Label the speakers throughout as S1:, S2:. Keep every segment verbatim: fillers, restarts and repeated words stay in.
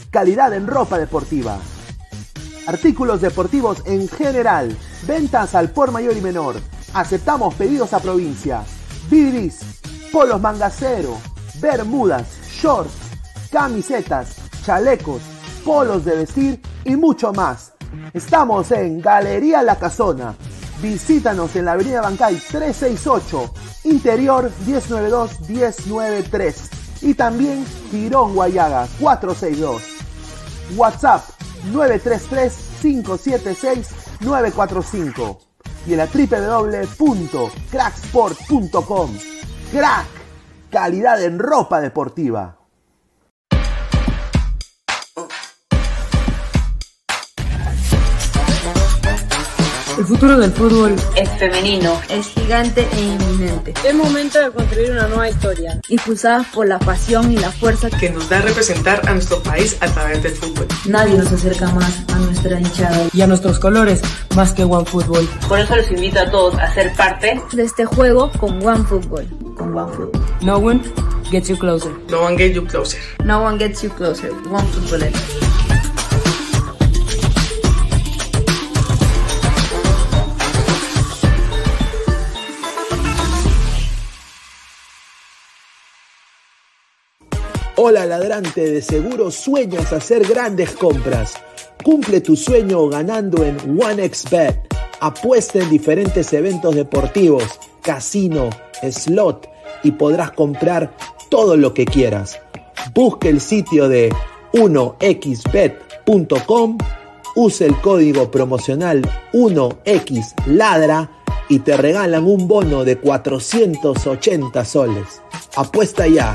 S1: calidad en ropa deportiva. Artículos deportivos en general, ventas al por mayor y menor. Aceptamos pedidos a provincia. B Ds, polos mangacero, bermudas, shorts, camisetas, chalecos, polos de vestir y mucho más. Estamos en Galería La Casona. Visítanos en la avenida Bancay trescientos sesenta y ocho, interior uno ciento noventa y dos, uno noventa y tres y también Girón Guayaga cuatrocientos sesenta y dos. WhatsApp nueve tres tres, cinco siete seis, nueve cuatro cinco y en la doble u doble u doble u punto cracksport punto com. Crack, calidad en ropa deportiva.
S2: El futuro del fútbol
S3: es femenino,
S2: es gigante e inminente.
S4: Es momento de construir una nueva historia,
S2: impulsada por la pasión y la fuerza
S5: que nos da a representar a nuestro país a través del fútbol.
S2: Nadie nos acerca más a nuestra hinchada y a nuestros colores más que OneFootball.
S3: Por eso los invito a todos a ser parte
S2: de este juego con OneFootball. Con OneFootball. No one gets you closer.
S5: No one gets you closer.
S2: No one gets you closer. OneFootball.
S1: Hola ladrante, de seguro sueñas hacer grandes compras. Cumple tu sueño ganando en OneXBet. Apuesta en diferentes eventos deportivos, casino, slot y podrás comprar todo lo que quieras. Busca el sitio de uno x bet punto com, usa el código promocional uno x ladra y te regalan un bono de cuatrocientos ochenta soles. Apuesta ya.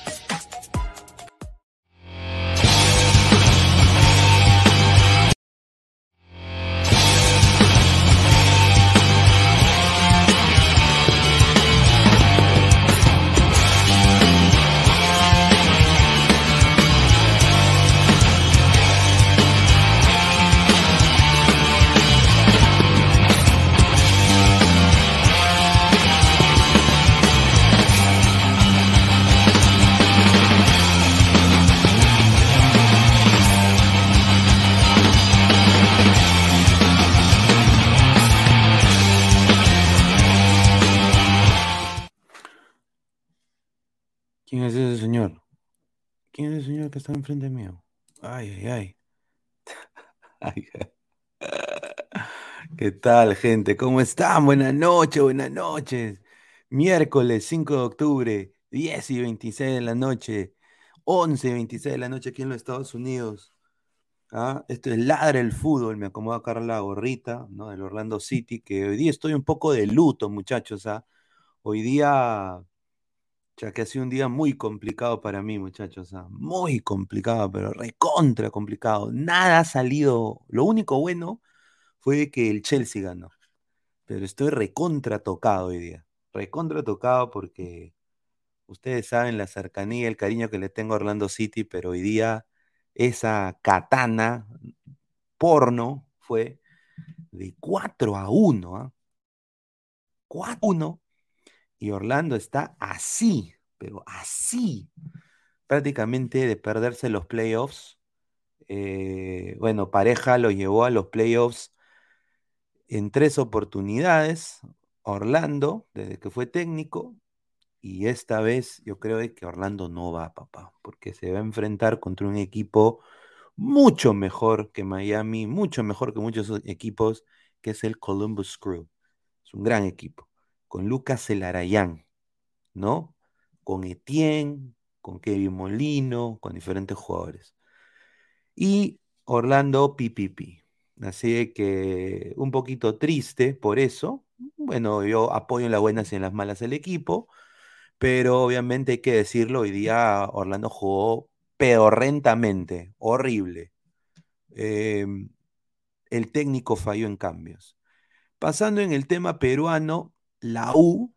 S6: ¿Quién es ese señor? ¿Quién es ese señor que está enfrente mío? Ay, ay, ay. Ay, ay. ¿Qué tal, gente? ¿Cómo están? Buenas noches, buenas noches. Miércoles cinco de octubre, diez y veintiséis de la noche, once y veintiséis de la noche aquí en los Estados Unidos. ¿Ah? Esto es Ladra el Fútbol. Me acomoda acá la gorrita, ¿no? Del Orlando City, que hoy día estoy un poco de luto, muchachos. ¿Ah? Hoy día... Ya que ha sido un día muy complicado para mí, muchachos. ¿Ah? Muy complicado, pero recontra complicado. Nada ha salido. Lo único bueno fue que el Chelsea ganó. Pero estoy recontra tocado hoy día. Recontra tocado porque ustedes saben la cercanía y el cariño que le tengo a Orlando City, pero hoy día esa katana porno fue de cuatro a uno. ¿Ah? cuatro a uno. Y Orlando está así, pero así, prácticamente de perderse los playoffs. Eh, bueno, Pareja lo llevó a los playoffs en tres oportunidades, Orlando, desde que fue técnico, y esta vez yo creo que Orlando no va, papá, porque se va a enfrentar contra un equipo mucho mejor que Miami, mucho mejor que muchos equipos, que es el Columbus Crew. Es un gran equipo, con Lucas Celarayán, ¿no? Con Etienne, con Kevin Molino, con diferentes jugadores. Y Orlando P P P. Así que un poquito triste por eso. Bueno, yo apoyo en las buenas y en las malas el equipo, pero obviamente hay que decirlo, hoy día Orlando jugó pedorrentamente, horrible. Eh, el técnico falló en cambios. Pasando en el tema peruano, la U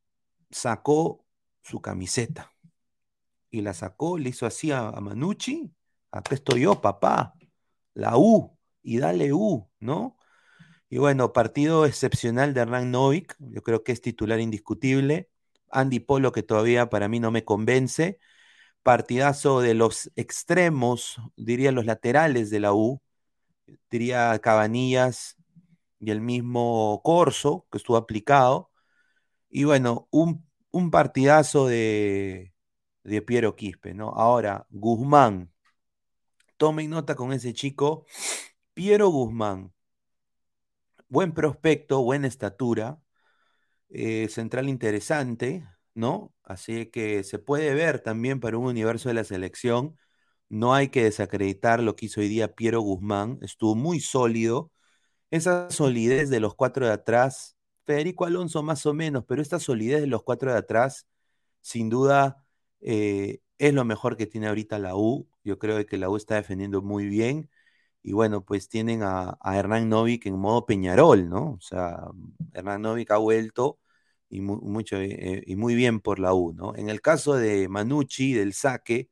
S6: sacó su camiseta y la sacó, le hizo así a, a Manucci, acá estoy yo, papá, la U, y dale U, ¿no? Y bueno, partido excepcional de Hernán Novik, yo creo que es titular indiscutible. Andy Polo, que todavía para mí no me convence, partidazo de los extremos, diría los laterales de la U, diría Cabanillas y el mismo Corso, que estuvo aplicado. Y bueno, un, un partidazo de, de Piero Quispe, ¿no? Ahora, Guzmán, tomen nota con ese chico, Piero Guzmán, buen prospecto, buena estatura, eh, central interesante, ¿no? Así que se puede ver también para un universo de la selección. No hay que desacreditar lo que hizo hoy día Piero Guzmán, estuvo muy sólido. Esa solidez de los cuatro de atrás, Federico Alonso más o menos, pero esta solidez de los cuatro de atrás, sin duda, eh, es lo mejor que tiene ahorita la U. Yo creo que la U está defendiendo muy bien. Y bueno, pues tienen a, a Hernán Novik en modo Peñarol, ¿no? O sea, Hernán Novik ha vuelto y, mu mucho, eh, y muy bien por la U, ¿no? En el caso de Manucci, del saque,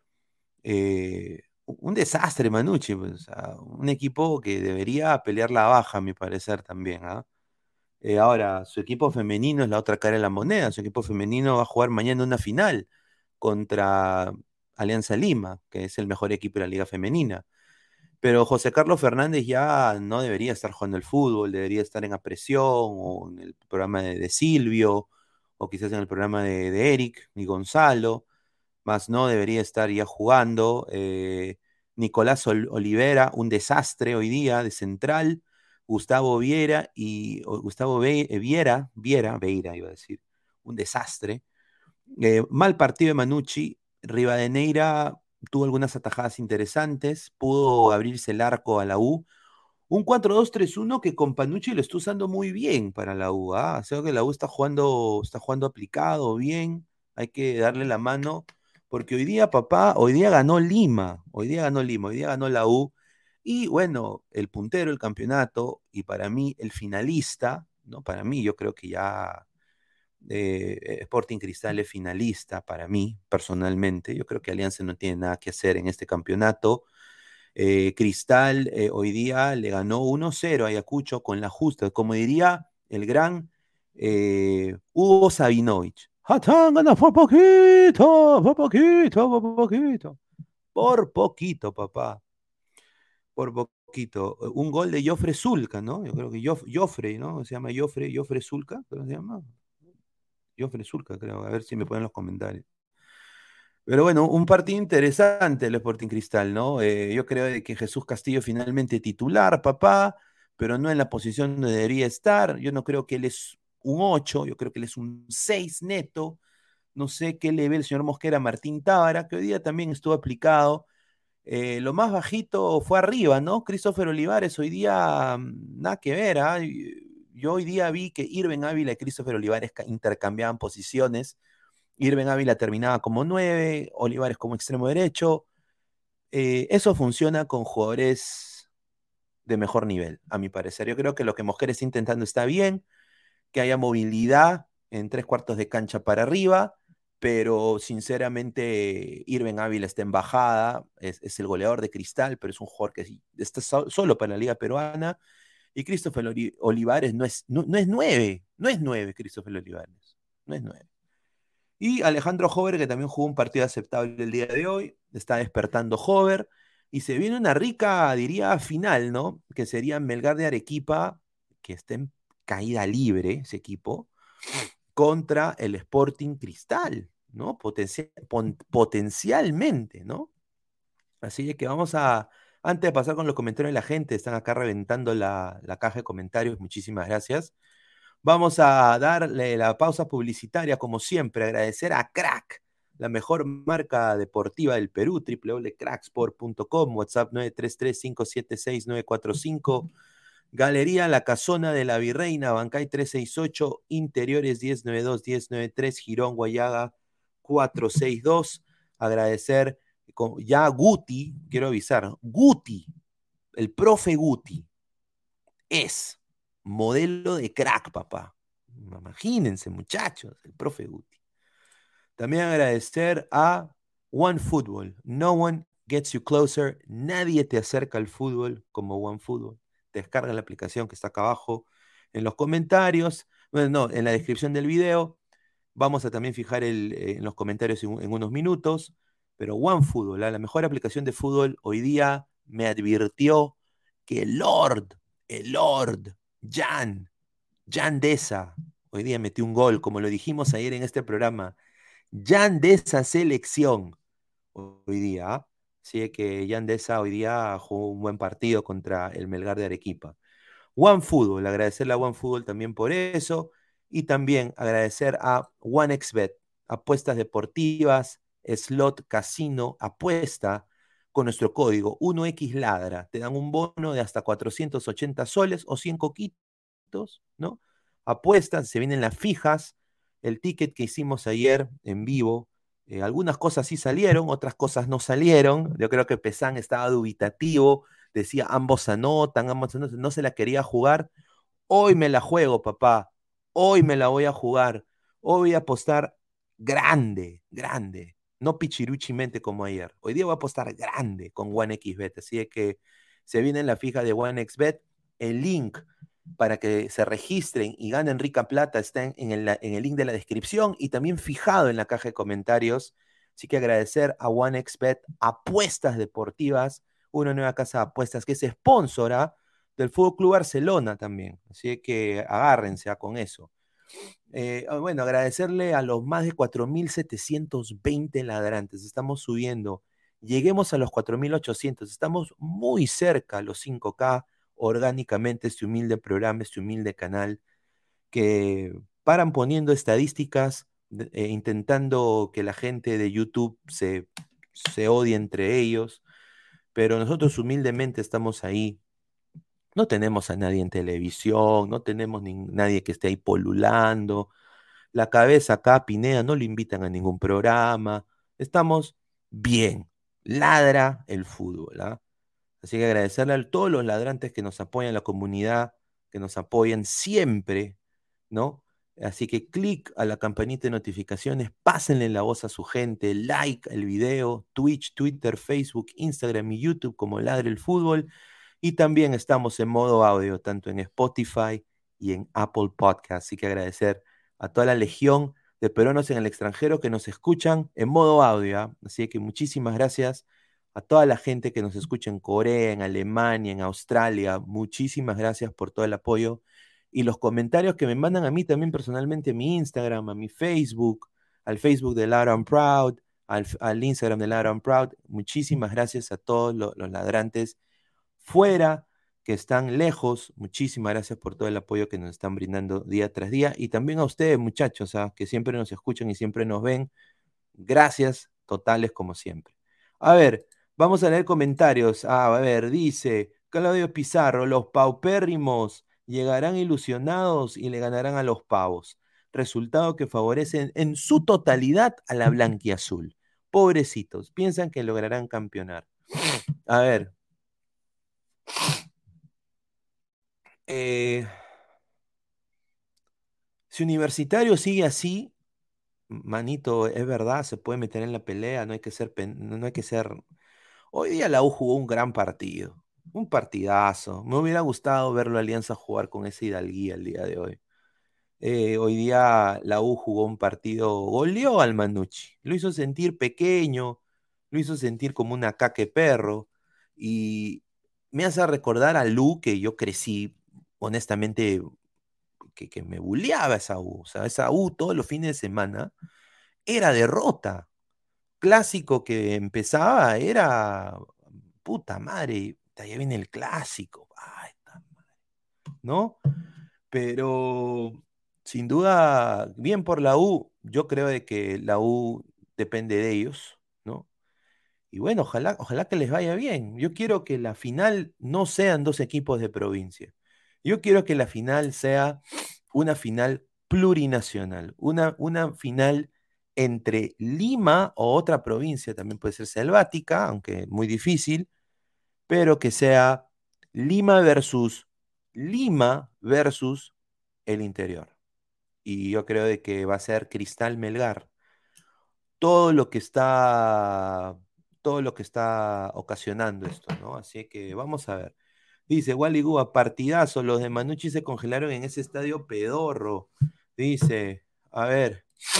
S6: eh, un desastre Manucci, pues, o sea, un equipo que debería pelear la baja, a mi parecer también, ¿ah? Eh, ahora, su equipo femenino es la otra cara de la moneda. Su equipo femenino va a jugar mañana una final contra Alianza Lima, que es el mejor equipo de la Liga Femenina. Pero José Carlos Fernández ya no debería estar jugando el fútbol, debería estar en Apresión o en el programa de, de Silvio o quizás en el programa de, de Eric y Gonzalo, más no debería estar ya jugando. Eh, Nicolás Ol Olivera, un desastre hoy día de central. Gustavo Viera y o Gustavo Be Viera, Viera, Veira iba a decir, un desastre. Eh, mal partido de Manucci. Rivadeneira tuvo algunas atajadas interesantes, pudo abrirse el arco a la U. Un cuatro dos tres uno que con Panucci lo está usando muy bien para la U. ¿Ah? O sea que la U está jugando, está jugando aplicado, bien. Hay que darle la mano, porque hoy día, papá, hoy día ganó Lima, hoy día ganó Lima, hoy día ganó la U. Y bueno, el puntero del campeonato, y para mí el finalista, ¿no? Para mí, yo creo que ya eh, Sporting Cristal es finalista para mí, personalmente. Yo creo que Alianza no tiene nada que hacer en este campeonato. Eh, Cristal eh, hoy día le ganó uno cero a Ayacucho con la justa, como diría el gran eh, Hugo Sabinovich. Hatán gana por poquito, por poquito, por poquito. Por poquito, papá. Por poquito. Un gol de Jofre Zulca, ¿no? Yo creo que Jof, Jofre, ¿no? Se llama Jofre, Jofre Zulca, ¿cómo se llama? Jofre Zulca, creo. A ver si me ponen los comentarios. Pero bueno, un partido interesante el Sporting Cristal, ¿no? Eh, yo creo de que Jesús Castillo finalmente titular, papá, pero no en la posición donde debería estar. Yo no creo que él es un ocho, yo creo que él es un seis neto. No sé qué le ve el señor Mosquera a Martín Tábara, que hoy día también estuvo aplicado. Eh, lo más bajito fue arriba, ¿no? Christopher Olivares, hoy día mm, nada que ver, ¿ah? Yo hoy día vi que Irving Ávila y Christopher Olivares intercambiaban posiciones. Irving Ávila terminaba como nueve, Olivares como extremo derecho. Eh, eso funciona con jugadores de mejor nivel, a mi parecer. Yo creo que lo que Mosquera está intentando está bien, que haya movilidad en tres cuartos de cancha para arriba, pero sinceramente Irving Ávila está en bajada, es, es el goleador de Cristal, pero es un jugador que está so, solo para la Liga Peruana. Y Christopher Olivares no es, no, no es nueve, no es nueve Christopher Olivares, no es nueve. Y Alejandro Hover, que también jugó un partido aceptable el día de hoy, está despertando Hover, y se viene una rica, diría, final, ¿no? Que sería Melgar de Arequipa, que está en caída libre ese equipo, contra el Sporting Cristal, ¿no? Potencial, potencialmente, ¿no? Así que vamos a, antes de pasar con los comentarios de la gente, están acá reventando la, la caja de comentarios, muchísimas gracias. Vamos a darle la pausa publicitaria, como siempre, agradecer a Crack, la mejor marca deportiva del Perú, doble u doble u doble u punto cracksport punto com, WhatsApp nueve tres tres, cinco siete seis, nueve cuatro cinco, Galería La Casona de la Virreina, Bancay trescientos sesenta y ocho, Interiores diez noventa y dos, diez noventa y tres, Girón Guayaga cuatrocientos sesenta y dos. Agradecer ya Guti, quiero avisar, Guti, el profe Guti, es modelo de crack, papá. Imagínense, muchachos, el profe Guti. También agradecer a OneFootball. No one gets you closer. Nadie te acerca al fútbol como OneFootball. Descarga la aplicación que está acá abajo en los comentarios. Bueno, no, en la descripción del video. Vamos a también fijar el, eh, en los comentarios en, en unos minutos. pero OneFootball, ¿eh? La mejor aplicación de fútbol, hoy día me advirtió que el Lord, el Lord, Jan, Jan Deza, hoy día metió un gol, como lo dijimos ayer en este programa, Jan Deza selección, hoy día, ¿eh? Así que Jan Deza hoy día jugó un buen partido contra el Melgar de Arequipa. OneFootball, agradecerle a OneFootball también por eso, y también agradecer a OneXBet, apuestas deportivas, slot, casino, apuesta, con nuestro código uno equis ladra, te dan un bono de hasta cuatrocientos ochenta soles o cien coquitos, ¿no? Apuestas, se vienen las fijas, el ticket que hicimos ayer en vivo, eh, algunas cosas sí salieron, otras cosas no salieron, yo creo que Pesan estaba dubitativo, decía ambos anotan, ambos anotan, no se la quería jugar. Hoy me la juego, papá. Hoy me la voy a jugar. Hoy voy a apostar grande, grande. No pichiruchimente como ayer. Hoy día voy a apostar grande con OneXBet. Así es que se viene en la fija de OneXBet. El link para que se registren y ganen rica plata está en, en, el, en el link de la descripción y también fijado en la caja de comentarios. Así que agradecer a OneXBet, apuestas deportivas, una nueva casa de apuestas que es sponsora del Fútbol Club Barcelona también. Así que agárrense a con eso. Eh, bueno, agradecerle a los más de cuatro mil setecientos veinte ladrantes. Estamos subiendo. Lleguemos a los cuatro mil ochocientos. Estamos muy cerca a los cinco K orgánicamente, este humilde programa, este humilde canal, que paran poniendo estadísticas, eh, intentando que la gente de YouTube se, se odie entre ellos, pero nosotros humildemente estamos ahí. No tenemos a nadie en televisión, no tenemos ni, nadie que esté ahí polulando. La cabeza acá, Pineda, no lo invitan a ningún programa. Estamos bien. Ladra el fútbol, ¿ah? Así que agradecerle a todos los ladrantes que nos apoyan, la comunidad, que nos apoyan siempre, ¿no? Así que clic a la campanita de notificaciones, pásenle la voz a su gente, like el video, Twitch, Twitter, Facebook, Instagram y YouTube como Ladre el Fútbol. Y también estamos en modo audio, tanto en Spotify y en Apple Podcast. Así que agradecer a toda la legión de peruanos en el extranjero que nos escuchan en modo audio, ¿eh? Así que muchísimas gracias a toda la gente que nos escucha en Corea, en Alemania, en Australia. Muchísimas gracias por todo el apoyo y los comentarios que me mandan a mí también personalmente a mi Instagram, a mi Facebook, al Facebook de Loud and Proud, al, al Instagram de Loud and Proud. Muchísimas gracias a todos los, los ladrantes fuera, que están lejos. Muchísimas gracias por todo el apoyo que nos están brindando día tras día. Y también a ustedes, muchachos, ¿eh? Que siempre nos escuchan y siempre nos ven. Gracias totales como siempre. A ver, vamos a leer comentarios. Ah, a ver, dice Claudio Pizarro, los paupérrimos llegarán ilusionados y le ganarán a los pavos. Resultado que favorecen en su totalidad a la blanquiazul. Pobrecitos, piensan que lograrán campeonar. A ver. Eh, si Universitario sigue así, manito, es verdad, se puede meter en la pelea, no hay que ser, no hay que ser. Hoy día la U jugó un gran partido, un partidazo. Me hubiera gustado verlo a Alianza jugar con esa hidalguía el día de hoy. Eh, hoy día la U jugó un partido, goleó al Manucci, lo hizo sentir pequeño, lo hizo sentir como una caque perro, y me hace recordar a Lu que yo crecí, honestamente, que, que me bulleaba esa U. O sea, esa U todos los fines de semana era derrota. Clásico que empezaba era puta madre, ya viene el clásico. Ay, ¿no? Pero sin duda, bien por la U, yo creo de que la U depende de ellos, ¿no? Y bueno, ojalá, ojalá que les vaya bien. Yo quiero que la final no sean dos equipos de provincia. Yo quiero que la final sea una final plurinacional, una, una final entre Lima o otra provincia, también puede ser selvática, aunque muy difícil, pero que sea Lima versus Lima versus el interior. Y yo creo de que va a ser Cristal Melgar. Todo lo que está, todo lo que está ocasionando esto, ¿no? Así que vamos a ver. Dice Wally Gua, partidazo, los de Manucci se congelaron en ese estadio pedorro. Dice, a ver,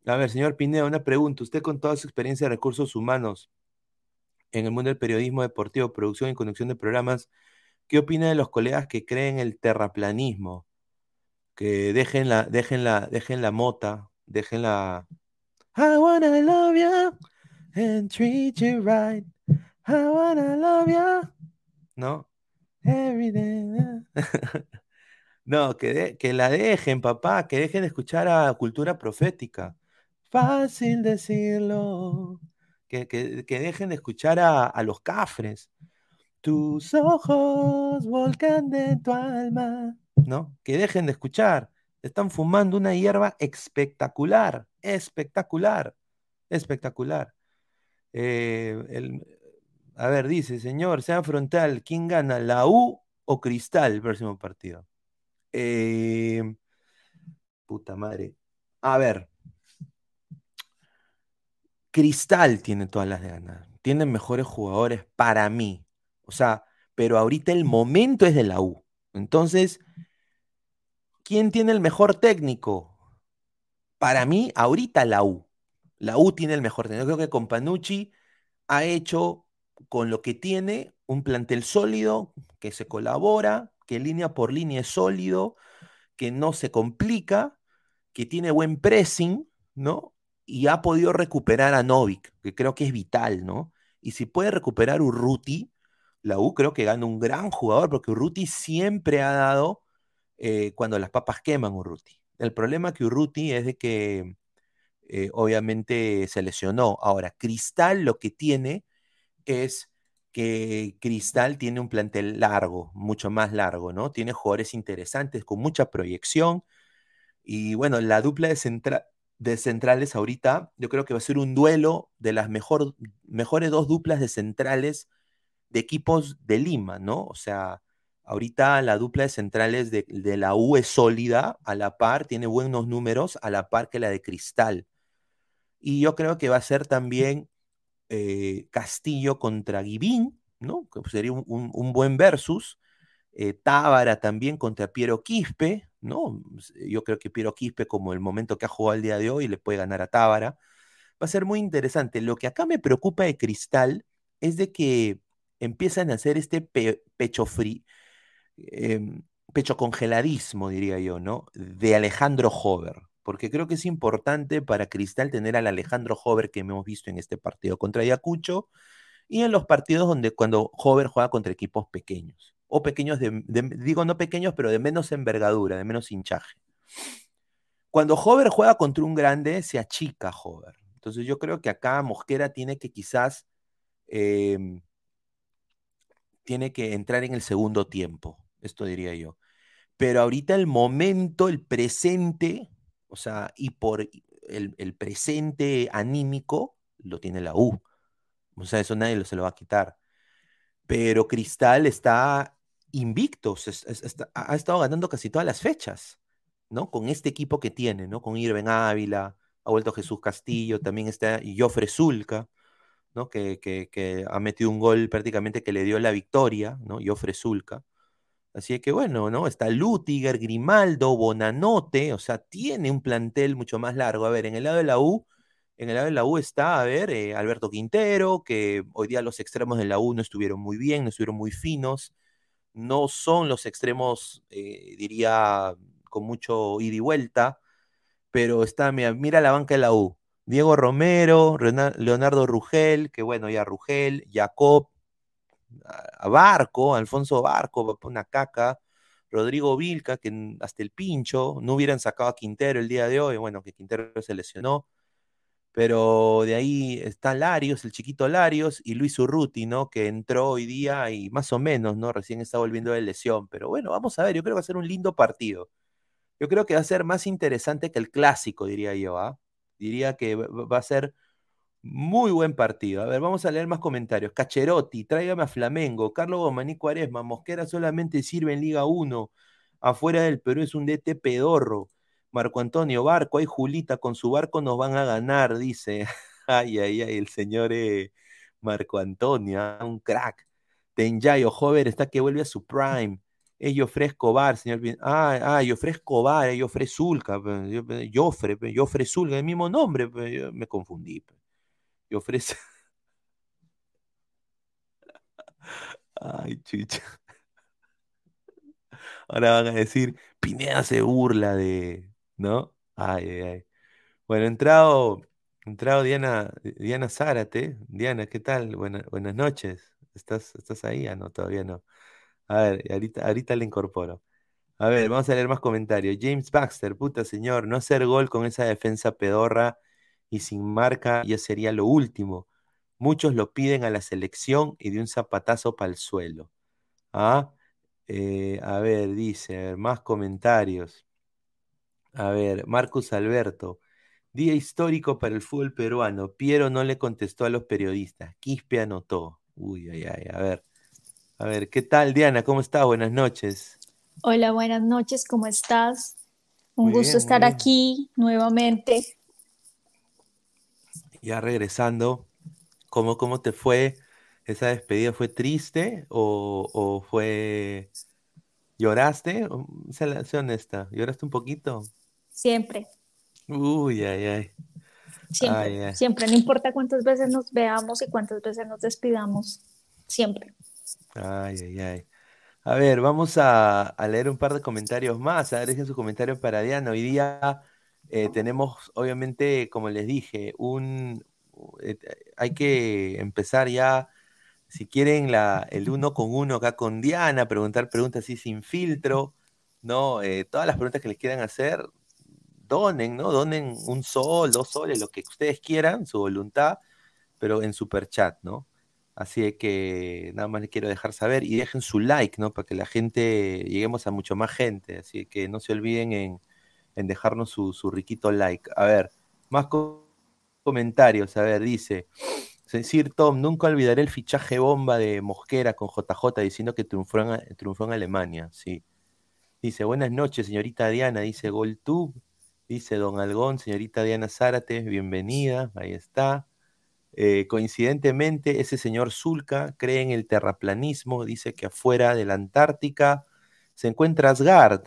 S6: A ver, señor Pineda, una pregunta. Usted con toda su experiencia de recursos humanos en el mundo del periodismo deportivo, producción y conducción de programas, ¿qué opina de los colegas que creen el terraplanismo? Que dejen la, dejen la, dejen la mota, dejen la... I wanna love you and treat you right. I wanna love you. ¿No? Every day. No, que, de- que la dejen, papá, que dejen de escuchar a cultura profética. Fácil decirlo. Que, que- que dejen de escuchar a, a los cafres. Tus ojos, volcán de tu alma. ¿No? Que dejen de escuchar. Están fumando una hierba espectacular, espectacular, espectacular. Eh, el- a ver, dice, señor, sea frontal, ¿quién gana, la U o Cristal el próximo partido? Eh, puta madre. A ver, Cristal tiene todas las de ganar. Tienen mejores jugadores para mí. O sea, pero ahorita el momento es de la U. Entonces, ¿quién tiene el mejor técnico? Para mí, ahorita la U. La U tiene el mejor técnico. Yo creo que con Panucci ha hecho con lo que tiene un plantel sólido, que se colabora, que línea por línea es sólido, que no se complica, que tiene buen pressing, ¿no? Y ha podido recuperar a Novik, que creo que es vital, ¿no? Y si puede recuperar Urruti, la U creo que gana un gran jugador, porque Urruti siempre ha dado eh, cuando las papas queman Urruti. El problema que Urruti es de que eh, obviamente se lesionó. Ahora, Cristal lo que tiene es que Cristal tiene un plantel largo, mucho más largo, ¿no? Tiene jugadores interesantes, con mucha proyección. Y bueno, la dupla de, centra de centrales ahorita, yo creo que va a ser un duelo de las mejor, mejores dos duplas de centrales de equipos de Lima, ¿no? O sea, ahorita la dupla de centrales de, de la U es sólida, a la par, tiene buenos números, a la par que la de Cristal. Y yo creo que va a ser también eh, Castillo contra Guivín, ¿no? Que sería un, un, un buen versus. Eh, Tábara también contra Piero Quispe, ¿no? Yo creo que Piero Quispe, como el momento que ha jugado el día de hoy, le puede ganar a Tábara. Va a ser muy interesante. Lo que acá me preocupa de Cristal es de que empiezan a hacer este pe pecho frío, eh, pecho congeladismo, diría yo, ¿no? De Alejandro Hover, porque creo que es importante para Cristal tener al Alejandro Hover que hemos visto en este partido contra Ayacucho y en los partidos donde cuando Hover juega contra equipos pequeños, o pequeños, de, de, digo no pequeños, pero de menos envergadura, de menos hinchaje. Cuando Hover juega contra un grande, se achica Hover. Entonces yo creo que acá Mosquera tiene que quizás, eh, tiene que entrar en el segundo tiempo, esto diría yo. Pero ahorita el momento, el presente, o sea, y por el, el presente anímico, lo tiene la U. O sea, eso nadie lo, se lo va a quitar. Pero Cristal está invicto, se- es- es- está- ha ha estado ganando casi todas las fechas, ¿no? Con este equipo que tiene, ¿no? Con Irben Ávila, ha vuelto Jesús Castillo, también está Jofre Zulca, ¿no? Que, que, que ha metido un gol prácticamente que le dio la victoria, ¿no? Jofre Zulca. Así que bueno, ¿no? Está Lutiger, Grimaldo, Bonanote, o sea, tiene un plantel mucho más largo. A ver, en el lado de la U, en el lado de la U está, a ver, eh, Alberto Quintero, que hoy día los extremos de la U no estuvieron muy bien, no estuvieron muy finos, no son los extremos, eh, diría, con mucho ida y vuelta, pero está, mira, mira la banca de la U. Diego Romero, Reona- Leonardo Rugel, que bueno, ya Rugel, Jacob, a Barco, Alfonso Barco, una caca, Rodrigo Vilca, que n- hasta el pincho, no hubieran sacado a Quintero el día de hoy, bueno, que Quintero se lesionó, pero de ahí está Larios, el chiquito Larios, y Luis Urruti, ¿no? Que entró hoy día y más o menos, ¿no? Recién está volviendo de lesión, pero bueno, vamos a ver, yo creo que va a ser un lindo partido. Yo creo que va a ser más interesante que el clásico, diría yo, ¿ah? Diría que va va a ser muy buen partido. A ver, vamos a leer más comentarios. Cacherotti, tráigame a Flamengo. Carlos Bomaní Cuaresma, Mosquera solamente sirve en Liga uno. Afuera del Perú es un D T pedorro. Marco Antonio Barco, ay Julita, con su barco nos van a ganar, dice. Ay, ay, ay, el señor eh, Marco Antonio, ah, un crack. Tenyayo, Hover está que vuelve a su prime. Es Jofre Escobar, señor. Pin- Ah, ah, Jofre Escobar, es Jofre Zulca. Pe. Yo- pe, Jofre, pe, Jofre Zulca, el mismo nombre. Pe. Yo me confundí. Pe. Jofre. Z- Ay, chucha. Ahora van a decir, Pineda se burla de. ¿No? Ay, ay, ay. Bueno, entrado, entrado Diana, Diana Zárate. Diana, ¿qué tal? Buena- buenas noches. ¿Estás, estás ahí? Ah, no, todavía no. A ver, ahorita, ahorita le incorporo. A ver, vamos a leer más comentarios. James Baxter, puta señor, no hacer gol con esa defensa pedorra y sin marca ya sería lo último. Muchos lo piden a la selección y de un zapatazo para el suelo. ¿Ah? Eh, a ver, dice, más comentarios. A ver, Marcus Alberto. Día histórico para el fútbol peruano. Piero no le contestó a los periodistas. Quispe anotó. Uy, ay, ay, a ver. A ver, ¿qué tal, Diana? ¿Cómo estás? Buenas noches.
S7: Hola, buenas noches, ¿cómo estás? Un
S6: Muy
S7: gusto
S6: bien, muy
S7: estar
S6: bien.
S7: aquí nuevamente.
S6: Ya regresando, ¿cómo, cómo te fue? ¿Esa despedida fue triste o, o fue... ¿Lloraste? Mm, Sé, la- sé honesta, ¿lloraste un poquito?
S7: Siempre,
S6: Uy, ay, ay,
S7: siempre,
S6: ay, ay,
S7: siempre, no importa cuántas veces nos veamos y cuántas veces nos despidamos, siempre.
S6: ay, ay, ay. A ver, vamos a, a leer un par de comentarios más. A ver, dejen su comentario para Diana. Hoy día eh, tenemos, obviamente, como les dije, un... eh, hay que empezar ya. Si quieren la, el uno con uno acá con Diana, preguntar preguntas así sin filtro, ¿no? Eh, todas las preguntas que les quieran hacer, donen, ¿no? Donen un sol, dos soles, lo que ustedes quieran, su voluntad, pero en super chat, ¿no? Así es que nada más les quiero dejar saber y dejen su like, ¿no? Para que la gente, lleguemos a mucho más gente. Así que no se olviden en, en dejarnos su, su riquito like. A ver, más co- comentarios. A ver, dice. Decir, Tom, nunca olvidaré el fichaje bomba de Mosquera con J J diciendo que triunfó en, triunfó en Alemania. Sí. Dice, buenas noches, señorita Diana. Dice, GolTube. Dice, Don Algón, señorita Diana Zárate, bienvenida. Ahí está. Eh, coincidentemente, ese señor Zulca cree en el terraplanismo. Dice que afuera de la Antártica se encuentra Asgard.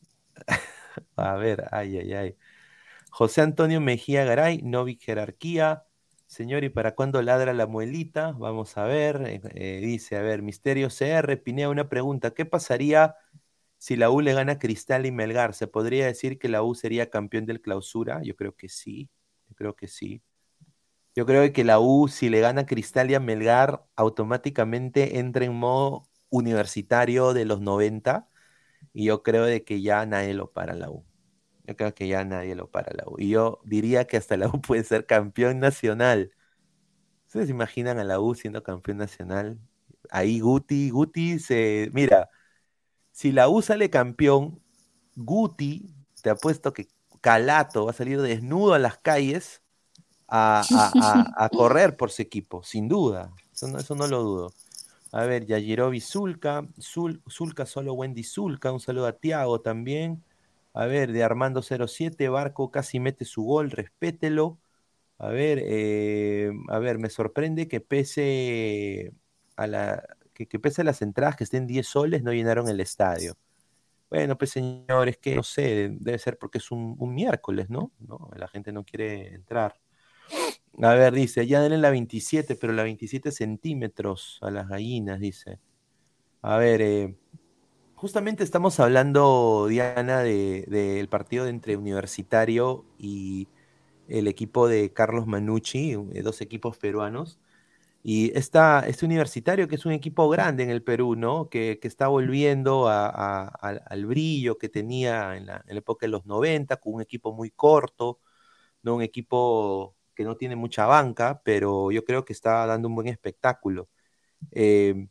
S6: A ver, ay, ay, ay. José Antonio Mejía Garay, no vi jerarquía. Señor, ¿y para cuándo ladra la muelita? Vamos a ver. eh, eh, dice, a ver, Misterio C R, Pinea, una pregunta. ¿Qué pasaría si la U le gana a Cristal y Melgar? ¿Se podría decir que la U sería campeón del clausura? Yo creo que sí. Yo creo que sí. Yo creo que la U, si le gana a Cristal y a Melgar, automáticamente entra en modo universitario de los noventa. Y yo creo de que ya nadie lo para la U. Yo creo que ya nadie lo para la U. Y yo diría que hasta la U puede ser campeón nacional. ¿Ustedes se imaginan a la U siendo campeón nacional? Ahí Guti, Guti se... Mira, si la U sale campeón, Guti, te apuesto que Calato va a salir desnudo a las calles a, a- a- a correr por su equipo, sin duda. Eso no, eso no lo dudo. A ver, Yajirovi Zulka, Zul, Zulka, solo Wendy Zulka, un saludo a Tiago también. A ver, de Armando cero siete, Barco casi mete su gol, respételo. A ver, eh, a ver, me sorprende que pese a la, que, que pese a las entradas que estén diez soles, no llenaron el estadio. Bueno, pues señores, que no sé, debe ser porque es un, un miércoles, ¿no? ¿no? La gente no quiere entrar. A ver, dice, ya denle la veintisiete, pero la veintisiete centímetros a las gallinas, dice. A ver, eh, justamente estamos hablando, Diana, de, del partido de entre Universitario y el equipo de Carlos Manucci, eh, dos equipos peruanos. Y esta, este Universitario, que es un equipo grande en el Perú, ¿no? Que, que está volviendo a- a- al al brillo que tenía en la, en la época de los noventa, con un equipo muy corto, ¿no? Un equipo que no tiene mucha banca, pero yo creo que está dando un buen espectáculo. Eh,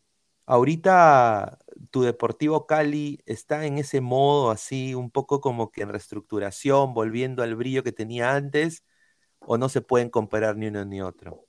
S6: ahorita tu Deportivo Cali está en ese modo así, un poco como que en reestructuración, volviendo al brillo que tenía antes, o no se pueden comparar ni uno ni otro.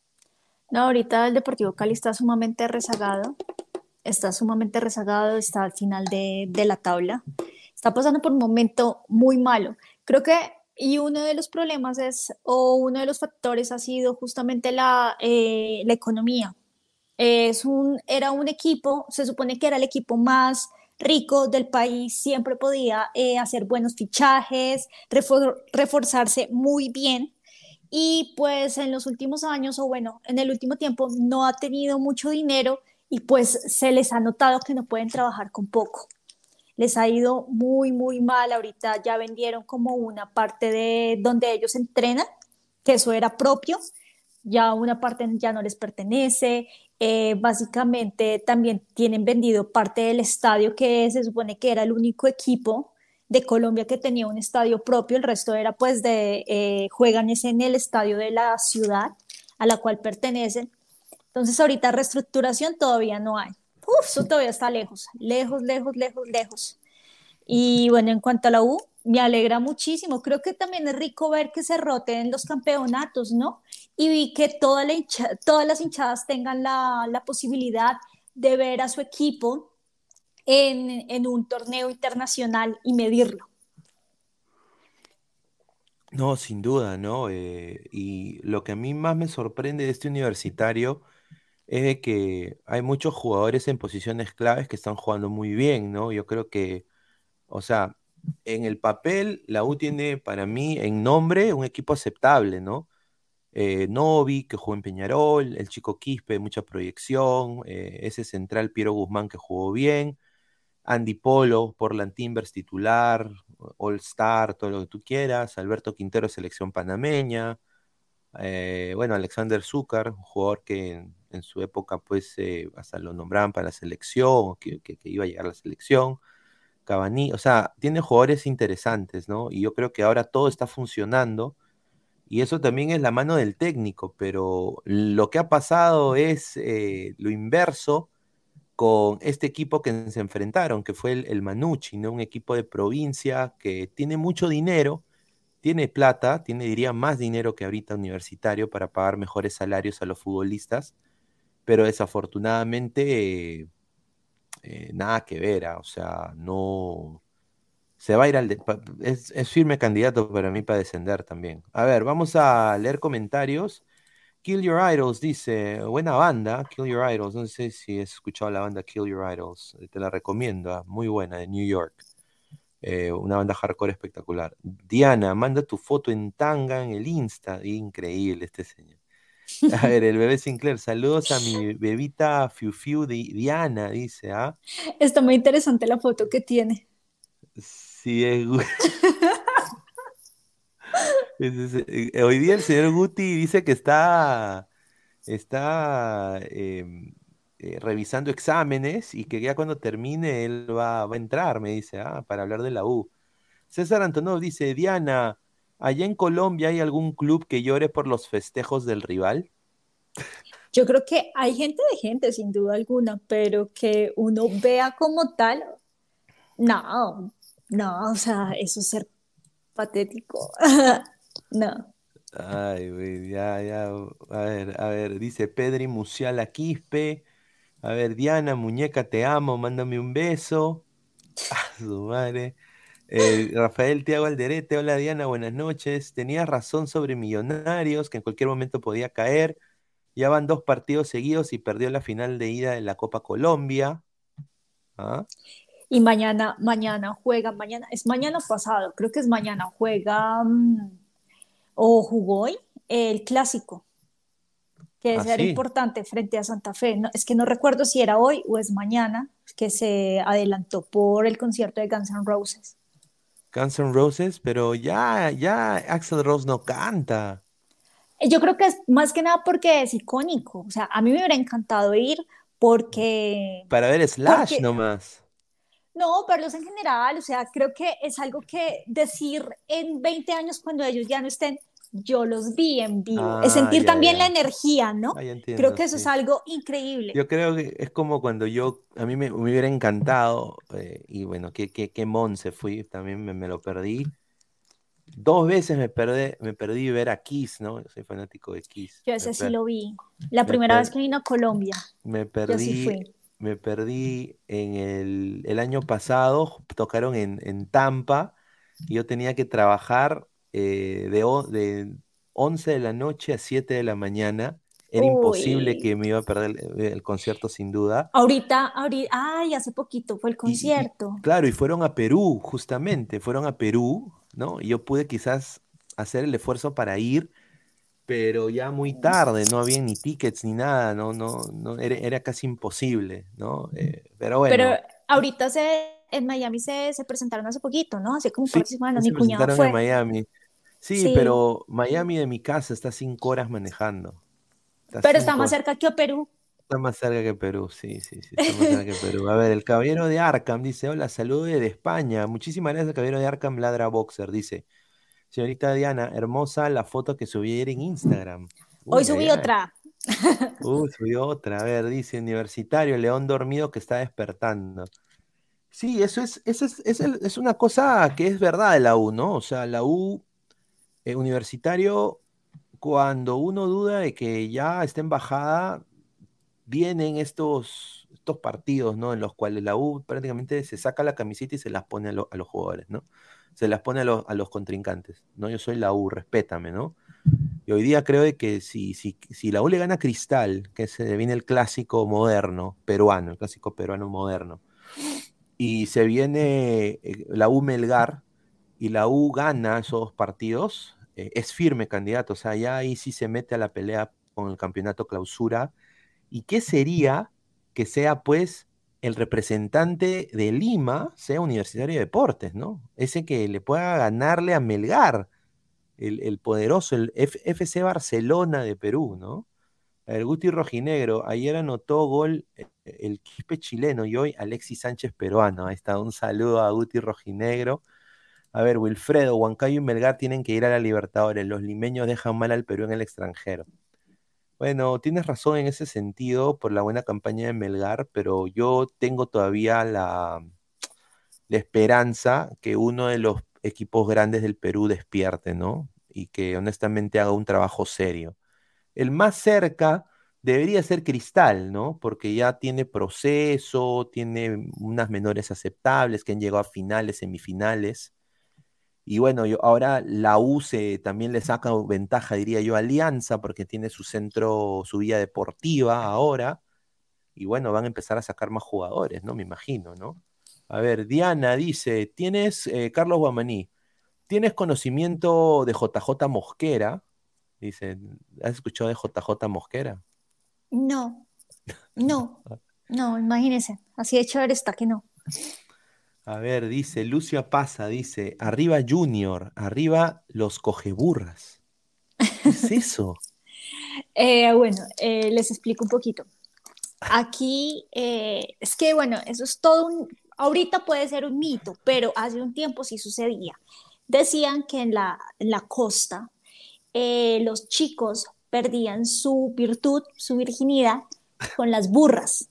S7: No, ahorita el Deportivo Cali está sumamente rezagado, está sumamente rezagado, está al final de, de la tabla, está pasando por un momento muy malo. Creo que, y uno de los problemas es, o uno de los factores ha sido justamente la, eh, la economía. Es un, era un equipo, se supone que era el equipo más rico del país siempre podía eh, hacer buenos fichajes, refor reforzarse muy bien. Y pues en los últimos años, o bueno, en el último tiempo, no ha tenido mucho dinero y pues se les ha notado que no pueden trabajar con poco. Les ha ido muy, muy mal. Ahorita ya vendieron como una parte de donde ellos entrenan, que eso era propio, ya una parte ya no les pertenece. Eh, básicamente también tienen vendido parte del estadio, que se supone que era el único equipo de Colombia que tenía un estadio propio, el resto era pues de, eh, juegan es en el estadio de la ciudad a la cual pertenecen. Entonces ahorita reestructuración todavía no hay. Uf, eso todavía está lejos, lejos, lejos, lejos, lejos. Y bueno, en cuanto a la U, me alegra muchísimo. Creo que también es rico ver que se roten los campeonatos, ¿no? Y vi que toda la hincha, todas las hinchadas tengan la, la posibilidad de ver a su equipo en, en un torneo internacional y medirlo.
S6: No, sin duda, ¿no? Eh, y lo que a mí más me sorprende de este universitario es de que hay muchos jugadores en posiciones claves que están jugando muy bien, ¿no? Yo creo que, o sea, en el papel, la U tiene para mí en nombre un equipo aceptable, ¿no? Eh, Novi, que jugó en Peñarol, el chico Quispe, mucha proyección, eh, ese central Piero Guzmán que jugó bien, Andy Polo, Portland Timbers titular, All Star, todo lo que tú quieras, Alberto Quintero, selección panameña, eh, bueno, Alexander Zúcar, un jugador que en, en su época pues eh, hasta lo nombraban para la selección, que, que, que iba a llegar a la selección. Cavani, o sea, tiene jugadores interesantes, ¿no? Y yo creo que ahora todo está funcionando y eso también es la mano del técnico, pero lo que ha pasado es eh, lo inverso con este equipo que se enfrentaron, que fue el, el Manucci, ¿no? Un equipo de provincia que tiene mucho dinero, tiene plata, tiene, diría, más dinero que ahorita Universitario para pagar mejores salarios a los futbolistas, pero desafortunadamente eh, eh, nada que ver, ah, o sea, no se va a ir al... de- pa- es, es firme candidato para mí para descender también. A ver, vamos a leer comentarios. Kill Your Idols dice, buena banda, Kill Your Idols. No sé si has escuchado la banda Kill Your Idols. eh, Te la recomiendo, ah, muy buena, de New York. Eh, una banda hardcore espectacular. Diana, manda tu foto en tanga en el Insta. Increíble este señor. A ver, el bebé Sinclair, saludos a mi bebita Fiu Fiu de Diana, dice, ¿ah?
S7: Está muy interesante la foto que tiene.
S6: Sí, es, gu- es- es- eh, hoy día el señor Guti dice que está, está em, eh, revisando exámenes y que ya cuando termine él va, va a entrar, me dice, ah, para hablar de la U. César Antonov dice, Diana, ¿allá en Colombia hay algún club que llore por los festejos del rival?
S7: Yo creo que hay gente de gente, sin duda alguna, pero que uno vea como tal, no, no, o sea, eso es ser patético. No.
S6: Ay, güey, ya, ya, a ver, a ver, dice Pedri Musiala Quispe, a ver, Diana, muñeca, te amo, mándame un beso. Su madre. Eh, Rafael Tiago Alderete, hola Diana, buenas noches. Tenías razón sobre Millonarios, que en cualquier momento podía caer. Ya van dos partidos seguidos y perdió la final de ida en la Copa Colombia. ¿Ah?
S7: Y mañana, mañana juega, mañana, es mañana pasado, creo que es mañana, juega mm, o jugó hoy el clásico, que
S6: Ah,
S7: ese era
S6: sí.
S7: importante frente a Santa Fe. No, es que no recuerdo si era hoy o es mañana, que se adelantó por el concierto de Guns N' Roses.
S6: Guns N' Roses, pero ya, ya Axl Rose no canta.
S7: Eh, Yo creo que es más que nada porque es icónico. O sea, a mí me hubiera encantado ir porque,
S6: Para ver Slash
S7: porque,
S6: nomás.
S7: no, verlos en general. O sea, creo que es algo que decir en veinte años cuando ellos ya no estén, yo los vi en vivo. Es
S6: Ah,
S7: sentir
S6: ya,
S7: también la
S6: ya.
S7: energía, ¿no?
S6: Ah, ya
S7: Creo
S6: entiendo,
S7: que eso es
S6: sí.
S7: algo increíble.
S6: Yo creo que es como cuando yo, a mí me, me hubiera encantado, eh, y bueno, qué, qué, qué monce fui, también me, me lo perdí. Dos veces me perdí, me perdí ver a Kiss, ¿no? Yo soy fanático de Kiss.
S7: Yo
S6: Me,
S7: ese sí
S6: per-
S7: lo vi. La
S6: me,
S7: primera vez
S6: per-
S7: que vino a Colombia,
S6: me
S7: yo sí
S6: perdí,
S7: fui.
S6: me perdí en el, el año pasado, tocaron en, en Tampa, y yo tenía que trabajar eh, de, o- de once de la noche a siete de la mañana, era imposible
S7: Uy,
S6: que me iba a perder el, el concierto sin duda.
S7: ahorita, ahorita, ay, hace poquito fue el
S6: Y, y- y,
S7: concierto.
S6: claro, y fueron a Perú, justamente, fueron a Perú, ¿no? Y yo pude quizás hacer el esfuerzo para ir, pero ya muy tarde, no había ni tickets ni nada, no, no, no, era, era casi imposible, ¿no? Eh, pero
S7: Pero
S6: bueno,
S7: ahorita se, en Miami se, se presentaron hace poquito, ¿no? Hace como un par
S6: sí,
S7: de semanas,
S6: se
S7: mi cuñado
S6: presentaron en
S7: fue.
S6: Miami. Sí,
S7: Sí,
S6: pero Miami de mi casa está cinco horas manejando, está
S7: pero está
S6: cinco
S7: más
S6: horas.
S7: cerca que Perú.
S6: Está más cerca que Perú, sí, sí, sí, está más cerca que Perú. A ver, el caballero de Arkham dice, hola, saludos desde España. Muchísimas gracias, caballero de Arkham, ladra boxer, dice. Señorita Diana, hermosa la foto que subí ayer en Instagram.
S7: Hoy
S6: Uy, ay,
S7: subí
S6: ay.
S7: otra.
S6: Uy, subió otra. A ver, dice, universitario, león dormido que está despertando. Sí, eso es, eso es, es, el- es una cosa que es verdad de la U, ¿no? O sea, la U, eh, universitario, cuando uno duda de que ya está en bajada, vienen estos, estos partidos, ¿no? En los cuales la U prácticamente se saca la camiseta y se las pone a, lo- a los jugadores, ¿no? Se las pone a, los- a los contrincantes, ¿no? Yo soy la U, respétame, ¿no? Y hoy día creo de que si, si, si la U le gana a Cristal, que se viene el clásico moderno, peruano, el clásico peruano moderno, y se viene eh, la U Melgar, y la U gana esos dos partidos, eh, es firme candidato, o sea, ya ahí sí se mete a la pelea con el campeonato clausura. ¿Y qué sería que sea, pues, el representante de Lima, sea Universitario de Deportes, ¿no? Ese que le pueda ganarle a Melgar, el, el poderoso, el F- FC Barcelona de Perú, ¿no? El Guti Rojinegro, ayer anotó gol eh, el Quispe chileno y hoy Alexis Sánchez peruano. Ahí está, un saludo a Guti Rojinegro. A ver, Wilfredo, Huancayo y Melgar tienen que ir a la Libertadores. Los limeños dejan mal al Perú en el extranjero. Bueno, tienes razón en ese sentido por la buena campaña de Melgar, pero yo tengo todavía la, la esperanza que uno de los equipos grandes del Perú despierte, ¿no? Y que honestamente haga un trabajo serio. El más cerca debería ser Cristal, ¿no? Porque ya tiene proceso, tiene unas menores aceptables que han llegado a finales, semifinales. Y bueno, yo, ahora la U se también le saca ventaja, diría yo, a Alianza, porque tiene su centro, su vía deportiva ahora. Y bueno, van a empezar a sacar más jugadores, ¿no? Me imagino, ¿no? A ver, Diana dice, ¿tienes, eh, Carlos Guamaní, ¿tienes conocimiento de J J Mosquera? Dice, ¿has escuchado de J J Mosquera?
S7: No, no, no, imagínese. Así de chévere está que no.
S6: A ver, dice, Lucia Pasa, dice, arriba Junior, arriba los cogeburras. ¿Qué es eso?
S7: Eh, bueno, eh, les explico un poquito. Aquí eh, es que, bueno, eso es todo un, ahorita puede ser un mito, pero hace un tiempo sí sucedía. Decían que en la, en la costa eh, los chicos perdían su virtud, su virginidad con las burras.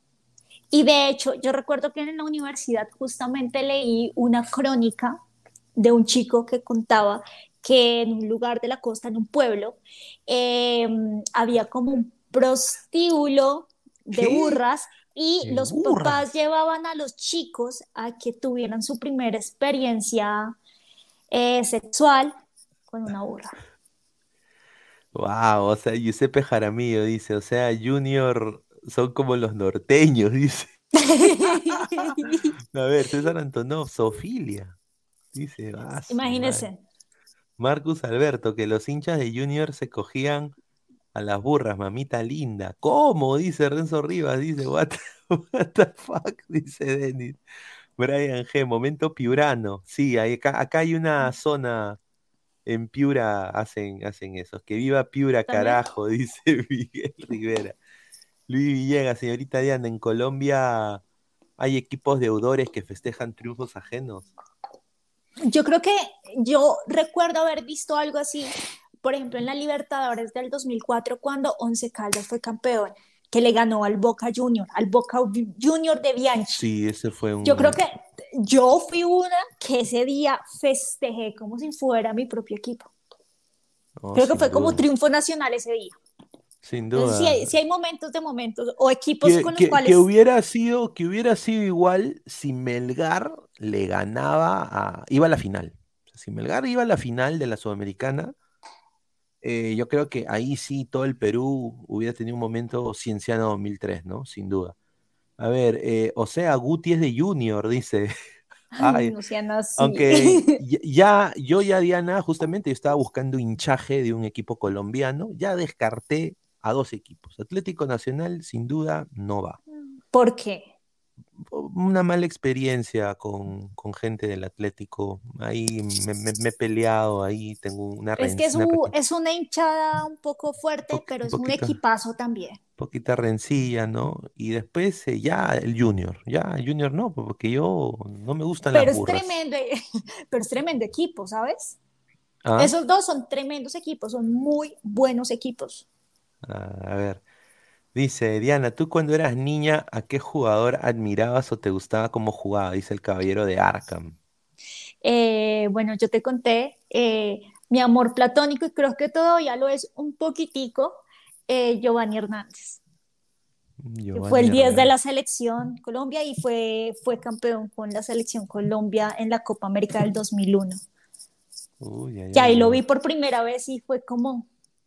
S7: Y de hecho, yo recuerdo que en la universidad justamente leí una crónica de un chico que contaba que en un lugar de la costa, en un pueblo, eh, había como un prostíbulo de
S6: ¿Qué?
S7: burras y
S6: De
S7: los papás
S6: burras.
S7: llevaban a los chicos a que tuvieran su primera experiencia eh, sexual con una burra.
S6: Wow, o sea, Giuseppe Jaramillo dice, o sea, Junior son como los norteños, dice. A ver, César Antonov, zoofilia. Dice, ah, su madre.
S7: Imagínense.
S6: Marcus Alberto, que los hinchas de Junior se cogían a las burras, mamita linda. ¿Cómo? Dice Renzo Rivas, dice, what, what the fuck, dice Denis. Brian G, momento piurano. Sí, hay- acá, acá hay una zona en Piura, hacen, hacen eso. Que viva Piura,
S7: También.
S6: carajo, dice Miguel Rivera. Luis Villegas, señorita Diana, en Colombia hay equipos deudores que festejan triunfos ajenos.
S7: Yo creo que yo recuerdo haber visto algo así, por ejemplo, en la Libertadores del dos mil cuatro, cuando Once Caldas fue campeón, que le ganó al Boca Junior, al Boca Junior de Bianchi.
S6: Sí, ese fue
S7: Yo creo
S6: un...
S7: que yo fui una que ese día festejé como si fuera mi propio equipo.
S6: Oh,
S7: Creo que
S6: sin
S7: fue como
S6: duda,
S7: triunfo nacional ese día.
S6: sin
S7: Entonces, sí
S6: duda.
S7: hay, sí hay momentos de momentos o equipos
S6: Que,
S7: con los
S6: que, que
S7: cuales,
S6: hubiera sido, que hubiera sido igual si Melgar le ganaba a... iba a la final. O sea, si Melgar iba a la final de la Sudamericana, eh, yo creo que ahí sí todo el Perú hubiera tenido un momento Cienciano dos mil tres, ¿no? Sin duda. A ver, eh, o sea, Guti es de Junior, dice.
S7: Ay,
S6: Ay,
S7: no sean así.
S6: aunque ya, ya- yo ya, Diana, justamente yo estaba buscando hinchaje de un equipo colombiano, ya descarté a dos equipos. Atlético Nacional, sin duda, no va.
S7: ¿Por qué?
S6: Una mala experiencia con, con gente del Atlético. Ahí me, me- me he peleado, ahí tengo una,
S7: Es que
S6: ren-
S7: es,
S6: una
S7: un-
S6: pequeña,
S7: es una hinchada un poco fuerte,
S6: poqui-
S7: pero
S6: un
S7: es un
S6: poquito,
S7: equipazo también.
S6: poquita rencilla, ¿no? Y después eh, ya el Junior, ya el Junior no, porque yo no me gustan las
S7: Pero es
S6: burras.
S7: tremendo, pero es tremendo equipo, ¿sabes?
S6: ¿Ah?
S7: Esos dos son tremendos equipos, son muy buenos equipos.
S6: Ah, a ver. Dice, Diana, ¿tú cuando eras niña, a qué jugador admirabas o te gustaba cómo jugaba? Dice el caballero de Arkham.
S7: Eh, bueno, yo te conté eh, mi amor platónico y creo que todavía lo es un poquitico, eh, Giovanni Hernández, que fue
S6: Giovanni
S7: el diez de
S6: Hernández.
S7: la selección Colombia y fue, fue campeón con la selección Colombia en la Copa América del dos mil uno.
S6: Uy, ay,
S7: Y
S6: ay,
S7: ahí lo
S6: yo.
S7: vi por primera vez y fue como,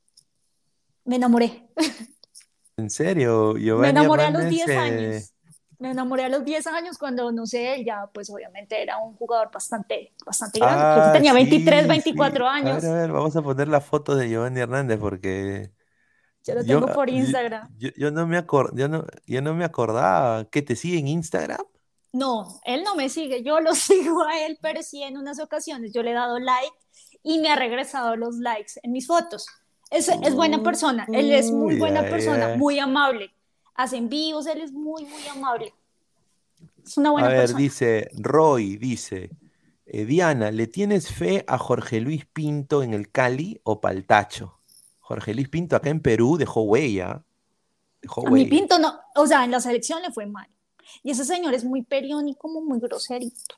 S7: me enamoré.
S6: ¿En serio?
S7: Me
S6: Giovanni
S7: enamoré a los
S6: Hernández.
S7: diez
S6: eh,
S7: años. Me enamoré a los diez años cuando, no sé, él ya, pues obviamente era un jugador bastante, bastante grande. Creo que
S6: Ah,
S7: tenía veintitrés,
S6: sí, sí.
S7: veinticuatro
S6: A ver, a
S7: años.
S6: ver, vamos a poner la foto de Giovanni Hernández porque
S7: Yo lo
S6: yo,
S7: tengo por
S6: yo,
S7: Instagram.
S6: yo- yo no me acor- yo no, yo no me acordaba. ¿Qué te sigue en Instagram?
S7: No, él no me sigue, yo lo sigo a él, pero sí en unas ocasiones yo le he dado like y me ha regresado los likes en mis fotos. Es, es buena persona, él es muy
S6: Uy,
S7: buena
S6: ay,
S7: persona,
S6: ay.
S7: muy amable. Hacen vivos, él es muy, muy amable. Es una
S6: A
S7: buena
S6: ver,
S7: persona.
S6: dice Roy, dice, eh, Diana, ¿le tienes fe a Jorge Luis Pinto en el Cali o Paltacho? Jorge Luis Pinto acá en Perú dejó huella, dejó
S7: A mi
S6: huella.
S7: Pinto no, o sea, en la selección le fue mal. Y ese señor es muy periónico, como muy groserito.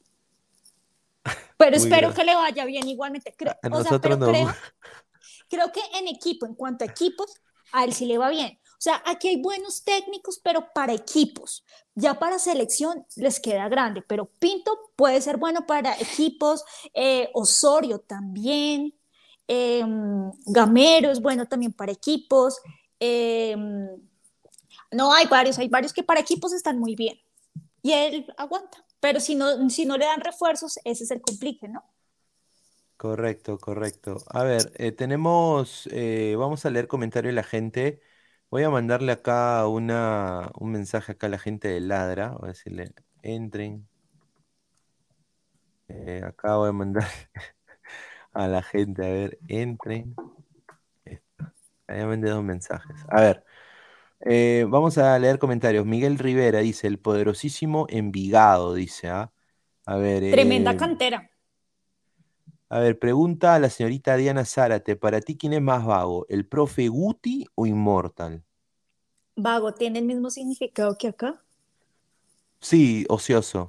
S7: Pero
S6: Muy
S7: espero
S6: gra-
S7: que le vaya bien igualmente.
S6: A
S7: Creo,
S6: a
S7: o sea,
S6: nosotros
S7: pero
S6: nos gusta.
S7: creo, creo que en equipo, en cuanto a equipos, a él sí le va bien. O sea, aquí hay buenos técnicos, pero para equipos. Ya para selección les queda grande, pero Pinto puede ser bueno para equipos, eh, Osorio también, eh, Gamero es bueno también para equipos. Eh, no, hay varios, hay varios que para equipos están muy bien y él aguanta. Pero si no, si no le dan refuerzos, ese es el complique, ¿no?
S6: Correcto, correcto. A ver, eh, tenemos, eh, vamos a leer comentarios de la gente. Voy a mandarle acá una, un mensaje acá a la gente de Ladra. Voy a decirle, entren. Eh, acá voy a mandar a la gente, a ver, entren. Ahí me mandé dos mensajes. A ver, eh, vamos a leer comentarios. Miguel Rivera dice, el poderosísimo Envigado, dice, ¿ah? A ver,
S7: Tremenda
S6: eh,
S7: cantera.
S6: a ver, pregunta a la señorita Diana Zárate, ¿para ti quién es más vago, el profe Guti o Immortal?
S7: Vago tiene el mismo significado que acá.
S6: Sí, ocioso.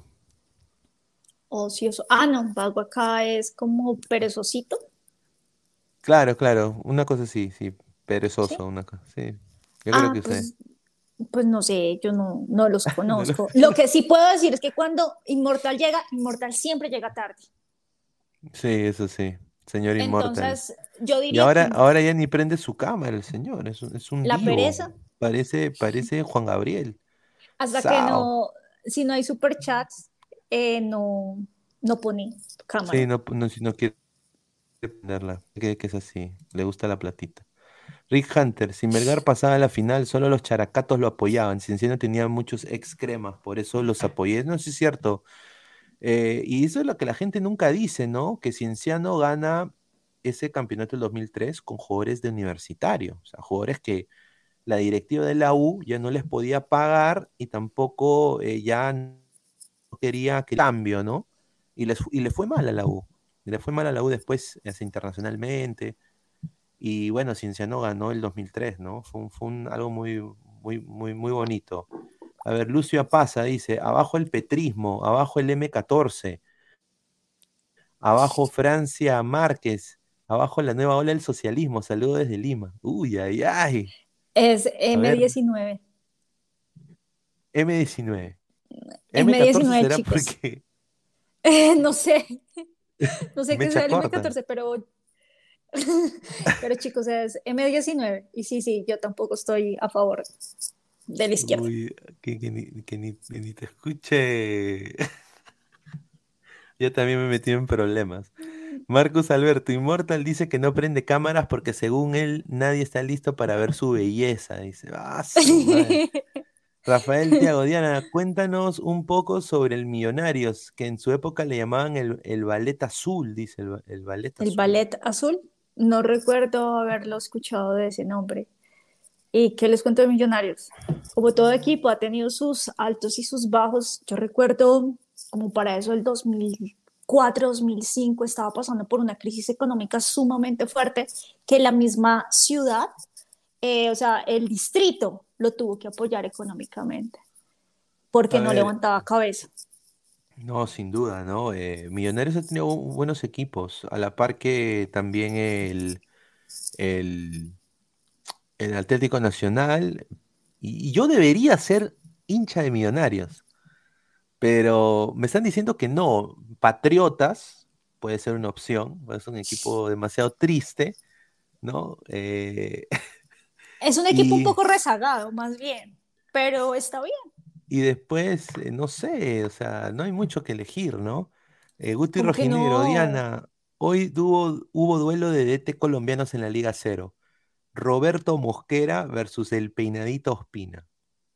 S7: Ocioso. Ah, no, vago acá es como perezosito,
S6: Claro, claro, una cosa sí, sí,
S7: ¿sí?
S6: perezoso, una cosa, sí. Yo creo
S7: Ah,
S6: que sí.
S7: pues, pues no sé, yo no, no los
S6: No lo-
S7: conozco. Lo que sí puedo decir es que cuando Inmortal llega, Inmortal siempre llega tarde.
S6: Sí, eso sí, señor Immortal.
S7: Entonces, yo
S6: Y
S7: diría que
S6: ahora,
S7: Inmortal.
S6: ahora ya ni prende su cámara el señor, es un, es un
S7: La
S6: divo.
S7: pereza,
S6: Parece, parece Juan Gabriel.
S7: hasta que
S6: Sao.
S7: no, si no hay superchats, eh, no, no pone
S6: Sí,
S7: cámara.
S6: no, no, si no quiere prenderla, que, que es así, le gusta la platita. Rick Hunter, si Melgar pasaba a la final, solo los characatos lo apoyaban. Cienciano tenía muchos ex cremas, por eso los apoyé. No, sí es cierto. Eh, y eso es lo que la gente nunca dice, ¿no? Que Cienciano gana ese campeonato del dos mil tres con jugadores de universitario. O sea, jugadores que la directiva de la U ya no les podía pagar y tampoco eh, ya no quería que cambio, ¿no? Y, les, y le fue mal a la U. Y le fue mal a la U después, eh, internacionalmente. Y bueno, Cienciano ganó el dos mil tres, ¿no? Fue, un- fue un- algo muy, muy, muy, muy bonito. A ver, Lucio Apaza dice, abajo el petrismo, abajo el eme catorce, abajo Francia Márquez, abajo la nueva ola del socialismo, saludo desde Lima. Uy, ay, ay.
S7: Es
S6: A
S7: m
S6: ver,
S7: diecinueve
S6: eme diecinueve.
S7: m
S6: eme catorce
S7: diecinueve
S6: será
S7: chicos.
S6: porque
S7: No sé, no sé qué
S6: mecha
S7: sea el
S6: corta.
S7: M catorce, pero Pero chicos, es eme diecinueve. Y sí, sí, yo tampoco estoy a favor de la izquierda.
S6: Uy, que, que ni, que ni- que ni te escuche. Yo también me metí en problemas. Marcus Alberto, Immortal dice que no prende cámaras porque según él nadie está listo para ver su belleza. Dice, ah, su madre. Rafael Tiago, Diana, cuéntanos un poco sobre el Millonarios, que en su época le llamaban el, el ballet azul, dice el, ba- el ballet
S7: El
S6: azul.
S7: ballet azul, no recuerdo haberlo escuchado de ese nombre. ¿Y qué les cuento de Millonarios? Como todo equipo ha tenido sus altos y sus bajos. Yo recuerdo como para eso el dos mil cuatro, dos mil cinco estaba pasando por una crisis económica sumamente fuerte que la misma ciudad, eh, o sea, el distrito lo tuvo que apoyar económicamente
S6: A
S7: porque no
S6: ver,
S7: levantaba cabeza.
S6: no, sin duda, ¿no? Eh, Millonarios ha tenido bu- buenos equipos, a la par que también el, el, el Atlético Nacional, y, y yo debería ser hincha de Millonarios, pero me están diciendo que no. Patriotas puede ser una opción, es un equipo demasiado triste, ¿no? Eh,
S7: Es un equipo un
S6: y,
S7: poco rezagado, más bien, pero está bien.
S6: y después, eh, no sé, o sea, no hay mucho que elegir, ¿no? Eh, Guti
S7: Como que
S6: Rojinegro,
S7: no.
S6: Diana, hoy hubo, hubo duelo de D T colombianos en la Liga Cero. Roberto Mosquera versus el Peinadito Ospina.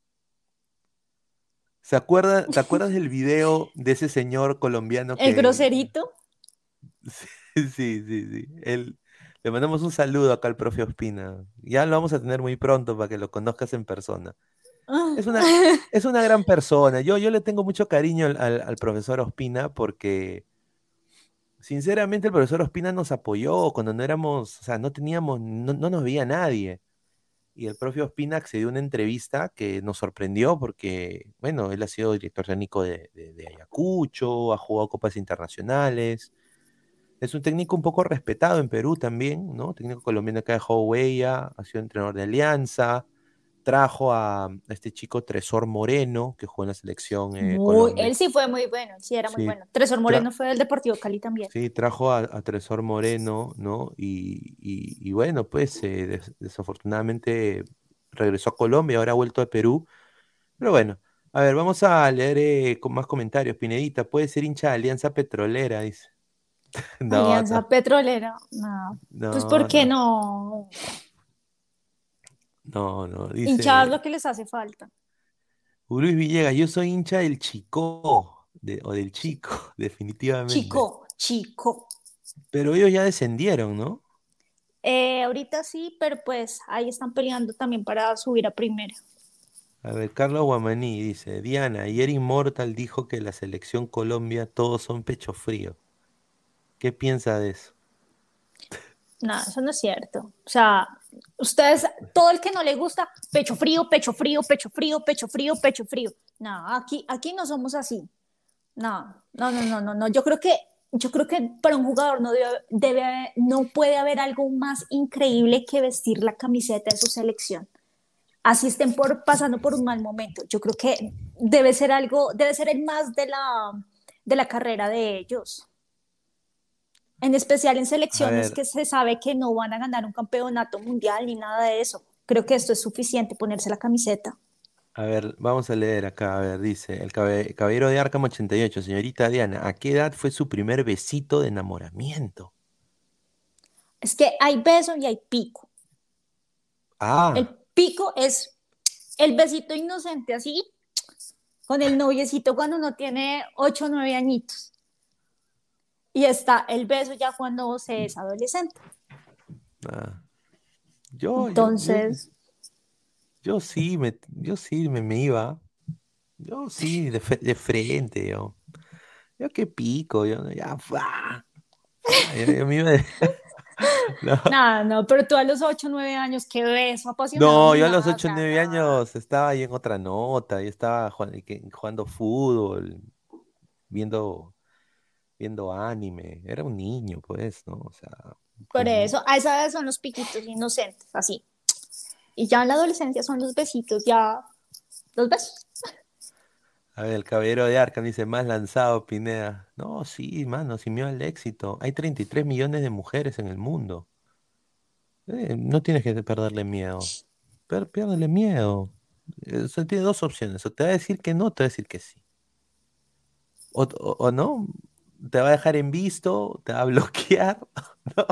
S6: ¿Se acuerda, ¿te acuerdas del video de ese señor colombiano
S7: El
S6: que...
S7: groserito.
S6: Sí, sí, sí, sí. Él, le mandamos un saludo acá al profe Ospina. Ya lo vamos a tener muy pronto para que lo conozcas en persona. Es una, es una gran persona. Yo, yo le tengo mucho cariño al, al- al profesor Ospina porque, sinceramente, el profesor Ospina nos apoyó cuando no éramos, o sea, no teníamos, no, no nos veía nadie. Y el propio Ospina accedió a una entrevista que nos sorprendió porque, bueno, él ha sido director técnico de, de- de Ayacucho, ha jugado copas internacionales, es un técnico un poco respetado en Perú también, ¿no? Técnico colombiano que ha dejado huella, ha sido entrenador de Alianza, trajo a, a este chico Tresor Moreno, que jugó en la selección eh,
S7: Muy,
S6: Colombia.
S7: él sí fue muy bueno, sí era muy
S6: Sí,
S7: bueno. Tresor
S6: tra-
S7: Moreno fue del Deportivo Cali también.
S6: sí, trajo a, a Tresor Moreno, ¿no? Y, y- y bueno, pues eh, des- desafortunadamente regresó a Colombia, ahora ha vuelto a Perú. Pero bueno, a ver, vamos a leer eh, con más comentarios. Pinedita, puede ser hincha de Alianza Petrolera, dice. No,
S7: Alianza
S6: no,
S7: Petrolera, no. Pues ¿por
S6: no,
S7: qué
S6: no,
S7: no?
S6: no, no,
S7: Hinchar lo
S6: dice
S7: que les hace falta.
S6: Luis Villegas, yo soy hincha del Chico, de- o del Chico, definitivamente.
S7: Chico, chico.
S6: Pero ellos ya descendieron, ¿no?
S7: Eh, ahorita sí, pero pues ahí están peleando también para subir a primera.
S6: A ver, Carlos Guamaní dice, Diana, ayer Immortal dijo que la selección Colombia todos son pecho frío. ¿Qué piensa de eso?
S7: No, eso no es cierto. O sea, ustedes, todo el que no le gusta, pecho frío, pecho frío, pecho frío, pecho frío, pecho frío. No, aquí, aquí no somos así. No, no, no, no, no, no. Yo creo que, yo creo que para un jugador no debe, debe, no puede haber algo más increíble que vestir la camiseta de su selección. Así estén por, pasando por un mal momento. Yo creo que debe ser algo, debe ser el más de la, de la carrera de ellos. En especial en
S6: A
S7: selecciones
S6: ver,
S7: que se sabe que no van a ganar un campeonato mundial ni nada de eso. Creo que esto es suficiente, ponerse la camiseta.
S6: a ver, vamos a leer acá, a ver, dice, el cabe- caballero de Arkham ochenta y ocho, señorita Diana, ¿a qué edad fue su primer besito de enamoramiento?
S7: Es que hay beso y hay pico.
S6: Ah,
S7: El pico es el besito inocente así, con el noviecito cuando uno tiene ocho o nueve añitos. Y está el beso ya cuando se es adolescente.
S6: ah, yo, yo, yo,
S7: Entonces,
S6: yo sí, me, yo sí me, me iba, yo sí, de, fe- de frente, yo, yo qué pico, yo, ya, fa, fa, yo, yo me iba de, no,
S7: nada, no, pero tú a los ocho o nueve años, qué beso, apasionado
S6: no,
S7: ni
S6: yo a los
S7: nada, o
S6: ocho o
S7: sea,
S6: nueve
S7: nada.
S6: años estaba ahí en otra nota, yo estaba jugando, jugando fútbol, viendo, viendo anime, era un niño, pues, ¿no? O sea,
S7: Por
S6: como,
S7: eso, a esa edad son los piquitos inocentes, así. Y ya en la adolescencia son los besitos, ya los besos.
S6: a ver, el caballero de Arkham dice, más lanzado, Pineda. No, sí, mano, sin miedo al éxito. Hay treinta y tres millones de mujeres en el mundo. Eh, no tienes que perderle miedo. Per- piérdele miedo. Eh, o sea, tiene dos opciones. O te va a decir que no, o te va a decir que sí. O, o- o no, te va a dejar en visto, te va a bloquear. ¿No?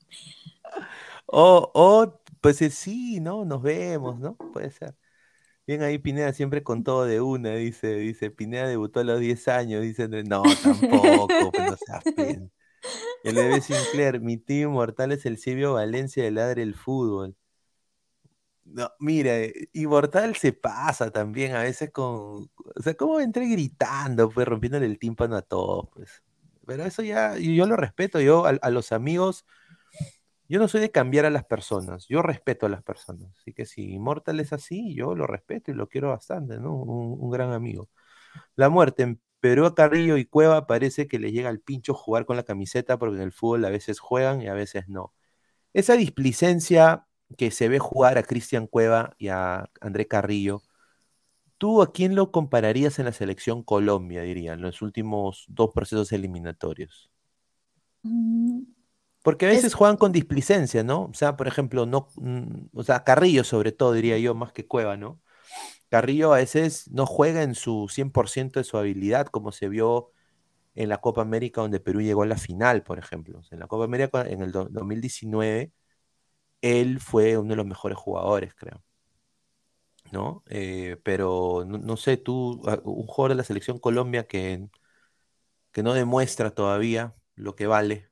S6: O, o, pues eh, sí, ¿no? Nos vemos, ¿no? Puede ser. Bien ahí Pineda siempre con todo de una, dice, dice, Pineda debutó a los diez años, dice, no, tampoco, pues no seas pen. El bebé Sinclair, mi tío inmortal es el Silvio Valencia de Ladre el Fútbol. No, mira, eh, Inmortal se pasa también a veces con, o sea, como entré gritando, pues rompiéndole el tímpano a todos, pues. Pero eso ya, y yo lo respeto, yo a, a los amigos, yo no soy de cambiar a las personas, yo respeto a las personas. Así que si Immortal es así, yo lo respeto y lo quiero bastante, ¿no? Un, un gran amigo. La muerte en Perú a Carrillo y Cueva parece que le llega al pincho jugar con la camiseta porque en el fútbol a veces juegan y a veces no. Esa displicencia que se ve jugar a Cristian Cueva y a André Carrillo, ¿tú a quién lo compararías en la selección Colombia, diría, en los últimos dos procesos eliminatorios?
S7: Mm,
S6: Porque a
S7: Es,
S6: veces juegan con displicencia, ¿no? O sea, por ejemplo, no, mm, o sea, Carrillo sobre todo, diría yo, más que Cueva, ¿no? Carrillo a veces no juega en su cien por ciento de su habilidad, como se vio en la Copa América, donde Perú llegó a la final, por ejemplo. O sea, en la Copa América en el do- dos mil diecinueve, él fue uno de los mejores jugadores, creo, ¿no? Eh, pero no, no sé, tú, a- un jugador de la selección Colombia que, que no demuestra todavía lo que vale.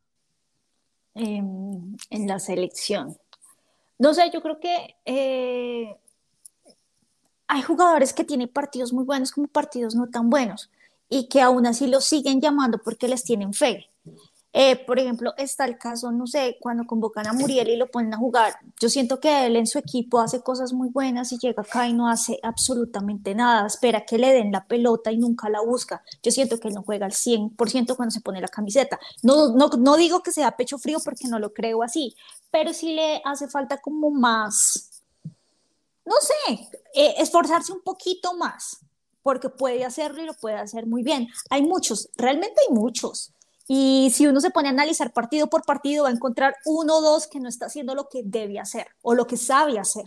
S7: em, en la selección. No sé, yo creo que eh, hay jugadores que tienen partidos muy buenos como partidos no tan buenos y que aún así los siguen llamando porque les tienen fe. Eh, por ejemplo, está el caso, no sé, cuando convocan a Muriel y lo ponen a jugar. Yo siento que él en su equipo hace cosas muy buenas y llega acá y no hace absolutamente nada. Espera que le den la pelota y nunca la busca. Yo siento que él no juega al cien por ciento cuando se pone la camiseta. No, no, no digo que sea pecho frío porque no lo creo así, pero sí le hace falta como más, no sé, eh, esforzarse un poquito más, porque puede hacerlo y lo puede hacer muy bien. Hay muchos, realmente hay muchos. Y si uno se pone a analizar partido por partido, va a encontrar uno o dos que no está haciendo lo que debe hacer o lo que sabe hacer.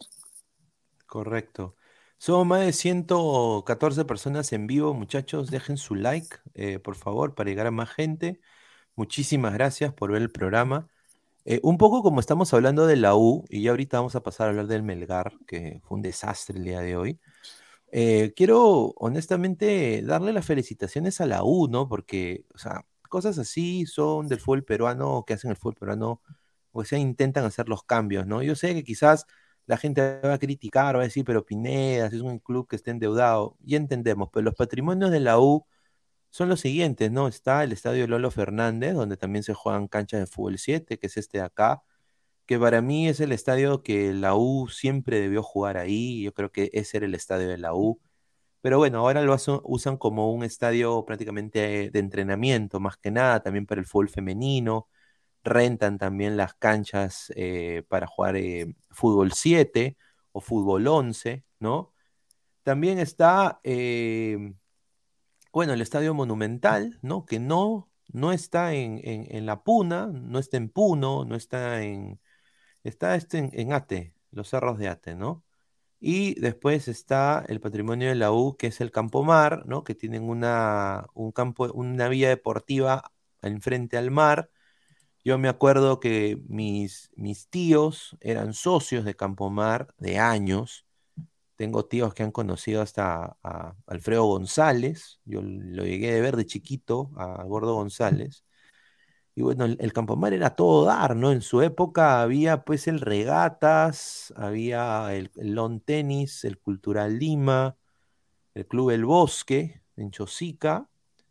S6: Correcto. Somos más de ciento catorce personas en vivo, muchachos. Dejen su like, eh, por favor, para llegar a más gente. Muchísimas gracias por ver el programa. Eh, un poco como estamos hablando de la U, y ya ahorita vamos a pasar a hablar del Melgar, que fue un desastre el día de hoy. Eh, quiero honestamente darle las felicitaciones a la U, ¿no? Porque, o sea, cosas así son del fútbol peruano, que hacen el fútbol peruano, o sea, intentan hacer los cambios, ¿no? Yo sé que quizás la gente va a criticar, va a decir, pero Pineda, si es un club que está endeudado, ya entendemos, pero los patrimonios de la U son los siguientes, ¿no? Está el estadio Lolo Fernández, donde también se juegan canchas de fútbol siete, que es este de acá, que para mí es el estadio que la U siempre debió jugar ahí, yo creo que ese era el estadio de la U, pero bueno, ahora lo aso- usan como un estadio prácticamente de entrenamiento, más que nada, también para el fútbol femenino, rentan también las canchas eh, para jugar eh, fútbol siete o fútbol once, ¿no? También está, eh, bueno, el Estadio Monumental, ¿no? Que no, no está en, en, en La Puna, no está en Puno, no está en, está este en, en Ate, los cerros de Ate, ¿no? Y después está el patrimonio de la U, que es el Campo Mar, ¿no? Que tienen una, un campo, una vía deportiva enfrente al mar. Yo me acuerdo que mis, mis tíos eran socios de Campo Mar de años. Tengo tíos que han conocido hasta a Alfredo González. Yo lo llegué a ver de chiquito, a Gordo González. Y bueno, el, el Campomar era todo dar, ¿no? En su época había pues el Regatas, había el, el Lawn Tenis, el Cultural Lima, el Club El Bosque en Chosica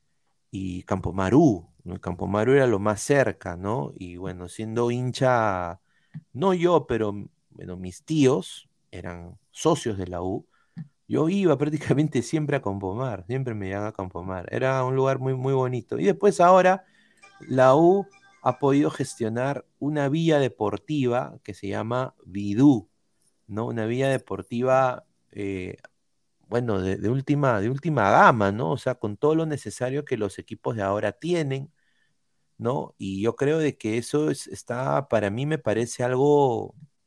S6: y Campomarú, ¿no? El Campomarú era lo más cerca, ¿no? Y bueno, siendo hincha, no yo, pero bueno, mis tíos eran socios de la U. Yo iba prácticamente siempre a Campomar, siempre me llevaba a Campomar. Era un lugar muy, muy bonito. Y después ahora la U ha podido gestionar una vía deportiva que se llama Vidú, ¿no? Una vía deportiva, eh, bueno, de, de última, de última gama, ¿no? O sea, con todo lo necesario que los equipos de ahora tienen, ¿no? Y yo creo de que eso es- está, para mí me parece algo,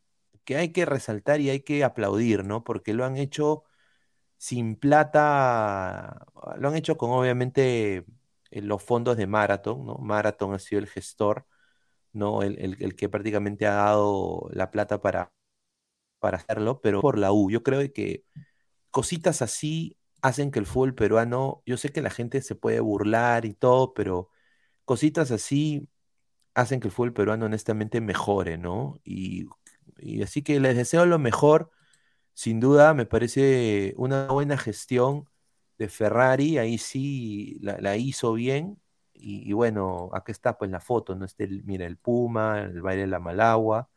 S6: que hay que resaltar y hay que aplaudir, ¿no? Porque lo han hecho sin plata, lo han hecho con obviamente eh, los fondos de Marathon, ¿no? Marathon ha sido el gestor, ¿no? El, el- el que prácticamente ha dado la plata para, para hacerlo, pero por la U. Yo creo de que cositas así hacen que el fútbol peruano, yo sé que la gente se puede burlar y todo, pero cositas así hacen que el fútbol peruano honestamente mejore, ¿no? Y, y así que les deseo lo mejor. Sin duda, me parece una buena gestión de Ferrari, ahí sí la, la hizo bien. Y, y bueno, aquí está pues la foto, ¿no? Este, el- mira, el Puma, el baile de la Malagua,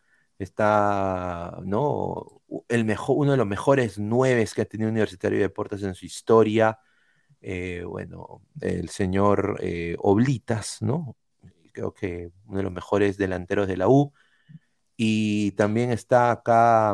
S6: está, ¿no? U- El mejor, uno de los mejores nueves que ha tenido Universitario de Deportes en su historia, eh, bueno, el señor eh, Oblitas, ¿no? Creo que uno de los mejores delanteros de la U. Y también está acá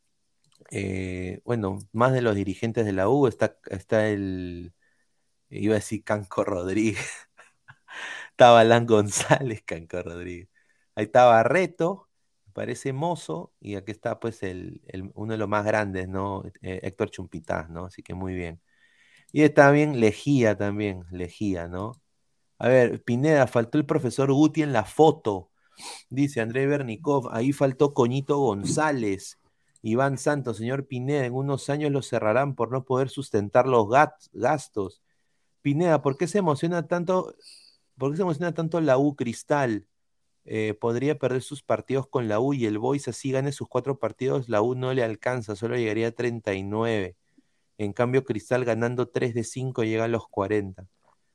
S6: eh, bueno, más de los dirigentes de la U, está, está el, iba a decir Canco Rodríguez, estaba Alan González, Canco Rodríguez. Ahí está Barreto, me parece Mozo, y aquí está pues el, el- uno de los más grandes, ¿no? Eh, Héctor Chumpitaz, ¿no? Así que muy bien. Y está bien Lejía también, Lejía, ¿no? A ver, Pineda, faltó el profesor Guti en la foto. Dice André Bernikov, ahí faltó Coñito González. Iván Santos, señor Pineda, en unos años lo cerrarán por no poder sustentar los gat- gastos. Pineda, ¿por qué se emociona tanto? ¿Por qué se emociona tanto la U Cristal? Eh, podría perder sus partidos con la U y el Boys así gane sus cuatro partidos, la U no le alcanza, solo llegaría a treinta y nueve. En cambio, Cristal ganando tres de cinco llega a los cuarenta.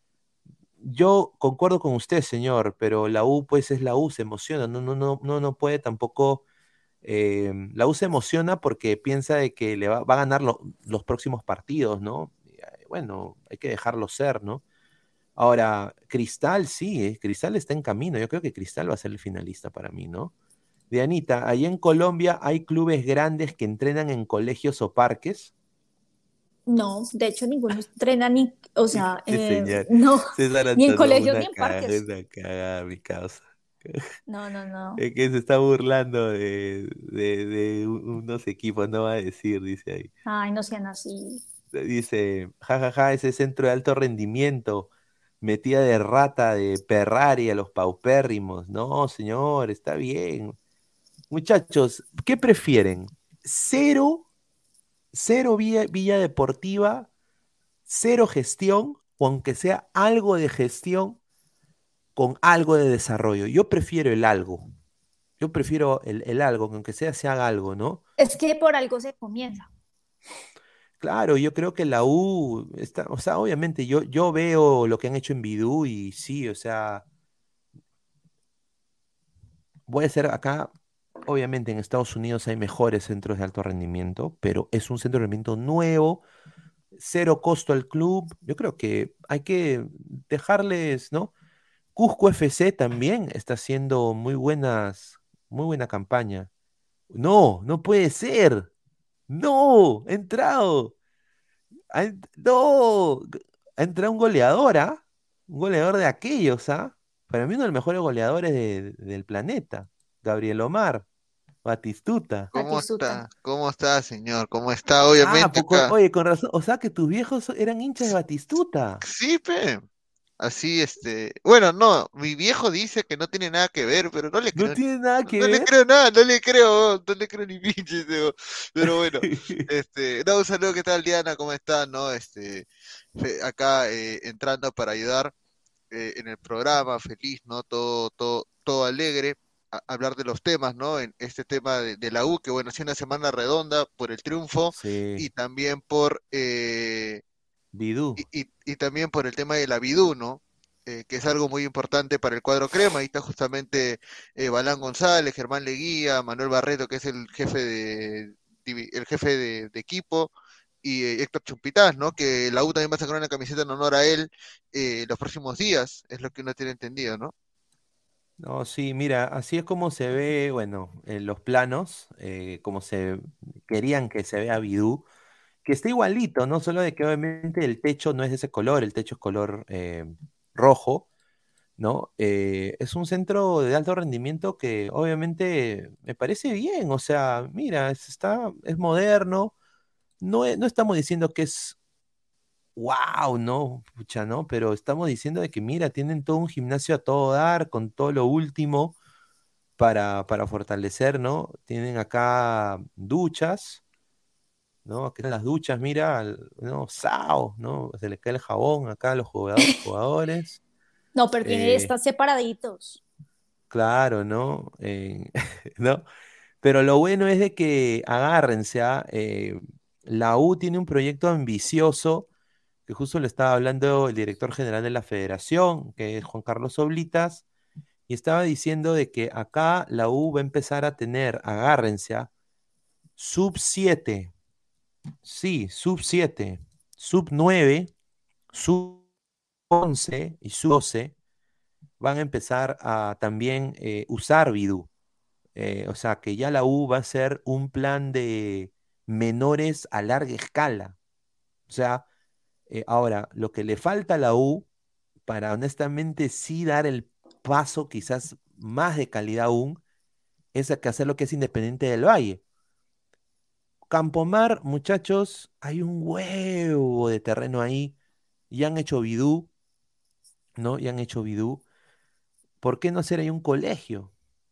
S6: Yo concuerdo con usted, señor, pero la U pues es la U, se emociona, no, no, no, no, no puede tampoco, eh, la U se emociona porque piensa de que le va, va a ganar lo- los próximos partidos, ¿no? Y, eh, Bueno, hay que dejarlo ser, ¿no? Ahora, Cristal sí, eh, Cristal está en camino, yo creo que Cristal va a ser el finalista para mí, ¿no? Dianita, ahí en Colombia hay clubes grandes que entrenan en colegios o parques.
S7: No, de hecho ninguno entrena ni, o sea,
S6: Este
S7: eh,
S6: señor,
S7: no,
S6: César
S7: ni en
S6: Antonio,
S7: colegios
S6: una
S7: ni en
S6: cagada,
S7: parques.
S6: una cagada, mi causa.
S7: No, no, no.
S6: Es que se está burlando de, de, de u- unos equipos, no va a decir, dice ahí.
S7: Ay, no sean así.
S6: Dice, jajaja, ese centro de alto rendimiento, metida de rata de Ferrari a los paupérrimos. No, señor, está bien. Muchachos, ¿qué prefieren? ¿Cero, cero villa, villa deportiva, cero gestión, o aunque sea algo de gestión con algo de desarrollo? Yo prefiero el algo. Yo prefiero el, el algo, que aunque sea se haga algo, ¿no?
S7: Es que por algo se comienza.
S6: Claro, yo creo que la U está, o sea, obviamente yo, yo veo lo que han hecho en Bidú y sí, o sea, voy a ser acá, obviamente en Estados Unidos hay mejores centros de alto rendimiento, pero es un centro de rendimiento nuevo, cero costo al club. Yo creo que hay que dejarles, ¿no? Cusco F C también está haciendo muy buenas, muy buena campaña. No, no puede ser. No, ha entrado. Ha ent- no, g- ha entrado un goleador, ¿ah? Un goleador de aquellos, ¿ah? Para mí uno de los mejores goleadores de- del planeta. Gabriel Omar, Batistuta.
S8: ¿Cómo
S7: Batistuta.
S8: está? ¿Cómo está, señor? ¿Cómo está?
S6: Ah,
S8: Obviamente
S6: poco,
S8: acá.
S6: oye, con razón. O sea que tus viejos eran hinchas de Batistuta.
S8: Sí, pe. Así, este. Bueno, no, mi viejo dice que no tiene nada que ver, pero no le
S6: No
S8: creo,
S6: tiene nada que
S8: no le
S6: ver.
S8: creo nada, no le creo, no le creo ni pinches, digo. Pero bueno, este, no, un saludo, ¿qué tal, Diana? ¿Cómo está? No, este, fe- acá eh, entrando para ayudar eh, en el programa, feliz, ¿no? Todo, todo, todo alegre. A- hablar de los temas, ¿no? En este tema de, de la U, que bueno, ha sido una semana redonda por el triunfo
S6: Sí,
S8: y también por eh,
S6: Bidú.
S8: y, y- y también por el tema de la Bidú, ¿no? Eh, que es algo muy importante para el cuadro crema. Ahí está justamente eh, Balán González, Germán Leguía, Manuel Barreto, que es el jefe de, divi- el jefe de, de equipo, y eh, Héctor Chumpitaz, ¿no? Que la U también va a sacar una camiseta en honor a él eh, los próximos días, es lo que uno tiene entendido, ¿no?
S6: No, sí, mira, así es como se ve, bueno, en los planos, eh, como se querían que se vea Bidú, que está igualito, ¿no? Solo de que obviamente el techo no es de ese color, el techo es color eh, rojo, ¿no? Eh, es un centro de alto rendimiento que obviamente me parece bien, o sea, mira, es, está, es moderno, no, e- no estamos diciendo que es wow, no, pucha, ¿no? Pero estamos diciendo de que, mira, tienen todo un gimnasio a todo dar, con todo lo último para, para fortalecer, ¿no? Tienen acá duchas, ¿no? Acá en las duchas, mira, al- ¿no? Sao, ¿no? Se les cae el jabón acá a los jugado- jugadores.
S7: No, pero tiene,
S6: eh,
S7: están separaditos.
S6: claro, ¿no? Eh, ¿no? Pero lo bueno es de que agárrense, ¿ah? Eh, la U tiene un proyecto ambicioso que justo le estaba hablando el director general de la federación, que es Juan Carlos Oblitas, y estaba diciendo de que acá la U va a empezar a tener, agárrense, ¿ah? Sub siete, sí, sub siete, sub nueve, sub once y sub doce van a empezar a también eh, usar Bidú. Eh, o sea, que ya la U va a ser un plan de menores a larga escala. O sea, eh, ahora, lo que le falta a la U para honestamente sí dar el paso quizás más de calidad aún, es a que hacer lo que es Independiente del Valle. Campomar, muchachos, hay un huevo de terreno ahí. Ya han hecho bidú, ¿no? Ya han hecho bidú. ¿Por qué no hacer ahí un colegio?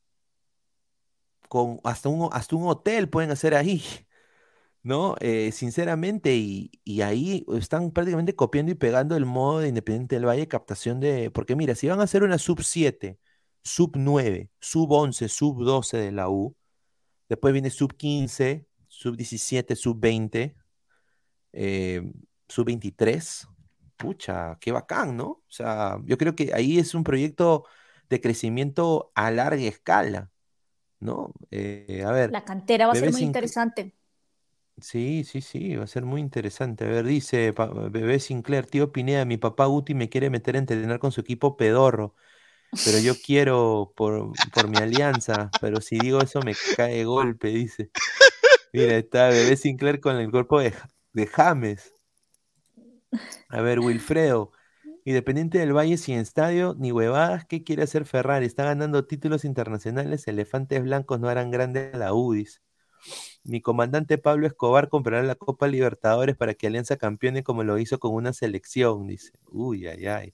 S6: Con hasta un, hasta un hotel pueden hacer ahí. ¿No? Eh, sinceramente, y, y ahí están prácticamente copiando y pegando el modo de Independiente del Valle, captación de, porque mira, si van a hacer una sub siete, sub nueve, sub once, sub doce de la U, después viene sub quince, sub diecisiete, sub veinte, eh, sub veintitrés, pucha, qué bacán, ¿no? O sea, yo creo que ahí es un proyecto de crecimiento a larga escala, ¿no? Eh, a ver,
S7: La cantera va a ser
S6: Bebé
S7: muy
S6: Sin
S7: interesante.
S6: Sí, sí, sí, va a ser muy interesante. A ver, dice pa- Bebé Sinclair, tío Pineda, mi papá Guti me quiere meter a entrenar con su equipo pedorro, pero yo quiero por, por mi alianza, pero si digo eso me cae golpe, dice. Mira, está Bebé Sinclair con el cuerpo de, Ja- de James. A ver, Wilfredo, Independiente del Valle sin estadio ni huevadas, ¿qué quiere hacer Ferrari? Está ganando títulos internacionales, elefantes blancos no harán grande a la U, dice. Mi comandante Pablo Escobar comprará la Copa Libertadores para que Alianza campeone como lo hizo con una selección, dice. Uy, ay, ay.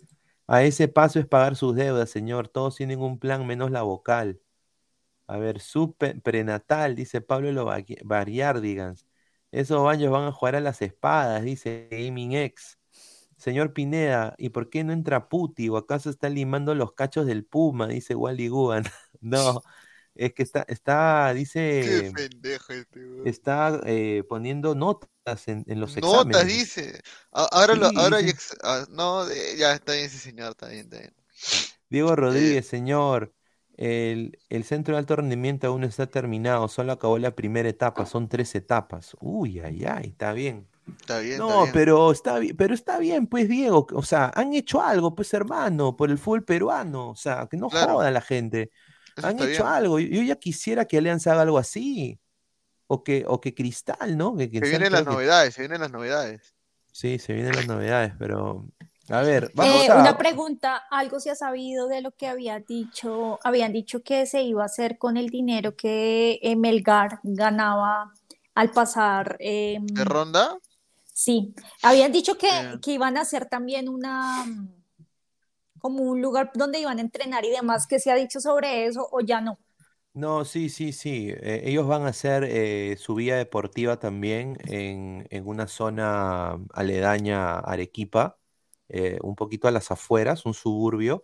S6: A ese paso es pagar sus deudas, señor. Todos tienen un plan menos la vocal. A ver, su pe- prenatal, dice Pablo Lovagui- Variardigans. Esos baños van a jugar a las espadas, dice Gaming X. Señor Pineda, ¿y por qué no entra Puti? ¿O acaso está limando los cachos del Puma? Dice Wally Guban. No, es que está, está,
S8: Qué
S6: dice
S8: pendejo este, weón.
S6: está eh, poniendo notas en, en los
S8: Notas,
S6: exámenes. Dice.
S8: dice. A- Ahora lo,
S6: Sí,
S8: ahora ya,
S6: dice.
S8: ex- ah, no, eh, ya está bien, sí, señor, está bien, está bien.
S6: Diego
S8: Eh,
S6: Rodríguez, señor, el, el centro de alto rendimiento aún no está terminado, solo acabó la primera etapa, son tres etapas. Uy, ay, ay, está bien.
S8: está bien, está
S6: No,
S8: bien.
S6: pero está bien, pero está bien, pues, Diego. O sea, han hecho algo, pues, hermano, por el fútbol peruano. O sea, que no
S8: Claro,
S6: joda la gente.
S8: eso
S6: Han
S8: está
S6: hecho
S8: bien.
S6: algo. Yo, yo ya quisiera que Alianza haga algo así. O que, o que Cristal, ¿no? Que
S8: Se
S6: Cristal
S8: vienen las
S6: creo que
S8: novedades, se vienen las novedades.
S6: sí, se vienen las novedades, pero a ver,
S8: No,
S6: vamos
S7: Eh,
S6: a.
S7: una pregunta, ¿algo se ha sabido de lo que había dicho, habían dicho que se iba a hacer con el dinero que eh, Melgar ganaba al pasar? eh,
S8: ¿de ronda?
S7: sí, habían dicho que,
S8: Eh,
S7: que iban a hacer también una, como un lugar donde iban a entrenar y demás, ¿qué se ha dicho sobre eso o ya no?
S6: No, sí, sí, sí. eh, ellos van a hacer eh, su vía deportiva también en, en una zona aledaña a Arequipa, eh, un poquito a las afueras, un suburbio,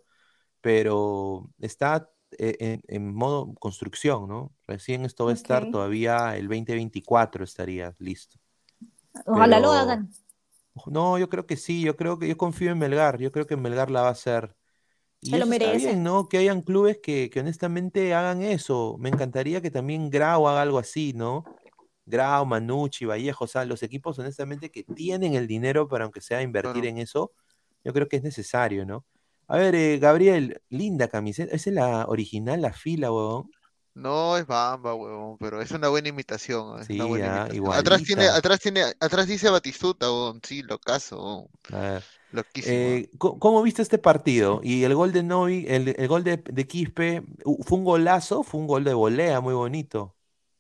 S6: pero está eh, en, en modo construcción, ¿no? Recién esto va a
S7: Ok,
S6: estar todavía el dos mil veinticuatro estaría listo.
S7: ojalá lo
S6: Pero
S7: hagan.
S6: no, yo creo que sí, yo creo que yo confío en Melgar, yo creo que Melgar la va a hacer.
S7: Se
S6: Y
S7: lo
S6: eso está bien,
S7: merecen.
S6: ¿no? Que hayan clubes que, que honestamente hagan eso. Me encantaría que también Grau haga algo así, ¿no? Grau, Manucci, Vallejo, o sea, los equipos honestamente que tienen el dinero para aunque sea invertir
S8: claro.
S6: en eso, yo creo que es necesario, ¿no? A ver, eh, Gabriel, linda camiseta. Esa es la original, la fila, huevón.
S8: No es Bamba, huevón, pero es una buena imitación, es una
S6: Sí,
S8: buena
S6: ah,
S8: imitación. Atrás tiene,
S6: igualita.
S8: atrás tiene, atrás dice Batistuta, huevón, sí, locazo, huevón.
S6: A ver.
S8: Loquísimo. ¿Ah?
S6: Eh, co- ¿cómo viste este partido? Y el gol de Novi, el, el gol de, de Quispe, uh, ¿fue un golazo? Fue un gol de volea muy bonito.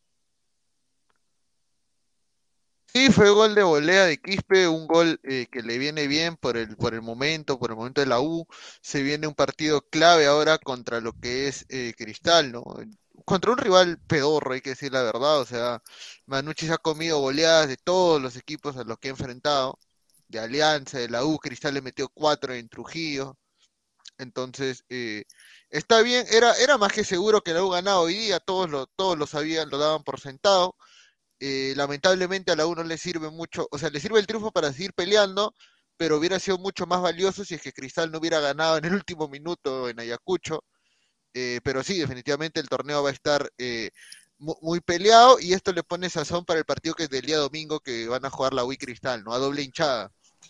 S8: Sí, fue gol de volea de Quispe, un gol eh, que le viene bien por el, por el momento, por el momento de la U. Se viene un partido clave ahora contra lo que es eh, Cristal, ¿no? Contra un rival pedorro, hay que decir la verdad. O sea, Manucci se ha comido goleadas de todos los equipos a los que ha enfrentado, de Alianza, de la U. Cristal le metió cuatro en Trujillo. Entonces, eh, está bien, era, era más que seguro que la U ganaba hoy día, todos lo, todos lo sabían, lo daban por sentado. Eh, lamentablemente a la U no le sirve mucho, o sea, le sirve el triunfo para seguir peleando, pero hubiera sido mucho más valioso si es que Cristal no hubiera ganado en el último minuto en Ayacucho. Eh, pero sí, definitivamente el torneo va a estar eh, mu- muy peleado y esto le pone sazón para el partido que es del día domingo que van a jugar la U y Cristal, ¿no? A doble hinchada.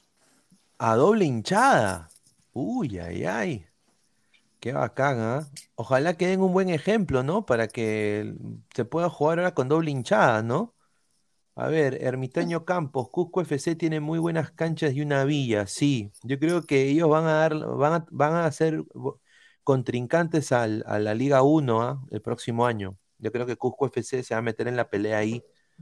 S6: A doble hinchada. Uy, ay, ay. Qué bacán, ¿ah? Ojalá que den un buen ejemplo, ¿no? Para que se pueda jugar ahora con doble hinchada, ¿no? A ver, Ermitaño Campos, Cusco F C tiene muy buenas canchas y una villa, sí. Yo creo que ellos van a dar, van a, van a ser bo- contrincantes al- a la Liga uno, ¿ah? El próximo año. Yo creo que Cusco F C se va a meter en la pelea ahí.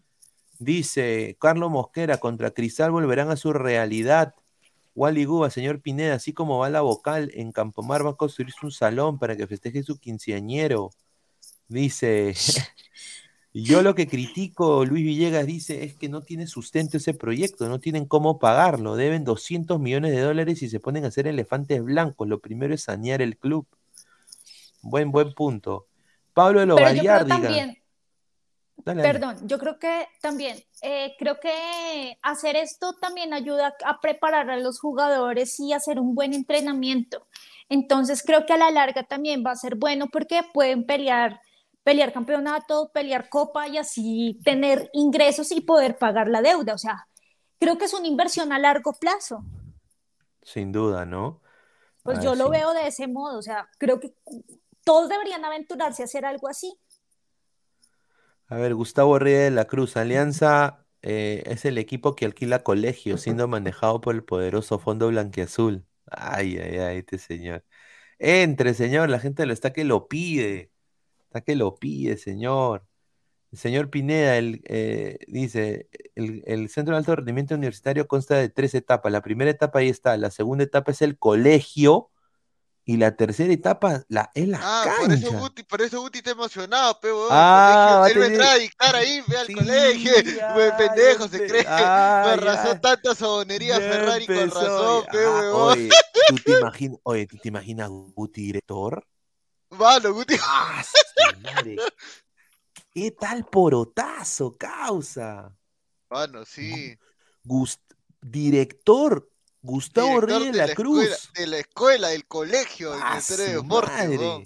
S6: Dice Carlos Mosquera, contra Cristal volverán a su realidad. Wally Guba, señor Pineda, así como va la vocal, en Campomar va a construirse un salón para que festeje su quinceañero. Dice, y yo lo que critico, Luis Villegas dice, es que no tiene sustento ese proyecto, no tienen cómo pagarlo, deben doscientos millones de dólares y se ponen a hacer elefantes blancos. Lo primero es sanear el club. Buen, buen punto. Pablo de los
S7: Pero yo creo
S6: Bariárdiga.
S7: también,
S6: Dale, dale.
S7: perdón, yo creo que también, eh, creo que hacer esto también ayuda a preparar a los jugadores y hacer un buen entrenamiento. Entonces creo que a la larga también va a ser bueno porque pueden pelear, pelear campeonato, pelear copa y así tener ingresos y poder pagar la deuda. O sea, creo que es una inversión a largo plazo.
S6: Sin duda, ¿no? A
S7: Pues
S6: ver,
S7: yo lo
S6: sin,
S7: veo de ese modo. O sea, creo que todos deberían aventurarse a hacer algo así.
S6: A ver, Gustavo Reyes de la Cruz, Alianza eh, es el equipo que alquila colegios, siendo manejado por el poderoso Fondo Blanquiazul. Ay, ay, ay, este señor. Entre, señor, la gente lo está que lo pide. Está que lo pide, señor. El señor Pineda el, eh, dice, el, el Centro de Alto Rendimiento Universitario consta de tres etapas. La primera etapa ahí está, la segunda etapa es el colegio y la tercera etapa la, es la
S8: Ah, por eso
S6: cancha.
S8: Guti, por eso Guti está emocionado, pe, huevón, el
S6: Ah,
S8: colegio.
S6: va a
S8: Él vendrá
S6: tener...
S8: a dictar ahí, ve al colegio,
S6: Sí,
S8: buen
S6: ay,
S8: pendejo, se
S6: empe-
S8: cree. Con
S6: ay,
S8: razón,
S6: ya,
S8: tanta sobonería
S6: ya
S8: Ferrari, con
S6: empezó. Ya.
S8: razón, pe,
S6: Ah,
S8: huevón.
S6: oye, ¿tú te imaginas, oye, ¿tú te imaginas Guti director?
S8: Mano, Guti.
S6: Ah, su madre, ¿qué tal porotazo, causa?
S8: Mano,
S6: Gu-
S8: sí.
S6: Gust- director Gustavo
S8: Director
S6: Reyes de
S8: de
S6: la
S8: la escuela,
S6: Cruz.
S8: de la escuela, del colegio, del
S6: Ah,
S8: Ministerio de
S6: su
S8: Deporte, huevón.
S6: madre.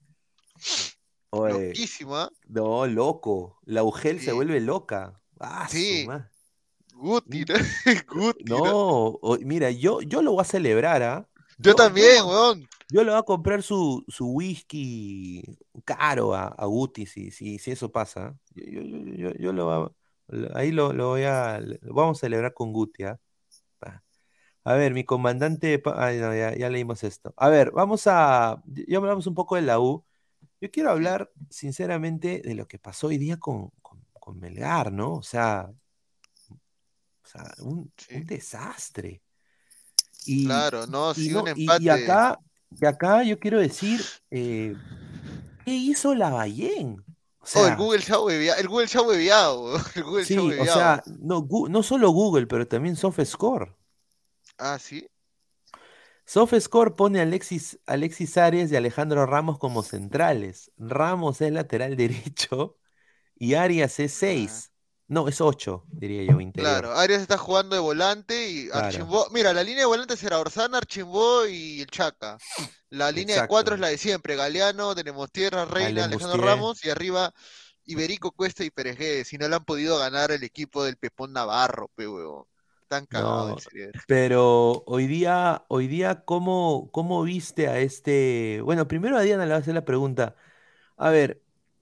S6: Oye,
S8: Loquísimo, ¿ah?
S6: no, loco. La UGEL se
S8: Sí,
S6: vuelve loca. Ah, su
S8: sí,
S6: madre.
S8: Guti, ¿no? Guti, ¿no?
S6: No, o- mira, yo, yo lo voy a celebrar, ¿ah?
S8: Yo
S6: Yo, yo,
S8: también,
S6: lo-
S8: huevón.
S6: yo le voy a comprar su, su whisky caro a, a Guti si, si, si eso pasa. ¿Ah? Yo, yo, yo, yo- yo lo va- lo- ahí lo, lo voy a, lo vamos a celebrar con Guti, ¿ah? Va. A ver, mi comandante, de pa- ay, no, ya, ya leímos esto. A ver, vamos a, ya hablamos un poco de la U. Yo quiero
S8: Sí,
S6: hablar sinceramente de lo que pasó hoy día con, con, con Melgar, ¿no? O sea, o sea, un, un
S8: sí.
S6: desastre. Y,
S8: Claro, no,
S6: y,
S8: sí, un
S6: no, y, y
S8: empate.
S6: acá, y acá yo quiero decir, eh, ¿qué hizo Lavallén? O
S8: Oh, el
S6: sea,
S8: Google se ha hueveado, el Google se ha hueveado, huevón. El Google se ha
S6: sí, o
S8: hueveado.
S6: sea, no, Gu- no solo Google, pero también SoftScore.
S8: Ah, sí.
S6: SoftScore pone a Alexis, Alexis Arias y Alejandro Ramos como centrales. Ramos es lateral derecho y Arias es
S8: Ah,
S6: seis. No, es ocho, diría yo, interior.
S8: claro, Arias está jugando de volante y
S6: Claro,
S8: Archimbó. Mira, la línea de volantes era Orsana, Archimbó y el Chaca. La línea de cuatro es
S6: exacto.
S8: la de siempre: Galeano, Tenemos Tierra, Reina,
S6: Allen
S8: Alejandro
S6: Bustier.
S8: Ramos y arriba Iberico Cuesta y Pérez Guedes. Si no le han podido ganar el equipo del Pepón Navarro, pe huevón. Están cagados el
S6: No,
S8: cerebro.
S6: pero hoy día, hoy día, ¿cómo, cómo viste a este? Bueno, primero a Diana le voy a hacer la pregunta. A ver,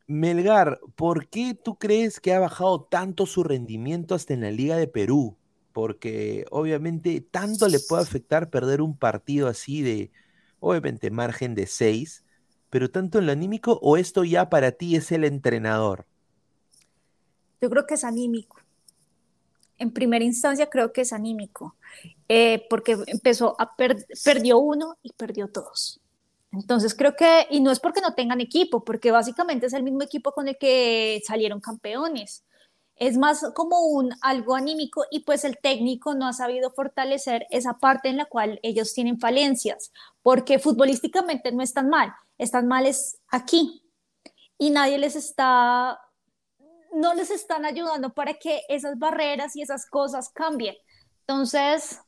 S6: Melgar, ¿por qué tú crees que ha bajado tanto su rendimiento hasta en la Liga de Perú? Porque obviamente tanto le puede afectar perder un partido así de, obviamente, margen de seis, pero tanto en lo anímico, o esto ya para ti es el entrenador.
S7: Yo creo que es anímico. En primera instancia creo que es anímico, eh, porque empezó a per perdió uno y perdió todos. Entonces creo que, y no es porque no tengan equipo, porque básicamente es el mismo equipo con el que salieron campeones. Es más como un algo anímico y pues el técnico no ha sabido fortalecer esa parte en la cual ellos tienen falencias, porque futbolísticamente no están mal, están mal es aquí y nadie les está, no les están ayudando para que esas barreras y esas cosas cambien. Entonces,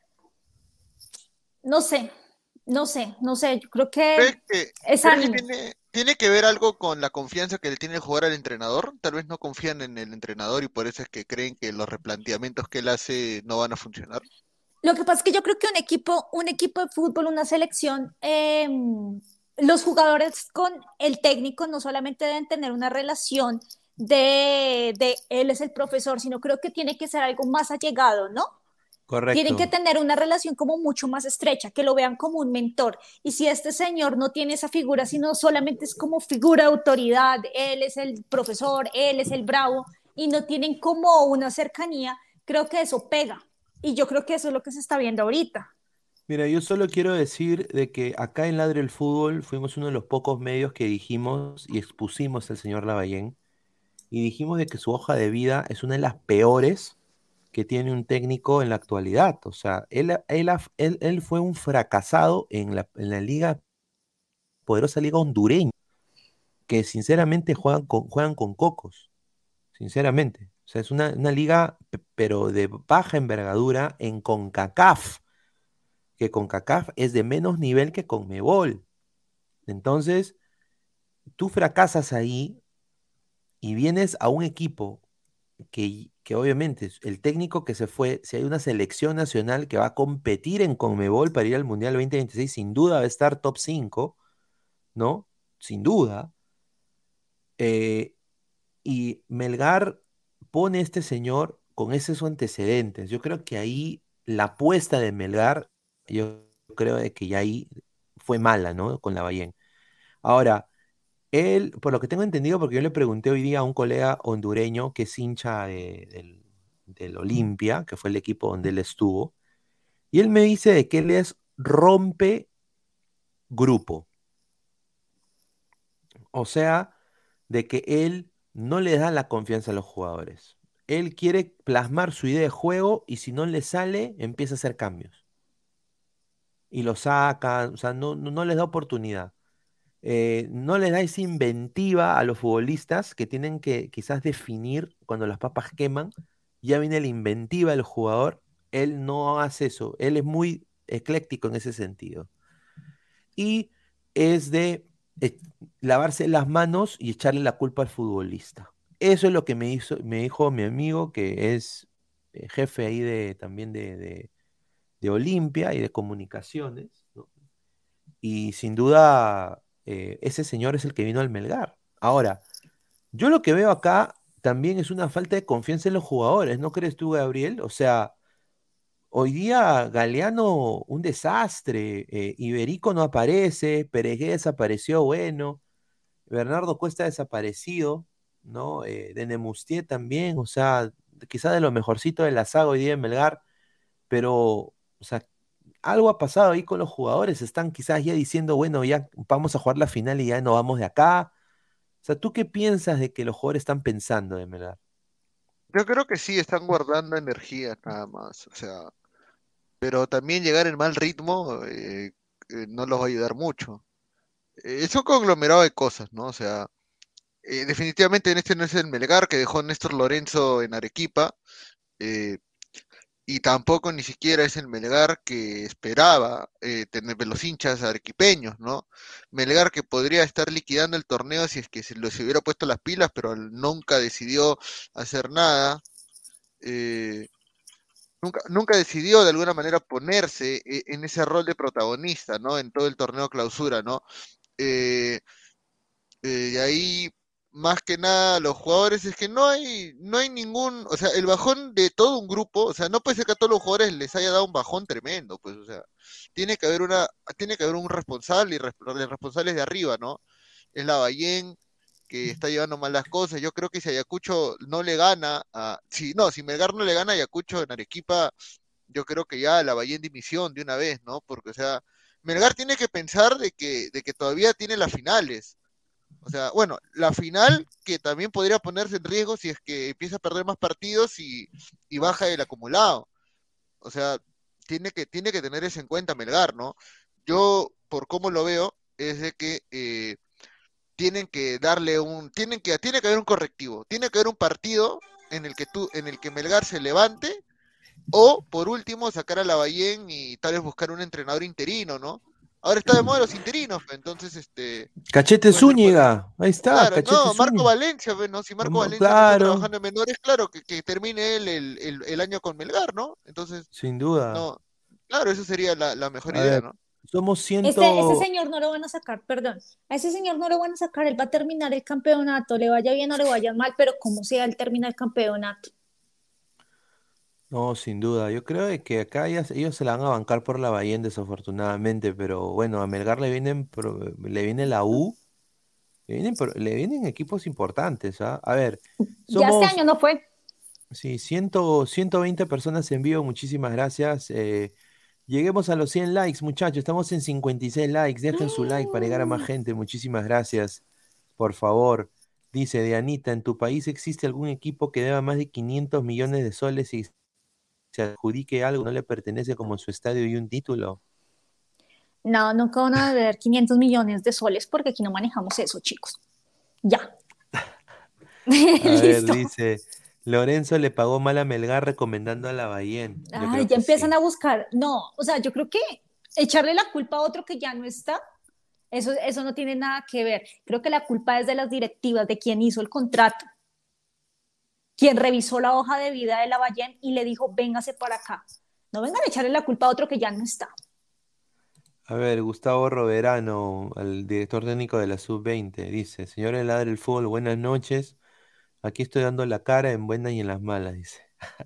S7: no sé, no sé, no sé, yo creo que
S8: ¿Crees que,
S7: es
S8: crees que
S7: ánimo.
S8: tiene, tiene que ver algo con la confianza que le tiene el jugador al entrenador? Tal vez no confían en el entrenador y por eso es que creen que los replanteamientos que él hace no van a funcionar.
S7: Lo que pasa es que yo creo que un equipo, un equipo de fútbol, una selección, eh, los jugadores con el técnico no solamente deben tener una relación de, de él es el profesor, sino creo que tiene que ser algo más allegado, ¿no? Tienen que
S6: Correcto.
S7: tener una relación como mucho más estrecha, que lo vean como un mentor. Y si este señor no tiene esa figura, sino solamente es como figura de autoridad, él es el profesor, él es el bravo, y no tienen como una cercanía, creo que eso pega. Y yo creo que eso es lo que se está viendo ahorita.
S6: Mira, yo solo quiero decir de que acá en Ladre el Fútbol fuimos uno de los pocos medios que dijimos y expusimos al señor Lavallén y dijimos de que su hoja de vida es una de las peores que tiene un técnico en la actualidad. O sea, él, él, ha- él- él fue un fracasado en la, en la liga, poderosa liga hondureña, que sinceramente juegan con, juegan con cocos, sinceramente. O sea, es una, una liga, pe- pero de baja envergadura en CONCACAF, que CONCACAF es de menos nivel que CONMEBOL. Entonces, tú fracasas ahí y vienes a un equipo que, que obviamente es el técnico que se fue, si hay una selección nacional que va a competir en CONMEBOL para ir al Mundial dos mil veintiséis, sin duda va a estar top cinco, ¿no? Sin duda. Eh, y Melgar pone a este señor con esos antecedentes. Yo creo que ahí la apuesta de Melgar, yo creo de que ya ahí fue mala, ¿no? Con la Lavallén. Ahora, él, por lo que tengo entendido, porque yo le pregunté hoy día a un colega hondureño que es hincha de- del, del Olimpia, que fue el equipo donde él estuvo, y él me dice de que él es rompe grupo, o sea, de que él no le da la confianza a los jugadores. Él quiere plasmar su idea de juego y si no le sale, empieza a hacer cambios. Y lo saca, o sea, no, no, no les da oportunidad. Eh, no les da esa inventiva a los futbolistas que tienen que quizás definir cuando las papas queman. Ya viene la inventiva del jugador. Él no hace eso. Él es muy ecléctico en ese sentido. Y es de eh, lavarse las manos y echarle la culpa al futbolista. Eso es lo que me hizo, me dijo mi amigo, que es eh, jefe ahí de, también de, de, de Olimpia y de comunicaciones, ¿no? Y sin duda, eh, ese señor es el que vino al Melgar. Ahora, yo lo que veo acá también es una falta de confianza en los jugadores, ¿no crees tú, Gabriel? O sea, hoy día Galeano, un desastre, eh, Iberico no aparece, Peregué desapareció, bueno, Bernardo Cuesta desaparecido, ¿no? Eh, de Nemustier también, o sea, quizá de lo mejorcito de la saga hoy día en Melgar, pero, o sea, algo ha pasado ahí con los jugadores, están quizás ya diciendo, bueno, ya vamos a jugar la final y ya no vamos de acá. O sea, ¿tú qué piensas de que los jugadores están pensando de Melgar?
S8: Yo creo que sí, están guardando energía nada más, o sea, pero también llegar en mal ritmo eh, eh, no los va a ayudar mucho. Eh, es un conglomerado de cosas, ¿no? O sea, eh, definitivamente en este no es el Melgar que dejó Néstor Lorenzo en Arequipa, eh, y tampoco ni siquiera es el Melgar que esperaba eh, tener de los hinchas arequipeños, ¿no? Melgar que podría estar liquidando el torneo si es que se, lo- se hubiera puesto las pilas, pero nunca decidió hacer nada. eh, Nunca, nunca decidió de alguna manera ponerse eh, en ese rol de protagonista, ¿no? En todo el torneo clausura, ¿no? Eh, eh, y ahí más que nada los jugadores es que no hay, no hay ningún, o sea, el bajón de todo un grupo, o sea, no puede ser que a todos los jugadores les haya dado un bajón tremendo, pues, o sea, tiene que haber una, tiene que haber un responsable y res- los responsables de arriba, ¿no? Es la Lavallén que está llevando mal las cosas. Yo creo que si Ayacucho no le gana a, si, no, si Melgar no le gana a Ayacucho en Arequipa, yo creo que ya la Lavallén dimisión de una vez, ¿no? Porque, o sea, Melgar tiene que pensar de que, de que todavía tiene las finales. O sea, bueno, la final que también podría ponerse en riesgo si es que empieza a perder más partidos y, y baja el acumulado. O sea, tiene que, tiene que tener eso en cuenta Melgar, ¿no? Yo, por cómo lo veo, es de que eh, tienen que darle un, tienen que, tiene que haber un correctivo, tiene que haber un partido en el que tú, en el que Melgar se levante, o por último sacar a Lavallén y tal vez buscar un entrenador interino, ¿no? Ahora está de moda los interinos, pues, entonces este
S6: Cachete
S8: puede ser por ahí.
S6: Zúñiga, ahí está,
S8: Claro,
S6: Cachete
S8: no, Marco
S6: Zúñiga.
S8: Valencia, pues, ¿no? Si Marco
S6: Vamos,
S8: Valencia no está
S6: claro,
S8: trabajando en menores, claro, que, que termine él el, el, el año con Melgar, ¿no? Entonces,
S6: sin duda.
S8: no, claro, eso sería la, la mejor
S6: A
S8: idea,
S6: ver,
S8: ¿no?
S6: somos
S7: Este, ese
S6: ciento.
S7: señor no lo van a sacar, perdón. A ese señor no lo van a sacar, él va a terminar el campeonato, le vaya bien o le vaya mal, pero como sea, él termina el campeonato.
S6: No, sin duda. Yo creo de que acá ellas- ellos se la van a bancar por la Bahía, desafortunadamente, pero bueno, a Melgar le vienen, pro- le viene la U, le vienen, pro- le vienen equipos importantes, ¿ah? A ver,
S7: Ya este
S6: somos,
S7: año no fue.
S6: sí, cien, ciento veinte personas en vivo, muchísimas gracias. Eh, lleguemos a los cien likes, muchachos, estamos en cincuenta y seis likes, dejen su like para llegar a más gente, muchísimas gracias, por favor. Dice Dianita, ¿en tu país existe algún equipo que deba más de quinientos millones de soles y se adjudique algo, no le pertenece como su estadio y un título?
S7: No, nunca van a ver quinientos millones de soles porque aquí no manejamos eso, chicos. Ya.
S6: A ver,
S7: Listo.
S6: dice, Lorenzo le pagó mal a Melgar recomendando a Lavallén. Yo
S7: Ay,
S6: creo
S7: ya
S6: que
S7: empiezan
S6: sí.
S7: a buscar. No, o sea, yo creo que echarle la culpa a otro que ya no está, eso, eso no tiene nada que ver. Creo que la culpa es de las directivas, de quien hizo el contrato, quien revisó la hoja de vida de Lavallén y le dijo, véngase para acá. No vengan a echarle la culpa a otro que ya no está.
S6: A ver, Gustavo Roverano, al director técnico de la sub veinte, dice, señores Ladre el Fútbol, buenas noches. Aquí estoy dando la cara en buenas y en las malas, dice.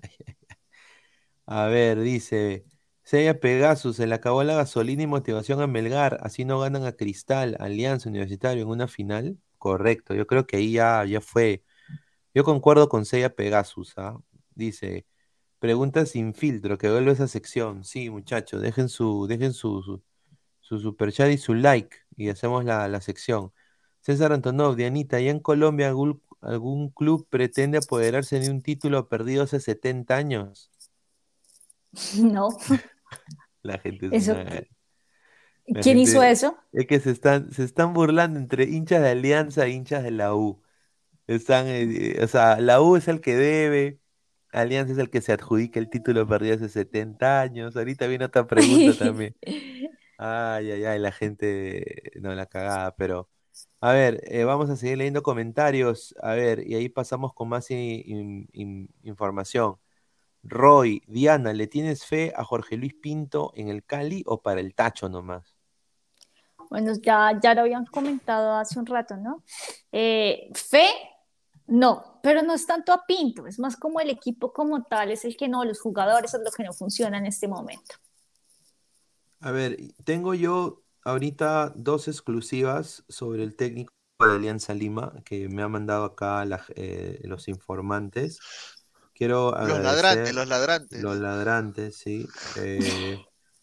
S6: A ver, dice, Sella Pegasus, se le acabó la gasolina y motivación a Melgar, así no ganan a Cristal, Alianza Universitario en una final. Correcto, yo creo que ahí ya, ya fue. Yo concuerdo con Sella Pegasus, ¿ah? Dice, preguntas sin filtro, que vuelva esa sección. Sí, muchachos, dejen su, dejen su, su, su super chat y su like y hacemos la, la sección. César Antonov, Dianita, ¿allá en Colombia algún, algún club pretende apoderarse de un título perdido hace setenta años?
S7: No,
S6: La gente es
S7: eso,
S6: una... La
S7: ¿quién hizo
S6: gente...
S7: eso?
S6: Es que se están, se están burlando entre hinchas de Alianza e hinchas de la U. Están, eh, o sea, la U es el que debe, Alianza es el que se adjudica el título perdido hace setenta años. Ahorita viene otra pregunta también. Ay, ay, ay, la gente, no, la cagada, pero... A ver, eh, vamos a seguir leyendo comentarios. A ver, y ahí pasamos con más i- in- in- información. Roy, Diana, ¿le tienes fe a Jorge Luis Pinto en el Cali o para el tacho nomás?
S7: Bueno, ya, ya lo habían comentado hace un rato, ¿no? Eh, fe, no, pero no es tanto a Pinto, es más como el equipo como tal, es el que no, los jugadores es lo que no funciona en este momento.
S6: A ver, tengo yo ahorita dos exclusivas sobre el técnico de Alianza Lima que me ha mandado acá la- eh, los informantes. Quiero
S8: Los ladrantes,
S6: agradecer
S8: los
S6: los
S8: ladrantes.
S6: ladrantes, sí. Eh,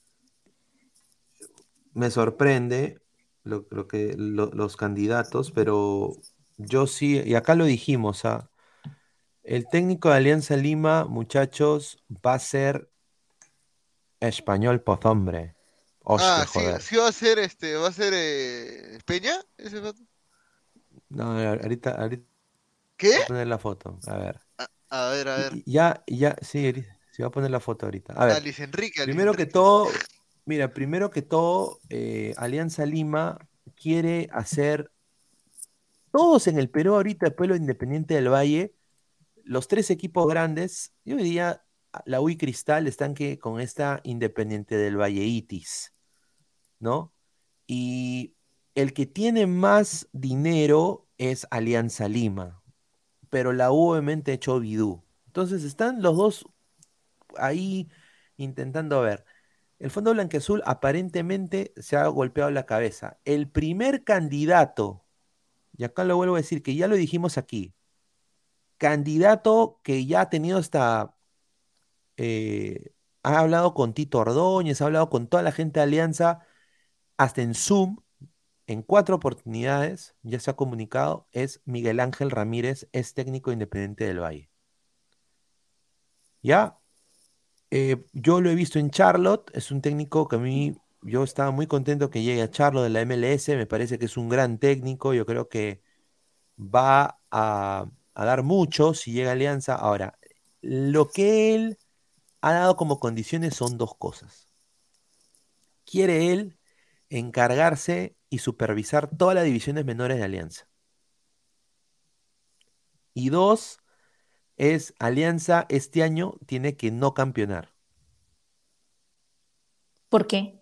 S6: me sorprende lo, lo que lo- los candidatos, pero yo sí, y acá lo dijimos, ¿ah? El técnico de Alianza Lima, muchachos, va a ser español pozombre. Hostia,
S8: Ah, sí,
S6: joder.
S8: sí va a ser este, va a ser eh, Peña, ese vato.
S6: No, ahorita, ahorita
S8: ¿Qué?
S6: voy a poner la foto. A ver.
S8: A ver, a ver.
S6: Y- y Ya, ya, sí, Eri- sí, voy a poner la foto ahorita. A
S8: A
S6: ver,
S8: Luis Enrique, a Luis
S6: primero que
S8: Enrique.
S6: todo, mira, primero que todo, eh, Alianza Lima quiere hacer, todos en el Perú ahorita, después lo Independiente del Valle, los tres equipos grandes, yo diría, la U y Cristal están que con esta Independiente del Valleitis, ¿no? Y el que tiene más dinero es Alianza Lima, pero la U obviamente echó Bidú. Entonces están los dos ahí intentando ver. El Fondo Blanquiazul aparentemente se ha golpeado la cabeza. El primer candidato, y acá lo vuelvo a decir, que ya lo dijimos aquí, candidato que ya ha tenido hasta, eh, ha hablado con Tito Ordóñez, ha hablado con toda la gente de Alianza, hasta en Zoom, en cuatro oportunidades, ya se ha comunicado, es Miguel Ángel Ramírez, es técnico independiente del Valle. ¿Ya? Eh, yo lo he visto en Charlotte, es un técnico que a mí, yo estaba muy contento que llegue a Charlotte de la M L S, me parece que es un gran técnico, yo creo que va a, a dar mucho si llega a Alianza. Ahora, lo que él ha dado como condiciones son dos cosas. Quiere él encargarse y supervisar todas las divisiones menores de Alianza. Y dos, es Alianza este año tiene que no campeonar.
S7: ¿Por qué?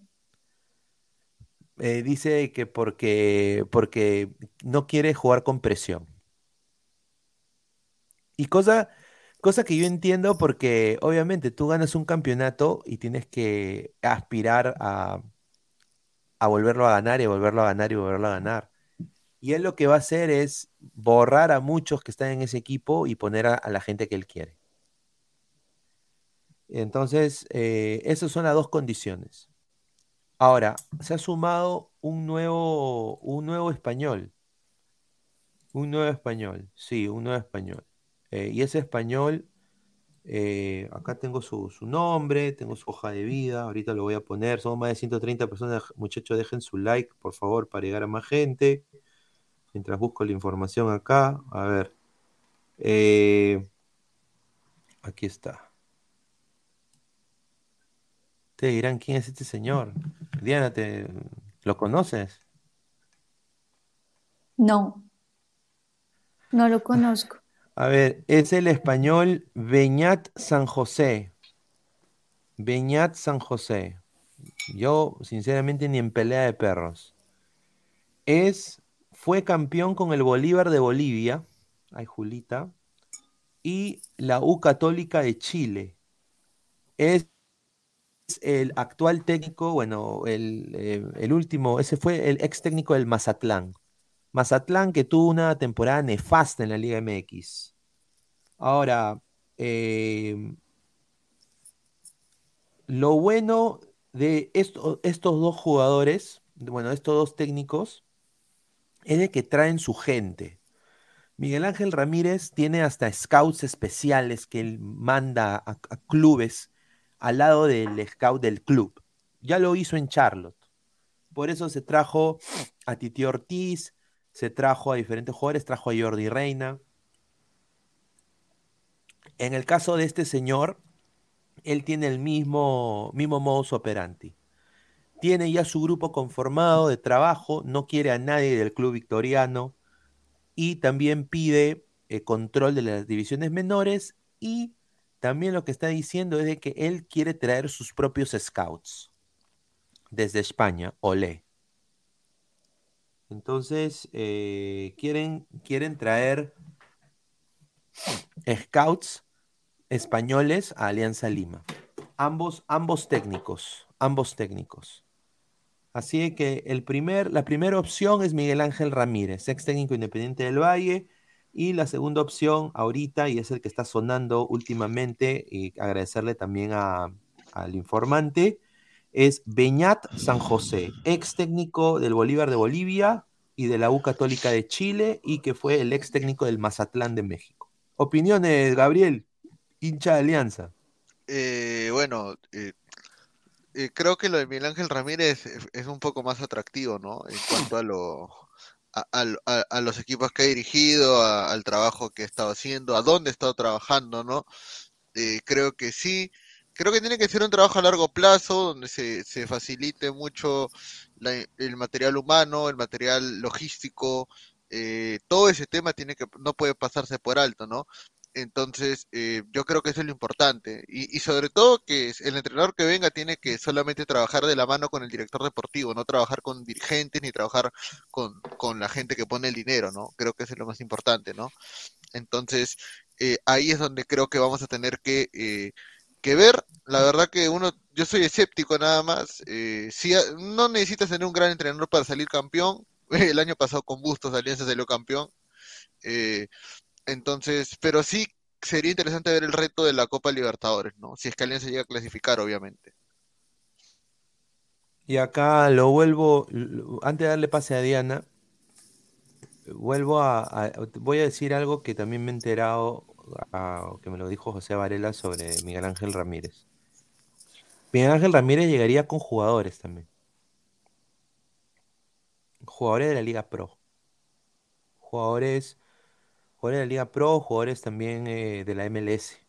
S6: Eh, dice que porque, porque no quiere jugar con presión. Y cosa, cosa que yo entiendo porque obviamente tú ganas un campeonato y tienes que aspirar a, a volverlo a ganar y volverlo a ganar y volverlo a ganar. Y él lo que va a hacer es borrar a muchos que están en ese equipo y poner a, a la gente que él quiere. Entonces, eh, esas son las dos condiciones. Ahora, se ha sumado un nuevo, un nuevo español. Un nuevo español, sí, un nuevo español. Eh, y ese español, eh, acá tengo su, su nombre, tengo su hoja de vida, ahorita lo voy a poner. Somos más de ciento treinta personas, muchachos, dejen su like, por favor, para llegar a más gente. Mientras busco la información acá, a ver. Eh, aquí está. Ustedes dirán, ¿quién es este señor? Diana, ¿te, ¿lo conoces?
S7: No, no lo conozco.
S6: A ver, es el español Beñat San José. Beñat San José. Yo, sinceramente, ni en pelea de perros. Es, fue campeón con el Bolívar de Bolivia. Ay, Julita. Y la U Católica de Chile. Es el actual técnico, bueno, el, eh, el último, ese fue el ex técnico del Mazatlán. Mazatlán que tuvo una temporada nefasta en la Liga M X. Ahora, eh, lo bueno de esto- estos dos jugadores, bueno, estos dos técnicos, es de que traen su gente. Miguel Ángel Ramírez tiene hasta scouts especiales que él manda a, a clubes al lado del scout del club. Ya lo hizo en Charlotte. Por eso se trajo a Titi Ortiz, se trajo a diferentes jugadores, trajo a Jordi Reina. En el caso de este señor, él tiene el mismo, mismo modus operandi. Tiene ya su grupo conformado de trabajo, no quiere a nadie del club victoriano y también pide eh, control de las divisiones menores y también lo que está diciendo es de que él quiere traer sus propios scouts desde España, olé. Entonces, eh, quieren, quieren traer scouts españoles a Alianza Lima. Ambos, ambos técnicos, ambos técnicos. Así que el primer, la primera opción es Miguel Ángel Ramírez, ex técnico independiente del Valle. Y la segunda opción ahorita, y es el que está sonando últimamente, y agradecerle también a, al informante, es Beñat San José, ex técnico del Bolívar de Bolivia y de la U Católica de Chile, y que fue el ex técnico del Mazatlán de México. Opiniones, Gabriel, hincha de Alianza.
S8: Eh, bueno, eh, eh, creo que lo de Miguel Ángel Ramírez es, es un poco más atractivo, ¿no? En cuanto a lo, a, a lo- a- a los equipos que ha dirigido, a- al trabajo que ha estado haciendo, a dónde ha estado trabajando, ¿no? Eh, creo que sí. Creo que tiene que ser un trabajo a largo plazo, donde se, se facilite mucho la- el material humano, el material logístico, eh, todo ese tema tiene que, no puede pasarse por alto, ¿no? Entonces, eh, yo creo que eso es lo importante. Y, y sobre todo que es- el entrenador que venga tiene que solamente trabajar de la mano con el director deportivo, no trabajar con dirigentes ni trabajar con, con la gente que pone el dinero, ¿no? Creo que eso es lo más importante, ¿no? Entonces, eh, ahí es donde creo que vamos a tener que, eh, que ver. La verdad que uno, yo soy escéptico nada más. Eh, si a- no necesitas tener un gran entrenador para salir campeón. El año pasado con Bustos Alianza salió campeón. Eh, entonces, pero sí sería interesante ver el reto de la Copa Libertadores, ¿no? Si es que Alianza llega a clasificar, obviamente.
S6: Y acá lo vuelvo, lo- antes de darle pase a Diana, vuelvo a, a- voy a decir algo que también me he enterado, a- que me lo dijo José Varela sobre Miguel Ángel Ramírez. Miguel Ángel Ramírez llegaría con jugadores también, jugadores de la Liga Pro, jugadores, jugadores de la Liga Pro, jugadores también eh, de la M L S.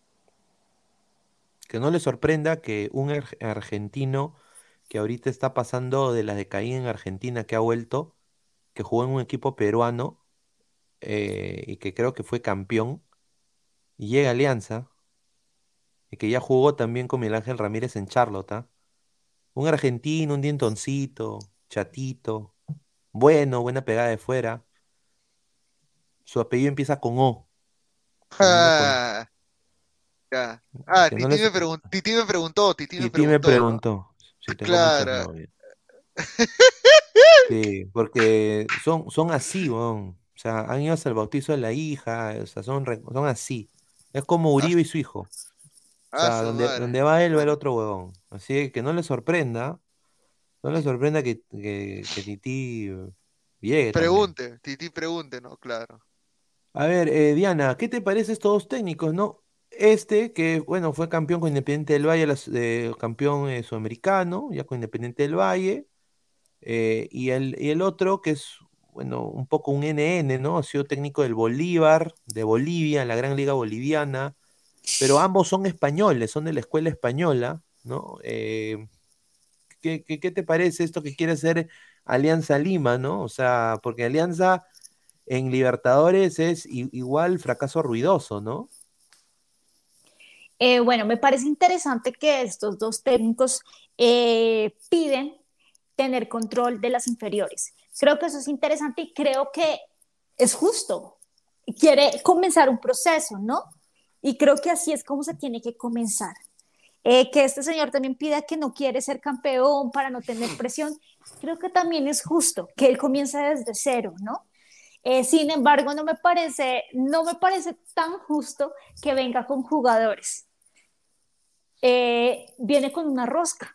S6: Que no le sorprenda que un ar- argentino que ahorita está pasando de la decaída en Argentina, que ha vuelto, que jugó en un equipo peruano eh, y que creo que fue campeón, y llega a Alianza, y que ya jugó también con Miguel Ángel Ramírez en Charlotte, ¿ah? Un argentino, un dientoncito, chatito, bueno, buena pegada de fuera. Su apellido empieza con O, termina con...
S8: Ah, ya. Ah,
S6: Que no
S8: Titi
S6: les...
S8: me pregun- Titi me preguntó, Titi me
S6: Titi me
S8: preguntó, ¿no?
S6: preguntó si tengo muchas
S8: Claro.
S6: novias. Sí, porque son, son así, weón. O sea, han ido hasta el bautizo de la hija, o sea, son, re- son así. Es como
S8: Ah,
S6: Uribe y su hijo. O
S8: ah,
S6: sea,
S8: su
S6: donde,
S8: madre.
S6: donde va él va el otro huevón. Así que no le sorprenda, no le sorprenda que, que, que Titi eh, llegue también.
S8: Pregunte, Titi pregunte, ¿no? Claro.
S6: A ver, eh, Diana, ¿qué te parece estos dos técnicos, no? Este, que bueno, fue campeón con Independiente del Valle, las- eh, campeón eh, sudamericano, ya con Independiente del Valle. Eh, y, el, y el otro, que es, bueno, un poco un N N, ¿no? Ha sido técnico del Bolívar, de Bolivia, en la Gran Liga Boliviana, pero ambos son españoles, son de la escuela española, ¿no? Eh, ¿qué, qué, qué te parece esto que quiere hacer Alianza Lima, ¿no? O sea, porque Alianza en Libertadores es i- igual fracaso ruidoso, ¿no?
S7: Eh, bueno, me parece interesante que estos dos técnicos eh, piden tener control de las inferiores. Creo que eso es interesante y creo que es justo. Quiere comenzar un proceso, ¿no? Y creo que así es como se tiene que comenzar. Eh, que este señor también pida que no quiere ser campeón para no tener presión, creo que también es justo que él comience desde cero, ¿no? Eh, sin embargo, no me parece, no me parece tan justo que venga con jugadores. Eh, viene con una rosca.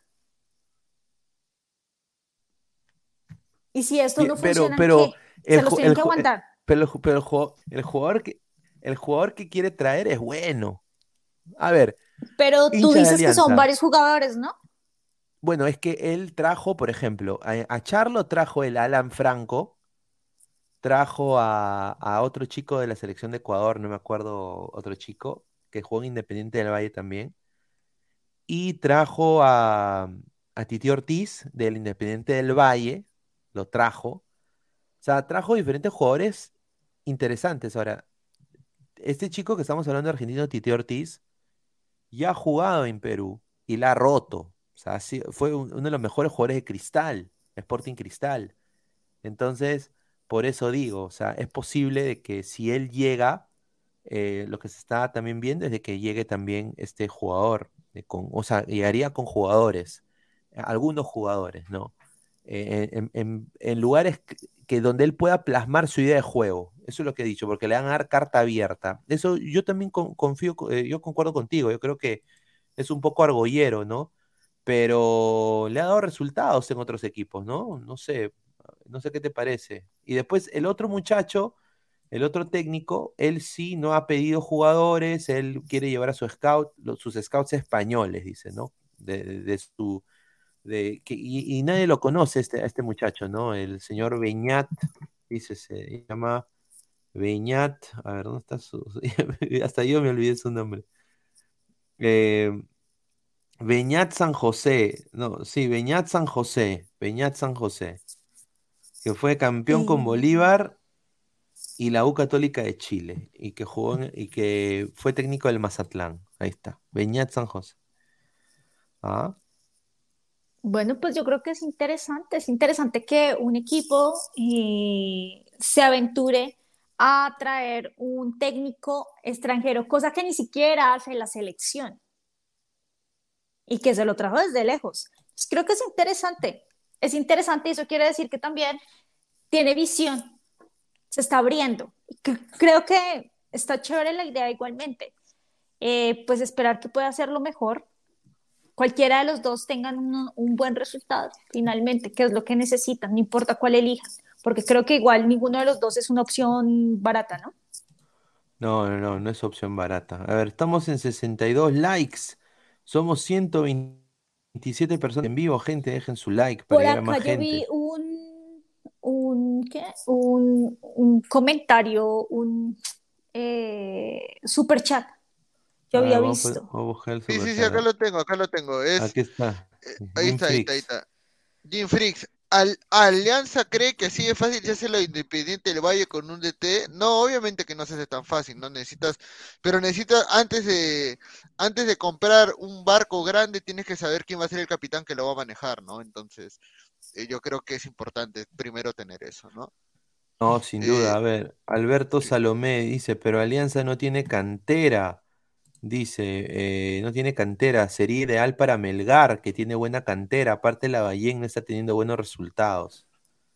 S7: Y si estos
S6: Pi-
S7: no
S6: Pero,
S7: funcionan,
S6: pero
S7: ¿qué?
S6: el,
S7: Se los
S6: ju-
S7: tienen
S6: el,
S7: que
S6: ju- eh,
S7: aguantar.
S6: pero, el ju- pero el ju- el jugador que, el jugador que quiere traer es bueno. A ver,
S7: Pero tú
S6: hincha de
S7: dices que son
S6: Alianza.
S7: varios jugadores, ¿no?
S6: Bueno, es que él trajo, por ejemplo, a, a Charlo trajo el Alan Franco, trajo a, a otro chico de la selección de Ecuador, no me acuerdo, otro chico, que jugó en Independiente del Valle también, y trajo a, a Titi Ortiz del Independiente del Valle, lo trajo. O sea, trajo diferentes jugadores interesantes. Ahora, este chico que estamos hablando, argentino, Titi Ortiz, ya ha jugado en Perú y la ha roto. O sea, ha sido- fue un- uno de los mejores jugadores de Cristal, Sporting Cristal. Entonces, por eso digo, o sea, es posible de que si él llega, eh, lo que se está también viendo es de que llegue también este jugador, de con, o sea, llegaría con jugadores, eh, algunos jugadores, ¿no? Eh, en, en- en lugares que, que donde él pueda plasmar su idea de juego. Eso es lo que he dicho, porque le van a dar carta abierta. Eso yo también con- confío, co- eh, yo concuerdo contigo, yo creo que es un poco argollero, ¿no? Pero le ha dado resultados en otros equipos, ¿no? No sé, no sé qué te parece. Y después el otro muchacho, el otro técnico, él sí no ha pedido jugadores, él quiere llevar a su scout, los, sus scouts españoles, dice, ¿no? De, de- de su, de, que, y, y nadie lo conoce este, a este muchacho, ¿no? El señor Beñat, dice, se llama Beñat, a ver, ¿dónde está su? Hasta yo me olvidé su nombre. Eh, Beñat San José, no, sí, Beñat San José, Beñat San José, que fue campeón con
S7: Eh,
S6: Bolívar y la U Católica de Chile, y que jugó en- y que fue técnico del Mazatlán. Ahí está, Beñat San José. Ah,
S7: Bueno, pues yo creo que es interesante, es interesante que un equipo eh, se aventure a traer un técnico extranjero, cosa que ni siquiera hace la selección y que se lo trajo desde lejos. Pues creo que es interesante, es interesante y eso quiere decir que también tiene visión, se está abriendo. Y cre- creo que está chévere la idea igualmente. Eh, pues esperar que pueda hacerlo mejor, cualquiera de los dos tengan un, un buen resultado finalmente, que es lo que necesitan, no importa cuál elijan, porque creo que igual ninguno de los dos es una opción barata, ¿no?
S6: no, no, no, no es opción barata. A ver, estamos en sesenta y dos likes. Somos ciento veintisiete personas en vivo, gente, dejen su like para
S7: Por
S6: llegar a
S7: acá
S6: más
S7: yo vi
S6: gente.
S7: un, un, ¿qué? Un, un comentario, un eh, super chat, yo
S6: A ver,
S7: había
S6: vamos a,
S7: visto.
S6: vamos a buscar el
S8: Sí, sí, sí, acá
S6: superchat.
S8: lo tengo, acá lo tengo. Es,
S6: Aquí está.
S8: eh, ahí
S6: Jim
S8: está, ahí está, ahí
S6: Freaks.
S8: está. Jim Freaks, ¿Al, Alianza cree que así de fácil se hace lo Independiente del Valle con un D T? No, obviamente que no se hace tan fácil, no necesitas, pero necesitas antes de, antes de comprar un barco grande, tienes que saber quién va a ser el capitán que lo va a manejar, ¿no? Entonces, eh, yo creo que es importante primero tener eso, ¿no?
S6: No, sin duda.
S8: Eh,
S6: A ver, Alberto Salomé dice, pero Alianza no tiene cantera. Dice, eh, no tiene cantera. Sería ideal para Melgar, que tiene buena cantera. Aparte, la Ballén no está teniendo buenos resultados.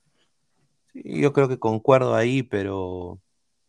S6: Sí, yo creo que concuerdo ahí, pero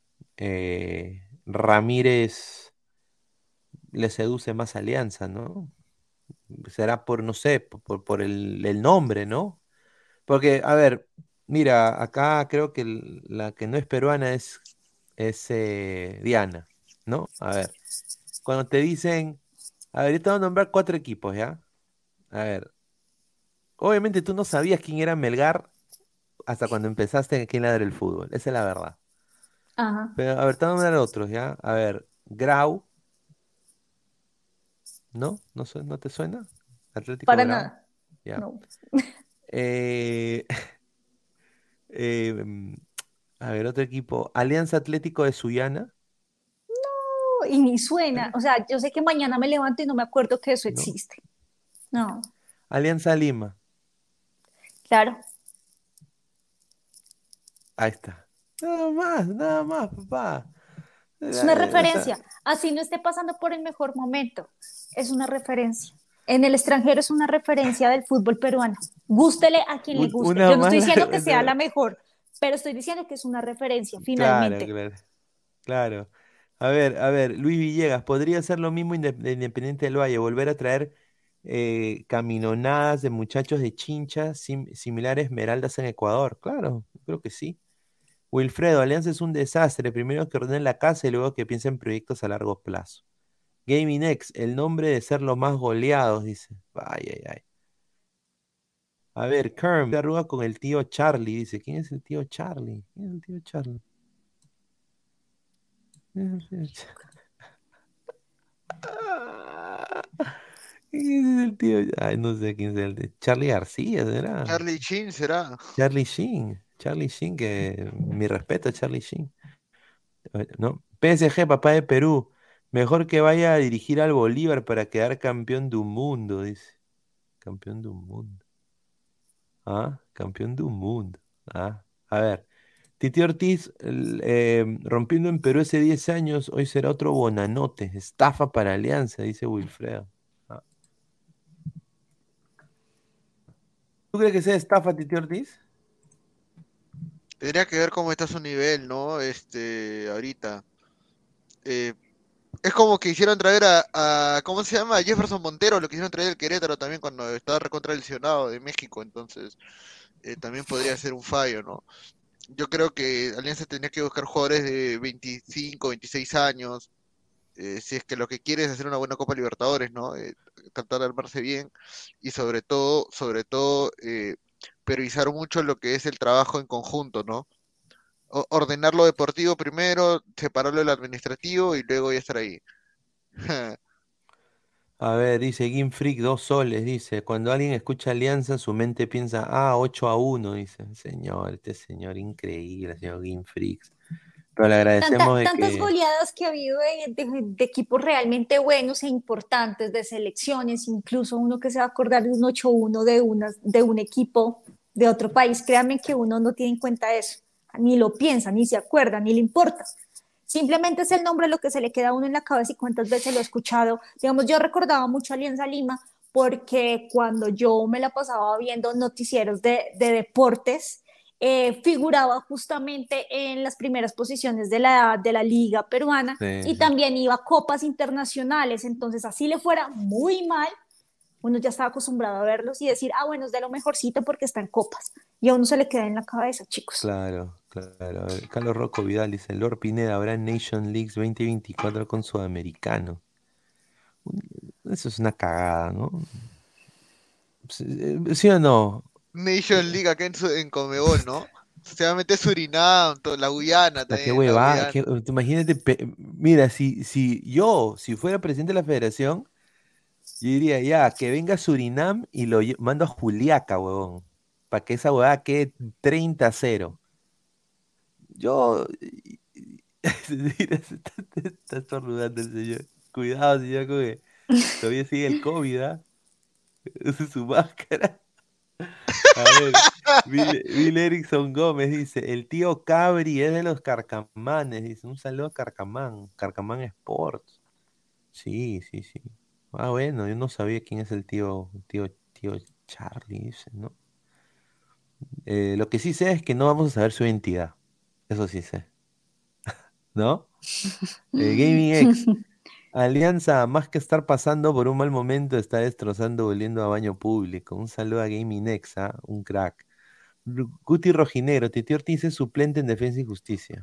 S6: eh, Ramírez le seduce más Alianza, ¿no? Será por, no sé, por, por- por el, el nombre, ¿no? Porque, a ver, mira, acá creo que el- la que no es peruana es, es eh, Diana, ¿no? A ver, cuando te dicen, a ver, yo te voy a nombrar cuatro equipos, ¿ya? A ver, obviamente tú no sabías quién era Melgar hasta cuando empezaste aquí en Ladre el Fútbol, esa es la verdad.
S7: Ajá,
S6: Pero, a ver, te voy a nombrar otros, ¿ya? A ver, Grau, ¿no? ¿No, sue- no te suena? Atlético
S7: para
S6: Grau,
S7: nada,
S6: ya.
S7: no.
S6: Eh, eh, mm, a ver, otro equipo, Alianza Atlético de Sullana,
S7: Y ni suena,
S6: ¿eh?
S7: o sea, yo sé que mañana me levanto y no me acuerdo que eso
S6: ¿No?
S7: existe. No,
S6: Alianza Lima,
S7: claro.
S6: ahí está. Nada más, nada más, papá.
S7: Es una
S6: Eh, o sea,
S7: referencia, así no esté pasando por el mejor momento, es una referencia. En el extranjero es una referencia del fútbol peruano. Gústele a quien le
S6: un-
S7: guste.
S6: una
S7: Yo no estoy
S6: mala.
S7: diciendo que sea la mejor, pero estoy diciendo que es una referencia,
S6: Claro,
S7: finalmente.
S6: claro, claro. A ver, a ver, Luis Villegas, ¿podría ser lo mismo inde- de Independiente del Valle, volver a traer eh, caminonadas de muchachos de Chincha sim- similar a Esmeraldas en Ecuador? Claro, creo que sí. Wilfredo, Alianza es un desastre, primero que ordenen la casa y luego que piensen en proyectos a largo plazo. Gaming X, el nombre de ser los más goleados, dice. Ay, ay, ay. A ver, Kerm, se arruga con el tío Charlie, dice. ¿Quién es el tío Charlie? ¿Quién es el tío Charlie? ¿Quién es el tío Charlie? ¿Quién es el tío? Ay, no sé quién es el tío. Charlie García, ¿será?
S8: Charlie Chin será.
S6: Charlie Sheen. Charlie Sheen, que mi respeto a Charlie Sheen. Eh, ¿No? P S G, papá de Perú. Mejor que vaya a dirigir al Bolívar para quedar campeón del mundo, dice. Campeón del mundo. Ah, campeón del mundo. Ah, a ver. Titi Ortiz el, eh, rompiendo en Perú hace diez años, hoy será otro bonanote. Estafa para Alianza, dice Wilfredo. Ah. ¿Tú crees que sea estafa, Titi Ortiz?
S8: Tendría que ver cómo está su nivel, ¿no? Este, ahorita. Eh, es como que hicieron traer a, a- ¿cómo se llama? A Jefferson Montero, lo quisieron traer del Querétaro también cuando estaba recontra lesionado de México, entonces eh, también podría ser un fallo, ¿no? Yo creo que Alianza tendría que buscar jugadores de veinticinco, veintiséis años, eh, si es que lo que quiere es hacer una buena Copa Libertadores, ¿no? Eh, tratar de armarse bien y sobre todo, sobre todo, eh, priorizar mucho lo que es el trabajo en conjunto, ¿no? O- ordenar lo deportivo primero, separarlo del administrativo y luego ya estar ahí.
S6: A ver, dice Game Freak, dos soles, dice. Cuando alguien escucha Alianza, su mente piensa, ah, ocho a uno, dice. Señor, este señor increíble, señor Game Freaks. Pero le
S7: Tanta-
S6: agradecemos de
S7: tantas
S6: que...
S7: goleadas que ha habido de, de- de equipos realmente buenos e importantes, de selecciones, incluso uno que se va a acordar de un ocho uno de, una, de un equipo de otro país. Créanme que uno no tiene en cuenta eso, ni lo piensa, ni se acuerda, ni le importa. Simplemente es el nombre lo que se le queda a uno en la cabeza y cuántas veces lo he escuchado. Digamos, yo recordaba mucho Alianza Lima porque cuando yo me la pasaba viendo noticieros de, de deportes, eh, figuraba justamente en las primeras posiciones de la, de la liga peruana
S6: Sí,
S7: y
S6: sí.
S7: también iba a copas internacionales. Entonces, así le fuera muy mal, uno ya estaba acostumbrado a verlos y decir, ah, bueno, es de lo mejorcito porque está en copas. Y a uno se le queda en la cabeza, chicos.
S6: Claro, claro. A ver, Carlos Rocco Vidal dice, Lord Pineda, habrá Nation Leagues veinte veinticuatro con Sudamericano. Eso es una cagada, ¿no? ¿Sí, eh, sí o no?
S8: Nation League acá en, su- en Conmebol, ¿no? Se va a meter Surinam, to- la Guyana
S6: Puta, qué
S8: también, la
S6: huevada,
S8: Guyana.
S6: qué- imagínate, pe- mira, si, si yo, si fuera presidente de la federación, yo diría ya, que venga Surinam y lo lle- mando a Juliaca, huevón, para que esa huevada quede treinta a cero. Yo, mira, se está, está estornudando el señor. Cuidado, señor, que todavía sigue el COVID, ¿ah? Use su máscara. A ver, Bill, Bill Erickson Gómez dice, el tío Cabri es de los Carcamanes, dice, un saludo a Carcamán, Carcamán Sports. Sí, sí, sí. Ah, bueno, yo no sabía quién es el tío, tío, tío Charlie, dice, ¿no? Eh, lo que sí sé es que no vamos a saber su identidad. Eso sí sé, ¿no? Eh, Gaming X. Alianza, más que estar pasando por un mal momento, está destrozando, volviendo a baño público. Un saludo a Gaming X, ¿ah? Un crack. Ru- Guti Rojinegro, Titi Ortiz es suplente en Defensa y Justicia.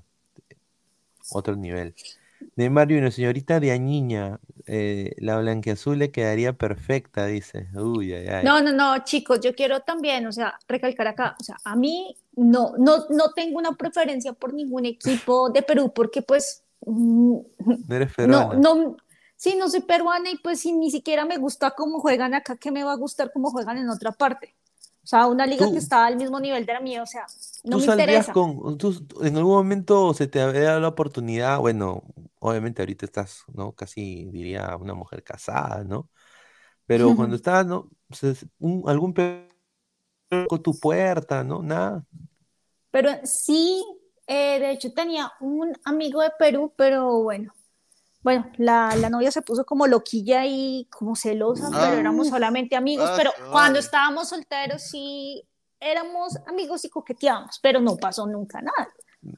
S6: Otro nivel. Neymar Junior, señorita de Añiña, eh, la blanqueazul le quedaría perfecta, dice. Uy, ay, ay.
S7: No, no, no, chicos, yo quiero también, o sea, recalcar acá, o sea, a mí no, no, no tengo una preferencia por ningún equipo de Perú porque pues mm,
S6: No eres
S7: no,
S6: peruana.
S7: no, sí, no soy peruana y pues si ni siquiera me gusta cómo juegan acá, ¿qué me va a gustar cómo juegan en otra parte? O sea, una liga que
S6: ¿Tú,
S7: está al mismo nivel de la mía, o sea, no
S6: tú
S7: me
S6: saldrías
S7: interesa.
S6: con, tú, en algún momento se te habría dado la oportunidad, bueno, obviamente ahorita estás, ¿no? Casi diría una mujer casada, ¿no? Pero cuando estabas, ¿no? Se- un- algún peruano con tu puerta, ¿no? Nada.
S7: Pero sí, eh, de hecho tenía un amigo de Perú, pero bueno. Bueno, la, la novia se puso como loquilla y como celosa, pero
S8: Ah,
S7: éramos
S6: Uh,
S7: solamente amigos.
S8: ah,
S7: Pero
S8: su
S7: cuando
S8: madre.
S7: estábamos solteros sí éramos amigos y coqueteábamos, pero no pasó nunca nada.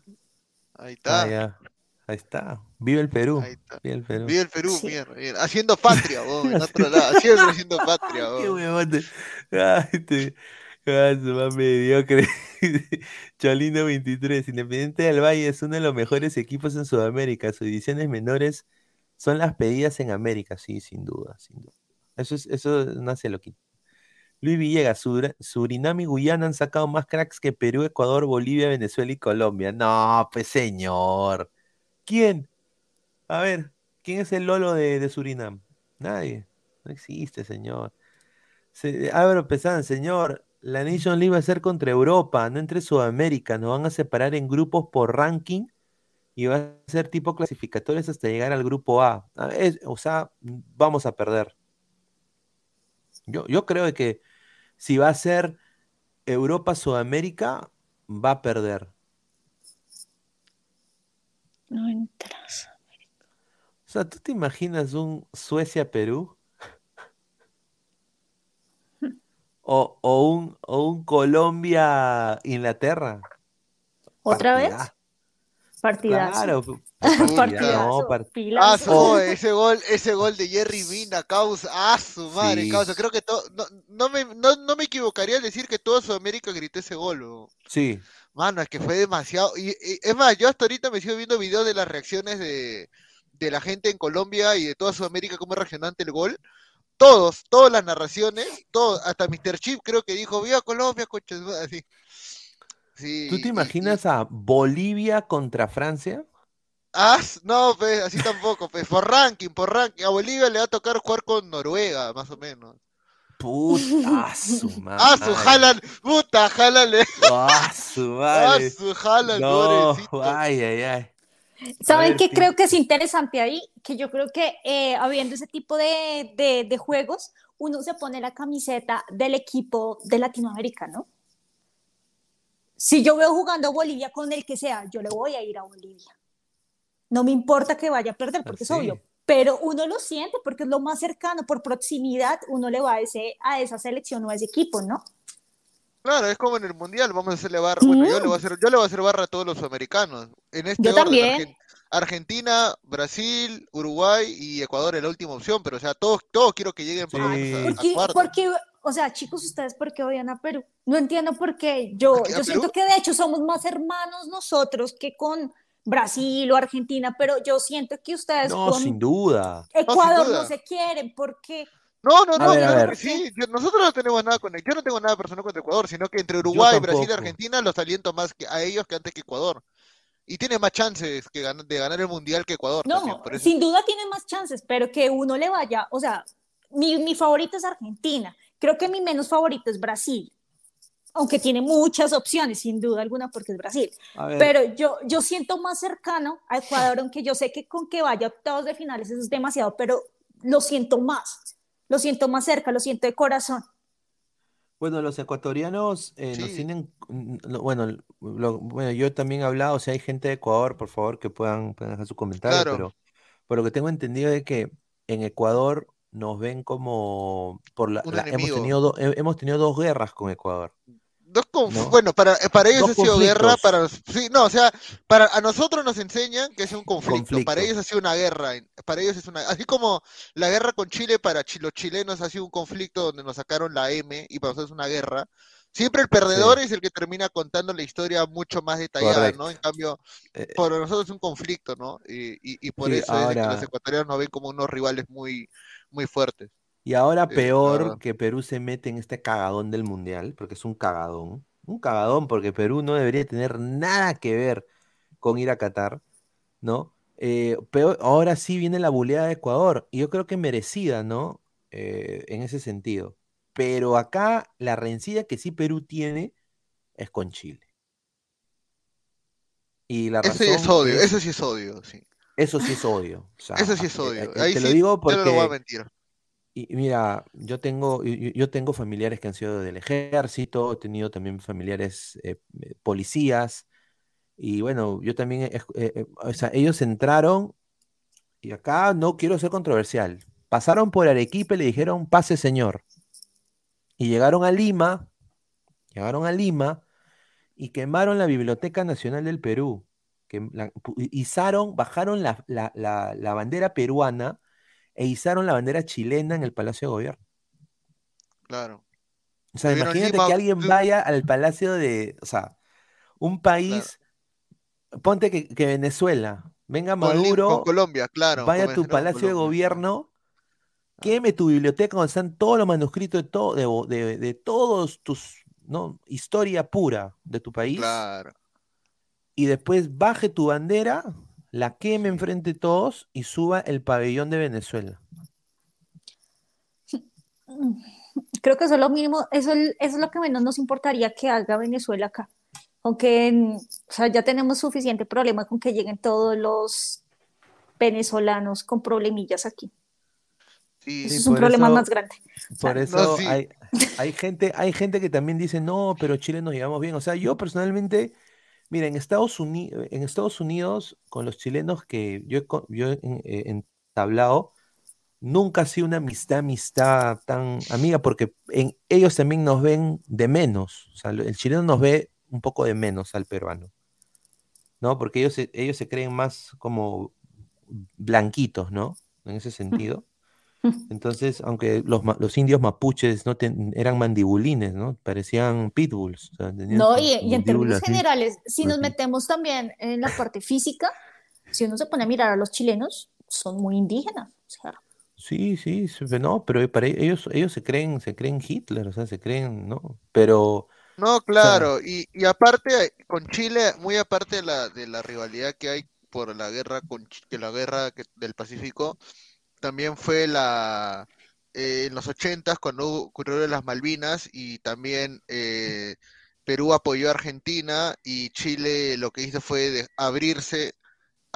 S8: Ahí
S6: ah,
S8: está,
S6: ya. Ahí está. Vive el Perú.
S8: ahí está.
S6: Vive el Perú.
S8: Vive el Perú,
S7: Sí.
S8: mierda, mierda. Haciendo patria, vos, en
S6: Así-
S8: otro lado. Siempre haciendo patria,
S6: Qué
S8: vos.
S6: huevón. te- Ay, te... Ah, su más mediocre. Cholino veintitrés. Independiente del Valle es uno de los mejores equipos en Sudamérica. Sus divisiones menores son las pedidas en América. Sí, sin duda, sin duda. Eso es, eso nace lo que. Luis Villegas, Sur- Surinam y Guyana han sacado más cracks que Perú, Ecuador, Bolivia, Venezuela y Colombia. No, pues señor. ¿Quién? A ver, ¿quién es el Lolo de, de Surinam? Nadie. No existe, señor. Se, Álvaro Pesán, señor, la Nation League va a ser contra Europa, no entre Sudamérica. Nos van a separar en grupos por ranking y va a ser tipo clasificatorios hasta llegar al grupo A. A ver, es- o sea, vamos a perder. Yo, yo creo que si va a ser Europa-Sudamérica, va a perder.
S7: No entras.
S6: O sea, ¿tú te imaginas un Suecia-Perú? O, o un, o un Colombia-Inglaterra.
S7: ¿Otra vez?
S6: Partida.
S7: Partidazo.
S6: Claro, p- partida,
S8: Puta.
S6: no,
S7: Partidazo.
S6: par-
S8: Ah,
S7: Pilazo.
S8: su
S6: o
S8: joder, ese gol, ese gol de Jerry Mina, causa, ah, su madre,
S6: sí,
S8: causa. Creo que to- no, no me, no, no me equivocaría al decir que toda Sudamérica gritó ese gol, weón.
S6: sí,
S8: Mano, es que fue demasiado. Y, y- es más, yo hasta ahorita me sigo viendo videos de las reacciones de, de la gente en Colombia y de toda Sudamérica, cómo reaccionó ante el gol. Todos, todas las narraciones, todos, hasta míster Chip creo que dijo, viva Colombia, coches, así.
S6: ¿tú te
S8: Sí, y, y
S6: imaginas a Bolivia contra Francia?
S8: ah, no, pues, así tampoco, pues, por ranking, por ranking. A Bolivia le va a tocar jugar con Noruega, más o menos.
S6: Puta su
S8: Ah, su
S6: madre.
S8: Haaland, puta, Haaland, le-
S6: Ah, su
S8: ah,
S6: madre.
S8: su Haaland,
S6: No,
S8: pobrecito.
S6: ay, ay, ay.
S7: ¿Saben
S6: ver,
S7: qué
S6: Pi-
S7: creo que es interesante ahí? Que yo creo que eh, habiendo ese tipo de, de, de juegos, uno se pone la camiseta del equipo de Latinoamérica, ¿no? Si yo veo jugando a Bolivia con el que sea, yo le voy a ir a Bolivia. No me importa que vaya a perder, porque es obvio,
S6: así.
S7: pero uno lo siente porque es lo más cercano, por proximidad, uno le va a, ese, a esa selección o a ese equipo, ¿no?
S8: Claro, es como en el Mundial, vamos a hacerle barra, bueno, yo le voy a
S7: Mm,
S8: hacer, yo le voy a hacer barra a todos los sudamericanos, en este
S7: yo
S8: orden,
S7: también.
S8: Argen- Argentina, Brasil, Uruguay y Ecuador es la última opción, pero o sea, todos, todos quiero que lleguen por lo
S7: Ay,
S8: menos a,
S6: Sí.
S8: a
S7: porque,
S8: cuartos.
S7: porque, o sea, chicos, ¿ustedes por qué odian a Perú? No entiendo por qué. Yo,
S8: ¿A, a
S7: yo
S8: Perú?
S7: siento que de hecho somos más hermanos nosotros que con Brasil o Argentina, pero yo siento que ustedes
S6: No, sin
S7: con
S6: duda.
S8: No, sin
S7: Ecuador no
S8: duda.
S7: se quieren. ¿Por qué?
S8: No, no,
S6: A
S8: no,
S6: ver, a
S7: ¿Entienden
S8: claro
S6: ver,
S8: que
S7: por qué?
S8: sí. Yo- nosotros no tenemos nada con, yo no tengo nada personal contra Ecuador, sino que entre
S6: yo
S8: Uruguay, Brasil y
S6: tampoco.
S8: Argentina los aliento más que a ellos que antes que Ecuador. Y tiene más chances que gan- de ganar el Mundial que Ecuador también,
S7: No,
S8: por eso.
S7: sin duda tienen más chances, pero que uno le vaya, o sea, mi, mi favorita es Argentina. Creo que mi menos favorito es Brasil, aunque tiene muchas opciones, sin duda alguna, porque es Brasil.
S6: A ver,
S7: Pero yo, yo siento más cercano a Ecuador, aunque yo sé que con que vaya a octavos de finales eso es demasiado, pero lo siento más, lo siento más cerca, lo siento de corazón.
S6: bueno, los ecuatorianos eh, nos
S8: Sí,
S6: tienen, mm, lo- bueno, lo- bueno, yo también he hablado, si hay gente de Ecuador, por favor, que puedan, puedan dejar su comentario,
S8: claro,
S6: pero por lo que tengo entendido es que en Ecuador nos ven como, por la,
S8: un
S6: la- hemos
S8: enemigo.
S6: tenido, do- he- hemos tenido dos guerras con Ecuador,
S8: Dos conf-
S6: ¿no?
S8: bueno, para, eh, para ellos
S6: Dos
S8: ha sido guerra,
S6: conflictos,
S8: para los- sí, no, o sea, para a nosotros nos enseñan que es un conflicto, para ellos
S6: conflictos,
S8: ha sido una guerra, en- para ellos es una, así como la guerra con Chile para chi- los chilenos ha sido un conflicto donde nos sacaron la M y para nosotros es una guerra. Siempre el perdedor
S6: sí,
S8: es el que termina contando la historia mucho más detallada, ¿no?
S6: correcto.
S8: En cambio,
S6: Eh,
S8: para nosotros es un conflicto, ¿no? Y, y, y por
S6: sí,
S8: eso es de que los
S6: ahora,
S8: ecuatorianos nos ven como unos rivales muy, muy fuertes,
S6: y ahora
S8: eh, la verdad.
S6: peor que Perú se mete en este cagadón del mundial, porque es un cagadón, un cagadón porque Perú no debería tener nada que ver con ir a Qatar, ¿no? Eh, peor, ahora sí viene la buleada de Ecuador, y yo creo que merecida, ¿no? Eh, en ese sentido. Pero acá la rencilla que sí Perú tiene es con Chile. Y la
S8: Eso sí es
S6: razón
S8: odio,
S6: es,
S8: eso sí es odio, sí.
S6: eso sí es odio. O sea,
S8: Eso sí es
S6: eh, eh,
S8: odio.
S6: eh,
S8: Ahí
S6: te lo
S8: sí,
S6: digo
S8: yo no lo voy a
S6: porque,
S8: mentir.
S6: y, y mira, yo tengo, yo, yo- yo tengo familiares que han sido del ejército, he tenido también familiares eh, eh, policías, y bueno, yo también, eh, eh, eh, o sea, ellos entraron. Y acá no quiero ser controversial. Pasaron por Arequipa y le dijeron, pase señor. Y llegaron a Lima, llegaron a Lima y quemaron la Biblioteca Nacional del Perú. Que la- pu- izaron, bajaron la, la- la- la bandera peruana e izaron la bandera chilena en el Palacio de Gobierno.
S8: Claro.
S6: O sea,
S8: Tuvieron
S6: imagínate
S8: Lima,
S6: que alguien
S8: tu-
S6: vaya al Palacio de, o sea, un
S8: claro.
S6: país, ponte que, que Venezuela, venga
S8: Con Lim- con
S6: Maduro,
S8: Colombia, claro,
S6: vaya
S8: con
S6: a tu
S8: Venezuela con
S6: Palacio de
S8: Colombia, claro,
S6: Gobierno.
S8: claro.
S6: Queme tu biblioteca donde están todos los manuscritos de, todo, de, vo- de- de todos tus, ¿no? Historia pura de tu país,
S8: Claro,
S6: y después baje tu bandera, la queme
S8: sí.
S6: enfrente de todos y suba el pabellón de Venezuela.
S7: Creo que eso es lo mínimo, eso, es- eso es lo que menos nos importaría que haga Venezuela acá. Aunque, en- o sea, ya tenemos suficiente problema con que lleguen todos los venezolanos con problemillas aquí.
S8: Sí,
S7: Eso
S6: Sí,
S7: es un
S6: por
S7: problema más
S6: eso,
S7: grande. O
S6: por
S7: sea,
S8: no,
S6: eso
S8: sí,
S6: hay, hay gente, hay gente que también dice, no, pero Chile nos llevamos bien. O sea, yo personalmente, mira, en Estados Unidos, en Estados Unidos, con los chilenos que yo he, co- yo he eh, entablado, nunca ha sido una amistad, amistad tan amiga, porque en, ellos también nos ven de menos. O sea, lo- el chileno nos ve un poco de menos al peruano, ¿no? Porque ellos, se- ellos se creen más como blanquitos, ¿no? En ese sentido. Entonces, aunque los, ma- los indios mapuches no ten- eran mandibulines, ¿no? Parecían pitbulls, o sea, tenían
S7: no,
S6: su,
S7: y,
S6: su
S7: y en
S6: mandíbula
S7: términos
S6: así,
S7: generales, si nos
S6: así.
S7: metemos también en la parte física, si uno se pone a mirar a los chilenos, son muy indígenas. O sea,
S6: Sí, sí, sí, pero no, pero para e- ellos, ellos se creen, se creen Hitler, o sea, se creen, ¿no? Pero, o
S8: no,
S6: sea,
S8: claro, y, y aparte, con Chile, muy aparte de la, de la rivalidad que hay por la guerra con Ch- que la guerra que- del Pacífico, también fue la eh, en los ochentas cuando hubo- ocurrieron las Malvinas y también eh, Perú apoyó a Argentina y Chile lo que hizo fue de- abrirse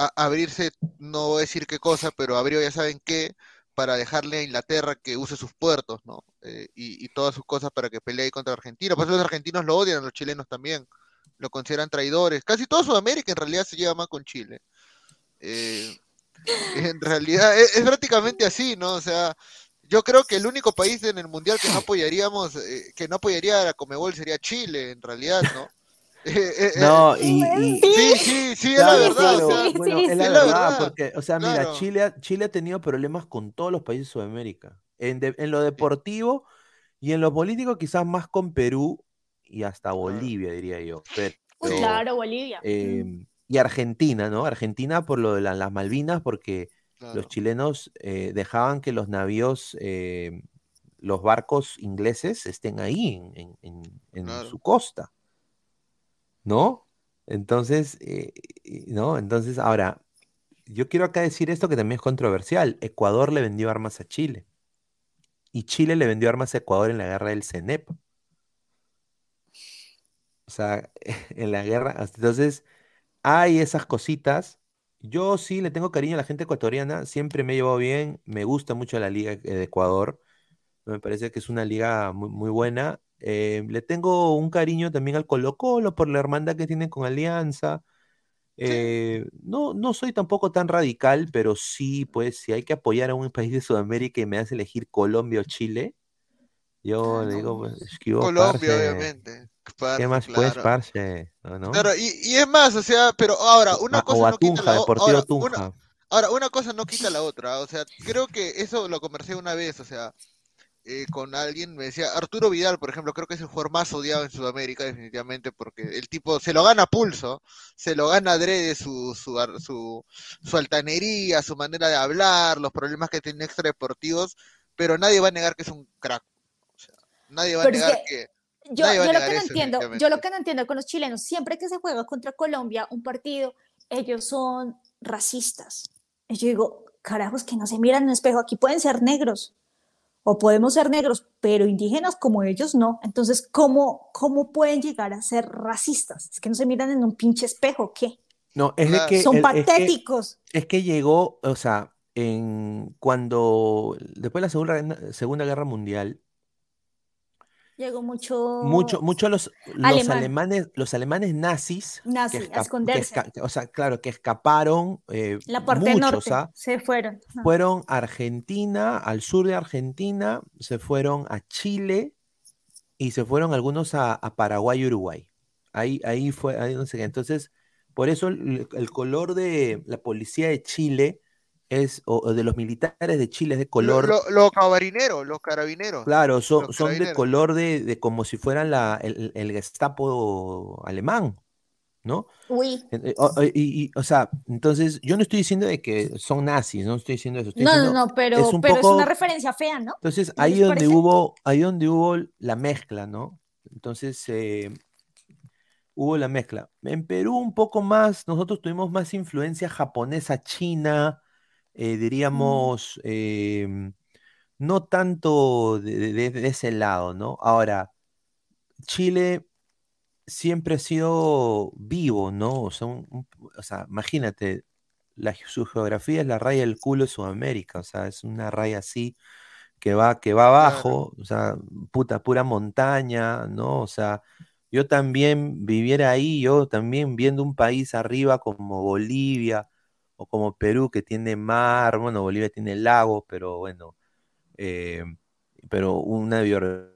S8: a- abrirse, no voy a decir qué cosa, pero abrió ya saben qué, para dejarle a Inglaterra que use sus puertos, ¿no? Eh, y, y todas sus cosas para que pelee contra Argentina. Por eso los argentinos lo odian, a los chilenos también, lo consideran traidores. Casi toda Sudamérica en realidad se lleva más con Chile. Eh, en realidad es, es prácticamente así, ¿no? O sea, yo creo que el único país en el mundial que no apoyaríamos, eh, que no apoyaría a la Conmebol sería Chile, en realidad, ¿no? Eh, eh, eh,
S6: No, y, y-
S8: sí, sí, sí, es la
S6: claro,
S8: verdad,
S6: claro,
S8: o sea,
S7: sí,
S6: bueno,
S7: sí,
S6: es la
S8: es
S7: sí.
S8: la
S6: verdad,
S8: verdad,
S6: porque, o sea, mira,
S8: claro.
S6: Chile, ha- Chile ha tenido problemas con todos los países de Sudamérica. En, de- en lo
S8: Sí,
S6: deportivo y en lo político, quizás más con Perú y hasta
S8: claro,
S6: Bolivia, diría yo.
S7: Uy,
S8: sí,
S6: Pero,
S7: claro, Bolivia.
S6: eh,
S7: Mm.
S6: y Argentina, ¿no? Argentina por lo de la- las Malvinas, porque los
S8: claro,
S6: chilenos eh, dejaban que los navíos, eh, los barcos ingleses estén ahí en, en- en- en
S8: claro.
S6: su costa, ¿no? Entonces, eh, eh, ¿no? Entonces, ahora, yo quiero acá decir esto que también es controversial. Ecuador le vendió armas a Chile y Chile le vendió armas a Ecuador en la guerra del CENEP. O sea, en la guerra, entonces hay esas cositas. Yo sí le tengo cariño a la gente ecuatoriana, siempre me he llevado bien, me gusta mucho la liga de Ecuador, me parece que es una liga muy, muy buena. Eh, le tengo un cariño también al Colo-Colo por la hermandad que tienen con Alianza.
S8: Sí,
S6: Eh, no, no soy tampoco tan radical, pero sí, pues, si hay que apoyar a un país de Sudamérica y me hace elegir Colombia o Chile, yo
S7: Ah,
S6: le digo,
S7: no.
S6: pues, esquivo,
S8: Colombia,
S6: parce,
S8: obviamente,
S6: ¿qué
S8: parce,
S6: más pues,
S8: claro.
S6: parce? ¿No? ¿No?
S8: Claro, y, y es más, o sea, pero ahora,
S6: O,
S8: una
S6: a-
S8: cosa
S6: o a
S8: no quita
S6: Tunja,
S8: la otra,
S6: Deportivo
S8: ahora, una,
S6: Tunja.
S8: ahora, una cosa no quita la otra, o sea, creo que eso lo conversé una vez, o sea, eh, con alguien, me decía, Arturo Vidal, por ejemplo, creo que es el jugador más odiado en Sudamérica, definitivamente, porque el tipo se lo gana a pulso, se lo gana adrede su, su, ar- su, su altanería, su manera de hablar, los problemas que tiene extradeportivos, pero nadie va a negar que es un crack, o sea, nadie va a
S7: Pero es
S8: negar
S7: que
S8: que,
S7: yo,
S8: nadie va a
S7: yo lo
S8: negar
S7: que no
S8: eso,
S7: entiendo, yo lo
S8: definitivamente.
S7: que no entiendo con los chilenos, siempre que se juega contra Colombia un partido, ellos son racistas. Y yo digo, carajos, que no se miran en el espejo, aquí pueden ser negros o podemos ser negros, pero indígenas como ellos no. Entonces, ¿cómo, cómo pueden llegar a ser racistas? Es que no se miran en un pinche espejo, ¿qué?
S6: No, es de que,
S8: Claro,
S7: Son
S6: el- es que,
S7: patéticos.
S6: es que llegó, o sea, en, cuando, después de la Segunda, Segunda Guerra Mundial,
S7: Llegó
S6: mucho,
S7: mucho
S6: mucho los, los
S7: alemán,
S6: alemanes, los alemanes nazis, que,
S7: nazi, a
S6: esca- que
S7: esconderse.
S6: esca- o sea, claro, que escaparon, eh,
S7: La parte
S6: muchos,
S7: norte
S6: ¿ah?
S7: se fueron. No.
S6: Fueron a Argentina, al sur de Argentina, se fueron a Chile y se fueron algunos a, a Paraguay y Uruguay. Ahí, ahí fue, ahí no sé qué. Entonces, por eso el, el color de la policía de Chile es, o, o de los militares de Chile es de
S8: Lo-
S6: color,
S8: lo- los carabineros, los carabineros,
S6: claro,
S8: los
S6: son, son de
S8: carabineros.
S6: color de, de como si fueran la, el, el Gestapo alemán, ¿no?
S7: Uy,
S6: En- eh, o, o- y, y, o sea, entonces yo no estoy diciendo de que son nazis, no estoy diciendo eso, estoy
S7: no, no,
S6: diciendo,
S7: no,
S6: es
S7: pero,
S6: un
S7: pero es una
S6: poco,
S7: referencia fea, ¿no?
S6: entonces
S7: ¿No
S6: ahí
S7: les
S6: donde
S7: parece?
S6: hubo, ahí donde hubo la mezcla, ¿no? Entonces, eh, hubo la mezcla. En Perú un poco más, nosotros tuvimos más influencia japonesa, china, eh,
S7: Mm,
S6: diríamos, em, no tanto de, de- de ese lado, ¿no? Ahora, Chile siempre ha sido vivo, ¿no? O sea, un- un- o sea, imagínate, la, ge- su geografía es la raya del culo de Sudamérica, o sea, es una raya así que va, que va
S8: Claro,
S6: abajo, o sea, puta, pura montaña, ¿no? O sea, yo también viviera ahí, yo también viendo un país arriba como Bolivia o como Perú que tiene mar, bueno, Bolivia tiene lagos, pero bueno, eh, pero una biodiversidad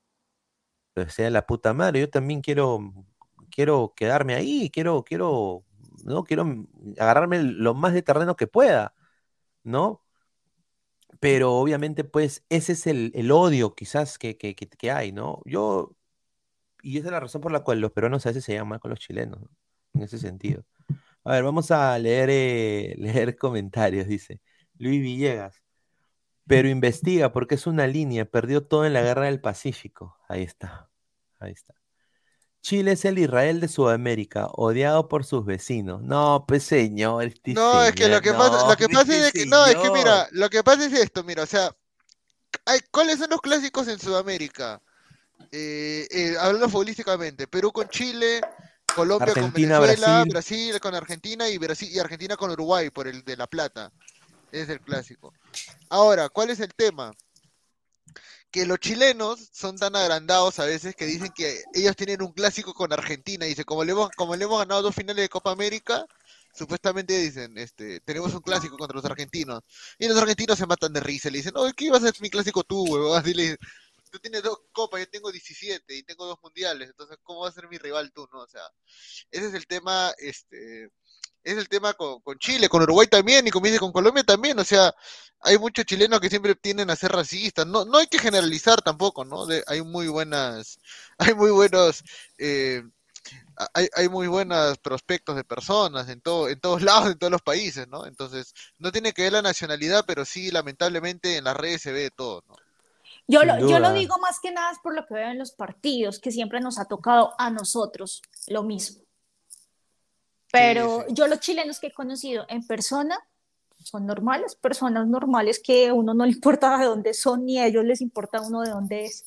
S6: de la puta madre, yo también quiero, quiero quedarme ahí, quiero, quiero, ¿no? Quiero agarrarme lo más de terreno que pueda, ¿no? Pero obviamente, pues, ese es el, el odio quizás que, que, que- que hay, ¿no? Yo, y esa es la razón por la cual los peruanos a veces se llevan mal con los chilenos, ¿no? En ese sentido. A ver, vamos a leer, eh, leer comentarios, dice Luis Villegas. Pero investiga porque es una línea, perdió todo en la guerra del Pacífico. Ahí está, ahí está. Chile es el Israel de Sudamérica, odiado por sus vecinos. No, pues señor, este
S8: no, es que lo
S6: señor,
S8: que pasa,
S6: no,
S8: lo que pasa
S6: este
S8: es de que, no, es que
S6: señor.
S8: mira, lo que pasa es esto, mira, o sea, hay, ¿cuáles son los clásicos en Sudamérica? Eh, eh, hablando futbolísticamente, Perú con Chile, Colombia con
S6: Argentina,
S8: Venezuela,
S6: Brasil.
S8: Brasil con Argentina y Brasil y Argentina con Uruguay por el de La Plata. Es el clásico. Ahora, ¿cuál es el tema? Que los chilenos son tan agrandados a veces que dicen que ellos tienen un clásico con Argentina. Dice, como le hemos, como le hemos ganado dos finales de Copa América, supuestamente dicen, este, tenemos un clásico contra los argentinos. Y los argentinos se matan de risa. Le dicen, no, ¿qué ibas a ser mi clásico tú, huevón? Así le dicen, tú tienes dos copas, yo tengo diecisiete y tengo dos mundiales. Entonces, ¿cómo va a ser mi rival tú, no? O sea, ese es el tema, este... Es el tema con, con Chile, con Uruguay también, y como dice, con Colombia también, o sea, hay muchos chilenos que siempre tienden a ser racistas, no, no hay que generalizar tampoco, ¿no? De, hay muy buenas, hay muy buenos, eh, hay, hay muy buenos prospectos de personas en todo, en todos lados, en todos los países, ¿no? Entonces, no tiene que ver la nacionalidad, pero sí, lamentablemente, en las redes se ve de todo, ¿no?
S7: Yo
S6: Sin
S7: lo, yo lo
S6: duda.
S7: digo más que nada es por lo que veo en los partidos, que siempre nos ha tocado a nosotros lo mismo. Pero
S8: Sí, sí.
S7: yo los chilenos que he conocido en persona son normales, personas normales que a uno no le importa de dónde son, ni a ellos les importa a uno de dónde es.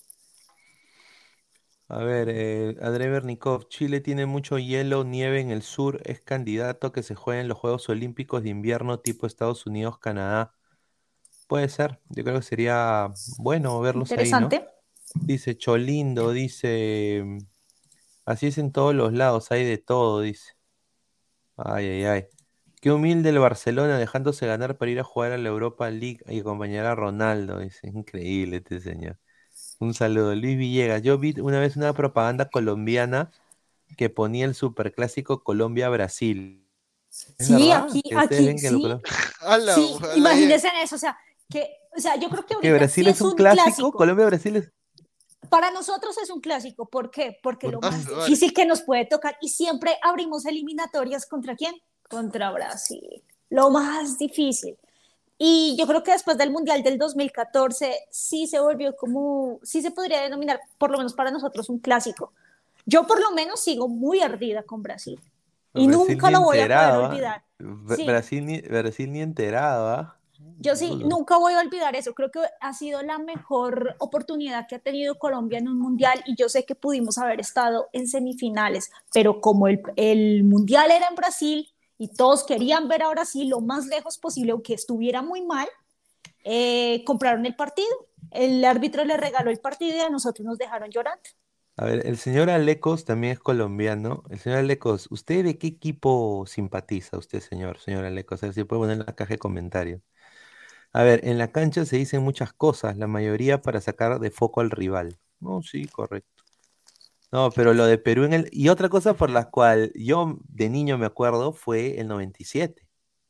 S6: A ver, eh, André Bernikov, Chile tiene mucho hielo, nieve en el sur, es candidato a que se jueguen los Juegos Olímpicos de invierno tipo Estados Unidos, Canadá. Puede ser, yo creo que sería bueno verlos ahí, ¿no?
S7: Interesante.
S6: Dice Cholindo, dice, mm, así es en todos los lados, hay de todo, dice. Ay, ay, ay. Qué humilde el Barcelona dejándose ganar para ir a jugar a la Europa League y acompañar a Ronaldo, dice. Increíble este señor. Un saludo, Luis Villegas. Yo vi una vez una propaganda colombiana que ponía el superclásico Colombia-Brasil. ¿Es
S7: Sí,
S6: verdad?
S7: aquí,
S6: Que ustedes
S7: aquí,
S6: ven que lo
S7: sí,
S6: colo-
S8: Ala,
S7: sí,
S8: ala,
S7: imagínense en eso, o sea, que, o sea, yo creo que
S6: que
S7: ahorita
S6: Brasil
S7: sí
S6: es
S7: es
S6: un
S7: un
S6: clásico,
S7: clásico.
S6: Colombia-Brasil es...
S7: Para nosotros es un clásico, ¿por qué? Porque
S6: ¿Por
S7: lo
S6: qué?
S8: ah,
S7: más
S8: su madre.
S7: difícil que nos puede tocar, y siempre abrimos eliminatorias, ¿contra quién? Contra Brasil, lo más difícil. Y yo creo que después del Mundial del dos mil catorce sí se volvió como, sí se podría denominar, por lo menos para nosotros, un clásico. Yo por lo menos sigo muy ardida con Brasil y
S6: Brasil
S7: nunca
S6: ni
S7: lo voy a poder
S6: enterado, ¿ah?
S7: olvidar.
S6: Bra-
S7: Sí,
S6: Brasil ni, Brasil ni enterado, ¿ah?
S7: yo sí,
S6: Duro.
S7: nunca voy a olvidar eso. Creo que ha sido la mejor oportunidad que ha tenido Colombia en un mundial y yo sé que pudimos haber estado en semifinales, pero como el, el mundial era en Brasil y todos querían ver a Brasil lo más lejos posible, aunque estuviera muy mal, eh, compraron el partido. El árbitro le regaló el partido y a nosotros nos dejaron llorando.
S6: A ver, el señor Alecos también es colombiano. El señor Alecos, ¿usted de qué equipo simpatiza usted, señor, señor Alecos? A ver si puede poner en la caja de comentarios. A ver, en la cancha se dicen muchas cosas, la mayoría para sacar de foco al rival. No, sí, correcto. No, pero lo de Perú en el... Y otra cosa por la cual yo de niño me acuerdo fue el noventa y siete,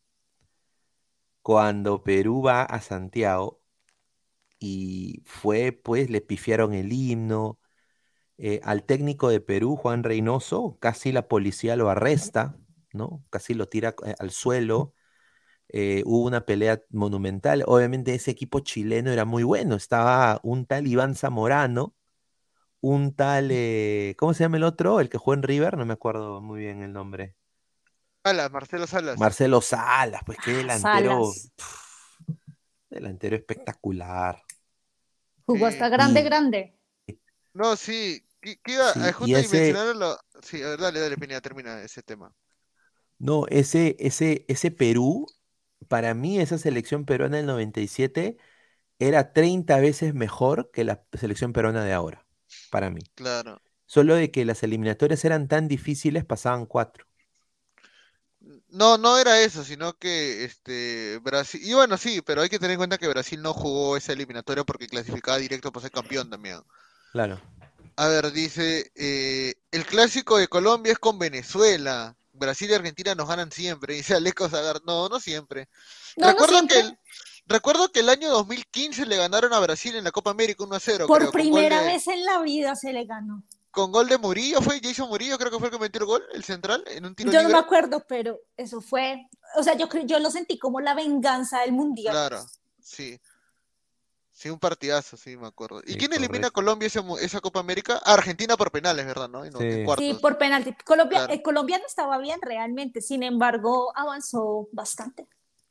S6: cuando Perú va a Santiago y fue, pues, le pifiaron el himno. Eh, al técnico de Perú, Juan Reynoso, casi la policía lo arresta, ¿no? Casi lo tira eh, al suelo. Eh, hubo una pelea monumental. Obviamente ese equipo chileno era muy bueno. Estaba un tal Iván Zamorano, un tal, eh, ¿cómo se llama el otro? El que jugó en River, no me acuerdo muy bien el nombre.
S8: Salas, Marcelo Salas.
S6: Marcelo Salas, pues qué delantero,
S7: Salas.
S6: pf, delantero espectacular.
S7: Jugó
S8: Sí.
S7: hasta grande,
S6: Y,
S7: grande.
S8: No, sí, que, que iba
S6: sí,
S8: a
S6: y
S8: justo a
S6: ese,
S8: mencionarlo. Sí, a ver, dale, dale, Pineda, termina ese tema.
S6: no, ese, ese, ese Perú, para mí esa selección peruana del noventa y siete era treinta veces mejor que la selección peruana de ahora, para mí.
S8: Claro.
S6: Solo de que las eliminatorias eran tan difíciles, pasaban cuatro.
S8: No, no era eso, sino que este Brasil, y bueno, sí, pero hay que tener en cuenta que Brasil no jugó esa eliminatoria porque clasificaba directo para ser campeón también.
S6: Claro.
S8: A ver, dice, eh, el clásico de Colombia es con Venezuela. Brasil y Argentina nos ganan siempre. Dice Aleco Zagar, no, no siempre.
S7: No, no
S8: Recuerdo que
S7: siempre.
S8: el, recuerdo que el año dos mil quince le ganaron a Brasil en la Copa América uno a cero,
S7: Por
S8: creo, con gol
S7: primera
S8: de,
S7: vez en la vida se le ganó.
S8: con gol de Murillo, fue Jason Murillo, creo que fue el que metió el gol, el central, en un tiro
S7: Yo no me
S8: libre.
S7: acuerdo, pero eso fue, o sea, yo, cre- yo lo sentí como la venganza del mundial.
S8: Claro, sí. Sí, un partidazo, sí, me acuerdo. ¿Y
S6: Sí,
S8: quién elimina a
S6: correcto.
S8: Colombia ese mu- esa Copa América? A Argentina por penales, ¿verdad? ¿No? En, en
S6: Sí.
S7: Sí,
S8: cuartos.
S7: por penalti. Colombia,
S8: Claro.
S7: eh, Colombia no estaba bien realmente, sin embargo, avanzó bastante.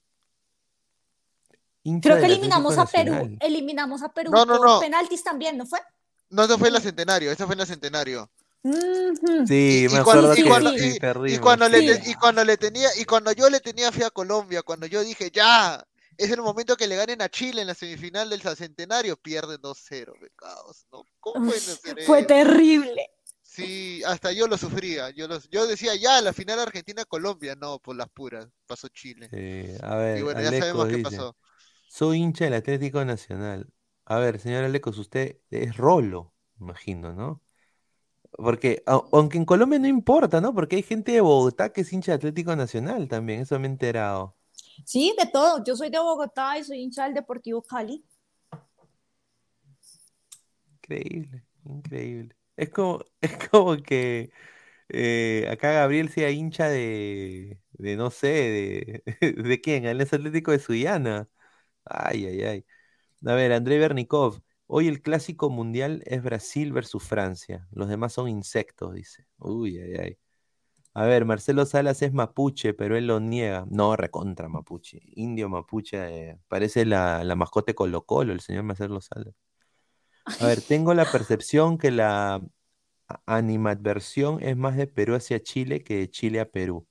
S6: Hincha
S7: Creo
S6: del
S7: que
S6: Atlético
S7: eliminamos a Perú,
S6: Nacional.
S7: eliminamos a Perú
S8: No, no,
S7: por
S8: no.
S7: penaltis también, ¿no fue?
S8: No, esa fue en la
S7: Sí.
S8: Centenario, esa fue en la Centenario.
S7: Ujú.
S6: Sí,
S8: Y,
S6: me
S8: y cuando,
S6: acuerdo
S8: y,
S7: Sí,
S6: que
S8: cuando,
S7: sí,
S6: sí,
S8: y, y
S6: perdimos,
S8: cuando le
S6: sí.
S8: te-
S7: sí.
S8: y cuando le tenía, y cuando yo le tenía fe a Colombia, cuando yo dije, ya, es el momento que le ganen a Chile en la semifinal del Centenario, pierden dos cero, pecados, ¿no? ¿Cómo pueden
S7: Uf,
S8: hacer
S7: fue
S8: eso?
S7: terrible.
S8: Sí, hasta yo lo sufría, yo los, yo decía, ya, la final Argentina-Colombia, no, por las puras, pasó Chile.
S6: Sí, a
S8: Y
S6: ver,
S8: bueno, ya sabemos
S6: Alecos
S8: qué
S6: dice,
S8: pasó.
S6: soy hincha del Atlético Nacional. A ver, señor Alecos, usted es rolo, imagino, ¿no? Porque, au- aunque en Colombia no importa, ¿no? Porque hay gente de Bogotá que es hincha de Atlético Nacional también, eso me he enterado.
S7: Sí, de todo. Yo soy de Bogotá y soy hincha del Deportivo Cali.
S6: Increíble, increíble. Es como, es como que eh, acá Gabriel sea hincha de, de no sé, de, ¿de quién? ¿El Atlético de Sullana? Ay, ay, ay. A ver, André Bernikov. Hoy el clásico mundial es Brasil versus Francia. Los demás son insectos, dice. Uy, ay, ay. A ver, Marcelo Salas es mapuche, pero él lo niega. No, recontra mapuche. Indio mapuche. eh, parece la, la mascota de Colo Colo, el señor Marcelo Salas. A ver, tengo la percepción que la a- animadversión es más de Perú hacia Chile que de Chile a Perú.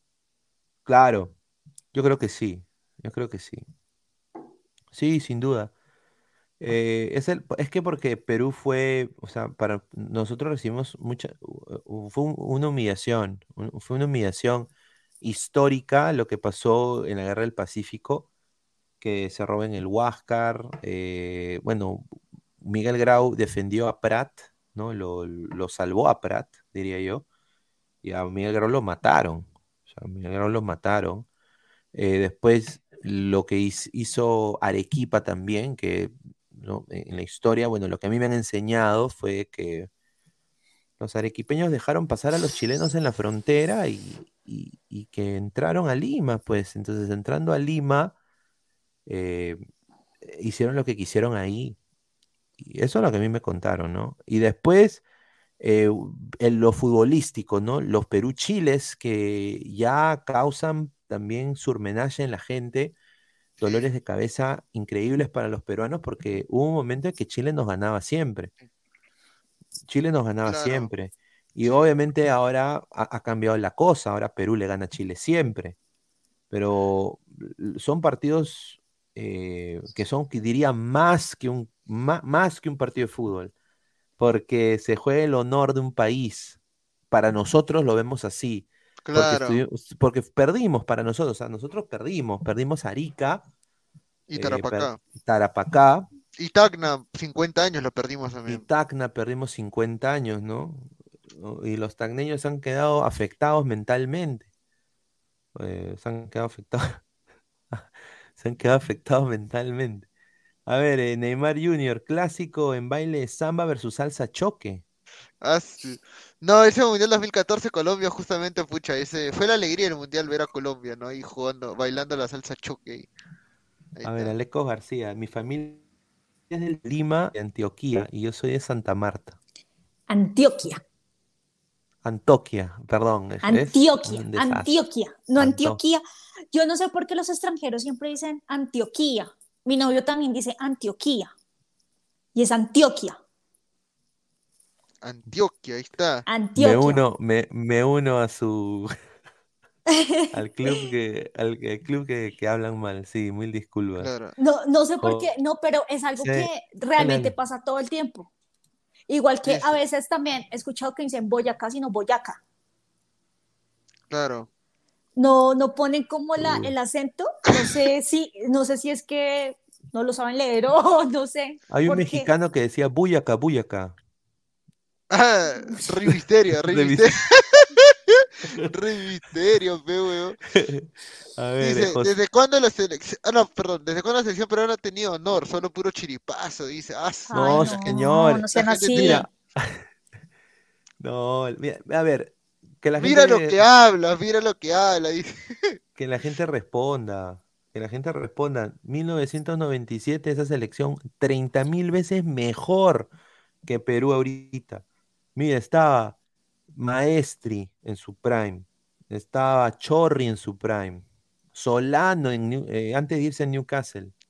S6: Claro, yo creo que sí. Yo creo que sí. Sí, sin duda. Eh, es, el, es que porque Perú fue, o sea, para nosotros recibimos mucha, u- u- fue un- una humillación, un- fue una humillación histórica lo que pasó en la Guerra del Pacífico, que se robó en el Huáscar, eh, bueno, Miguel Grau defendió a Prat, ¿no? Lo, lo salvó a Prat, diría yo, y a Miguel Grau lo mataron, o sea, a Miguel Grau lo mataron. Eh, después lo que hiz- hizo Arequipa también, que ¿no? En la historia, bueno, lo que a mí me han enseñado fue que los arequipeños dejaron pasar a los chilenos en la frontera y, y- y que entraron a Lima, pues entonces entrando a Lima, eh, hicieron lo que quisieron ahí. Y eso es lo que a mí me contaron, ¿no? Y después, eh, en lo futbolístico, ¿no? Los Perú-Chiles que ya causan también surmenaje en la gente,
S8: Sí,
S6: dolores de cabeza increíbles para los peruanos porque hubo un momento en que Chile nos ganaba siempre. Chile nos ganaba
S8: claro,
S6: siempre. Y
S8: sí,
S6: obviamente ahora ha, ha cambiado la cosa, ahora Perú le gana a Chile siempre. Pero l- son partidos eh, que son, que diría, más que un, ma- más que un partido de fútbol, porque se juega el honor de un país. Para nosotros lo vemos así, porque,
S8: claro.
S6: estuvimos- porque perdimos para nosotros, o sea, nosotros perdimos, perdimos Arica,
S8: Y
S6: eh, per-
S8: Tarapacá.
S6: Tarapacá
S8: Y Tacna, cincuenta años lo perdimos
S6: y
S8: también.
S6: Tacna, perdimos cincuenta años, ¿no? ¿No? Y los tacneños han quedado afectados mentalmente, eh, se han quedado afectados, se han quedado afectados mentalmente. A ver, eh, Neymar junior, clásico en baile de samba versus salsa choque.
S8: Ah, sí. No, ese Mundial dos mil catorce Colombia justamente, pucha, ese fue la alegría del Mundial ver a Colombia, ¿no? Ahí jugando, bailando la salsa choque. Ahí, ahí
S6: A ver,
S8: está.
S6: Alecos García, mi familia es de Lima, de Antioquía, y yo soy de Santa Marta.
S7: Antioquia,
S6: Antoquia, perdón, es, es
S7: Antioquia,
S6: un desastre.
S7: Antioquia, no
S6: Anto.
S7: Antioquia. Yo no sé por qué los extranjeros siempre dicen Antioquía. Mi novio también dice Antioquia y es Antioquia,
S8: Antioquia, ahí está.
S6: Me
S7: Antioquia.
S6: uno, me, me uno a su al club que, al, al club que, que hablan mal, sí, mil disculpas.
S8: Claro.
S7: No, no sé por qué, no, pero es algo que
S6: José, dale,
S7: realmente
S6: dale.
S7: pasa todo el tiempo. Igual que
S8: Sí,
S7: a
S8: sí,
S7: veces también he escuchado que dicen Boyacá, sino Boyaca.
S8: claro.
S7: No, no ponen como la,
S6: Uy.
S7: el acento. No sé si, no sé si es que no lo saben leer o no sé
S6: Hay un
S7: por qué.
S6: mexicano que decía Buyaca, Buyaca.
S8: Ah, Rey Misterio, Rey
S6: Revis-
S8: Misterio, Rey Misterio, pe, weón.
S6: A ver, eh,
S8: Dice,
S6: José.
S8: ¿desde cuándo la selección, ah, no, perdón, ¿desde cuándo la selección peruana ha tenido honor? Solo puro chiripazo, dice. Ah, su-
S7: Ay,
S6: No,
S8: la gente,
S7: no,
S6: señor.
S7: no
S8: la
S7: sean
S8: gente tiene,
S7: así.
S6: Mira, no, mira, a ver, que la
S8: mira lo
S6: gente,
S8: que habla, mira lo que habla, dice.
S6: que la gente responda. Que la gente responda. mil novecientos noventa y siete, esa selección, treinta mil veces mejor que Perú ahorita. Mira, estaba Maestri en su prime. Estaba Chorri en su prime. Solano en New- eh, antes de irse a Newcastle.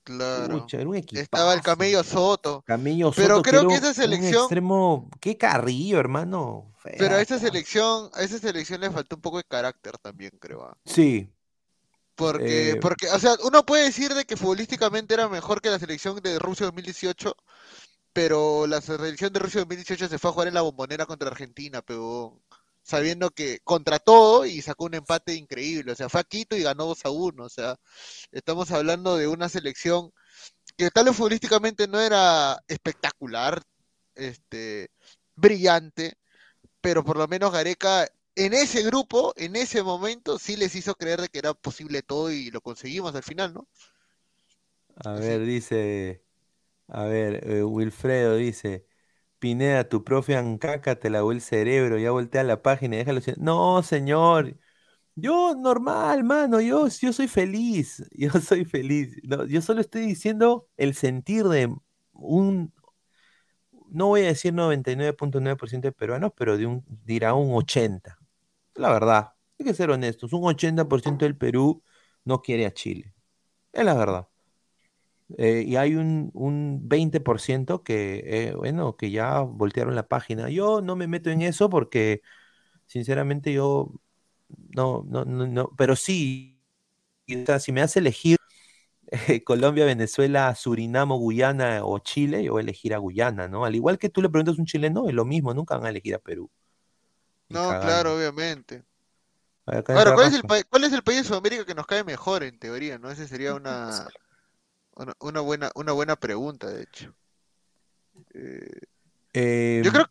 S8: Claro.
S6: Pucha, era un
S8: Estaba el
S6: equipazo.
S8: Camello Soto.
S6: Camello
S8: Pero
S6: Soto, que
S8: creo
S6: era
S8: que
S6: un
S8: esa
S6: un
S8: selección,
S6: extremo. ¡Qué Carrillo, hermano!
S8: pero a esa
S6: Feaca.
S8: selección, a esa selección le faltó un poco de carácter también, creo. ¿Ah?
S6: Sí.
S8: Porque,
S6: eh,
S8: porque, o sea, uno puede decir de que futbolísticamente era mejor que la selección de Rusia dos mil dieciocho, pero la selección de Rusia dos mil dieciocho se fue a jugar en la Bombonera contra Argentina, pero sabiendo que contra todo y sacó un empate increíble, o sea, fue a Quito y ganó dos a uno, o sea, estamos hablando de una selección que tal vez futbolísticamente no era espectacular, este, brillante, pero por lo menos Gareca en ese grupo, en ese momento, sí les hizo creer de que era posible todo y lo conseguimos al final, ¿no?
S6: a ver,
S8: Así.
S6: dice. A ver, eh, Wilfredo dice. Pineda, tu profe Ancaca te lavó el cerebro, ya voltea la página y déjalo. sin- No, señor. Yo normal, mano, yo, yo soy feliz, yo soy feliz. No, yo solo estoy diciendo el sentir de un, no voy a decir noventa y nueve punto nueve por ciento de peruanos, pero de un, dirá un ochenta. La verdad, hay que ser honestos, un ochenta por ciento del Perú no quiere a Chile, es la verdad. Eh, y hay un, un veinte por ciento que, eh, bueno, que ya voltearon la página. Yo no me meto en eso porque, sinceramente, yo no, no, no, no, pero sí, o sea, si me hace elegir eh, Colombia, Venezuela, Surinam, Guyana o Chile, yo voy a elegir a Guyana, ¿no? Al igual que tú le preguntas a un chileno, es lo mismo, nunca van a elegir a Perú, ni
S8: No, claro,
S6: cagando.
S8: obviamente.
S6: Acá
S8: Ahora,
S6: entra
S8: ¿cuál es el
S6: Rafa.
S8: país, cuál es el país de Sudamérica que nos cae mejor en teoría, ¿no? Esa sería una, una, una buena, una buena pregunta, de hecho. Eh,
S6: Eh,
S8: yo creo,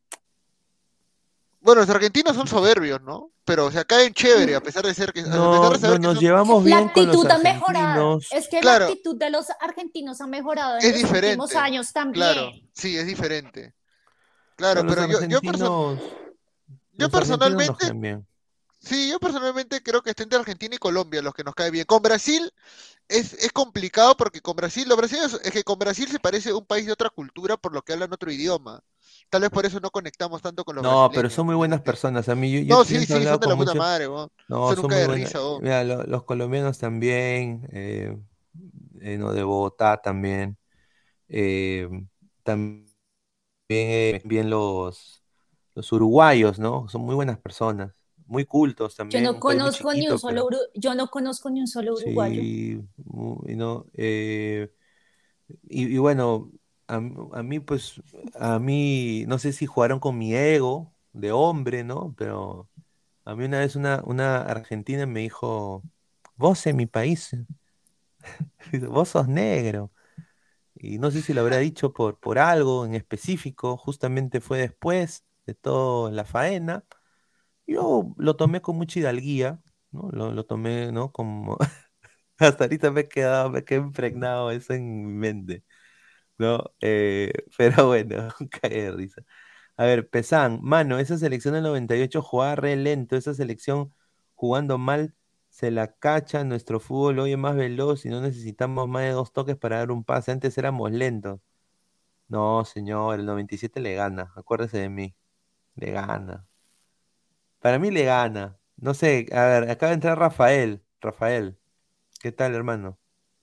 S8: bueno, los argentinos son soberbios, ¿no? Pero, o sea, caen chévere, a pesar de ser que, a pesar
S6: no,
S8: de
S6: no
S8: saber que
S6: nos
S8: son,
S6: llevamos
S7: La
S6: bien con los
S7: actitud ha mejorado.
S6: argentinos.
S7: Es que la
S8: claro,
S7: actitud de los argentinos ha mejorado en
S8: es
S7: los últimos
S8: diferente,
S7: años también.
S8: claro, sí, es diferente, claro,
S6: Con los
S8: pero yo, yo, perso-
S6: argentinos,
S8: yo
S6: los argentinos nos
S8: personalmente,
S6: caen bien.
S8: sí, yo personalmente creo que está entre Argentina y Colombia los que nos cae bien. Con Brasil es, es complicado porque con Brasil, los brasileños, es que con Brasil se parece un país de otra cultura por lo que hablan otro idioma. Tal vez por eso no conectamos tanto con los
S6: No, pero
S8: brasileños,
S6: son muy
S8: en ese
S6: buenas
S8: sentido.
S6: personas. A mí, yo, yo
S8: No,
S6: he yo
S8: sí,
S6: he
S8: sí, son
S6: hablado
S8: de la
S6: con
S8: puta
S6: muchos.
S8: madre, weón.
S6: No,
S8: Son
S6: son
S8: nunca
S6: muy
S8: de
S6: buenas.
S8: risa, weón.
S6: Mira, lo- los colombianos también, eh, eh, no, de Bogotá también. eh, también eh, bien los, los uruguayos, ¿no? Son muy buenas personas, muy cultos
S7: Yo
S6: también,
S7: no
S6: un país muy
S7: conozco ni un
S6: chiquito,
S7: solo
S6: pero
S7: uru- yo no conozco ni un solo uruguayo.
S6: sí, muy, ¿no? Eh, y, y bueno, a, m- a mí, pues, a mí, no sé si jugaron con mi ego de hombre, ¿no? Pero a mí una vez una, una argentina me dijo, vos en mi país, vos sos negro. Y no sé si lo habrá dicho por, por algo en específico, justamente fue después de toda la faena. Yo lo tomé con mucha hidalguía, ¿no? Lo, lo tomé, ¿no? Como hasta ahorita me he quedado, me quedé impregnado eso en mi mente, ¿no? Eh, pero bueno, cae de risa. A ver, Pesán, mano, esa selección del noventa y ocho jugaba re lento, esa selección jugando mal se la cacha, nuestro fútbol hoy es más veloz y no necesitamos más de dos toques para dar un pase, antes éramos lentos. No, señor, el noventa y siete le gana, acuérdese de mí, le gana. Para mí le gana. No sé, a ver, acaba de entrar Rafael. Rafael, ¿qué tal, hermano?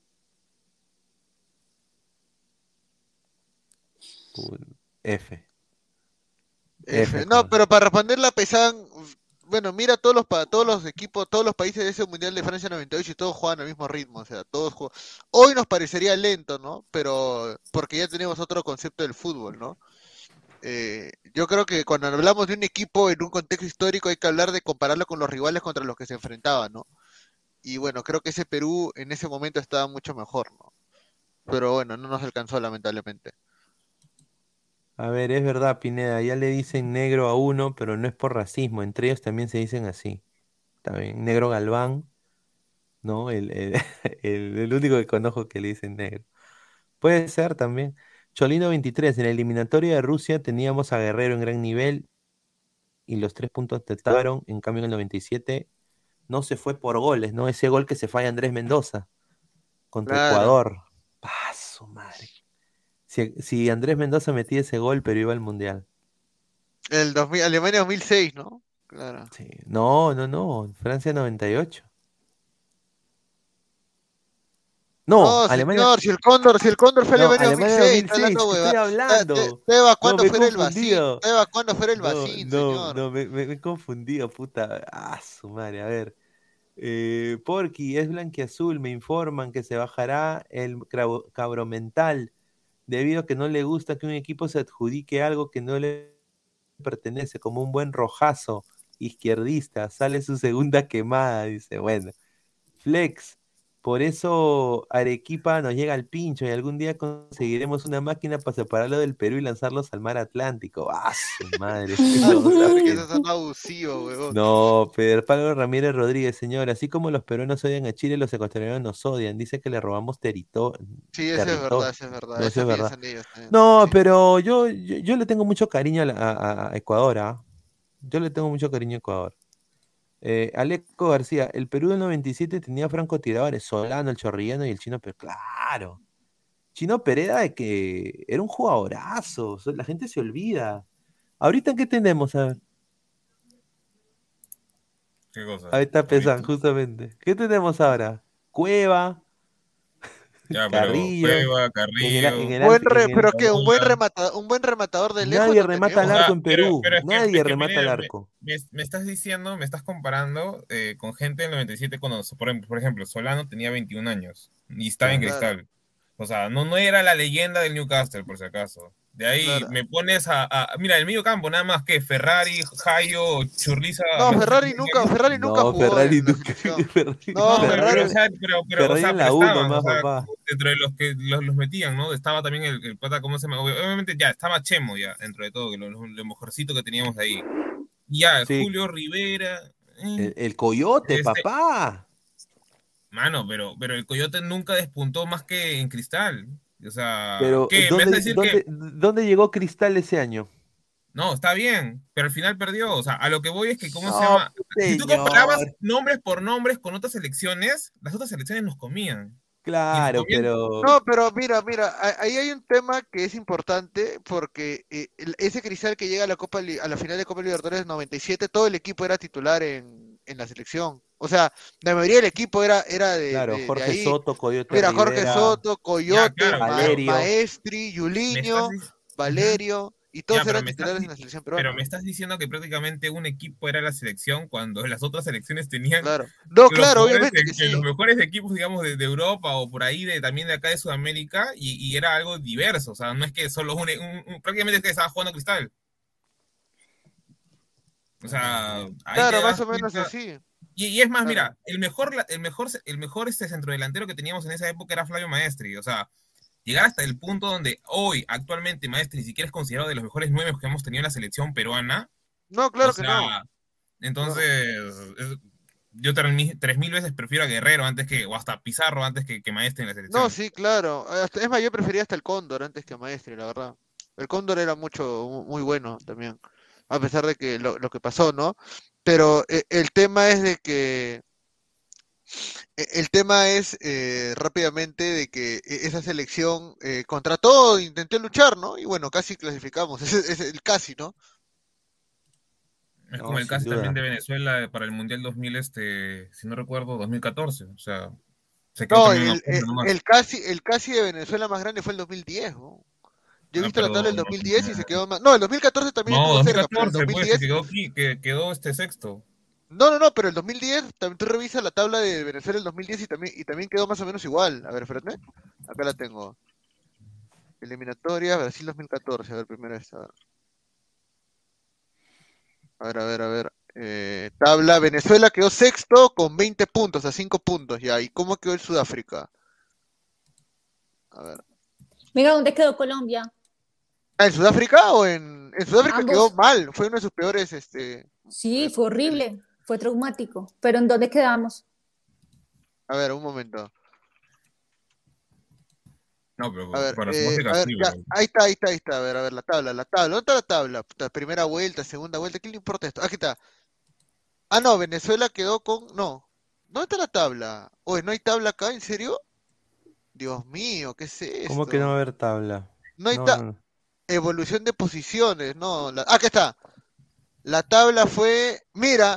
S6: Uy, F, F
S8: F. No,
S6: con.
S8: pero para responder la Pesan, bueno, mira todos los pa- todos los equipos, todos los países de ese Mundial de Francia noventa y ocho y todos juegan al mismo ritmo, o sea, todos juegan. Hoy nos parecería lento, ¿no? Pero porque ya tenemos otro concepto del fútbol, ¿no? Eh, yo creo que cuando hablamos de un equipo en un contexto histórico hay que hablar de compararlo con los rivales contra los que se enfrentaban, ¿no? Y bueno, creo que ese Perú en ese momento estaba mucho mejor, ¿no? Pero bueno, no nos alcanzó lamentablemente.
S6: A ver, es verdad, Pineda, ya le dicen negro a uno, pero no es por racismo, entre ellos también se dicen así. Está bien, negro Galván, ¿no? El, el, el- el único que conozco que le dicen negro. Puede ser también. Cholino veintitrés, en la eliminatoria de Rusia teníamos a Guerrero en gran nivel y los tres puntos tetaron, en cambio en el noventa y siete no se fue por goles, ¿no? Ese gol que se falla Andrés Mendoza contra
S8: Claro.
S6: Ecuador. Paso, madre. Si, si Andrés Mendoza metía ese gol, pero iba al Mundial.
S8: El dos mil, Alemania dos mil seis, ¿no? Claro.
S6: Sí. No, no, no. Francia noventa y ocho. No,
S8: No,
S6: Alemania.
S8: señor, si el Cóndor, si el Cóndor fue
S6: No,
S8: Alemania
S6: Alemania
S8: dos mil seis,
S6: dos
S8: está
S6: mil seis,
S8: hablando,
S6: te
S8: hueva.
S6: estoy
S8: Te,
S6: hablando.
S8: te, te va
S6: No,
S8: cuando
S6: me he
S8: fuera el Bacín,
S6: confundido.
S8: te va cuando fuera el
S6: No,
S8: Bacín,
S6: no,
S8: señor.
S6: no, me, me- me he confundido, puta. Ah, su madre, a ver. Eh, Porky, es blanquiazul, me informan que se bajará el crabo- cabro mental debido a que no le gusta que un equipo se adjudique algo que no le pertenece, como un buen rojazo izquierdista, sale su segunda quemada, dice, bueno, Flex, por eso Arequipa nos llega al pincho y algún día conseguiremos una máquina para separarlo del Perú y lanzarlos al mar Atlántico. ¡Ah, su madre!
S8: Ah,
S6: No,
S8: su madre, que
S6: también.
S8: eso es un abusivo, huevón.
S6: No, Pedro Pablo Ramírez Rodríguez, señor, así como los peruanos odian a Chile, los ecuatorianos nos odian. Dice que le robamos terito-
S8: Sí, eso es verdad,
S6: territorio.
S8: eso es verdad.
S6: No, eso
S8: Eso
S6: es verdad.
S8: piensan ellos también.
S6: No,
S8: Sí.
S6: pero yo, yo, yo le tengo mucho cariño a, la- a- a Ecuador, ¿ah? Yo le tengo mucho cariño a Ecuador. Eh, Aleco García, el Perú del noventa y siete tenía francotiradores, Solano, el Chorrillano y el Chino, pero claro. Chino Pereda de que era un jugadorazo, so- la gente se olvida. ¿Ahorita qué tenemos? A ver,
S9: ¿Qué cosa?
S6: ahí está
S9: Ahorita.
S6: Pesan, justamente. ¿Qué tenemos ahora? Cueva,
S9: Ya, pero
S6: Carrillo,
S9: Cueva,
S6: en el,
S9: Carrillo.
S6: en el,
S8: Buen
S6: alf-
S8: re,
S6: en el-
S8: pero que un buen
S9: Paula.
S8: rematador, un buen rematador de lejos
S6: nadie
S8: no
S6: remata al
S9: O
S8: tenemos.
S6: arco
S9: sea,
S6: en
S9: pero,
S6: Perú,
S9: pero es que,
S6: nadie
S9: es que
S6: remata al
S9: Pineda, me,
S6: arco.
S9: me, me estás diciendo, me estás comparando eh, con gente del noventa y siete cuando, por ejemplo, por ejemplo, Solano tenía veintiún años y estaba en
S6: Claro.
S8: Claro,
S9: Cristal. O sea, no, no era la leyenda del Newcastle, por si acaso. De ahí
S8: claro.
S9: me pones a, a- mira, el medio campo, nada más que Ferrari, Jairo, Churliza,
S8: No,
S9: Messi,
S8: Ferrari nunca, Ferrari nunca
S6: No,
S8: jugó
S6: Ferrari
S8: en la
S6: nunca.
S8: selección.
S6: Ferrari,
S8: No,
S9: No, pero,
S8: Ferrari,
S9: pero, o sea, pero, pero, o
S6: Ferrari
S9: sea,
S6: en
S9: pero
S6: la U
S9: estaban, o
S6: nomás,
S9: sea,
S6: papá.
S9: dentro de los que los, los metían, ¿no? Estaba también el, el pata, ¿cómo se llama? Obviamente ya, estaba Chemo ya, dentro de todo, que lo, lo, lo mejorcito que teníamos ahí. Y ya,
S6: Sí,
S9: Julio Rivera, eh,
S6: el, el Coyote,
S9: este,
S6: papá.
S9: mano, pero, pero el Coyote nunca despuntó más que en Cristal. O sea,
S6: Pero
S9: ¿qué? ¿Me vas a
S6: ¿dónde,
S9: decir
S6: dónde,
S9: que
S6: dónde llegó Cristal ese año?
S9: no, está bien, pero al final perdió? O sea, a lo que voy es que, ¿cómo se
S6: No,
S9: llama?
S6: pues,
S9: Si tú comparabas
S6: señor.
S9: nombres por nombres con otras selecciones, las otras selecciones nos comían. Y nos
S6: Claro,
S9: comían.
S6: pero
S8: no, pero mira, mira, a- ahí hay un tema que es importante porque eh, el- ese Cristal que llega a la Copa Li- a la final de Copa Libertadores noventa y siete, todo el equipo era titular en, en la selección. O sea, la mayoría del equipo era, era de,
S6: claro,
S8: de, de
S6: Jorge
S8: ahí.
S6: Soto, Coyote
S8: Mira, Jorge
S6: Rivera,
S8: Soto,
S9: Ya,
S8: Coyote,
S9: claro,
S8: Ma-
S9: pero
S6: Valerio.
S8: Maestri,
S9: me estás
S8: Yuliño,
S9: dic- Ujú.
S8: Valerio, y
S9: Ya,
S8: todos
S9: pero
S8: eran
S9: me estás,
S8: titulares en
S9: di-
S8: la selección
S9: pero
S8: peruana.
S9: me estás diciendo que prácticamente un equipo era la selección cuando las otras selecciones tenían
S8: Claro. No,
S9: los
S8: claro,
S9: jugadores
S8: obviamente
S9: de,
S8: que
S9: de los
S8: sí.
S9: mejores equipos, digamos, de, de Europa o por ahí, de, también de acá de Sudamérica, y, y era algo diverso. O sea, no es que solo un, un- un- prácticamente es que estaba jugando Cristal. O sea, ahí te
S8: Claro, más
S9: das
S8: o menos
S9: cuenta.
S8: así.
S9: Y, y es más,
S8: Claro.
S9: mira, el mejor, la- el mejor, el mejor este centrodelantero que teníamos en esa época era Flavio Maestri. O sea, llegar hasta el punto donde hoy, actualmente, Maestri ni siquiera es considerado de los mejores nueve que hemos tenido en la selección peruana.
S8: No, claro
S9: O
S8: que
S9: sea,
S8: no. Claro.
S9: entonces, es- yo tres mil, tres mil veces prefiero a Guerrero antes que, o hasta Pizarro antes que, que Maestri en la
S8: No,
S9: selección.
S8: sí, claro. Hasta- Es más, yo prefería hasta el Cóndor antes que a Maestri, la verdad. El Cóndor era mucho, mu- muy bueno también, a pesar de que lo, lo que pasó, ¿no? Pero eh, el tema es de que, eh, el tema es eh, rápidamente de que eh, esa selección eh, contra todo intentó luchar, ¿no? Y bueno, casi clasificamos, es, es el casi, ¿no?
S9: Es
S6: No,
S9: como el
S6: sin
S9: caso también
S6: duda.
S9: de Venezuela para el Mundial dos mil, este, si no recuerdo, dos mil catorce. O sea, se quedó
S8: No,
S9: también una
S8: el, el,
S9: punta nomás.
S8: el casi, el casi de Venezuela más grande fue el dos mil diez, ¿no? Yo he
S9: Ah,
S8: visto la
S9: pero
S8: tabla del
S9: no,
S8: dos mil diez y se quedó más. No, el dos mil catorce también
S9: no,
S8: estuvo cerca, pero el
S9: dos mil catorce, pues, que
S8: dos mil diez.
S9: quedó aquí, que quedó este sexto.
S8: No, no, no, pero el dos mil diez, también tú revisas la tabla de Venezuela el dos mil diez y también, y también quedó más o menos igual. A ver, espérate. Acá la tengo. Eliminatoria, Brasil dos mil catorce. A ver, primero esta. A ver, a ver, a ver. Eh, tabla, Venezuela quedó sexto con veinte puntos, a cinco puntos ya. ¿Y cómo quedó el Sudáfrica? A ver.
S7: Mira, ¿dónde quedó Colombia?
S8: Ah, ¿en Sudáfrica o en, en Sudáfrica quedó
S7: Ambos.
S8: mal? Fue uno de sus peores, este.
S7: Sí,
S8: eh,
S7: fue horrible, fue traumático. Pero ¿en dónde quedamos?
S8: A ver, un momento.
S9: No, pero
S8: A ver,
S9: para
S8: eh,
S9: Sudáfrica
S8: a ver,
S9: sí,
S8: ya,
S9: pero-
S8: ahí está, ahí está, ahí está. A ver, a ver, la tabla, la tabla. ¿Dónde está la tabla? Puta, primera vuelta, segunda vuelta, ¿qué le importa esto? Aquí está. Ah, no, Venezuela quedó con. No. ¿Dónde está la tabla? Oye, ¿no hay tabla acá? ¿En serio? Dios mío, ¿qué es
S6: ¿Cómo que no va a
S8: esto?
S6: haber tabla?
S8: No hay
S6: No,
S8: ta-
S6: no, no.
S8: evolución de posiciones, no. La... Ah, acá está. La tabla fue. Mira,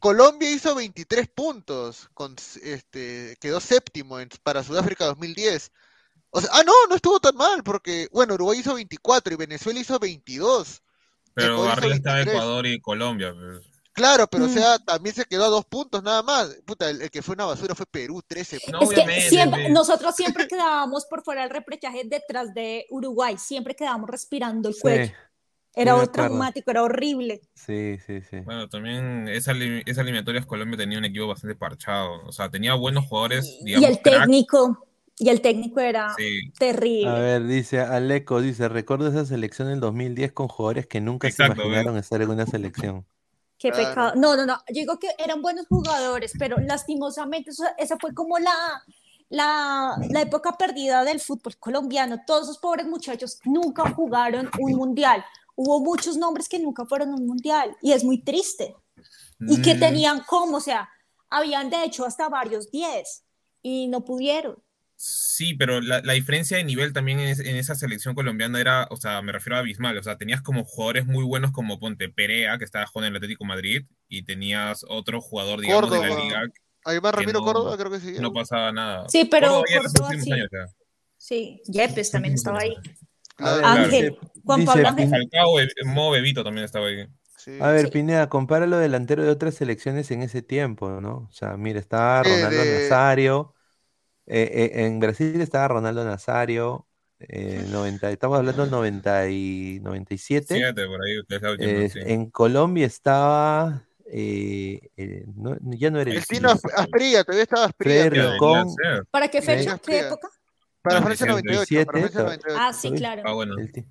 S8: Colombia hizo veintitrés puntos, con, este, quedó séptimo en, para Sudáfrica dos mil diez. O sea, ah, no, no estuvo tan mal, porque, bueno, Uruguay hizo veinticuatro y Venezuela hizo veintidós.
S9: Pero
S8: Ecuador hizo
S9: arriba estaba
S8: veintitrés.
S9: Ecuador y Colombia. Pues.
S8: Claro, pero
S7: Mm.
S8: o sea, también se quedó a dos puntos nada más. Puta, el, el que fue una basura fue Perú, trece
S9: No,
S8: puntos.
S7: Es que
S9: obviamente,
S7: siempre,
S9: pues.
S7: nosotros siempre quedábamos por fuera del repechaje detrás de Uruguay, siempre quedábamos respirando el
S6: Sí,
S7: cuello.
S6: sí,
S7: Era
S6: me acuerdo.
S7: traumático, era horrible.
S6: Sí, sí, sí.
S9: Bueno, también esa, eli- esa eliminatoria Colombia tenía un equipo bastante parchado. O sea, tenía buenos jugadores,
S7: Y
S9: digamos,
S7: el
S9: cracks.
S7: técnico, y el técnico era
S9: Sí,
S6: A
S7: terrible.
S6: ver, dice Aleco, dice, recuerdo esa selección del dos mil diez con jugadores que nunca se
S9: exacto.
S6: imaginaron
S9: ¿Ves?
S6: estar en una selección.
S7: Qué
S8: Claro.
S7: pecado. No, no, no. Yo digo que eran buenos jugadores, pero lastimosamente eso- esa fue como la, la, la época perdida del fútbol colombiano. Todos esos pobres muchachos nunca jugaron un mundial. Hubo muchos nombres que nunca fueron a un mundial y es muy triste. Y que
S9: Mm,
S7: tenían como, o sea, habían de hecho hasta varios diez y no pudieron.
S9: Sí, pero la, la diferencia de nivel también en, es- en esa selección colombiana era, o sea, me refiero a abismal. O sea, tenías como jugadores muy buenos como Ponte Perea, que estaba jugando en el Atlético de Madrid, y tenías otro jugador, digamos, de la
S8: Córdoba.
S9: liga
S8: Aymar
S9: que
S8: Ramiro
S9: no,
S8: Córdoba, creo que sí.
S9: no pasaba nada.
S7: Sí, pero
S9: Córdoba ya en los
S7: Córdoba
S9: últimos
S7: sí.
S9: años ya.
S7: Sí, Yepes también estaba ahí.
S6: A ver,
S8: Claro.
S7: Ángel,
S6: dice,
S7: Juan
S6: dice
S7: Pablo
S9: Hasta
S7: Ángel.
S6: Pin-
S9: Falcao, Be- Mo Bebito también estaba ahí.
S8: Sí.
S6: a ver,
S7: Sí.
S6: Pineda, compara los delanteros de otras selecciones en ese tiempo, ¿no? O sea, mira, está
S8: Eh,
S6: Ronaldo
S8: de-
S6: Nazario, eh, eh, en Brasil estaba Ronaldo Nazario, eh, noventa, estamos hablando del noventa y noventa y siete.
S9: Siete, por ahí, que es la última,
S6: Eh,
S9: sí.
S6: en Colombia estaba, eh, eh, no- ya no era el
S8: El Tino
S6: Cis,
S8: Asp- Asprilla, todavía estaba Asprilla,
S6: Freddy
S8: creo.
S9: Debería
S6: Rincón,
S9: ser.
S7: ¿Para qué
S6: Freddy-
S7: fecha? ¿Qué
S8: Asprilla.
S7: época?
S8: Para
S9: noventa y
S8: Francia
S9: siete.
S8: noventa y ocho, para Francia
S6: to-
S8: noventa y ocho.
S7: Ah, sí,
S6: ¿Lo ves?
S7: claro.
S9: Ah, bueno.
S6: El ti-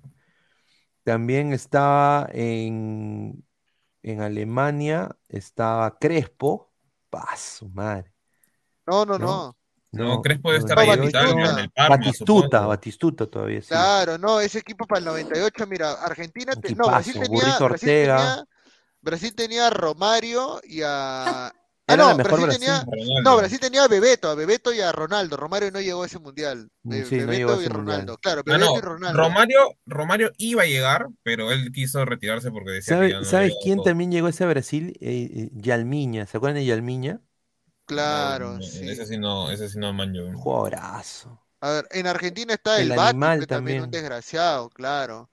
S6: También estaba en, en Alemania, estaba Crespo, pa, su madre,
S8: No, no,
S6: ¿no?
S8: no.
S9: No, Crespo debe estar
S8: No,
S9: ahí en
S8: Batistuta.
S9: Italia, en el Parma,
S6: Batistuta,
S9: supongo.
S6: Batistuta todavía sí.
S8: Claro, no, ese equipo para el noventa y ocho, mira, Argentina, te- no, Brasil
S6: Equipazo,
S8: tenía,
S6: Burrito
S8: Brasil
S6: Ortega.
S8: tenía, Brasil tenía a Romario y a... Ah,
S6: Era la
S8: no,
S6: mejor
S8: Brasil tenía,
S6: Brasil.
S9: Ronaldo.
S8: no, Brasil tenía a Bebeto, a Bebeto y a Ronaldo. Romario no llegó a ese mundial.
S6: Mm,
S8: Eh,
S6: sí, no
S8: Bebeto
S6: llegó a
S8: y
S6: ese
S8: Ronaldo,
S6: mundial.
S8: claro,
S9: Ah,
S8: Bebeto
S9: no,
S8: y Ronaldo.
S9: Romario, Romario iba a llegar, pero él quiso retirarse porque decía que
S6: ¿Sabe-
S9: ya no
S6: ¿Sabes
S9: llegaba
S6: quién
S9: todo.
S6: también llegó a ese Brasil? Eh, eh, Yalmiña, ¿se acuerdan de Yalmiña?
S8: Claro,
S9: No,
S8: sí.
S9: ese sí no, ese sí no manjo.
S6: Jugadorazo.
S8: A ver, en Argentina está
S6: El
S8: el Bati,
S6: animal
S8: que también un
S6: también.
S8: desgraciado, claro.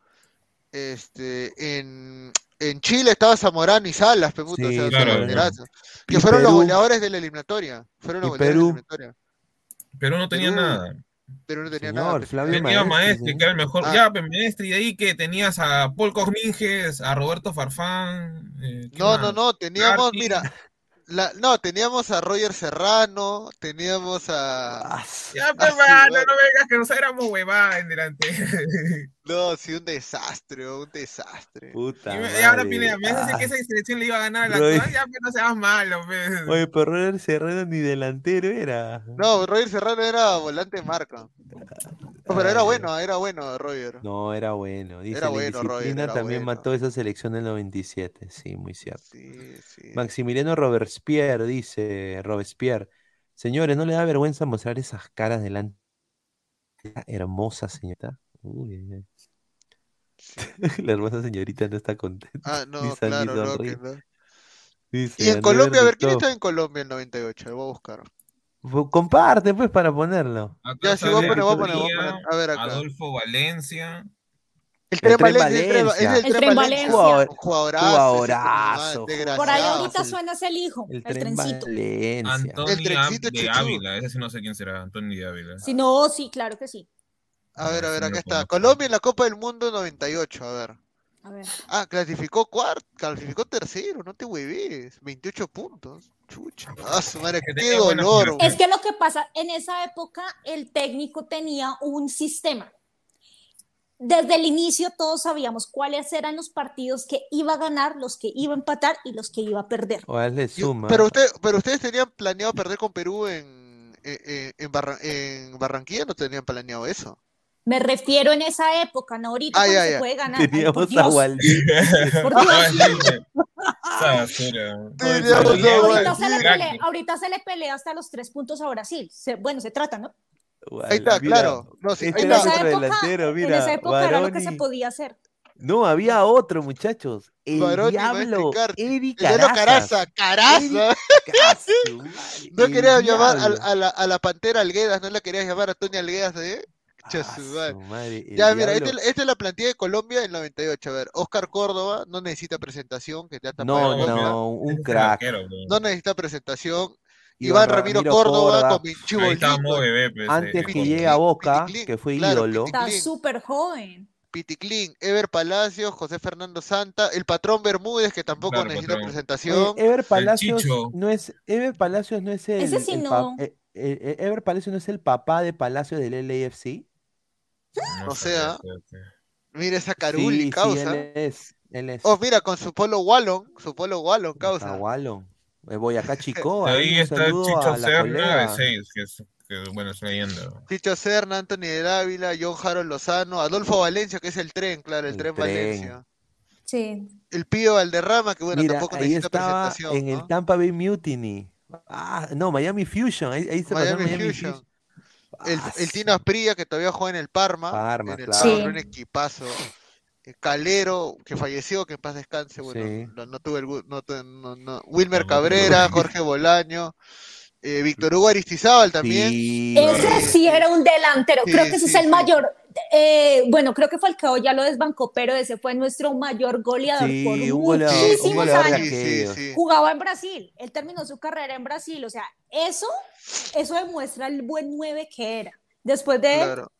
S8: Este, en, en Chile estaba Zamorano y Salas, pe, puta, o
S6: Sí,
S8: sea,
S9: Claro,
S8: son
S9: Zamorano.
S8: banderazos.
S6: Y
S8: Que fueron los
S6: Perú,
S8: goleadores de la eliminatoria. Fueron los
S6: y
S8: goleadores de la
S6: Perú,
S8: eliminatoria.
S9: Pero no tenía
S8: Perú,
S9: nada.
S8: Pero no tenía nada.
S6: señor,
S8: pe,
S6: Flavio
S8: señor.
S9: Tenía
S6: Maestri,
S9: Maestri, que era el mejor.
S8: Ah,
S9: Ya, pues Maestri, de ahí que tenías a Paul Cogninges, a Roberto Farfán. Eh, ¿qué
S8: no, no,
S9: más?
S8: no, teníamos,
S9: Carti.
S8: mira, la, no, teníamos a Roger Serrano, teníamos a...
S6: ah,
S9: Ya,
S8: a
S9: pues,
S8: su
S9: mano,
S8: madre.
S9: no vengas que nos éramos huevadas en delante.
S8: No, sí, un desastre, un desastre.
S9: Y,
S6: puta
S9: me- y ahora
S6: madre.
S9: Pineda, me hace
S6: Ah,
S9: que esa selección le iba a ganar a la
S6: Roy-
S9: actual, ya, pues no seas malo, pues.
S6: Oye, pero Roger Serrano ni delantero era.
S8: No, Roger Serrano era volante de marca. No, pero era
S6: Ay,
S8: bueno, era bueno Roger.
S6: no, era bueno. Dice,
S8: Era
S6: la
S8: bueno, Roger,
S6: indisciplina
S8: era
S6: también
S8: bueno.
S6: mató esa selección del noventa y siete. Sí, muy cierto.
S8: Sí, sí.
S6: Maximiliano Robespierre dice, Robespierre, señores, ¿no le da vergüenza mostrar esas caras delante? Hermosa señorita. Uy, ay, ay.
S8: Sí.
S6: La hermosa señorita no está contenta.
S8: Ah,
S6: Ni
S8: no,
S6: san- ni
S8: claro, no,
S6: sonríe.
S8: que no.
S6: Dice,
S8: Y en
S6: André
S8: Colombia, a ver, ¿quién
S6: Bernicov,
S8: estaba en Colombia en el noventa y ocho? Lo voy a buscar.
S6: fu- comparte pues para ponerlo.
S9: Acá
S8: Ya, sí, voy a
S9: sale
S8: poner, voy a poner, voy a
S9: María,
S8: poner. A ver acá.
S9: Adolfo Valencia.
S8: El
S6: El
S8: Tren
S6: Tren
S8: Valencia, el Tren,
S6: Valencia.
S8: ese es el
S7: El
S8: Tren
S7: Tren
S8: Valencia.
S7: Valencia.
S6: Jugador-
S8: Un jugadorazo, ese
S6: Jugadorazo,
S8: coño,
S6: jugadorazo.
S7: Por ahí
S8: desgraciado.
S7: ahorita suena ese el hijo,
S6: El
S7: el
S6: Tren
S7: trencito.
S6: Valencia.
S9: Antonio
S8: El trencito
S9: de
S8: Chuchu.
S9: Ávila, ese sí no sé quién será, Antonio de Ávila.
S7: Si no, sí, claro que sí.
S8: A ver, a
S9: Ah,
S8: ver,
S9: sí,
S8: acá
S9: lo
S8: está.
S9: conozco.
S8: Colombia en la Copa del Mundo noventa y ocho, a ver.
S7: A ver.
S8: Ah, clasificó cuarto, clasificó tercero, no te hueves. veintiocho puntos. Chucha. Ah, su madre,
S9: Que
S8: qué
S9: tenía buena
S8: dolor.
S9: generación.
S7: Es que lo que pasa, en esa época el técnico tenía un sistema. Desde el inicio todos sabíamos cuáles eran los partidos que iba a ganar, los que iba a empatar y los que iba a perder.
S6: O hazle
S8: Yo-
S6: suma.
S8: pero, usted, pero ustedes tenían planeado perder con Perú en, en, en, Barra- en Barranquilla, no tenían planeado eso.
S7: Me refiero en esa época, no ahorita
S8: Ah,
S7: cuando
S8: ya,
S7: se
S8: ya.
S7: puede ganar. Ay, por
S6: Teníamos a
S7: Dios,
S6: Waldín.
S7: por
S9: Ah,
S7: Dios.
S9: sí, esa basura.
S8: Teníamos
S9: Oye,
S8: a
S7: Ahorita se, le
S8: Waldín.
S7: pelea, ahorita se le pelea hasta los tres puntos a Brasil. Se- bueno, se trata, ¿no?
S8: Ahí está,
S6: Mira,
S8: claro. No, sí,
S6: este
S8: ahí
S7: En
S8: está.
S6: era
S7: esa
S6: otro
S7: época,
S6: delantero,
S7: en
S6: mira,
S7: esa época era lo que se
S6: Baroni,
S7: podía hacer.
S6: No, había otro, muchachos. El
S8: Baroni,
S6: diablo, Eddie
S8: El diablo Caraza,
S6: Caraza.
S8: Caraza. No
S6: El
S8: querías llamar a,
S6: diablo.
S8: a la, a la Pantera Alguedas, no la querías llamar a Tony Alguedas, ¿eh? Che,
S6: Ah,
S8: su
S6: su
S8: madre.
S6: madre, el
S8: Ya, mira,
S6: diablo.
S8: esta esta es la plantilla de Colombia en noventa y ocho. A ver, Oscar Córdoba no necesita presentación, que ya está para
S6: No,
S8: el Boca.
S6: no, un
S9: Ese es el
S6: crack.
S9: arquero, pues.
S8: No necesita presentación.
S6: Iván
S8: Iván Ramiro
S6: Ramiro
S8: Córdoba
S6: Córdoba,
S8: con mi
S9: Ahí
S8: chibolito.
S9: estábamos bebé, pues.
S6: antes
S9: eh,
S6: que
S9: Córdoba.
S6: llegue a Boca,
S8: Piticlin,
S6: que fue
S8: claro,
S6: ídolo.
S7: Está
S8: Piticlin.
S7: súper joven.
S8: Piticlin, Ever Palacios, José Fernando Santa, el patrón Bermúdez, que tampoco
S9: Claro,
S8: necesita
S9: patrón.
S6: Oye,
S8: presentación.
S6: Ever
S9: El
S6: Palacios
S9: Chicho.
S6: no es, Ever Palacios no es
S7: Ese
S6: el,
S7: sí
S6: el
S7: no.
S6: pa- eh, eh, eh, Ever Palacios no es el papá de Palacios del L A F C.
S9: No
S8: O
S9: sabía,
S8: sea,
S9: fíjate.
S8: mira esa caruli,
S6: Sí, sí,
S8: causa.
S6: él es, él es.
S8: Oh, mira, con su polo Wallon, su polo Wallon, causa.
S6: Cagualo. Eh, Boyacá Chico,
S9: De
S6: ahí
S9: ahí
S6: un
S9: está
S6: saludo
S9: Chicho
S6: a la
S9: Serna de
S6: colega.
S9: seis, que es, que bueno, es leyenda.
S8: Chicho Serna, Anthony de Dávila, John Harold Lozano, Adolfo Valencia, que es el tren, claro, el,
S6: El
S8: tren,
S6: tren.
S8: Valencia.
S7: Sí.
S8: El Pío Valderrama, que bueno,
S6: Mira,
S8: tampoco
S6: ahí
S8: necesita
S6: estaba
S8: presentación,
S6: en el
S8: ¿no?
S6: Tampa Bay Mutiny. Ah, no, Miami Fusion. Ahí, ahí se pasó
S8: Miami
S6: el Miami
S8: Fusion.
S6: Fusion.
S8: El,
S6: Ah,
S8: el Tino Asprilla, que todavía juega en el Parma.
S6: Parma,
S8: en el
S6: claro.
S8: Parma,
S7: Sí.
S8: un equipazo. Eh, Calero, que falleció, que en paz descanse. Bueno,
S6: Sí.
S8: no, no tuve el gu- no, tu- no, no. Wilmer
S9: Tampoco lo
S8: Cabrera,
S9: vi.
S8: Jorge Bolaño, eh, Víctor Hugo Aristizábal también.
S6: Sí.
S7: Ese sí era un delantero.
S8: Sí,
S7: Creo que ese
S8: sí,
S7: es el
S8: sí.
S7: mayor. eh, bueno, creo que Falcao ya lo desbancó, pero ese fue nuestro mayor goleador
S6: Sí,
S7: por
S6: un goleador, un
S7: muchísimos
S6: goleador de
S7: años.
S8: Sí, sí,
S6: aquellos.
S8: sí.
S7: Jugaba en Brasil. Él terminó su carrera en Brasil. O sea, eso, eso demuestra el buen nueve que era. Después de él,
S8: Claro.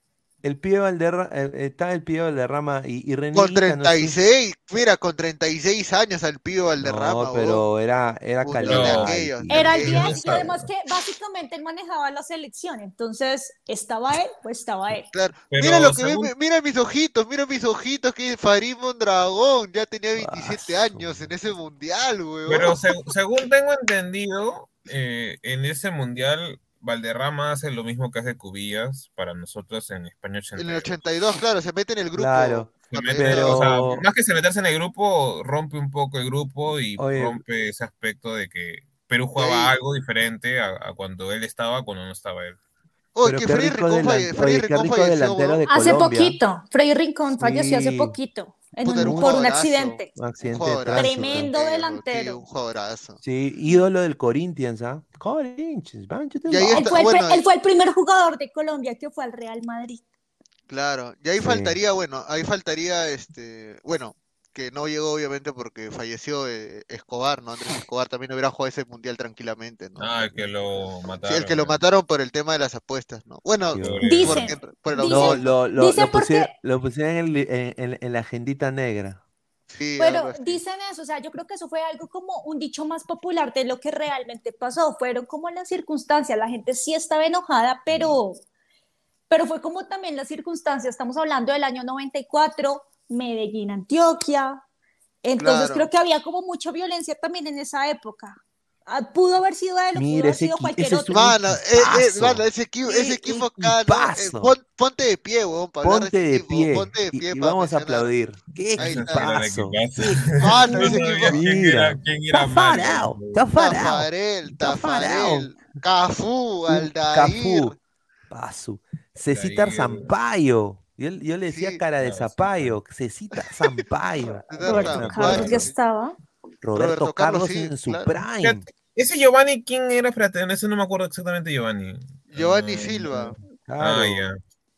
S6: El pibe Valderrama, está el pibe Valderrama y, y
S8: Con
S6: Renita, no sé.
S8: treinta y seis, mira, con treinta y seis años al Pío Valderrama,
S6: No,
S8: huevón.
S6: pero era, era
S8: Puta, de
S6: calidad.
S8: aquellos,
S6: el
S8: de
S6: tío.
S7: era el
S8: aquellos.
S7: diez y además que básicamente él manejaba la selección. Entonces, ¿estaba él? Pues estaba él.
S8: Claro.
S9: Pero
S8: Mira lo que ve,
S9: según-
S8: mira mis ojitos, mira mis ojitos, que Farid Mondragón ya tenía veintisiete
S6: Ah,
S8: años en ese mundial, weón.
S9: Pero se- según tengo entendido, eh, en ese mundial Valderrama hace lo mismo que hace Cubillas para nosotros en España ochenta
S8: En
S9: y
S8: el
S9: dos.
S8: ochenta y dos, claro, se mete en el grupo.
S6: Claro,
S9: Se
S8: Cuando
S9: mete-
S8: ya
S6: pero-
S9: o sea,
S8: estaba-
S9: más que se meterse en el grupo, rompe un poco el grupo y
S6: Oye,
S9: rompe ese aspecto de que Perú
S8: ahí-
S9: jugaba algo diferente a, a cuando él estaba, cuando no estaba él.
S8: Oye,
S6: pero
S8: que
S6: qué
S8: Freddy
S6: rico,
S8: Rincón, falle-
S6: delan-
S8: Freddy
S6: oye, qué
S8: Rincón
S6: rico
S8: falleció,
S6: delantero
S8: weón.
S6: de
S7: Hace
S6: Colombia.
S7: poquito. Freddy Rincón falleció hace
S6: Sí.
S7: poquito. En
S8: Puta, era
S7: un-
S8: un
S7: por un
S8: jugadorazo.
S7: accidente.
S6: Un accidente
S8: Un
S6: de
S8: jugadorazo,
S6: tránsito.
S7: Tremendo
S8: tío,
S7: delantero.
S8: tío, un jugadorazo.
S6: Sí, ídolo del Corinthians, ¿ah? Corinthians, Manchester
S8: Y ahí
S6: United.
S7: Él
S8: está-
S7: fue, el,
S8: bueno,
S7: pri- él fue el primer jugador de Colombia que fue al Real Madrid.
S8: Claro, y ahí
S6: Sí.
S8: faltaría, bueno, ahí faltaría, este, bueno, que no llegó obviamente porque falleció eh, Escobar, ¿no? Andrés Escobar también hubiera jugado ese mundial tranquilamente, ¿no?
S9: Ah, el que lo
S8: Sí,
S9: mataron.
S8: el que lo
S9: ¿no?
S8: mataron por el tema de las apuestas, ¿no? Bueno,
S6: Sí,
S9: Sobre-
S7: Dicen,
S8: porque- por el
S7: dicen-
S6: No,
S8: autor,
S6: lo, lo,
S7: Dicen
S6: lo pusieron,
S7: porque-
S6: lo pusieron en, el- en- en- en la agendita negra.
S8: sí,
S7: Pero
S8: algo así.
S7: dicen eso, o sea, yo creo que eso fue algo como un dicho más popular de lo que realmente pasó. Fueron como las circunstancias, la gente sí estaba enojada, pero, pero fue como también las circunstancias. Estamos hablando del año noventa y cuatro, Medellín, Antioquia. Entonces
S8: Claro.
S7: creo que había como mucha violencia también en esa época. Ah, pudo haber sido él o pudo
S6: Mira,
S7: haber
S6: ese
S7: sido
S6: equi-
S7: cualquier
S6: ese
S7: otro.
S6: estuvo-
S8: Mano, eh, eh,
S6: equipazo.
S8: mano, ese equipo, ese
S6: Qué
S8: equipo acá, ¿no? Eh,
S6: equipazo.
S8: pon- ponte de pie, weón, para hablar
S6: Ponte
S8: de ese
S6: de
S8: equipo,
S6: pie
S8: ponte de
S6: y,
S8: pie
S6: y
S8: para
S6: vamos a
S8: mencionar.
S6: aplaudir. ¡Qué
S8: Ahí está.
S6: equipazo!
S8: Mano, ese
S9: No
S8: equipo,
S9: sabía quién
S6: Mira,
S9: era, quién era
S6: está
S9: Mario.
S6: farao, está farao.
S8: Tafarel,
S6: Tafarel.
S8: Tafarel, Cafú,
S6: Un
S8: Aldair.
S6: Cafú, Pasu, Cecitar
S9: Aldair.
S6: Zampayo. Yo, yo le decía
S8: Sí.
S6: cara de
S9: Claro,
S6: Zapayo, Cecita Zampayo.
S8: Cecitar
S7: Roberto
S8: Zampayo.
S7: Carlos ya estaba.
S6: Roberto,
S8: Roberto
S6: Carlos,
S8: Carlos, sí,
S6: en su
S8: claro.
S6: prime.
S9: Ese Giovanni, ¿quién era? Espérate, en ese no me acuerdo exactamente Giovanni.
S8: Giovanni
S9: Ah,
S8: Silva.
S6: Claro.
S9: Ah, ya.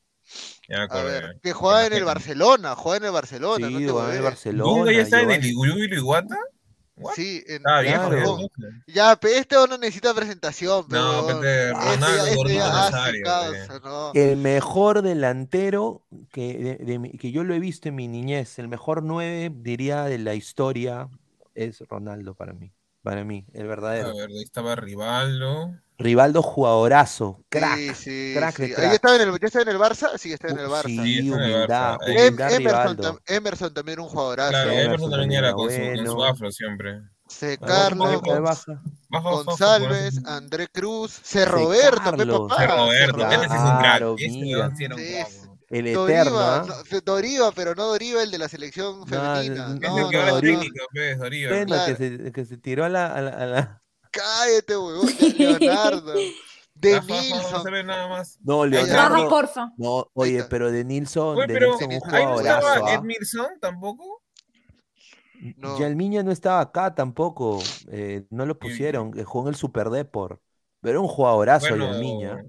S9: Ya me
S8: A
S9: acordé.
S8: ver, que juega en el Barcelona, juega en el Barcelona,
S6: Sí,
S8: no te
S6: jugaba en el
S8: hueves.
S6: Barcelona.
S9: ¿Dunga ya está en el
S6: Giovanni.
S9: Iguyu y Iguata? What?
S8: Sí, en,
S9: Ah,
S8: en
S9: viejo,
S6: Claro.
S8: Japón.
S9: viejo.
S8: Ya, pero este no necesita presentación, pero
S9: No,
S8: huevón.
S9: pete,
S8: Este
S9: Ronaldo,
S8: ya- este
S9: Gordito
S8: ya hace
S9: Nazario,
S8: causa, ¿no?
S6: El mejor delantero que, de- de mi- que yo lo he visto en mi niñez, el mejor nueve, diría, de la historia, es Ronaldo para mí. Para mí, el
S9: A
S6: verdadero.
S9: ver, ahí estaba Rivaldo.
S6: Rivaldo jugadorazo, crack,
S8: Sí, sí,
S6: crack
S8: sí.
S6: de
S8: Ahí
S6: crack.
S8: estaba en el, ¿ya está en el Barça? Sí, está en el
S6: Uh,
S8: Barça.
S9: Sí,
S6: sí,
S9: está en el
S6: humildad,
S9: Barça. Em-
S6: humildad
S8: Em- Emerson,
S6: Rivaldo.
S8: tam- Emerson también un jugadorazo.
S9: Claro,
S6: Emerson
S9: Emerson también
S6: también
S9: era
S6: era
S9: con su, con su
S6: bueno.
S9: afro siempre.
S8: C.
S6: A ver,
S8: Carlos,
S6: a ver,
S9: Con-
S6: baja.
S9: Bajo, bajo,
S8: González,
S9: bajo.
S8: André Cruz, C. Roberto, pe,
S6: Carlos.
S8: papá.
S9: C. Roberto,
S6: Claro,
S9: ese sí es un crack. Ese
S6: mira.
S9: weón sí era un
S8: Sí,
S9: crack,
S8: es-
S9: weón.
S6: El eterno,
S8: Doriva,
S6: ¿ah?
S8: no, Doriva, pero no Doriva el de la selección femenina.
S6: no,
S9: Ese
S8: No,
S9: es el que
S8: no,
S9: ahora es
S6: Doriva.
S8: no.
S9: técnico, pues, Doriva.
S6: Bueno,
S8: Claro.
S6: que, se, que se tiró a la... a la- a la-
S8: Cállate, huevón, Leonardo. De
S9: Baja, baja, no se
S8: Nilsson.
S9: ve nada más.
S6: No,
S9: Ahí está.
S6: Leonardo.
S7: Baja, porfa.
S6: No, oye, pero de Nilsson,
S9: Oye,
S6: de
S9: pero
S6: Nilsson un
S8: Nilsson,
S9: ahí no
S6: jugadorazo,
S9: estaba
S6: ¿ah?
S9: Edmilson tampoco.
S8: No.
S6: Yalmiña no estaba acá tampoco. eh, no lo
S9: Y-
S6: pusieron. eh, Jugó en el Super Depor. Pero era un jugadorazo
S9: Bueno,
S6: Yalmiña.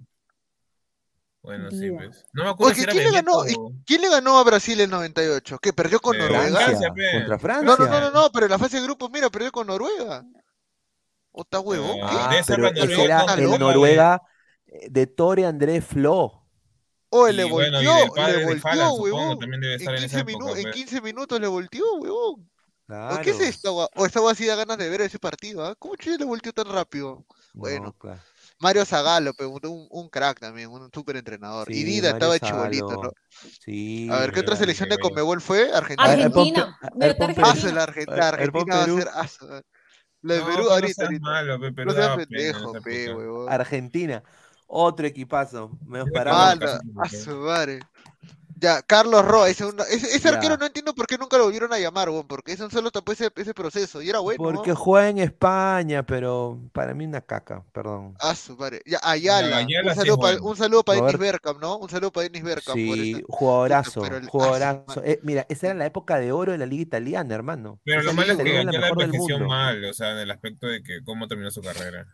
S9: bueno, sí,
S7: Vida.
S9: pues. No me acuerdo
S8: Oye,
S9: si era
S8: ¿quién le ganó?
S9: Bebeto.
S8: ¿Y ¿Quién le ganó a Brasil en noventa y ocho? ¿Qué? ¿Perdió con
S9: Eh,
S8: Noruega?
S6: Francia,
S9: pe.
S6: contra
S8: No, no,
S6: Francia.
S8: no, no, no, pero en la fase de grupos, mira, perdió con Noruega. ¿O está huevón? ¿Qué?
S9: Ah,
S6: Ah,
S9: debe ser
S6: pero
S9: la
S6: ese
S9: Noruega
S6: era
S9: con
S6: el
S9: la de-
S6: Noruega eh, de Tore André Flo.
S8: O
S9: Y
S8: le
S9: bueno, y
S8: volteó,
S9: del
S8: le
S9: padre de
S8: volteó,
S9: Haaland, supongo,
S8: huevón.
S9: también debe
S8: En
S9: estar en esa
S8: quince,
S9: época,
S8: minu- en
S9: pe.
S8: quince minutos le volteó, huevón. ¿O qué es
S6: Claro.
S8: esta, gua- O esta guay sí da ganas de ver ese partido, ¿ah? ¿Cómo chucha le volteó tan rápido? Bueno,
S6: No, claro.
S8: Mario Zagallo, pe, un, un- un crack también, un súper entrenador. Y
S6: Sí,
S8: Dida
S6: Mario
S8: estaba de chibolito, ¿no?
S6: Zagallo. Sí.
S8: A ver, ¿qué otra
S6: claro.
S8: selección de
S9: Güey.
S8: Conmebol fue?
S6: A
S8: Argentina,
S6: ver,
S8: ¿no?
S6: pon
S7: Argentina.
S6: Pe- a ver,
S7: Mírate
S6: pon
S8: Ah,
S6: Perú.
S8: su, la,
S7: Argentina.
S8: Argen-
S6: A
S8: la
S6: ver, a ver, pon
S8: Argentina va a
S6: Perú.
S8: ser. Ah, su- La de
S9: No,
S8: Perú,
S9: pero no
S8: ahorita,
S9: seas
S8: ahorita.
S9: malo, pe, Perú
S8: No seas
S9: daba pena en
S8: pendejo,
S9: esa
S8: pe,
S9: época.
S8: huevón.
S6: Argentina. Otro equipazo. Menos
S9: Yo
S6: parado.
S9: estaba
S8: Mala,
S9: casi
S8: a
S9: pe.
S8: su madre. Ya, Carlos Roa, ese, una- ese, ese arquero no
S6: Ya.
S8: entiendo por qué nunca lo volvieron a llamar, weón, porque eso solo tapó ese, ese proceso, y era bueno,
S6: Porque
S8: ¿no?
S6: juega en España, pero para mí una caca, perdón.
S8: A su madre. Ya,
S9: Ya,
S8: Ayala, un
S9: Ayala sí es
S8: saludo para
S9: bueno.
S8: un saludo para Dennis
S6: Robert,
S8: Bergkamp, ¿no? Un saludo para Dennis Bergkamp por ese.
S6: sí,
S8: Puta,
S6: jugadorazo,
S8: pero el, a su
S6: jugadorazo.
S8: madre.
S6: Eh, mira, esa era la época de oro de la liga italiana, hermano.
S9: Pero lo
S6: Esa
S9: malo
S6: liga
S9: es que
S6: italiana es la
S9: Ayala
S6: mejor del
S9: envejeció
S6: mundo.
S9: mal, o sea, en el aspecto de que cómo terminó su carrera.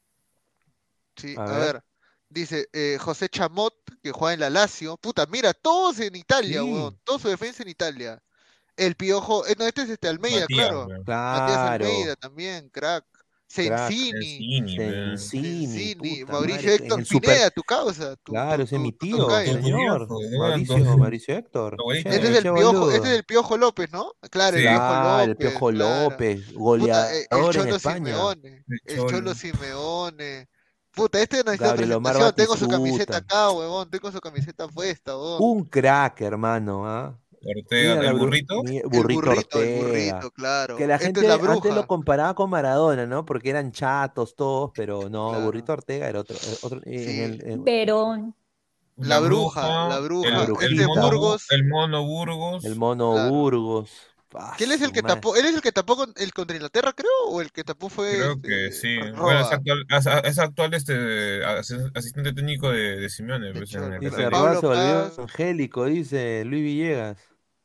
S8: Sí,
S6: A
S8: a
S6: ver.
S8: ver. Dice eh, José Chamot, que juega en la Lazio. Puta, mira, todos en Italia,
S6: Sí,
S8: weón. Todo su defensa en Italia. El Piojo, eh, no, este es este Almeida,
S9: Matías,
S8: claro.
S9: pe.
S8: Matías Almeida
S6: claro,
S8: también, crack.
S6: crack.
S8: Sensini,
S9: Sensini, pe.
S6: Sensini,
S8: Sensini,
S6: puta
S8: Mauricio
S6: madre, en
S8: Héctor
S6: el super.
S8: Pineda, tu causa, tu,
S6: Claro,
S8: tu,
S6: ese es mi
S8: tu, tu
S6: tío,
S8: tocayo.
S9: Tu
S6: señor.
S9: viejo, ¿no?
S6: Mauricio,
S9: Tu-
S6: Mauricio Héctor.
S9: tu abuelito.
S6: Che,
S8: Este es el
S6: che,
S8: Piojo, este es
S6: boludo.
S8: el Piojo López, ¿no? Claro, el
S9: Sí,
S8: Piojo
S6: Claro, el
S8: López,
S6: Piojo
S8: claro.
S6: López,
S8: Puta, eh, el
S6: goleador en
S8: Cholo
S6: España.
S8: Simeone,
S9: el
S8: el Cholo
S9: Cholo.
S8: Simeone. Puta, este necesita
S6: Gabriel Omar
S8: presentación, tengo su camiseta
S6: Batistuta.
S8: acá, huevón, tengo su camiseta puesta, huevón.
S6: Un crack, hermano, ¿ah?
S9: Ortega,
S6: Mira la
S9: el
S6: bru-
S9: burrito.
S6: mi-
S8: El
S6: burrito
S8: burrito, el
S6: Ortega.
S8: burrito,
S6: Que
S8: claro.
S6: la
S8: Esta es la
S6: gente antes lo
S8: bruja,
S6: comparaba con Maradona, ¿no? Porque eran chatos todos, pero no,
S8: claro.
S6: Burrito Ortega era otro, eh, otro en
S8: Sí,
S6: el, en-
S7: Verón.
S8: la
S9: La
S8: bruja,
S9: bruja,
S8: la
S9: el,
S6: la
S8: bruja.
S9: el
S8: Este
S6: brujita,
S9: mono, Bu-
S8: Burgos,
S9: el mono
S6: el
S9: Burgos.
S6: mono
S8: claro.
S6: Burgos. Ah,
S8: ¿Quién es el
S6: su
S8: que
S6: madre.
S8: tapó? ¿Él es el que tapó con, el contra Inglaterra, creo? ¿O el que tapó fue
S9: Creo que
S8: este,
S9: sí. Bueno, es
S8: Roa,
S9: actual, es, es actual este as- asistente técnico de, de Simeone,
S8: de
S9: pues, en
S8: Cholo?
S9: el
S6: Dice,
S8: Claro.
S9: Atlético.
S6: Roa
S8: Pablo
S6: se volvió
S8: Paz,
S6: angélico, dice Luis Villegas.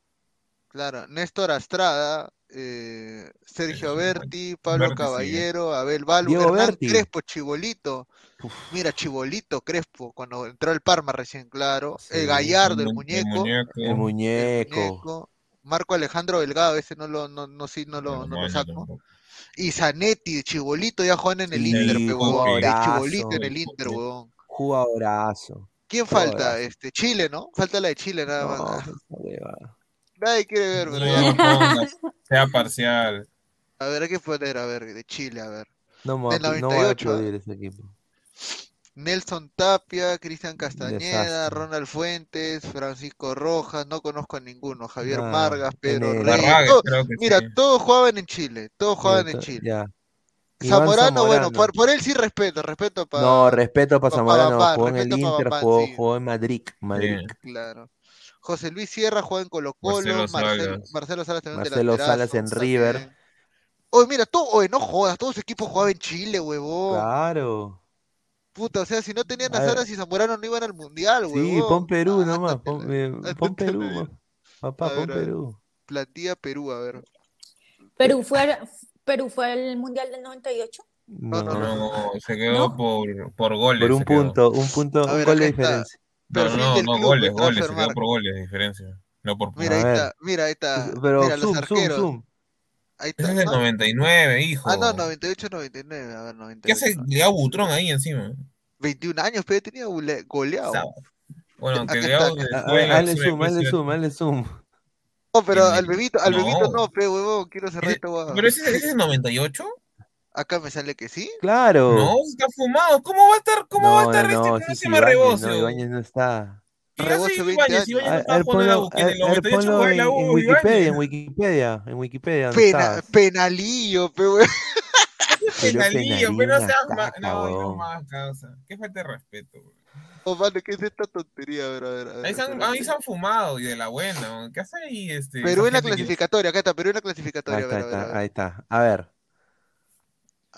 S8: claro. Néstor Astrada, eh, Sergio Berti, Pablo
S9: Berti, sí.
S8: Caballero, Abel Balbo,
S6: Diego
S8: Hernán
S6: Berti.
S8: Crespo, Chibolito.
S6: Uf,
S8: Mira, Chibolito Crespo, cuando entró el Parma recién, claro. El
S6: sí,
S8: Gallardo, el
S9: El, mu- el
S8: muñeco.
S6: el
S9: muñeco.
S8: El
S6: muñeco.
S8: muñeco. Marco Alejandro Delgado, ese no lo, no, no, sí, no
S9: No,
S8: lo, no lo
S9: bueno,
S8: saco.
S9: tampoco.
S8: Y Zanetti, Chibolito, ya juegan en el Inter,
S6: Sí,
S8: pe,
S9: Pupi.
S8: huevón. El
S6: jugadorazo.
S8: Chibolito en el
S9: El
S8: Inter,
S9: Pupi.
S8: huevón.
S6: Jugadorazo.
S8: ¿Quién falta?
S6: Jugadorazo.
S8: Este, Chile, ¿no? Falta la de Chile, nada más.
S6: No,
S8: Ah,
S6: esa hueva.
S8: nadie quiere ver,
S9: No,
S8: pero
S9: ya
S8: ya.
S9: no pongas. Sea parcial.
S8: A ver, hay que poner, a ver, de Chile, a ver.
S6: No me voy
S8: Del
S6: a, apl- no
S8: noventa
S6: voy
S8: y
S6: a
S8: ocho,
S6: aplaudir ese equipo.
S8: Nelson Tapia, Cristian Castañeda,
S6: Desastre.
S8: Ronald Fuentes, Francisco Rojas, no conozco a ninguno, Javier
S6: Nada.
S8: Margas, Pedro
S6: N N.
S8: Reyes,
S9: Barragues,
S8: todo-
S9: creo que
S8: mira,
S9: sí.
S8: todos jugaban en Chile, todos
S6: Mira,
S8: jugaban en
S6: to-
S8: Chile.
S6: ya. Iván
S8: Zamorano, bueno,
S6: Zamorano.
S8: por, por él sí respeto, respeto
S6: No,
S8: para
S6: respeto para
S8: pa, pa
S6: Zamorano.
S8: Bambán,
S6: Jugó en el
S8: respeto para
S6: Inter,
S8: Bambán,
S6: jugó,
S8: sí,
S6: jugó en Madrid. Madrid.
S9: Sí.
S8: claro. José Luis Sierra juega en Colo Colo,
S9: Marcelo
S8: Marcelo,
S9: Salas.
S8: Marcelo Salas también de
S6: Marcelo Salas en
S8: delanterazo,
S6: River.
S8: también. Oye, mira, todo, oye, no jodas, todos los equipos jugaban en Chile, huevón.
S6: Claro.
S8: Puta, o sea, si no tenían a
S6: A ver,
S8: Salas y Zamorano no iban al mundial,
S6: sí,
S8: huevón.
S6: pon Perú nomás.
S8: Ándate,
S6: Pon, eh,
S8: la-
S6: pon
S8: ándate
S6: Perú,
S8: la-
S6: ma- papá,
S8: A
S6: pon
S8: ver, a ver.
S6: Perú.
S8: Plantilla Perú, a ver.
S7: Perú fue, Perú fue el Mundial del noventa y ocho.
S8: No,
S6: No,
S8: no, no.
S9: No, se quedó
S7: ¿No?
S9: por, por goles.
S6: por un
S9: se quedó.
S6: punto, un punto,
S8: A
S6: un
S8: ver,
S6: gol
S8: acá
S6: de
S8: está.
S6: diferencia.
S9: No,
S8: Perfil
S9: no,
S8: del
S9: no,
S8: club
S9: goles,
S8: en
S9: goles. Se quedó
S8: Transfermarkt.
S9: por goles de diferencia. No por
S8: Mira,
S6: A
S8: ahí
S6: ver,
S8: está, mira, ahí está.
S6: pero
S8: Mira, los
S6: zoom, zoom,
S8: arqueros.
S6: zoom.
S8: Ahí
S9: Ese
S8: está.
S9: es del
S8: ¿No?
S9: noventa y nueve,
S8: Ah, no,
S9: hijo.
S8: noventa y ocho, noventa y nueve. A ver,
S9: ¿Qué
S8: noventa y ocho.
S9: hace
S8: no.
S9: Leao Butrón ahí encima?
S8: veintiún años, pero tenía gole- goleado.
S9: Sa- Bueno, aunque
S8: Acá
S9: Leao
S8: está, acá.
S6: A- a-
S9: después de la
S6: Hazle
S9: acción
S6: zoom,
S9: de
S6: hazle
S9: P S
S6: zoom, hazle zoom.
S8: No, pero
S9: en
S8: al
S9: el-
S8: bebito, al bebito no,
S9: No.
S8: pe, huevón, quiero cerrar
S9: Ese-
S8: esta huevada.
S9: ¿Pero ese, ese es el noventa y ocho?
S8: Acá me sale que sí.
S6: Claro.
S9: No, está fumado. ¿Cómo va a estar, cómo va a
S6: No,
S9: estar
S6: no,
S9: este
S6: no,
S9: con
S6: sí, sí,
S9: encima
S6: Ibáñez,
S9: Rebocio?
S6: no, Ibáñez no está.
S9: ¿Qué hace
S8: Rebocio, veinte
S9: Ibáñez?
S8: años.
S9: Ibáñez
S6: A
S9: no
S6: ver,
S9: estaba jugando en, la,
S6: ponlo,
S9: U-
S6: a
S9: en
S6: ver,
S9: el noventa y ocho
S6: ponlo
S9: jugaba en
S6: en,
S9: la
S6: en
S9: U,
S6: Wikipedia, en
S9: Ibáñez.
S6: Wikipedia, en Wikipedia, ¿dónde
S8: Pena,
S6: estabas?
S8: penalillo, pe, huevón.
S9: Ese
S6: Julio
S9: penalillo,
S6: Penalillo,
S9: pero no
S6: una
S9: seas ma-
S6: caca,
S9: No, y no
S6: huevón.
S9: más, causa. Qué falta de respeto, güey.
S8: Oh, mano, ¿qué es esta tontería? A ver, a ver, a ver.
S9: Ahí se han,
S8: espérate.
S9: ahí se han fumado y de la buena, ¿no? ¿Qué hace ahí este?
S8: Perú
S9: esa
S8: en la
S9: gente que-
S8: clasificatoria, acá está, Perú en la
S6: Ahí
S8: clasificatoria, a
S6: está,
S8: ver,
S6: ahí
S8: a ver, a
S6: está,
S8: ver.
S6: ahí está. A ver,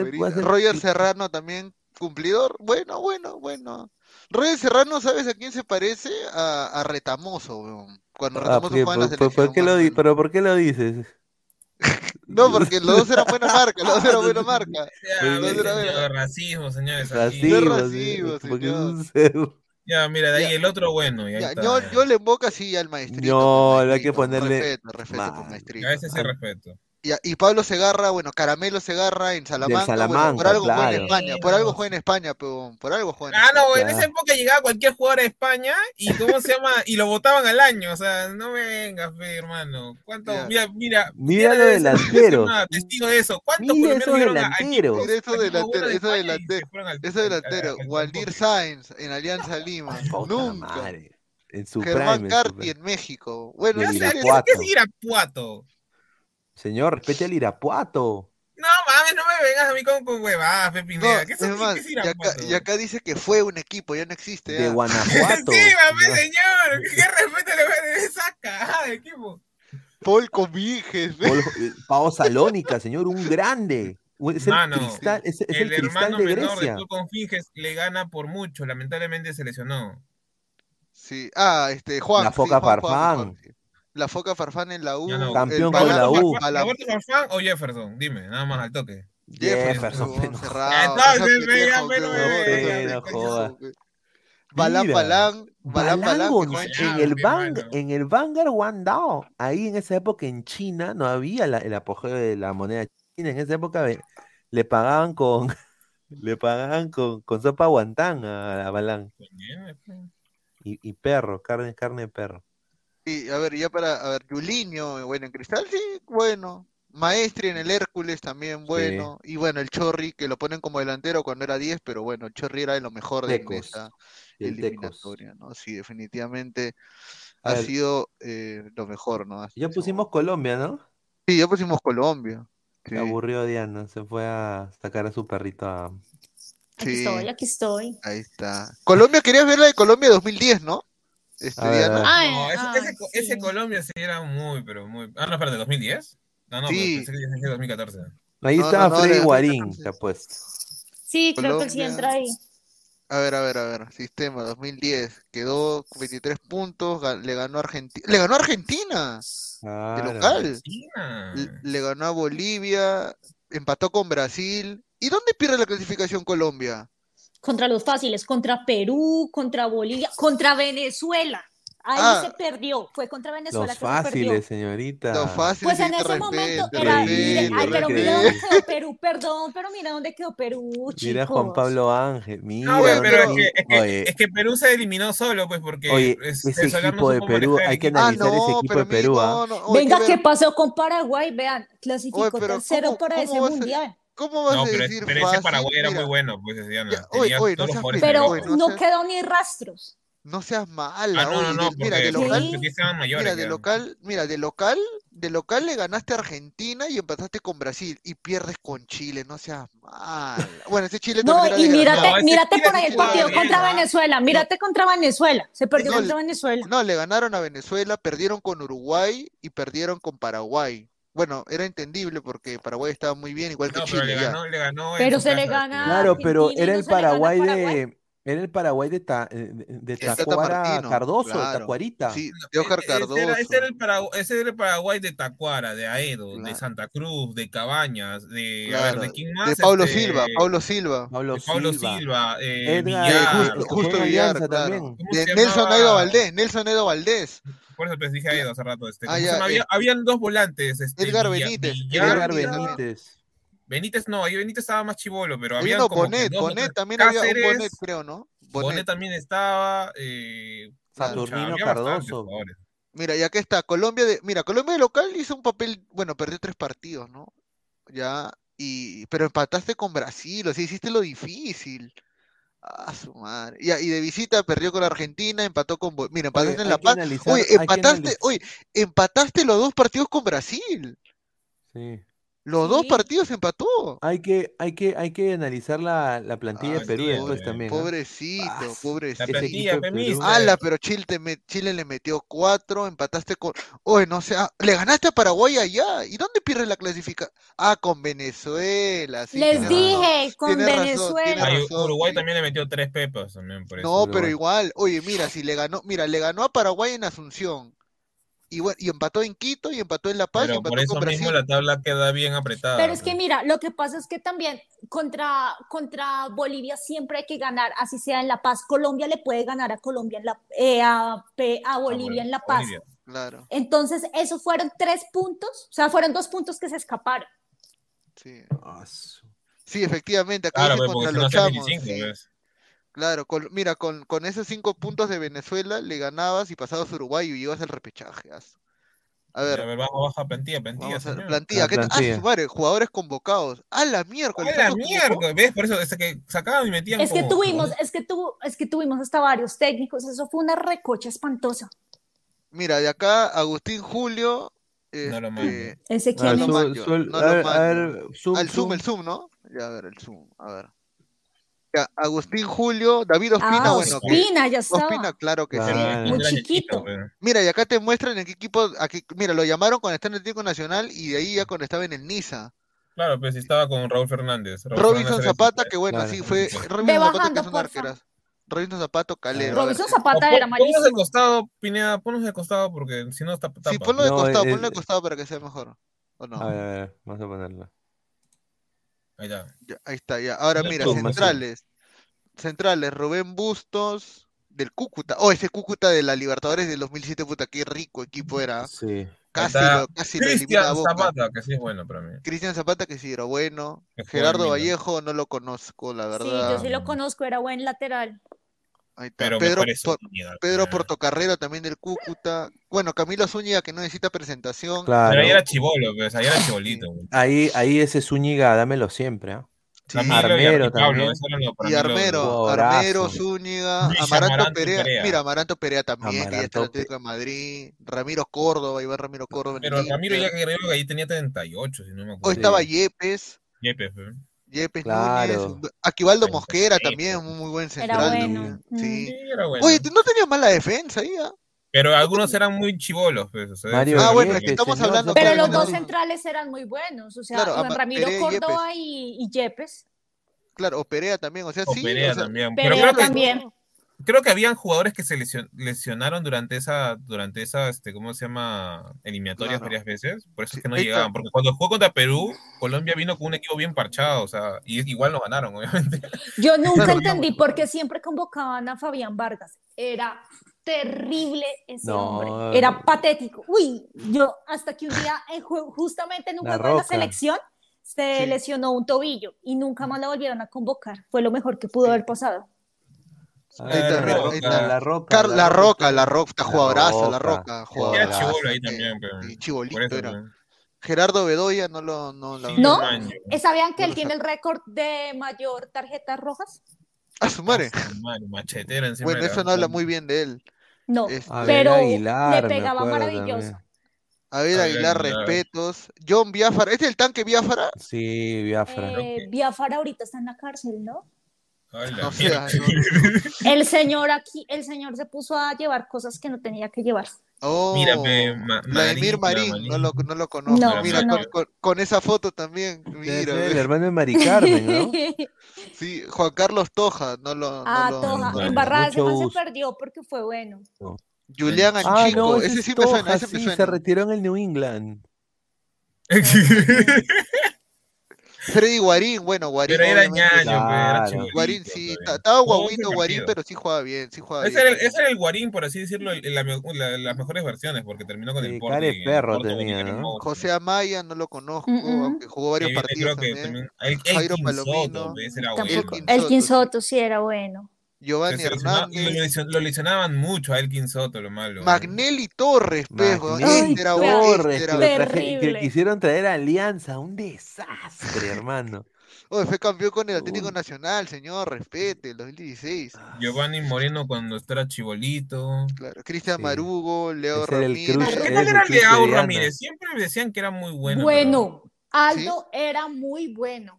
S6: puede ser- puede ser-
S8: Roger Serrano también Cumplidor, bueno, bueno, bueno. Reyes Serrano, ¿sabes a quién se parece? A, a Retamoso, weón. Cuando
S6: Ah,
S8: Retamoso
S6: porque-
S8: jugaba en la
S6: por, por- ¿por
S8: selección.
S6: qué lo
S8: más
S6: di-
S8: mal.
S6: pero ¿por qué lo dices?
S8: No, porque los dos eran buena marca, los dos eran buena marca.
S9: Ya,
S8: Los dos
S9: ve,
S8: eran buena-
S9: señor, racismo, señores, aquí.
S6: Racismo,
S8: No es
S6: sí,
S8: racismo,
S6: porque es
S8: señor.
S6: un cerdo.
S9: Ya, mira, de ahí
S8: Ya.
S9: el otro bueno, y ahí
S8: Ya,
S9: está.
S8: yo,
S9: ya.
S8: yo le invoco así al maestrito.
S6: No,
S8: pues,
S6: le hay que
S8: maestrito.
S6: ponerle-
S8: Respeto, respeto por
S6: Man.
S8: maestrito.
S9: Ya, ese sí
S6: Ah,
S9: respeto.
S8: Y, y Pablo Segarra, bueno, Caramelo Segarra en Salamanca, bueno, por
S6: Salamanca,
S8: algo juega en
S6: claro.
S8: España, por algo juega en España, pero por algo juega en
S9: Ah,
S8: España.
S9: no, en
S6: Claro.
S9: esa época llegaba cualquier jugador a España y ¿cómo se llama? Y lo votaban al año, o sea, no me vengas, fe, hermano. ¿Cuánto?
S8: Ya.
S9: Mira, mira,
S6: Mira
S9: Gutiérrez
S6: los
S9: debe ser- debe ser
S6: delanteros.
S9: una testigo de eso. ¿Cuántos
S6: Mira
S9: colombianos
S6: esos
S9: llegaron a- a
S6: delanteros.
S9: equipos-
S8: Mira esos
S9: a equipos
S8: delanteros,
S9: buenos de
S8: esos
S9: España y
S8: delanteros,
S9: se fueron al-
S8: Ese
S9: al- al-
S8: delantero,
S9: al- al-
S8: Waldir Sáenz en Alianza Lima,
S6: Puta
S8: nunca.
S6: madre. En su
S8: Germán
S6: prime, en su
S8: Carti
S6: prime.
S8: en México. Bueno,
S6: Y el
S8: ese
S9: ¿Qué
S8: es-
S9: es
S6: Irapuato.
S9: qué es Irapuato?
S6: Señor, respete al Irapuato.
S9: No mames, no me vengas a mí con, con huevadas, Fe
S8: no,
S9: Pineda. ¿Qué es,
S8: es
S9: qué
S8: más,
S9: es
S8: y acá,
S9: Irapuato?
S8: y acá dice que fue un equipo, ya no existe.
S6: De
S8: ya.
S6: Guanajuato.
S9: Sí, mame,
S6: No.
S9: señor. ¿Qué respeto le voy a dar a esa cagada de equipo?
S8: Paul Comiges.
S6: Polo- eh, Pao Salónica, señor, un grande. Es el
S9: Mano,
S6: cristal, es, es el
S9: el
S6: cristal
S9: hermano
S6: de
S9: menor de
S6: Grecia.
S9: Paul Confinges le gana por mucho. Lamentablemente se lesionó.
S8: Sí, ah, este, Juan.
S6: La
S8: sí,
S6: Foca
S8: Juan, Juan,
S6: Farfán.
S8: Juan, sí. La Foca Farfán en la U.
S9: Ya no.
S6: Campeón
S8: el
S6: con
S8: Balán-
S6: la U.
S8: Balán-
S9: ¿Roberto Farfán o Jefferson? Dime, nada más al toque.
S6: Jefferson,
S8: huevón,
S6: pero-
S8: cerrado.
S9: Entonces,
S8: no seas
S9: ve, ya,
S8: pendejo,
S9: pero
S8: pe,
S9: ve,
S8: huevón,
S6: ve,
S8: no seas
S6: no
S8: pendejo,
S6: jodas.
S8: pe. Balán,
S6: Mira,
S8: Balán, Balán, Balán, que
S6: Balán
S8: juega en
S6: en
S8: China.
S6: el,
S9: mi
S6: Van,
S9: hermano.
S6: en el Vanguard Wandao. Ahí en esa época en China no había la- el apogeo de la moneda china. En esa época ve- le pagaban con le pagaban con, con sopa guantán a, a Balán. Y, y perro, carne, carne de perro.
S8: Y a ver, ya para, a ver, Julinho, bueno, en Cristal, sí, bueno. Maestri en el Hércules también, bueno. Y bueno, el Chorri, que lo ponen como delantero cuando era diez, pero bueno, el Chorri era de lo mejor de, de
S6: Tecos.
S8: esa
S6: Y el Tecos.
S8: eliminatoria, ¿no? Sí, definitivamente
S6: A
S8: ha
S6: ver.
S8: sido eh, lo mejor, ¿no? Hasta
S6: Ya
S8: ese
S6: pusimos
S8: momento.
S6: Colombia, ¿no?
S8: Sí, ya pusimos Colombia. Sí,
S6: Se aburrió Diana, se fue a sacar a su perrito a...
S7: Aquí
S8: sí,
S7: estoy, aquí estoy.
S8: ahí está. Colombia, querías ver la de Colombia dos mil diez, ¿no? Este,
S6: A ver,
S8: Diana.
S6: a ver.
S7: Ay,
S9: No, ese,
S7: ay,
S9: ese,
S7: sí.
S9: ese Colombia sí era muy, pero muy. Ah, no, espérate, ¿dos mil diez? No, no,
S8: Sí.
S9: pensé que decía dos mil catorce.
S6: Ahí
S8: No,
S6: estaba
S8: no, no,
S6: Freddy
S8: la-
S6: Guarín, te apuesto.
S7: Sí, creo que sí
S8: Colombia.
S7: entra ahí.
S8: A ver, a ver, a ver. Sistema dos mil diez. Quedó veintitrés puntos. ga- Le ganó a Argentina. ¡Le ganó a Argentina! De
S6: Claro.
S8: local.
S9: China.
S8: Le, le ganó a Bolivia. Empató con Brasil. ¿Y dónde pierde la clasificación Colombia?
S7: Contra los fáciles, contra Perú, contra Bolivia, contra Venezuela. Ahí
S8: Ah.
S7: se perdió, fue contra Venezuela
S6: Los
S7: que se perdió.
S6: fáciles, señorita.
S8: Lo fácil
S7: Pues
S8: sí
S7: en
S8: te
S7: ese momento
S8: respeto,
S7: era,
S6: respeto,
S7: mire, ay, pero mira
S6: respeto.
S7: dónde quedó Perú, perdón, pero mira dónde quedó Perú, chicos.
S6: Mira a Juan Pablo Ángel, mira.
S9: No, güey,
S8: Oye,
S9: pero es
S8: pero-
S9: que, es, que,
S6: Oye.
S9: es que Perú se eliminó solo, pues, porque
S6: Oye,
S9: es-
S6: ese
S9: el Solar no
S6: equipo de
S9: supo
S6: Perú,
S9: manejar el
S6: hay que
S9: equipo.
S8: Ah,
S6: analizar ese
S8: no,
S6: equipo
S8: pero
S6: de Perú,
S8: amigo,
S6: ¿ah?
S8: no, oye,
S7: Venga,
S8: que
S7: ¿qué
S8: ver-
S7: pasó con Paraguay? Vean, clasificó
S8: Oye, pero
S7: tercero
S8: ¿cómo-
S7: para
S8: cómo
S7: ese
S8: vas a-
S7: mundial.
S8: ¿Cómo vas
S9: No,
S8: a
S9: pero,
S8: decir
S9: pero ese
S8: fácil?
S9: Paraguay era
S8: Mira,
S9: muy bueno, pues, Diana.
S8: Ya, oye,
S9: Tenía
S8: oye, no
S9: todos los
S8: seas
S9: jugadores
S7: Pero
S8: Oye, no
S7: no
S8: seas-
S7: quedó ni rastros.
S8: no seas mala,
S9: Ah, no, no,
S8: oye,
S9: no,
S8: de- mira,
S9: porque
S8: de
S7: ¿Qué?
S8: local,
S9: porque estaban mayores.
S8: mira, de
S9: ya.
S8: local, mira, de local, de local le ganaste a Argentina y empataste con Brasil y pierdes con Chile, no seas mal. Bueno, ese Chile
S7: No,
S8: también era
S7: y
S8: desgraciado.
S7: mírate,
S9: No, ese
S7: mírate
S9: Chile
S7: por ahí
S9: sí
S7: el
S9: jugaba
S7: partido
S9: bien,
S7: contra
S9: ¿ah?
S7: Venezuela, mírate contra Venezuela, se perdió
S8: No,
S7: contra
S8: le-
S7: Venezuela.
S8: No, le ganaron a Venezuela, perdieron con Uruguay y perdieron con Paraguay. Bueno, era entendible porque Paraguay estaba muy bien, igual que
S9: No, pero
S8: Chile,
S9: le
S8: ya.
S9: ganó, le ganó en
S7: Pero
S9: su
S7: se le
S9: casa,
S7: gana-
S6: Claro, pero
S7: Argentina y
S6: era
S7: no
S6: el
S7: se le gana a
S6: Paraguay
S7: Paraguay.
S6: de... Era el Paraguay de, ta, de, de
S8: El Tata
S6: Tacuara
S8: Martino,
S6: Cardoso, de
S8: claro.
S6: Tacuarita.
S8: Sí, de Oscar
S9: Ese era,
S8: Cardoso.
S9: ese, era el Paraguay, ese era el Paraguay de Tacuara, de Aedo, de
S8: Claro.
S9: Santa Cruz, de Cabañas, de, a
S8: Claro,
S9: ver, ¿de quién más?
S8: de Pablo
S9: Este,
S8: Silva, Pablo Silva.
S6: Pablo,
S9: de Pablo
S6: Silva.
S9: Silva, eh,
S6: Edgar,
S9: Villar,
S8: de
S6: Justo-
S8: Justo,
S6: que fue
S8: Justo
S6: en
S8: Villar,
S6: Alianza
S8: claro.
S6: también.
S9: ¿Cómo
S8: De
S9: se
S8: Nelson
S9: llamaba?
S8: Edo Valdés, Nelson Edo Valdés.
S9: Por eso pues dije Aedo hace rato. Este,
S8: Ah,
S9: ¿cómo se
S8: ya,
S9: llama? Había-
S8: eh.
S9: habían dos volantes. Este,
S8: Edgar
S9: Villa-
S8: Benítez,
S9: Villar,
S8: Edgar
S6: Edgar
S8: Benítez.
S6: Benítez.
S9: Benítez no, ahí Benítez estaba más chivolo, pero
S8: Hay
S9: había
S8: uno,
S9: como que
S8: Bonet,
S9: dos o
S8: Bonet,
S9: tres.
S8: también había un
S9: Cáceres,
S8: Bonet, creo, ¿no?
S9: Bonet
S8: Bonet.
S9: también estaba. Eh,
S6: Saturnino
S9: pucha, había bastantes
S6: Cardoso.
S9: jugadores.
S8: Mira, y acá está, Colombia de, mira, Colombia de local hizo un papel, bueno, perdió tres partidos, ¿no? Ya, y, pero empataste con Brasil, o sea, hiciste lo difícil. Ah, su madre. Y, y de visita perdió con Argentina, empató con, Bol- mira, empataste
S6: Oye,
S8: en
S6: hay
S8: La
S6: que
S8: Paz.
S6: analizar-
S8: Oye,
S6: hay que
S8: empataste,
S6: analiz-
S8: oye, empataste los dos partidos con Brasil.
S6: Sí.
S8: Los dos
S7: Sí.
S8: partidos empató.
S6: Hay que, hay que, hay que analizar la, la plantilla
S8: Ah,
S6: de Perú
S9: sí,
S6: después
S9: eh,
S6: también. ¿ah?
S8: Pobrecito,
S6: Ah,
S9: La
S8: pobrecito.
S6: ese
S9: plantilla,
S6: equipo de Perú.
S9: Pemista.
S8: Ala, pero Chile, te me- Chile le metió cuatro, empataste con... Oye, no sé, ah, le ganaste a Paraguay allá. ¿Y dónde pierdes la clasificación? Ah, con Venezuela, sí,
S7: Les
S8: tienes razón.
S7: dije, con
S8: Tienes razón, tienes
S7: Venezuela.
S9: Ay,
S8: razón.
S9: Uruguay
S8: sí.
S9: también le metió tres pepas también por eso.
S8: No, pero
S6: Uruguay.
S8: igual, oye, mira, si le ganó, mira, le ganó a Paraguay en Asunción. Y, bueno, y empató en Quito, y empató en La Paz, y
S9: Pero por
S8: empató con
S9: eso mismo
S8: Brasil.
S9: la tabla queda bien apretada.
S7: Pero es que
S9: pues.
S7: mira, lo que pasa es que también contra, contra Bolivia siempre hay que ganar, así sea en La Paz. Colombia le puede ganar a Colombia en la, eh, a, Pe- a
S9: Ah,
S7: Bolivia
S9: por-
S7: en La Paz.
S9: Bolivia.
S8: Claro,
S7: Entonces, esos fueron tres puntos, o sea, fueron dos puntos que se escaparon.
S8: sí.
S6: Ah, su-
S8: Sí, efectivamente, acá
S9: Claro,
S8: dice
S9: pues, porque
S8: contra
S9: si no
S8: los
S9: hacía
S8: chamos.
S9: veinticinco,
S8: Sí.
S9: pues.
S8: Claro, con- mira, con, con esos cinco puntos de Venezuela le ganabas y pasabas a Uruguay y ibas al repechaje. aso. A
S9: A
S8: ver,
S9: ver, vamos baja plantilla, plantilla,
S8: vamos a ver,
S9: señor.
S8: plantilla.
S6: La
S8: ¿Qué tal? Ah,
S6: plantilla.
S8: su madre, jugadores convocados. A la miércoles.
S9: ¡A la
S8: ¿tantos convocó?
S9: mierda! ¿Ves? Por eso es que sacaban y metían
S7: Es que
S9: como...
S7: tuvimos, es que, tuvo, es que tuvimos hasta varios técnicos, eso fue una recocha espantosa.
S8: Mira, de acá Agustín Julio,
S9: No lo
S8: este,
S9: mando.
S7: Ese
S6: A
S7: quién
S6: ver,
S8: no lo
S7: es.
S6: su-
S8: manjo,
S6: su-
S8: no
S6: a
S8: lo
S6: ver, a
S8: manjo.
S6: ver, zoom,
S8: Al zoom,
S6: zoom.
S8: el zoom, ¿no? Ya, a ver, el zoom, a ver. Ya, Agustín Julio, David Ospina,
S7: Ah,
S8: bueno, que
S7: Ospina, ya
S8: Ospina,
S7: estaba.
S8: claro que
S6: Claro.
S8: sí.
S9: Pero
S7: Muy
S9: era
S7: chiquito.
S9: pues.
S8: Mira, y acá te muestran en qué equipo, aquí, mira, lo llamaron cuando está en el Atlético Nacional y de ahí ya cuando estaba en el Niza.
S9: Claro, pues estaba con Raúl Fernández. Raúl
S8: Robinson
S9: Fernández era
S8: Zapata,
S9: suplente.
S8: que bueno,
S6: Claro.
S8: sí fue,
S9: Ve
S8: Robinson
S7: Ve
S8: Zapata que
S7: bajando,
S8: es un
S7: porfa.
S8: arquerazo. Robinson Zapato, Calero. A ver,
S7: Robinson
S8: eh,
S7: Zapata
S9: O
S7: era
S9: pon- Ponlos de
S7: malísimo.
S9: costado, Pineda, ponlos de costado porque si no tapa.
S8: sí,
S9: tapa.
S8: ponlo de
S6: No,
S8: costado,
S6: eh,
S8: ponlo de
S6: eh,
S8: costado para que sea mejor. ¿O no?
S6: A ver, a ver, vamos a ponerlo.
S9: Ahí está.
S8: Ya, ahí está, ya. Ahora
S9: No
S8: mira,
S6: zoom, más zoom.
S8: centrales. Centrales, Rubén Bustos, del Cúcuta. Oh, ese Cúcuta de la Libertadores del dos mil siete, puta, qué rico equipo era.
S6: Sí.
S9: Ahí
S8: Casi
S9: está
S8: lo, casi lo elimina a
S9: Cristian
S8: Boca.
S9: Zapata, que sí es bueno para mí.
S8: Cristian Zapata, que sí era bueno.
S9: Que juega en
S8: Gerardo
S9: Milan.
S8: Vallejo, no lo conozco, la
S7: Sí,
S8: verdad.
S7: yo sí lo conozco, era buen lateral.
S8: Ahí está.
S9: Pero
S8: Pedro,
S9: mejor es
S8: Por-
S9: Zúñiga,
S8: Pedro
S9: pues.
S8: Portocarrero también del Cúcuta. Bueno, Camilo Zúñiga, que no necesita presentación.
S9: Pero ahí
S6: Claro.
S9: era chivolo, pues ahí era chibolito.
S8: Sí.
S9: pues.
S6: Ahí, ahí ese Zúñiga, dámelo siempre, ¿ah?
S8: Sí.
S9: Camilo y,
S6: Armero
S9: y Pablo,
S6: también.
S9: eso eran los- para
S8: Y
S9: mí los-
S8: Armero,
S6: Jugadorazo.
S8: Armero, Zúñiga,
S9: Luis
S8: Amaranto
S9: Amaranto
S8: Perea.
S9: Perea.
S8: Mira, Amaranto Perea también, que ya está en el
S6: Amaranto
S8: Atlético de Madrid. Ramiro Córdoba, Iván Ramiro Córdoba en
S9: Pero
S8: el
S9: Ramiro
S8: Inter.
S9: ya creo que ahí tenía treinta y ocho, si no me
S8: Hoy
S9: acuerdo.
S8: estaba
S6: Sí.
S8: Yepes,
S9: Yepes, pues.
S8: Yepes
S6: Claro.
S8: Núñez, Aquivaldo
S9: Treinta y
S8: Mosquera
S9: seis,
S8: también,
S9: pues.
S8: un muy buen
S7: Era
S8: central.
S7: bueno.
S8: también,
S7: Mm.
S8: Sí.
S9: Sí, era bueno.
S8: Oye, no tenía mala defensa ahí, ¿ah?
S9: Pero algunos eran muy chivolos, pues. O sea,
S6: Mario
S9: eso-
S8: Ah, bueno, es que
S6: Yepes,
S8: estamos
S6: señor,
S8: hablando
S7: Pero
S8: que
S7: los
S8: no-
S7: dos centrales eran muy buenos, o sea,
S8: Claro,
S7: Iván
S8: Ama-
S7: Ramiro
S8: Perea y
S7: Córdoba y, y Yepes.
S8: Claro, o Perea también, o sea,
S9: o
S8: sí.
S9: Perea
S8: o sea,
S9: también. Pero
S7: Perea
S9: creo que,
S7: también.
S9: creo que habían jugadores que se lesio- lesionaron durante esa, durante esa, este, ¿cómo se llama? Eliminatorias
S8: Claro.
S9: varias veces. Por eso
S8: Sí,
S9: es que no
S8: ahí está.
S9: llegaban. Porque cuando jugó contra Perú, Colombia vino con un equipo bien parchado, o sea, y igual nos ganaron, obviamente.
S7: Yo nunca
S8: Claro.
S7: entendí por qué siempre convocaban a Fabián Vargas. Era terrible ese
S6: No.
S7: hombre. Era patético. Uy, yo hasta que un día, en ju- justamente en un
S6: La
S7: juego de la
S6: Roca.
S7: selección, se
S8: Sí.
S7: lesionó un tobillo y nunca más la volvieron a convocar. Fue lo mejor que pudo haber pasado.
S6: Ahí
S8: está,
S6: está,
S8: mira,
S6: la
S8: ahí
S6: Roca,
S8: está.
S6: la Roca.
S8: Car- la Roca,
S6: está-
S8: la Roca, está
S6: La
S8: jugadorazo, la
S6: Roca,
S8: Roca,
S9: Era
S8: jugadorazo.
S9: chivolo ahí
S8: sí,
S9: también, pero.
S8: sí,
S9: Por
S8: chibolito
S9: eso,
S8: era.
S9: pues.
S8: Gerardo Bedoya, no lo, no la-
S9: Sí,
S7: ¿No?
S9: man, yo-
S7: Eh, ¿Sabían que
S8: No
S7: él
S8: lo
S7: tiene el
S8: saco.
S7: récord de mayor tarjetas rojas?
S8: A su madre.
S9: Ah, su madre, machetero encima
S8: Bueno,
S9: de la-
S8: eso no habla muy bien de él.
S7: No,
S8: Este,
S6: Abel
S7: pero
S6: Aguilar,
S7: le
S6: me
S7: pegaba
S6: acuerdo
S7: maravilloso.
S6: también.
S8: Abel
S9: Abel
S8: Aguilar,
S9: Aguilar.
S8: respetos. John Biafara, ¿este es el tanque Biafara?
S6: Sí, Biafra.
S7: Eh, Biafara ahorita está en la cárcel, ¿no?
S9: Ay, la
S8: No sé,
S9: mierda.
S8: no.
S7: El señor aquí, el señor se puso a llevar cosas que no tenía que llevar.
S8: Oh,
S9: Mira, pe, Ma-
S8: Vladimir
S9: Marín,
S8: Marín,
S9: la
S8: no lo,
S9: Marín.
S8: no lo conozco.
S7: No,
S8: Mira,
S7: no.
S8: con, con- con esa foto también.
S6: Debe
S8: Mira,
S6: ser el
S8: ve.
S6: hermano de Mari Carmen, ¿no?
S8: Sí, Juan Carlos Toja, no lo.
S7: Ah,
S8: no lo-
S7: Toja.
S9: no,
S7: En Barrada ese
S6: mucho
S7: man se
S6: gusto.
S7: perdió porque fue bueno.
S8: Julián
S6: Ah,
S8: Anchico,
S6: no, ese,
S8: ese
S6: es
S8: sí me suena,
S6: Toja,
S8: ese me
S6: sí,
S8: suena.
S6: se retiró en el New England.
S8: Freddy Guarín, bueno, Guarín.
S9: Pero era
S8: obviamente,
S9: ñaño, pe, era
S6: Claro.
S9: chibolito,
S8: Guarín sí,
S9: pe.
S8: ta- estaba
S9: Jugó
S8: guaguito
S9: buen
S8: Guarín,
S9: partido.
S8: pero sí jugaba bien, sí jugaba
S9: Ese
S8: bien.
S9: era, el, ese era el Guarín, por así decirlo, el- la me- la- las mejores versiones, porque terminó con
S6: Sí,
S9: el
S6: cara
S9: Porto.
S6: de
S9: y el
S6: perro
S9: Porto
S6: tenía,
S9: era
S6: ¿no?
S9: hermoso.
S8: José Amaya, no lo conozco,
S7: Mm, mm.
S8: aunque jugó varios
S9: Ahí viene,
S8: partidos
S9: creo que
S8: también.
S9: también. El,
S8: Jairo
S9: Elkin
S8: Palomino.
S9: Soto, pe, ese era
S7: Tampoco.
S9: bueno.
S8: Elkin
S7: Elkin
S8: Soto,
S7: Soto sí era bueno.
S8: Giovanni
S9: Se lesionaba- y lo,
S8: Hernández,
S9: lesion- lo lesionaban mucho a Elkin Soto, lo malo.
S8: Magnelli Torres, pe, weón,
S6: Magnelli
S8: este era bueno,
S6: Torres,
S8: este
S6: que,
S8: era
S6: lo
S8: bueno.
S6: traje- que
S7: Terrible.
S6: quisieron traer a Alianza. Un desastre, hermano.
S8: Oye, fue campeón con el Atlético
S6: Uy.
S8: Nacional, señor, respete, el dos mil dieciséis.
S9: Giovanni Moreno cuando era chibolito.
S8: Claro, Cristian
S6: Sí.
S8: Marugo, Leo
S6: Ese era el
S8: Ramírez.
S6: crush,
S9: ¿Qué
S6: Ese
S9: tal
S6: es
S9: era
S6: el crush de
S9: Leao
S6: Diana.
S9: Ramírez? Siempre me decían que era muy bueno.
S7: Bueno, Aldo era muy bueno.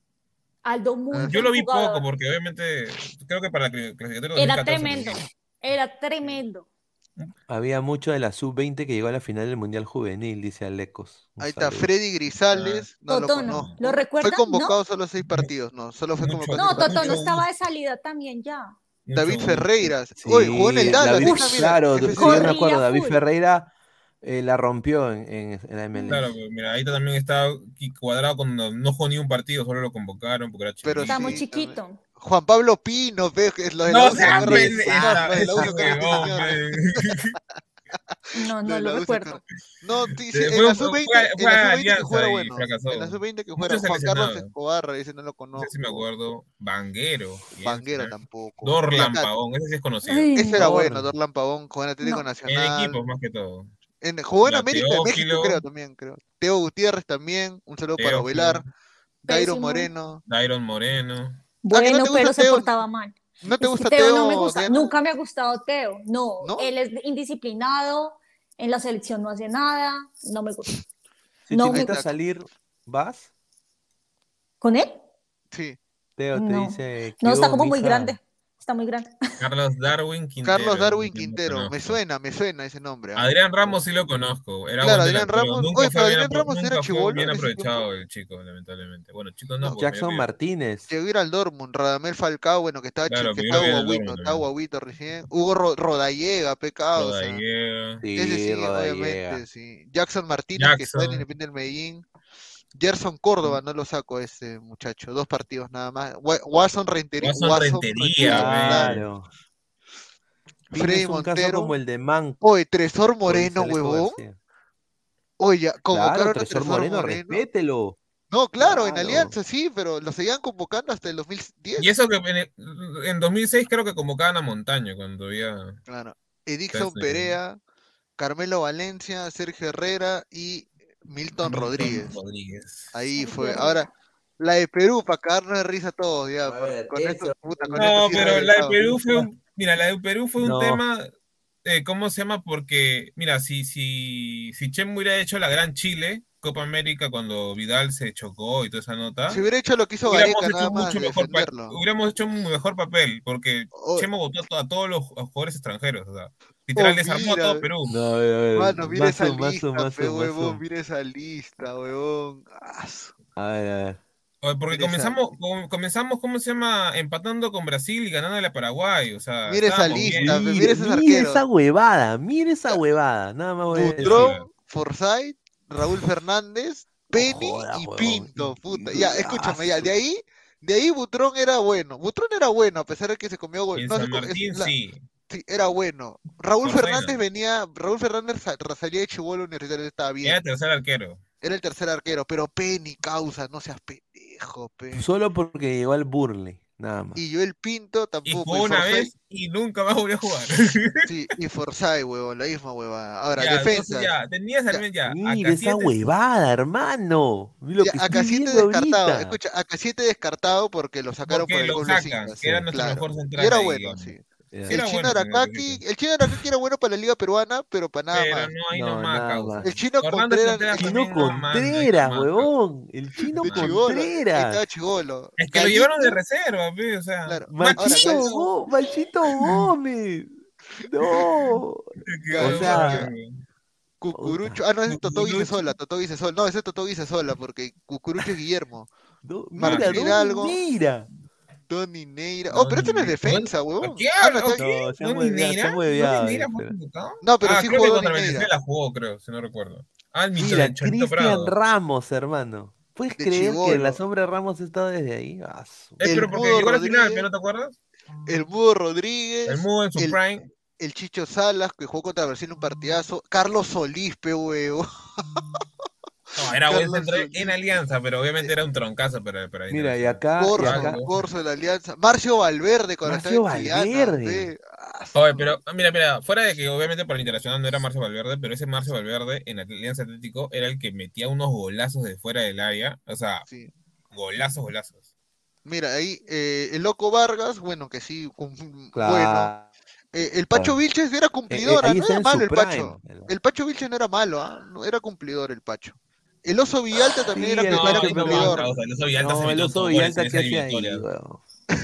S7: Aldo muy
S8: Ah,
S7: buen
S9: Yo lo vi
S7: jugador.
S9: poco porque obviamente creo que para la cl- clasificatoria
S7: Era
S9: dos mil catorce
S7: tremendo.
S9: lo vi.
S7: Era tremendo.
S6: Había mucho de la sub veinte que llegó a la final del Mundial Juvenil, dice Alecos. Un
S8: Ahí está,
S6: saludo.
S8: Freddy
S9: Ah,
S8: Grisales, no lo
S7: Totono, ¿lo
S8: conozco. Fue
S7: recuerdan? ¿No?
S8: convocado solo seis partidos, no, solo fue
S9: mucho,
S8: convocado
S7: No,
S8: seis partidos.
S7: Totono
S9: mucho
S7: estaba
S9: gusto,
S7: de salida también ya.
S8: David
S9: mucho gusto.
S8: Ferreiras, oye, jugó en el
S6: Sí,
S8: Dallas,
S6: David,
S8: esta, mira,
S6: claro,
S8: F C
S6: sí, yo me
S8: Dallas.
S6: acuerdo,
S7: Corría
S6: David
S7: full.
S6: Ferreira eh, la rompió en, en, en la
S9: Claro,
S6: M L S.
S9: pues, mira, ahí también está aquí Cuadrado cuando no jugó ni un partido, solo lo convocaron porque era
S8: Pero
S7: Está muy
S8: sí,
S9: chiquitito.
S8: también.
S7: chiquito.
S8: Juan Pablo Pino, ve, que es lo de la
S9: No
S8: U, ¿se
S9: seas
S8: acuerdan?
S9: pendejo,
S8: No,
S9: esa,
S8: lo de la U, ¿se
S9: ese
S8: acuerdan de ese
S9: huevón,
S8: señor?
S9: pe.
S7: No,
S8: Lo
S7: no
S8: de
S7: lo
S8: la U, ¿se
S7: recuerdo.
S8: acuerdan? No, sí, sí,
S9: Se
S8: en
S9: fue,
S8: la
S9: fue,
S8: sub veinte,
S9: fue
S8: en
S9: a
S8: la sub veinte que fuera
S9: Alianza y
S8: bueno. En
S9: fracasó.
S8: la sub veinte que fuera
S9: Muchos
S8: Juan Carlos
S9: seleccionados.
S8: Escobar, ese no lo
S9: Ese sí me
S8: conozco.
S9: acuerdo. Vanguero. ¿Quién
S8: Banguero
S9: será?
S8: tampoco. Y
S9: Dorlan
S8: acá,
S9: Pavón, ese sí es conocido.
S7: Ay,
S8: ese era
S7: no.
S8: bueno,
S6: Dor.
S8: Dorlan Pavón, jugó en Atlético
S7: No.
S9: En
S8: Nacional.
S9: equipos más que todo.
S8: En, jugó en
S9: Ya,
S8: América de México,
S9: Teófilo,
S8: creo, también, creo. Teo Gutiérrez también, un saludo para
S9: Teófilo,
S8: Ovelar. Dairo
S7: Pésimo.
S8: Moreno.
S9: Dairon Moreno.
S8: Ah, que no
S7: Bueno,
S8: te
S7: pero
S8: gusta
S7: se
S8: Teo.
S7: portaba mal.
S8: ¿No te
S7: Es que
S8: gusta
S7: Teo
S8: Teo,
S7: no me gusta.
S8: Diana?
S7: Nunca me ha gustado Teo. No,
S8: ¿No?
S7: él es indisciplinado. En la selección no hace nada. No me gusta.
S6: Si
S7: No
S6: te
S7: me
S6: invita a
S7: gusta.
S6: salir, ¿vas?
S7: ¿Con él?
S8: Sí.
S6: Teo te
S7: No.
S6: dice,
S7: No,
S6: ¿qué
S7: está
S6: hubo,
S7: como muy
S6: mija?
S7: grande. Está muy grande.
S9: Carlos Darwin Quintero.
S8: Carlos Darwin
S9: ese no
S8: Quintero. Me
S9: conozco.
S8: suena, me suena ese nombre. ¿ah?
S9: Adrián Ramos sí lo conozco. Era
S8: Claro,
S9: buen
S8: Adrián
S9: delantero.
S8: Ramos.
S9: Nunca
S8: Oye,
S9: fue
S8: pero
S9: bien,
S8: Adrián
S9: apro-
S8: Ramos era
S9: nunca fue
S8: chibolo
S9: bien
S8: en ese tiempo.
S9: aprovechado el chico, lamentablemente. Bueno, chicos no,
S8: No.
S9: pues, medio
S6: Jackson
S9: viejo.
S6: Martínez.
S8: Llegó a ir al Dortmund. Radamel Falcao, bueno, que estaba, chi-
S9: Claro,
S8: que
S9: que
S8: estaba
S9: yo vi el
S8: guaguito,
S9: Dortmund
S8: estaba
S9: también.
S8: guaguito recién. Hugo Ro- Rodallega, pecado, o sea.
S9: Rodallega.
S8: Ese
S6: Sí,
S8: sí,
S6: Rodallega.
S8: obviamente, sí. Jackson Martínez, que está en
S9: Jackson.
S8: Independiente del Medellín. Gerson Córdoba, no lo saco a ese muchacho. Dos partidos nada más. Wa- Watson Rentería.
S9: Watson
S8: Watson
S9: Rentería,
S8: Rentería, claro.
S6: Claro.
S8: Freddy
S6: Tienes un caso como
S8: Montero.
S6: el de Manco,
S8: Oye, Tresor
S6: dice
S8: Moreno,
S6: Alejo
S8: huevón.
S6: García.
S8: Oye, ya,
S6: Claro,
S8: convocaron a
S6: Tresor
S8: Tresor
S6: Moreno,
S8: Moreno.
S6: respételo.
S8: No, claro, en
S6: Claro.
S8: Alianza sí, pero lo seguían convocando hasta el dos mil diez.
S9: Y eso que en, el- en dos mil seis creo que convocaban a Montaño cuando había...
S8: Claro. Edixon
S9: Ese-
S8: Perea, Carmelo Valencia, Sergio Herrera y Milton Rodríguez.
S9: Rodríguez.
S8: Ahí fue. Ahora, la de Perú, para cagarnos de risa todos, ya.
S6: A
S8: por-
S6: ver,
S8: con esto,
S6: eso-
S8: puta, con
S9: No,
S8: esto sí
S9: pero la de
S8: reventado.
S9: Perú fue un... Mira, la de Perú fue un
S6: No.
S9: tema... eh, ¿cómo se llama? Porque, mira, si, si, si Chemo hubiera hecho la Gran Chile, Copa América, cuando Vidal se chocó y toda esa nota...
S8: Si hubiera hecho lo que hizo
S9: hubiéramos
S8: Gareca,
S9: hecho
S8: nada
S9: un
S8: más,
S9: mucho
S8: de
S9: mejor pa-
S8: defenderlo.
S9: hubiéramos hecho un mejor papel, porque
S8: Oh,
S9: Chemo votó a, to- a todos los jugadores extranjeros, o sea, literal
S8: oh,
S9: desarmó a
S8: mira.
S9: todo Perú.
S6: No, a ver, a ver.
S8: Mano, mira esa
S6: Mazo, mazo,
S8: lista,
S6: mazo,
S8: pe, huevón,
S6: mazo.
S8: mira esa lista, huevón. Ah, su-
S6: A ver, a ver.
S9: O- Porque
S8: Mira esa-
S9: comenzamos, com- comenzamos, ¿cómo se llama? Empatando con Brasil y ganándole a Paraguay, o sea,
S8: Mira esa
S9: estábamos
S8: lista,
S9: bien.
S8: pe, mira
S6: Mira,
S8: esos
S6: mira
S8: arqueros.
S6: esa huevada, mira esa huevada. Nada más voy a decir.
S8: Butrón, Forsyth, Raúl Fernández, Penny
S6: jodas,
S8: y
S6: huevón.
S8: Pinto, puta. Ya, escúchame, ya,
S6: Asu.
S8: de ahí, de ahí Butrón era bueno. Butrón era bueno, a pesar de que se comió gol.
S9: En
S8: No,
S9: San
S8: se co- es
S9: Martín
S8: la-
S9: sí.
S8: sí, era bueno. Raúl
S9: Forsyth
S8: Fernández
S9: no.
S8: venía, Raúl Fernández sa- salía de Chibolo Universitario, estaba bien.
S9: Era tercer arquero.
S8: Era el tercer arquero, pero Penny, causa, no seas pendejo, pe.
S6: Solo porque llegó al Burley, nada más.
S8: Y Joel Pinto
S9: Y
S8: tampoco.
S9: jugó una
S8: Forsyth-
S9: vez y nunca más volvió a jugar.
S8: Sí, y Forsyth, huevón, la misma huevada. Ahora,
S9: Ya, entonces
S8: defensa.
S9: ya, tenías al menos ya.
S6: Mira
S9: a
S6: esa
S9: Casillas,
S6: huevada, hermano. Mira lo
S8: Ya,
S6: que
S8: a
S6: estoy
S8: Casiete
S6: viendo
S8: descartado,
S6: ahorita.
S8: escucha, a Casiete descartado porque lo sacaron
S9: porque
S8: por el
S9: lo
S8: gol de
S9: sacan,
S8: Cintas,
S9: que era
S6: sí,
S9: nuestro
S8: claro.
S9: mejor
S8: Y
S9: central
S8: era
S9: ahí,
S8: bueno,
S9: digamos.
S8: sí.
S6: Ya.
S9: Sí,
S8: El
S9: era
S8: chino
S9: bueno, señor
S8: Aracaki,
S9: Casiete.
S8: el chino Aracaki era bueno para la liga peruana, pero para nada
S9: Pero
S8: más.
S9: no hay
S6: No,
S9: nomás,
S6: nada
S9: causa.
S6: más.
S8: El chino
S9: Orlando
S8: Contreras,
S9: Contreras
S8: el
S6: Chino
S9: también no más, no hay
S6: Contreras,
S9: nomás,
S6: huevón. El chino
S8: de chivolo, ahí
S6: Contreras.
S8: estaba chivolo.
S9: Es que lo llevaron de
S8: Galindo,
S9: reserva, pe, o sea.
S8: claro.
S9: Max-
S8: Ahora,
S6: Machito,
S8: Gal-
S6: Gó- Machito Gómez. No.
S9: que-
S6: O sea,
S8: Cucurucho, ah, no, ese es Totó
S9: Cucurucho.
S8: Guisesola, Totó Guisesola, no, ese es Totó Guisesola, porque Cucurucho es Guillermo,
S6: no,
S8: Martín
S6: mira, ¿dónde
S8: Hidalgo.
S6: mira?
S8: Donny Neira, oh, pero este no es
S9: Donny-
S8: defensa, huevón.
S9: ¿Qué
S8: Ah, no,
S9: habla?
S8: está-
S9: ¿Qué?
S6: No, se han
S9: ¿Donny
S6: hueveado, se
S9: Neira?
S6: han hueveado,
S9: ¿Donny Neira
S6: eh,
S9: fue
S6: pero-
S9: convocado?
S8: No, pero
S9: Ah,
S8: sí
S9: creo
S8: jugó
S9: que
S8: Donny
S9: contra
S8: Neira.
S9: Venezuela jugó, creo, si no recuerdo. Ah, el Mito,
S6: Mira,
S9: el Chorito
S6: Cristian
S9: Prado.
S6: Ramos, hermano. ¿Puedes
S8: De
S6: creer que la
S8: chibolo.
S6: sombra de Ramos ha estado desde ahí? Ah, su-
S9: Eh,
S8: El
S9: pero porque
S8: Mudo
S9: llegó a la final,
S8: Rodríguez.
S9: ¿pero ¿no te acuerdas?
S8: El Mudo Rodríguez,
S9: El Mudo en su
S8: el-
S9: prime.
S8: el Chicho Salas, que jugó contra Brasil un partidazo, Carlos Solís, pe huevo.
S9: No, era buen
S8: Carlos
S9: central
S8: Solís.
S9: en Alianza, pero obviamente era un troncazo para, para
S6: Mira, y
S9: Internacional.
S6: acá, y
S8: Corso,
S6: acá,
S9: Algo.
S8: Corso de la Alianza, Marcio Valverde cuando
S6: Marcio
S8: estaba en Triana,
S6: Valverde.
S8: pe. Ah, su-
S9: Oye, pero ah, mira, mira, fuera de que obviamente para el Internacional no era Marcio Valverde, pero ese Marcio Valverde en Alianza Atlético era el que metía unos golazos de fuera del área, o sea,
S8: sí.
S9: golazos, golazos.
S8: Mira, ahí eh, el Loco Vargas, bueno, que sí, un- bueno.
S6: claro.
S8: Eh, el Pacho
S6: Claro.
S8: Vilches era
S6: Eh, eh,
S8: cumplidor, ah,
S6: ahí
S8: no
S6: está
S8: era
S6: en
S8: malo
S6: su
S8: el
S6: prime.
S8: Pacho. El Pacho Vilches no era malo, ah, no era cumplidor el Pacho. El Oso Villalta también
S6: Sí,
S8: era,
S6: el
S9: No,
S8: era
S6: Oso
S9: ahí no
S8: cumplidor.
S9: banca, o sea, el Oso Villalta se
S6: No, el
S9: metió
S6: oso
S9: goles en
S6: Villalta,
S9: esa
S6: ¿qué hacía ahí,
S9: eliminatoria.
S6: weón?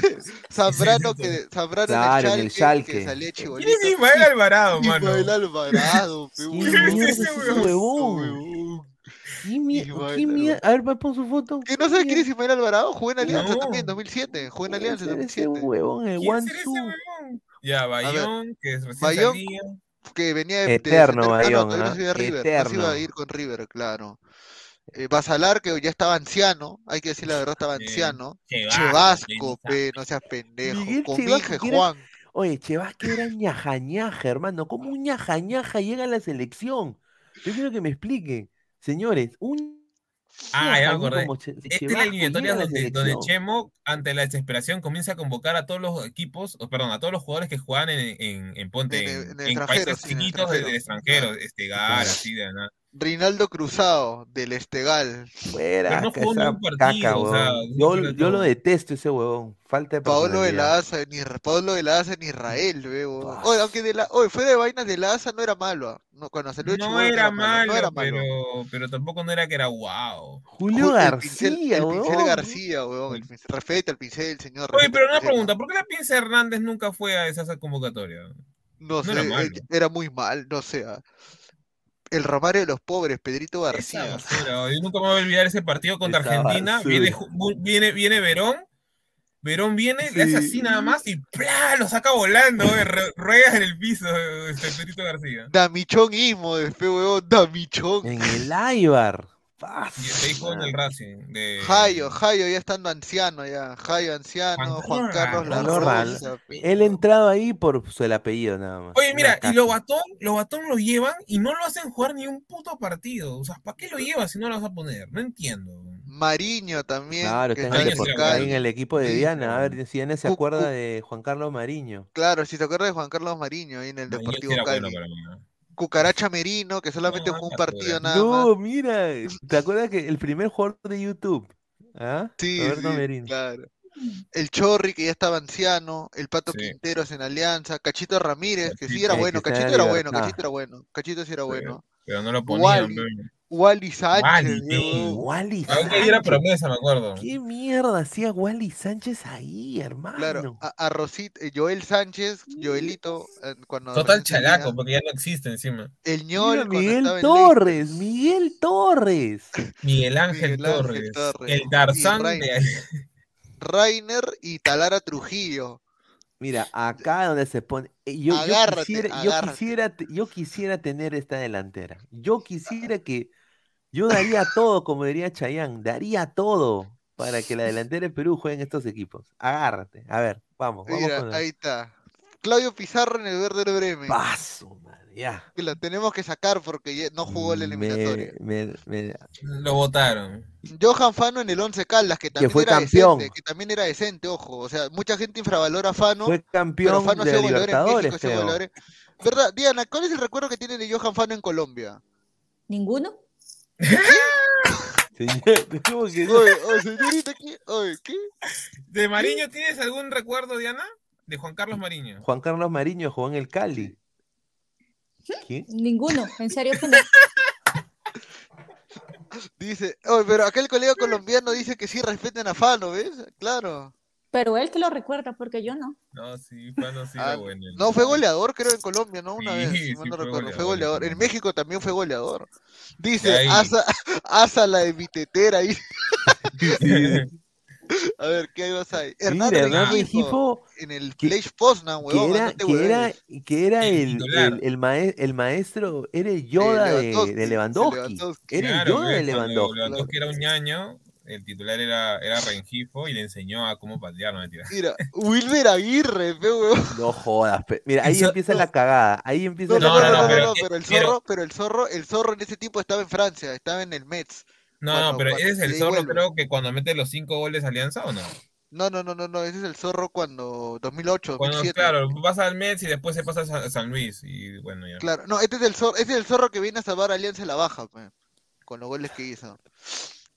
S8: Zambrano
S9: Sí, sí,
S8: que Zambrano
S6: Claro,
S8: en
S6: en
S8: el
S6: el
S8: Chalque, que
S6: Schalke.
S8: salía
S9: ¿Quién
S8: chibolito.
S9: es Ismael Alvarado, mano?
S8: Ismael Alvarado, pe,
S6: ¿Qué
S8: huevón.
S6: mierda
S9: ese
S6: es ese
S9: huevón?
S6: huevón?
S8: Huevón.
S6: ¿Qué mierda?
S8: Ismael
S6: ¿Qué mierda?
S8: Alvarado.
S6: A ver, va, pon su foto.
S8: ¿Que no
S6: ¿Qué
S8: sabes quién es
S6: mierda?
S8: Ismael Alvarado? Jugó en Alianza también en
S9: No.
S8: dos mil siete. Jugó en
S6: ¿Quién
S8: Alianza en
S6: será ese
S8: dos mil siete.
S6: huevón? El
S9: ¿Quién será ese
S6: Wansu.
S9: huevón? Ya,
S8: A ver,
S9: Bayón, que recién
S8: Bayón,
S9: salía.
S8: que venía de, de
S6: Eterno,
S8: defender. Ah, no,
S6: Bayón,
S8: todavía no
S6: ¿ah?
S8: se iba a River. No se iba a
S6: Eterno.
S8: ir con River, claro. Eh, Basalar, que ya estaba anciano, hay que decir la verdad, estaba
S9: Eh,
S8: anciano.
S9: Chevasco,
S8: Chevasco,
S9: Denisa.
S8: pe, no seas pendejo.
S6: Miguel
S8: Cominge
S6: Chevasco, que era.
S8: Juan.
S6: Oye, Chevasco era ñaja ñaja, hermano. ¿Cómo un ñaja ñaja llega a la selección? Yo quiero que me expliquen. Señores, un
S9: Ah, ya me
S6: ñaja ñaja
S9: acordé.
S6: como Che-
S9: Esta es la
S6: Chevasco llega
S9: eliminatoria
S6: a la
S9: donde, donde
S6: selección.
S9: Chemo, ante la desesperación, comienza a convocar a todos los equipos, o perdón, a todos los jugadores que juegan en, en, en Ponte,
S8: En el,
S9: en,
S8: en el
S9: en
S8: extranjero,
S9: países
S8: sí, en el
S9: chiquitos del, del
S8: extranjero.
S9: extranjero,
S8: Claro.
S9: este Gara, así de nada.
S8: Rinaldo Cruzado, del Estegal.
S9: Pero
S6: Fuera,
S9: no
S6: ca-
S9: jugó ni
S6: esa
S9: un
S6: caca,
S9: partido, o sea,
S6: huevón.
S9: eso
S6: Yo,
S9: fue
S6: yo lo
S9: todo.
S6: detesto ese huevón. Falta de
S8: Paolo de la
S6: personalidad.
S8: Asa en, Isra- Paolo de la Asa en Israel, weón.
S6: Pas.
S8: Oye, aunque de la, oye, fuera de vainas de la Asa no era malo. ah. No, cuando salió de
S9: No
S8: Chibolo no
S9: era
S8: era malo, no
S9: malo,
S8: era
S9: pero,
S8: malo.
S9: pero tampoco no era que era wow.
S6: Julio
S8: Ju- El pincel,
S6: García,
S8: el pincel
S6: huevón.
S8: García, weón. El pincel, respeta el pincel, señor,
S9: Oye,
S8: respeta
S9: pero
S8: el
S9: una
S8: pincel.
S9: pregunta, ¿por qué la Pinza Hernández nunca fue a esa, esa convocatoria?
S8: No
S9: No era
S8: sé, eh,
S9: malo.
S8: era muy mal, no sé. ah. El Romario de los pobres, Pedrito
S9: Esa
S8: García.
S9: basura, yo nunca me voy a olvidar ese partido contra
S6: Esa
S9: Argentina. Viene,
S6: basura.
S9: ju- viene, viene Verón. Verón viene, le hace así
S6: Sí.
S9: nada más y ¡plá! Lo saca volando, eh, re- ruedas en el piso, este Pedrito García.
S8: Damichón Ismo, después, weón, Damichón.
S6: En el Aibar. Pas.
S9: Y de ahí jugó en el Racing. De...
S8: Jayo, Jayo ya estando anciano ya. Jayo anciano, Juan
S9: Juan
S8: Carlos
S9: Carlos
S6: Carlos
S8: La
S6: Ral-
S8: Rosa. pe.
S6: Él entraba ahí por su el apellido nada más.
S9: Oye,
S6: Una
S9: mira, y
S6: caca.
S9: Lobatón, Lobatón lo llevan y no lo hacen jugar ni un puto partido. O sea, ¿para qué lo llevas si no lo vas a poner? No entiendo.
S8: Mariño también,
S6: Claro,
S8: que
S6: está en,
S8: está
S6: el,
S9: Mariño
S8: en
S9: sí
S6: depo-
S9: era
S6: ahí en
S9: bueno.
S6: el equipo de
S8: Sí.
S6: Diana. A ver si Diana se
S8: Cu-
S6: acuerda
S8: cu-
S6: de Juan Carlos Mariño.
S8: Claro, si te acuerdas de Juan Carlos Mariño ahí en el
S9: Mariño sí
S8: Deportivo
S9: era bueno
S8: Cali.
S9: para mí, ¿no?
S8: Cucaracha Merino, que solamente
S9: No,
S8: jugó un
S9: basura.
S8: partido nada más.
S6: No, mira, ¿te acuerdas que el primer jugador de YouTube? ¿Ah?
S8: Sí,
S6: Roberto
S8: sí,
S6: Merino.
S8: claro. El Chorri, que ya estaba anciano, el Pato
S9: Sí.
S8: Quinteros en Alianza, Cachito Ramírez, que sí era
S6: Eh,
S8: bueno,
S6: que está en
S8: Cachito era bueno,
S6: Libertad.
S8: Cachito era bueno, Cachito sí era bueno.
S9: Pero no lo ponían,
S8: Wally,
S9: pero...
S8: Wally Sánchez,
S9: Wally,
S8: viejo.
S9: sí.
S6: Wally
S9: Aunque ahí era
S6: Sánchez.
S9: promesa, me acuerdo.
S6: ¿Qué mierda hacía Wally Sánchez ahí, hermano?
S8: Claro, a, a Rosita, eh, Joel Sánchez, Joelito, eh, cuando
S9: Total
S8: recién
S9: chalaco,
S8: salía.
S9: porque ya no existe encima.
S8: El
S6: Mira,
S8: ñol cuando
S6: Miguel
S8: estaba en
S6: Torres,
S8: Leicester.
S6: Miguel Torres.
S9: Miguel Ángel
S8: Miguel Ángel
S9: Torres,
S8: Torres.
S9: el
S8: Y
S9: Tarzán
S8: Rainer.
S9: de...
S8: Rainer y Talara Trujillo.
S6: Mira, acá donde se pone. eh, Yo, yo
S8: Agárrate,
S6: quisiera, yo
S8: agárrate.
S6: quisiera, te- yo quisiera tener esta delantera. Yo quisiera que. Yo daría todo, como diría Chayán, daría todo para que la delantera de Perú juegue en estos equipos. Agárrate. A ver, vamos, vamos
S8: Mira,
S6: con el
S8: ahí está. Claudio Pizarro en el Werder Bremen.
S6: paso, madre, ya.
S8: Que lo tenemos que sacar porque ya no jugó la eliminatoria.
S6: Me, me- me-
S9: Lo votaron.
S8: Johan Fano en el Once Caldas, que también
S6: fue
S8: era
S6: campeón.
S8: decente, que también era decente, ojo. O sea, mucha gente infravalora a Fano,
S6: fue
S8: pero
S6: campeón
S8: Fano ha
S6: de
S8: sido goleador en
S6: Libertadores,
S8: México, ha sido
S6: creo.
S8: goleador en- ¿Verdad? Diana, ¿cuál es el recuerdo que tiene de Johan Fano en Colombia?
S7: ¿Ninguno?
S6: Señor, ¿cómo que no?
S8: Oye, oye, señorita, ¿qué? Oye, ¿qué?
S9: ¿De Mariño tienes algún recuerdo, Diana? De Juan Carlos Mariño.
S6: Juan Carlos Mariño jugó en el Cali. ¿Qué?
S7: Ninguno, en serio que no.
S8: Dice, oye, pero aquel colega colombiano dice que sí respeten a Fano, ¿ves? Claro.
S7: Pero él que lo recuerda, porque yo no.
S9: No, sí, Fano sí
S8: Ah,
S9: era bueno.
S8: no, fue goleador, creo, en Colombia, ¿no? Una
S9: Sí,
S8: vez, si
S9: sí
S8: mal no
S9: fue
S8: recuerdo. Fue
S9: goleador en
S8: goleador. En
S9: Colombia.
S8: México también fue goleador.
S9: De
S8: Dice,
S9: ahí.
S8: asa, asa la de mi tetera ahí.
S6: Sí.
S8: A ver, ¿qué hay más ahí? Hernán
S6: Mira, Hernán
S8: Rengifo,
S6: Rengifo,
S8: en el
S6: que-
S8: Lech Poznan,
S6: que
S8: huevón,
S6: era,
S8: no te
S6: que era,
S8: hueves.
S6: que era
S9: El
S6: el,
S9: titular.
S6: el, el, mae- el maestro, era el Yoda de,
S8: Lewandowski,
S6: de
S8: de
S6: Lewandowski.
S8: Lewandowski.
S6: Era el
S9: Claro,
S6: Yoda de
S9: ve, cuando
S6: Lewandowski.
S9: Lewandowski era un ñaño, el titular era, era Rengifo y le enseñó a cómo patear, no mentira.
S8: Mira, Wilmer Aguirre, pe, huevón.
S6: No jodas, pe- mira, ahí
S9: Eso-
S6: empieza la cagada, ahí empieza
S8: No,
S6: la
S8: no, no, no,
S6: cagada.
S8: no,
S9: pero-
S8: no, pero el
S9: pero-
S8: zorro, pero el zorro, el zorro en ese tiempo estaba en Francia, estaba en el Metz.
S9: No,
S8: Cuando-
S9: no, pero
S8: cuando
S9: ese es el
S8: ida y
S9: zorro,
S8: vuelve.
S9: creo que cuando mete los cinco goles de Alianza, ¿o no?
S8: No, no, no, no, no, ese es el zorro cuando dos mil ocho,
S9: Cuando,
S8: dos mil siete.
S9: claro, pasa al Mets y después se pasa a San- San Luis y bueno, ya.
S8: Claro, no, este es el zorro, este es el zorro que viene a salvar a Alianza en la baja, pe, con los goles que hizo.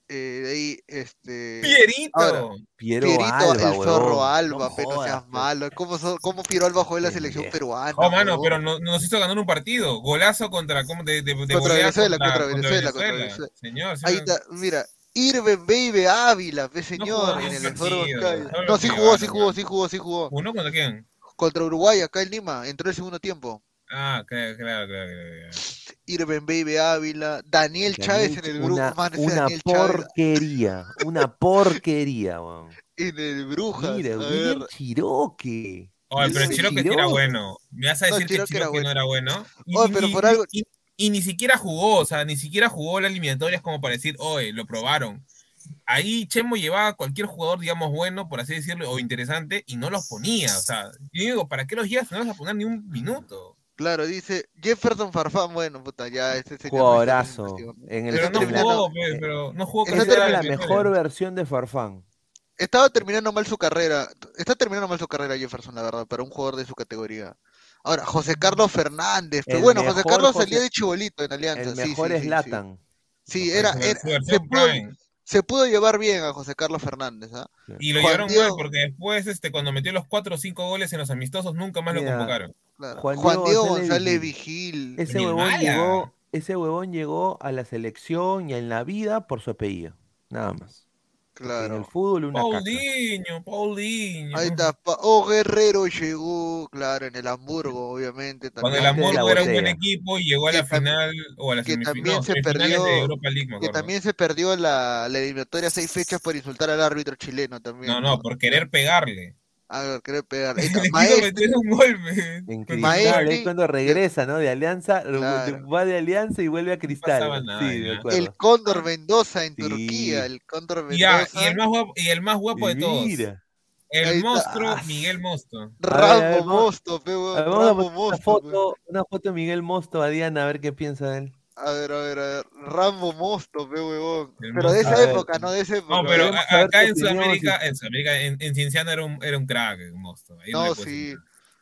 S8: Eh, de ahí, este.
S9: Pierito.
S8: Ahora,
S6: Piero
S8: Pierito,
S6: Alba,
S8: el zorro
S6: huevón.
S8: Alba,
S6: No
S8: pero no
S6: jodas,
S8: seas
S6: pe.
S8: malo. ¿Cómo, so- cómo Piero Alba jugó en la selección
S6: Pendejo.
S8: peruana?
S9: Oh, mano,
S8: huevón?
S9: pero no- nos hizo ganar un partido. Golazo contra, ¿cómo? De, de, de
S8: Contra
S9: volea
S8: Venezuela,
S9: contra,
S8: contra
S9: contra
S8: Venezuela, contra
S9: Venezuela.
S8: Venezuela.
S9: Señor, sí
S8: Ahí
S9: me-
S8: está, mira. Irving Baby Ávila, pe
S9: no jugó
S8: señor,
S9: ni
S8: en
S9: un
S8: el Esfuerzo
S9: partido.
S8: Bancayo.
S9: Solo
S8: No,
S9: lo
S8: sí
S9: que
S8: jugó,
S9: gana,
S8: sí jugó,
S9: mano.
S8: sí jugó, sí jugó.
S9: ¿Uno contra quién?
S8: Contra Uruguay, acá en Lima, entró el segundo tiempo.
S9: Ah, claro, claro, claro. claro.
S8: Irving Baby Ávila, Daniel Chávez
S6: Daniel,
S8: en el
S6: una,
S8: Brujas, man, ese
S6: una
S8: Daniel Chávez
S6: porquería, una porquería, weón.
S8: en el Brujas,
S6: Mira,
S8: a
S6: William
S8: ver.
S6: Chiroque.
S9: Oye, pero
S8: Sí,
S9: Chiroque sí era bueno. ¿Me vas a
S8: No,
S9: decir que
S8: Chiroque era
S9: Chiroque no era bueno? Y,
S8: Oye,
S9: y-
S8: pero
S9: y-
S8: por algo-
S9: y- y ni siquiera jugó, o sea, ni siquiera jugó las eliminatorias como para decir, oye, lo probaron. Ahí Chemo llevaba a cualquier jugador, digamos, bueno, por así decirlo, o interesante, y no los ponía. O sea, yo digo, ¿para qué los llevas? No vas a poner ni un minuto.
S8: Claro, dice Jefferson Farfán, bueno, puta, ya este señor
S6: Jugadorazo.
S8: no está en
S6: En el,
S9: Pero
S8: Está
S9: no
S6: en la-
S8: terminando-
S9: jugó, pe, pero no jugó
S8: Está
S9: con
S6: esa era la
S9: eliminatorias.
S6: mejor versión de Farfán.
S8: Estaba terminando mal su carrera. Está terminando mal su carrera Jefferson, la verdad, para un jugador de su categoría. Ahora, José Carlos Fernández. Pero
S6: El
S8: bueno, José
S6: mejor
S8: Carlos
S6: José-
S8: salía de chibolito en Alianza.
S6: El
S8: sí,
S6: mejor
S8: sí,
S6: es
S8: sí,
S6: Latan.
S8: Sí, sí era,
S9: Su-
S8: era-
S9: su
S8: se,
S9: versión
S8: pudo,
S9: Prime.
S8: se pudo llevar bien a José Carlos Fernández. ¿ah?
S9: Y lo
S8: Juan
S9: llevaron
S8: Diego-
S9: mal porque después, este, cuando metió los cuatro o cinco goles en los amistosos, nunca más lo
S6: Mira,
S9: convocaron.
S8: Claro.
S6: Juan
S8: Juan,
S6: Diego
S8: Diego
S6: González
S8: González
S6: Vigil.
S8: Vigil.
S6: Ese
S9: Ni
S6: huevón
S9: mala.
S6: llegó, ese huevón llegó a la selección y en la vida por su apellido. Nada más. Porque En el
S8: Claro.
S6: fútbol una caca.
S9: Paulinho, Paulinho.
S8: Ahí está. Pa- O Guerrero llegó, claro, en el Hamburgo, obviamente.
S9: Cuando
S8: También.
S9: el
S6: Antes de la
S9: Hamburgo era un buen
S6: botella.
S9: equipo y llegó a
S8: Que
S9: la
S8: tam-
S9: final o a la
S8: que
S9: semifinal.
S8: también
S9: No,
S8: se
S9: semifinales
S8: perdió-
S9: de Europa League, me
S8: Que
S9: acuerdo.
S8: también se perdió la, la eliminatoria seis fechas por insultar al árbitro chileno también.
S9: No, no, por querer pegarle.
S8: A ver, querer pegar. Ahí está,
S9: Le quiso
S8: Maestri,
S9: meter un golpe.
S6: En
S9: Con
S6: Cristal,
S8: Maestri-
S6: es cuando regresa, ¿no? De Alianza,
S8: Claro.
S6: va de Alianza y vuelve a Cristal.
S9: pasaba nada,
S6: sí, de
S9: ya.
S6: acuerdo.
S8: el Cóndor Mendoza en
S6: Sí.
S8: Turquía. El Cóndor
S9: Y, ya,
S8: Mendoza.
S9: y el más guapo, y el más guapo de todos.
S6: Mira.
S8: Ahí
S9: El
S8: está.
S9: monstruo
S6: Ah,
S9: Miguel Mosto.
S6: A ver, a
S8: Rambo
S6: ver, vamos-
S8: Mosto, pe, weón,
S6: A ver, vamos a
S8: Rambo
S6: poner una
S8: Mosto. pe.
S6: foto, una foto de Miguel Mosto a Diana, a ver qué piensa de él.
S8: A ver, a ver, a ver. Rambo Mosto, pe, huevón.
S9: El
S8: Pero de
S9: Mosto.
S8: esa
S6: A ver.
S8: época, no de esa época.
S9: No, pero
S6: Queremos
S9: a-
S6: saber
S9: acá
S6: tu
S9: en
S6: opinión,
S9: Sudamérica,
S6: si-
S9: en Sudamérica, en, en Cienciano era un, era un crack, el Mosto. Ahí no,
S8: No,
S9: le puedes
S8: sí.
S9: decir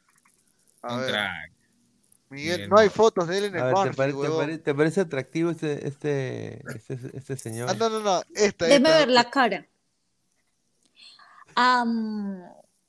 S8: A
S9: nada. Un
S8: ver,
S9: crack.
S8: Miguel,
S9: Miguel
S8: no hay
S9: Mosto.
S8: fotos de él en
S6: A
S8: el
S6: ver, ¿te,
S8: Banfield,
S6: pare- te
S8: huevón.
S6: pare- te parece atractivo este, este, este, este señor?
S8: Ah, no, no, no. Esta,
S7: Déjeme
S8: esta.
S7: ver la cara. Am,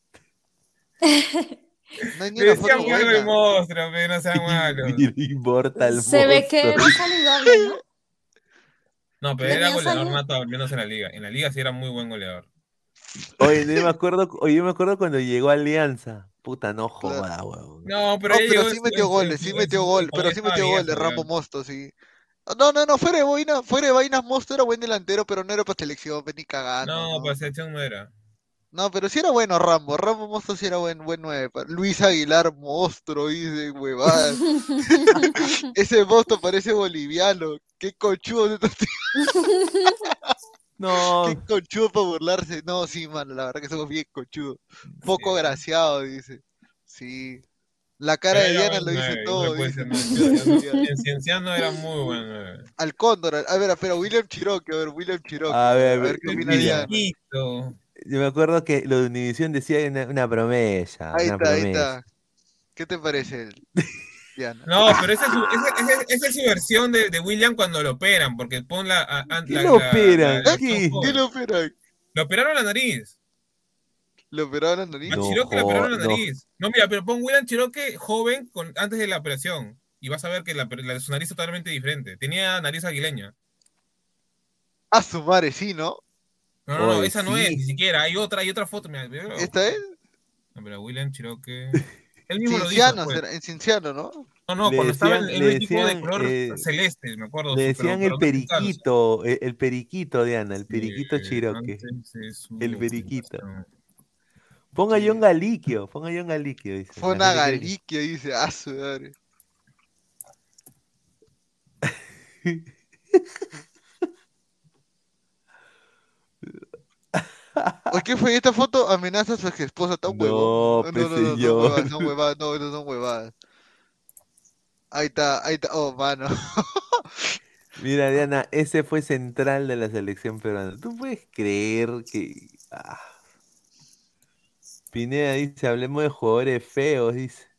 S8: No hay ni
S9: Me
S8: una
S9: decían
S8: foto
S9: malo el
S8: buena.
S9: monstruo, pero no sean malos.
S6: Importa el
S7: se ve que
S6: monstruo.
S7: era saludable, ¿no?
S9: No, pero era
S7: Tenía
S9: goleador
S7: salud.
S9: nato, al menos en la liga. En la liga sí era muy buen goleador.
S6: Oye, yo me acuerdo, oye, yo me acuerdo cuando llegó a Alianza. Puta, no joda, weón.
S9: No, pero,
S8: No,
S9: ya
S8: pero
S9: llegó
S8: sí
S9: en-
S8: metió
S9: en-
S8: goles,
S9: en-
S8: sí
S9: en-
S8: metió
S9: en-
S8: gol, pero
S9: cuando
S8: sí
S9: estaba
S8: metió
S9: viejo,
S8: goles,
S9: ya.
S8: Rambo Mosto, sí. No, no, no, fuera de vainas, fuera de vainas, Mosto era buen delantero, pero no era para selección, pues, ni cagando.
S9: No,
S8: No,
S9: para selección no era.
S8: No, pero sí era bueno Rambo, Rambo Mosto sí era buen, buen nueve. pa- Luis Aguilar, monstruo, dice, huevadas. Ese Mosto parece boliviano, qué conchudo, estos tíos,
S6: No,
S8: qué conchudo para burlarse. No, sí, mano, la verdad que somos bien conchudos. Poco
S9: Sí.
S8: agraciado, dice. Sí. La cara
S9: Pero
S8: de
S9: era
S8: Diana
S9: buen
S8: lo dice
S9: nueve,
S8: todo,
S9: igual puede
S8: dice.
S9: ser nueve. En Cienciano era muy buen nueve.
S8: Al Cóndor, al- a ver, espera, William Chiroque, a ver, William Chiroque.
S6: A ver,
S8: a ver qué
S6: el
S8: opina
S6: Mira.
S8: Diana.
S9: Chiquito.
S6: yo me acuerdo que lo de Univision decía una, una promesa,
S8: Ahí
S6: una
S8: está, ahí
S6: promesa.
S8: está. ¿Qué te parece él, Diana?
S9: No, pero esa es su, esa, esa- esa es su versión de, de William cuando lo operan, porque pon la. a- a-
S6: ¿Qué
S9: la-
S6: lo
S9: la-
S6: operan?
S9: la- la-
S6: ¿Qué?
S8: ¿Qué lo operan?
S9: Lo operaron la nariz.
S8: ¿Le operaron la nariz?
S9: A
S6: No
S9: Chiroque le operaron la
S6: jo- no.
S9: nariz. No. mira, pero pon William Chiroque joven con, antes de la operación. Y vas a ver que la, la- su nariz es totalmente diferente. Tenía nariz aguileña.
S8: A su madre, sí, ¿no?
S9: No, no, no,
S6: Oye,
S9: esa no
S6: sí.
S9: es, ni siquiera. Hay otra, hay otra foto. Mira, mira.
S8: ¿Esta es?
S9: No, pero William Chiroque. Él mismo lo dijo.
S8: Cinciano,
S9: después.
S8: será- en Cinciano, ¿no?
S9: No, no,
S6: Le
S9: cuando estaba
S6: decían-
S9: en, en
S6: le
S9: un equipo de
S6: decían,
S9: color
S6: eh,
S9: celeste, me acuerdo.
S6: Le
S9: pero-
S6: decían
S9: pero
S6: el
S9: no me acuerdo.
S6: periquito, el, el periquito, Diana, el periquito
S9: Eh,
S6: Chiroque.
S9: antes de su
S6: El periquito.
S9: operación.
S6: Ponga
S8: Sí.
S6: John Galiquio, ponga John Galiquio, dice.
S8: Fue
S6: La
S8: una
S6: gente que-
S8: galiquia, dice. A su madre. ¿Por qué fue esta foto? Amenaza a su ex esposa, está un
S6: No,
S8: huevón.
S6: pe,
S8: No, no, no, son
S6: señor.
S8: huevadas, son huevadas, no, no son huevadas. Ahí está, ahí está, oh, mano.
S6: Mira, Diana, ese fue central de la selección peruana. ¿Tú puedes creer que... ah. Pineda dice, hablemos de jugadores feos, dice.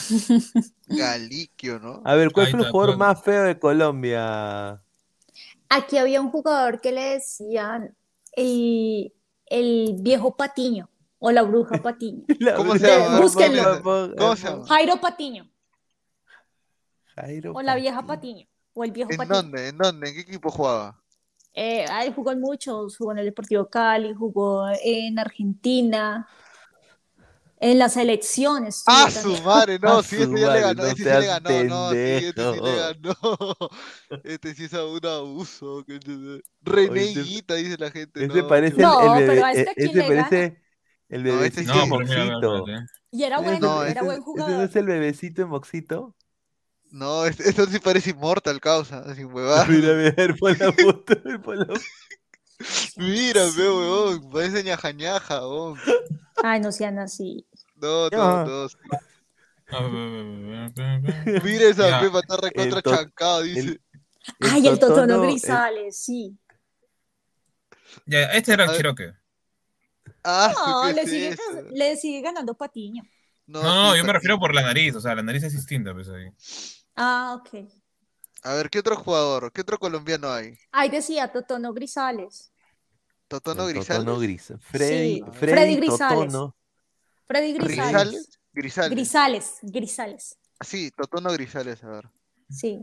S8: Galiquio, ¿no?
S6: A ver, ¿cuál
S9: Ahí
S6: fue el
S9: está,
S6: jugador
S9: claro.
S6: más feo de Colombia?
S7: Aquí había un jugador que le decían el, el viejo Patiño o la bruja Patiño.
S6: La
S8: ¿Cómo se
S6: bruja,
S8: llama? A ver,
S7: Búsquenlo.
S8: ¿quién es ese? ¿Cómo se llama?
S7: Jairo Patiño
S6: Jairo
S7: o la vieja
S6: Patiño.
S7: Patiño o el viejo
S8: ¿En
S7: Patiño.
S8: dónde? ¿En dónde? ¿En qué equipo jugaba?
S7: Eh, ahí jugó en muchos, jugó en el Deportivo Cali, jugó en Argentina, en la selección
S8: ¡Ah,
S7: estuvo
S8: su
S7: también.
S8: madre!
S6: A
S8: No, sí,
S6: su
S8: ese ya le
S6: madre,
S8: ganó,
S6: no
S8: ese sí le
S6: seas
S8: ganó, no, sí, este sí le
S6: pendejo.
S8: ganó. Este sí es un abuso. que-
S6: Oye,
S8: René
S6: ese,
S8: Higuita, dice la gente,
S6: ese
S8: no, qué
S6: parece el, el
S7: No, pero
S6: bebé,
S7: a este
S6: e-
S7: a quién
S6: ese
S7: le gana.
S6: parece el
S8: No, este
S6: bebecito
S9: No,
S6: en
S8: sí.
S9: pero mira, mira,
S6: Moxito.
S9: espérate.
S7: Y era
S6: Ese,
S7: bueno,
S8: No,
S7: era
S6: ese,
S7: buen
S6: ese no
S7: jugador.
S6: es el bebecito en Moxito.
S8: no, este, esto sí parece inmortal, causa, sin huevadas.
S6: Mira, a ver, pon la foto, pon la foto.
S7: No sean
S8: Mira,
S7: así.
S8: veo, huevón, parece ñaja ñaja, huevón.
S7: Ay, no sean así.
S8: No, no,
S6: Ya,
S8: no. Sí.
S9: A ver, a ver, a ver, a ver.
S8: Mira esa
S9: Ya,
S8: pepa, está recontra
S6: el, tot,
S8: chancado,
S6: el,
S8: dice.
S6: el
S7: Ay, el Totono
S6: Totono, el,
S7: Grisales, sí.
S9: ya, este era
S8: A
S9: el
S8: ver,
S9: Cherokee.
S8: ah, ¿su
S7: No,
S8: qué
S7: le
S8: es
S7: sigue,
S8: eso?
S7: le sigue ganando Patiño.
S8: No,
S9: No,
S8: sí,
S9: no, yo me refiero
S8: Patiño.
S9: por la nariz, o sea, la nariz es distinta, pues ahí.
S7: Ah, ok.
S8: A ver, ¿qué otro jugador? ¿Qué otro colombiano hay?
S7: Ahí decía Totono Grisales.
S8: ¿Totono
S6: el Totono
S8: Grisales?
S6: Gris. Freddy,
S7: Sí,
S8: A ver.
S7: Freddy
S6: Freddy
S7: Grisales.
S6: Totono.
S7: Freddy
S6: Freddy.
S8: ¿Grisales?
S7: Grisales.
S8: Grisales.
S7: Grisales, Grisales.
S8: Sí, Totono Grisales, a ver.
S7: Sí,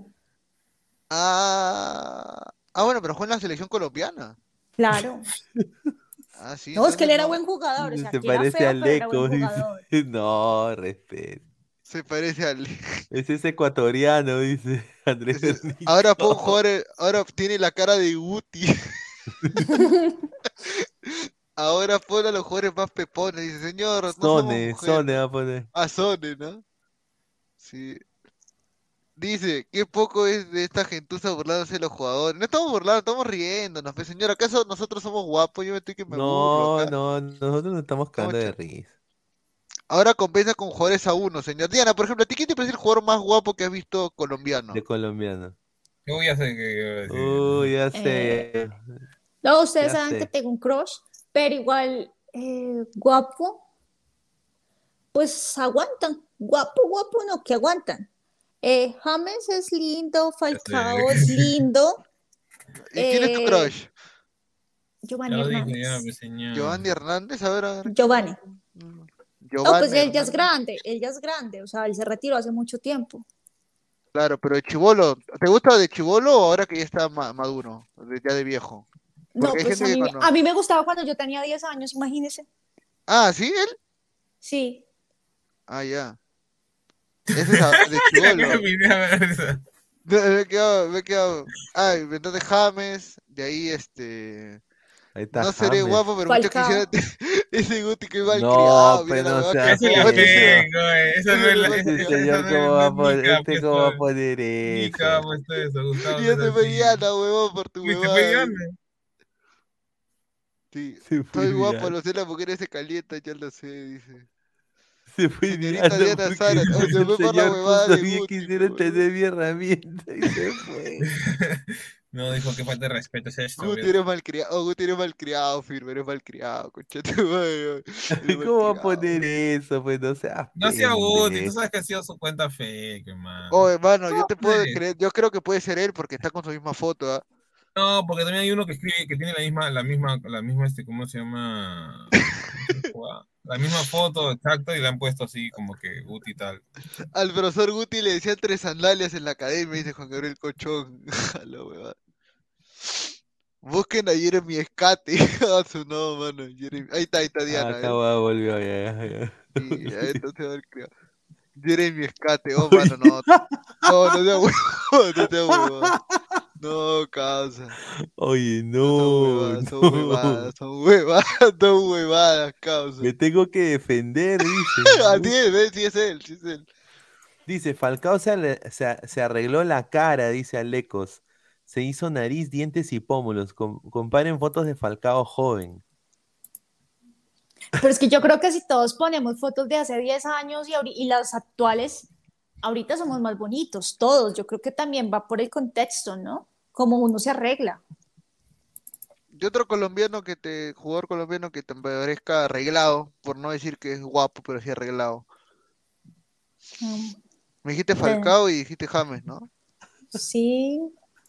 S8: Ah, ah, bueno, pero juega en la selección colombiana.
S7: claro.
S8: Ah, sí,
S7: No, es que
S8: entonces
S7: él era
S8: no.
S7: buen jugador, o sea,
S6: Se
S7: que era
S6: parece
S7: feo,
S6: al
S7: pero era buen
S6: Leco, dice.
S7: jugador.
S6: No, respeto.
S8: Se parece al.
S6: Ese es ecuatoriano, dice Andrés
S8: ese- Ahora pon
S6: Bernico.
S8: jugar, ahora tiene la cara de Guti. Ahora pon a los jugadores más pepones. Dice, señor, no somos
S6: Sone, Sone
S8: mujeres.
S6: va a poner.
S8: Ah, Sone, ¿no? Sí. Dice, qué poco es de esta gentuza burlándose de los jugadores. No estamos burlando, estamos riéndonos. Pues, señor, ¿acaso nosotros somos guapos? Yo me estoy que me burlo
S6: No,
S8: acá.
S6: no, nosotros nos estamos cagando de
S8: Concha.
S6: risa.
S8: Ahora compensa con jugadores a uno, señor. Diana, por ejemplo, ¿a ti quién te parece el jugador más guapo que has visto
S6: De
S8: colombiano?
S6: colombiano.
S9: Yo ya sé que iba a decir,
S6: Uy,
S9: ¿no?
S6: ya
S7: Eh,
S6: sé,
S7: no, ustedes
S6: ya
S7: saben que
S6: sé.
S7: tengo un crush, pero igual eh, guapo, pues aguantan. Guapo, guapo, no, que aguantan. Eh, James es lindo,
S9: Ya sé.
S7: Falcao es lindo,
S8: ¿Y quién es tu
S7: eh,
S8: crush?
S9: Ya
S7: Giovanni
S9: lo dijo, ya,
S7: Hernández.
S9: pues, señor.
S8: Giovanni Hernández, a ver, a ver.
S7: Giovanni.
S8: Mm,
S7: No, pues
S8: Giovanni
S7: él ya es
S8: Hernández.
S7: grande, él ya es grande, o sea, él se retiró hace mucho tiempo.
S8: Claro, pero de chibolo, ¿te gusta de chibolo o ahora que ya está ma- maduro? De- ya de viejo. Porque
S7: No,
S8: hay
S7: pues
S8: gente
S7: a
S8: que
S7: mí, me-
S8: cuando.
S7: a mí me gustaba cuando yo tenía diez años, imagínese.
S8: Ah, ¿sí? ¿Él?
S7: Sí.
S8: Ah, ya. Ese es a- de chibolo.
S9: Mi idea era esa.
S8: Me he quedado, me he quedado. Ay, entonces James, de ahí este.
S6: Ahí está
S8: No seré
S6: James.
S8: guapo, pero muchos quisieran.
S7: Falcao.
S8: Ese Guti que mal
S6: No,
S8: criado, mira
S6: pues
S8: la
S6: no
S8: huevada que
S6: sea
S9: Esa es la
S8: pone.
S6: feo.
S9: tengo, eh. Esa no
S8: Ese
S9: es
S8: no
S9: la,
S8: es mal
S9: esa,
S6: Este
S8: criado.
S9: esa
S6: señor,
S9: no
S6: ¿cómo
S9: es, no
S6: va
S9: es
S6: a poner,
S9: Nika,
S6: este
S9: pues,
S6: cómo va a
S9: oye.
S6: poner
S9: Nika ha
S6: eso?
S9: puesto eso, Gustavo,
S8: Y
S9: no
S8: ya
S9: es
S8: se fue
S9: así.
S8: Diana, huevón, por tu
S9: Uy, se fue
S8: huevada.
S9: Diana.
S8: Sí,
S6: Se fue
S8: soy guapo,
S6: Diana.
S8: lo sé, las mujeres se calientan, ya lo sé, dice.
S6: Se fue
S8: Señorita
S6: Diana
S8: Diana
S6: porque
S8: Zara, oh, se
S6: el
S8: fue por la
S6: señor
S8: huevada
S6: puso
S8: de
S6: bien
S8: Guti,
S6: quisiera
S8: pues, huevón.
S6: tener mi herramienta y se fue.
S9: No, dijo que falta de respeto es esto,
S8: Guti
S9: ¿ves?
S8: eres malcriado, oh, Guti eres malcriado, firme, eres malcriado, concha tu madre, eres
S6: ¿Cómo va a
S8: malcriado.
S6: poner eso? Pues no seas
S9: No sea útil, tú
S6: pendejo.
S9: sabes que ha sido su cuenta fake,
S8: Oh,
S9: hermano.
S8: hermano, yo
S9: No,
S8: te puedo
S9: pues.
S8: creer, yo creo que puede ser él porque está con su misma foto, ¿ah?
S9: No, porque también hay uno que escribe que tiene la misma, la misma, la misma, este, ¿cómo se llama? ¿Cómo se llama? La misma foto, exacto, y le han puesto así como que Guti y tal.
S8: Al profesor Guti le decían tres sandalias en la academia, dice Juan Gabriel Cochón. A la huevada. Busquen a Jeremy Escate. A su no, mano. Jeremy- Ahí está, ahí está Diana,
S6: Acá
S8: ¿ves?
S6: va, volvió, ya, ya, ya.
S8: Y ahí está, se va a crear. Jeremy Escate, oh, mano, no. No, no sea huevón, no sea huevón. No, causa.
S6: Oye,
S8: No son
S6: no,
S8: huevadas, son huevadas,
S6: no.
S8: son huevadas, son huevadas, causa.
S6: Me tengo que defender, dice.
S8: Así es, ¿ves? Sí es él, sí es él.
S6: Dice, Falcao se, ale- se a- se arregló la cara, dice Alecos. Se hizo nariz, dientes y pómulos. Com- comparen fotos de Falcao joven.
S7: Pero es que yo creo que si todos ponemos fotos de hace diez años y, ahori- y las actuales, ahorita somos más bonitos, todos. Yo creo que también va por el contexto, ¿no? Como uno se arregla.
S8: Y otro colombiano que te, jugador colombiano que te parezca arreglado, por no decir que es guapo, pero sí arreglado.
S7: Mm,
S8: Me dijiste
S7: de-
S8: Falcao y dijiste James, ¿no?
S7: sí,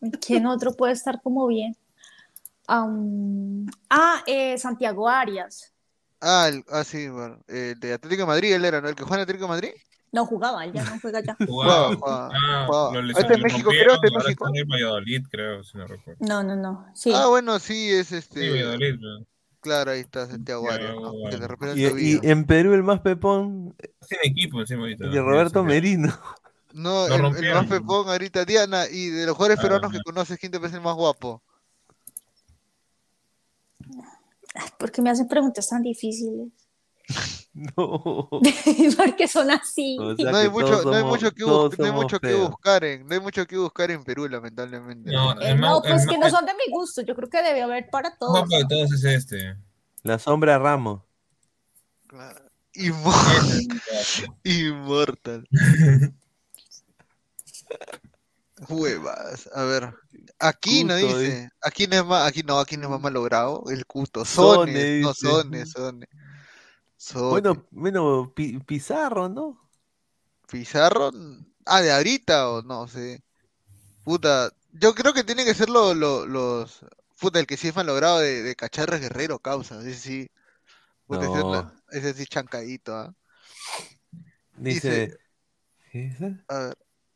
S7: ¿Quién otro puede estar como bien? Am, ah, eh, Santiago Arias.
S8: Ah, el- ah, sí, bueno, el de Atlético de Madrid, él era, ¿no? El que juega en Atlético de Madrid.
S7: No jugaba, él ya no juega ya.
S8: Jugaba,
S9: Jugaba,
S8: jugaba,
S9: ah,
S8: jugaba.
S9: lo,
S8: Ah,
S9: lesión-
S8: está en
S9: lo
S8: México, creo,
S9: rompieron,
S8: está en
S9: ahora está
S8: México.
S9: en el Valladolid, creo, si no recuerdo.
S7: No, no, no,
S8: Ah,
S7: sí.
S8: bueno, sí, es
S9: Sí,
S8: este.
S9: Valladolid, ¿no?
S8: Claro, ahí está Santiago
S9: Ya,
S8: Arias, ¿no? Que le
S9: bueno.
S8: rompieron el
S6: Y, y
S8: tobillo.
S6: en Perú el más pepón,
S9: Sin equipo encima ahorita.
S6: el de
S9: mira,
S6: Roberto
S9: Santiago.
S6: Merino.
S8: No,
S9: Lo
S8: el, el más
S9: rompieron.
S8: pepón ahorita, Diana, y de los jugadores
S9: Ah,
S8: peruanos que conoces, ¿quién te parece el más guapo?
S7: Ay, ¿por qué me hacen preguntas tan difíciles?
S6: No.
S7: Porque son así.
S6: O sea
S8: No hay
S6: que todos
S8: mucho, no hay
S6: somos,
S8: mucho que
S6: todos
S8: bus- no hay
S6: somos
S8: mucho que
S6: feos.
S8: buscar en, no hay mucho que buscar en Perú, lamentablemente,
S9: no,
S8: ¿no?
S7: Eh,
S9: el más,
S7: no,
S9: el
S7: pues
S9: más-
S7: que no son de mi gusto. Yo creo que debe haber para
S9: el más guapo
S7: todos.
S9: de todos es este.
S6: La sombra Ramos.
S8: Claro.
S9: Ese
S8: Inmortal.
S9: es el guapo.
S8: Inmortal. Huevas. A ver. Aquí no
S6: Cuto, dice.
S8: dice. Aquí no es más, aquí no, aquí no es más malogrado. El cuto.
S6: Sone,
S8: Sones, no,
S6: dice.
S8: Sones, Sones. Sones.
S6: Bueno, bueno, Pi- Pizarro, ¿no?
S8: Pizarro. Ah, de ahorita o no sé. Puta. Yo creo que tiene que ser lo, lo- los. Puta, el que sí es malogrado de, de Cacharres Guerrero, causa. Ese sí. Puta, ese, es
S6: No,
S8: una- ese sí chancadito, ¿ah? Dice.
S6: dice. ¿Qué dice?
S8: A ver,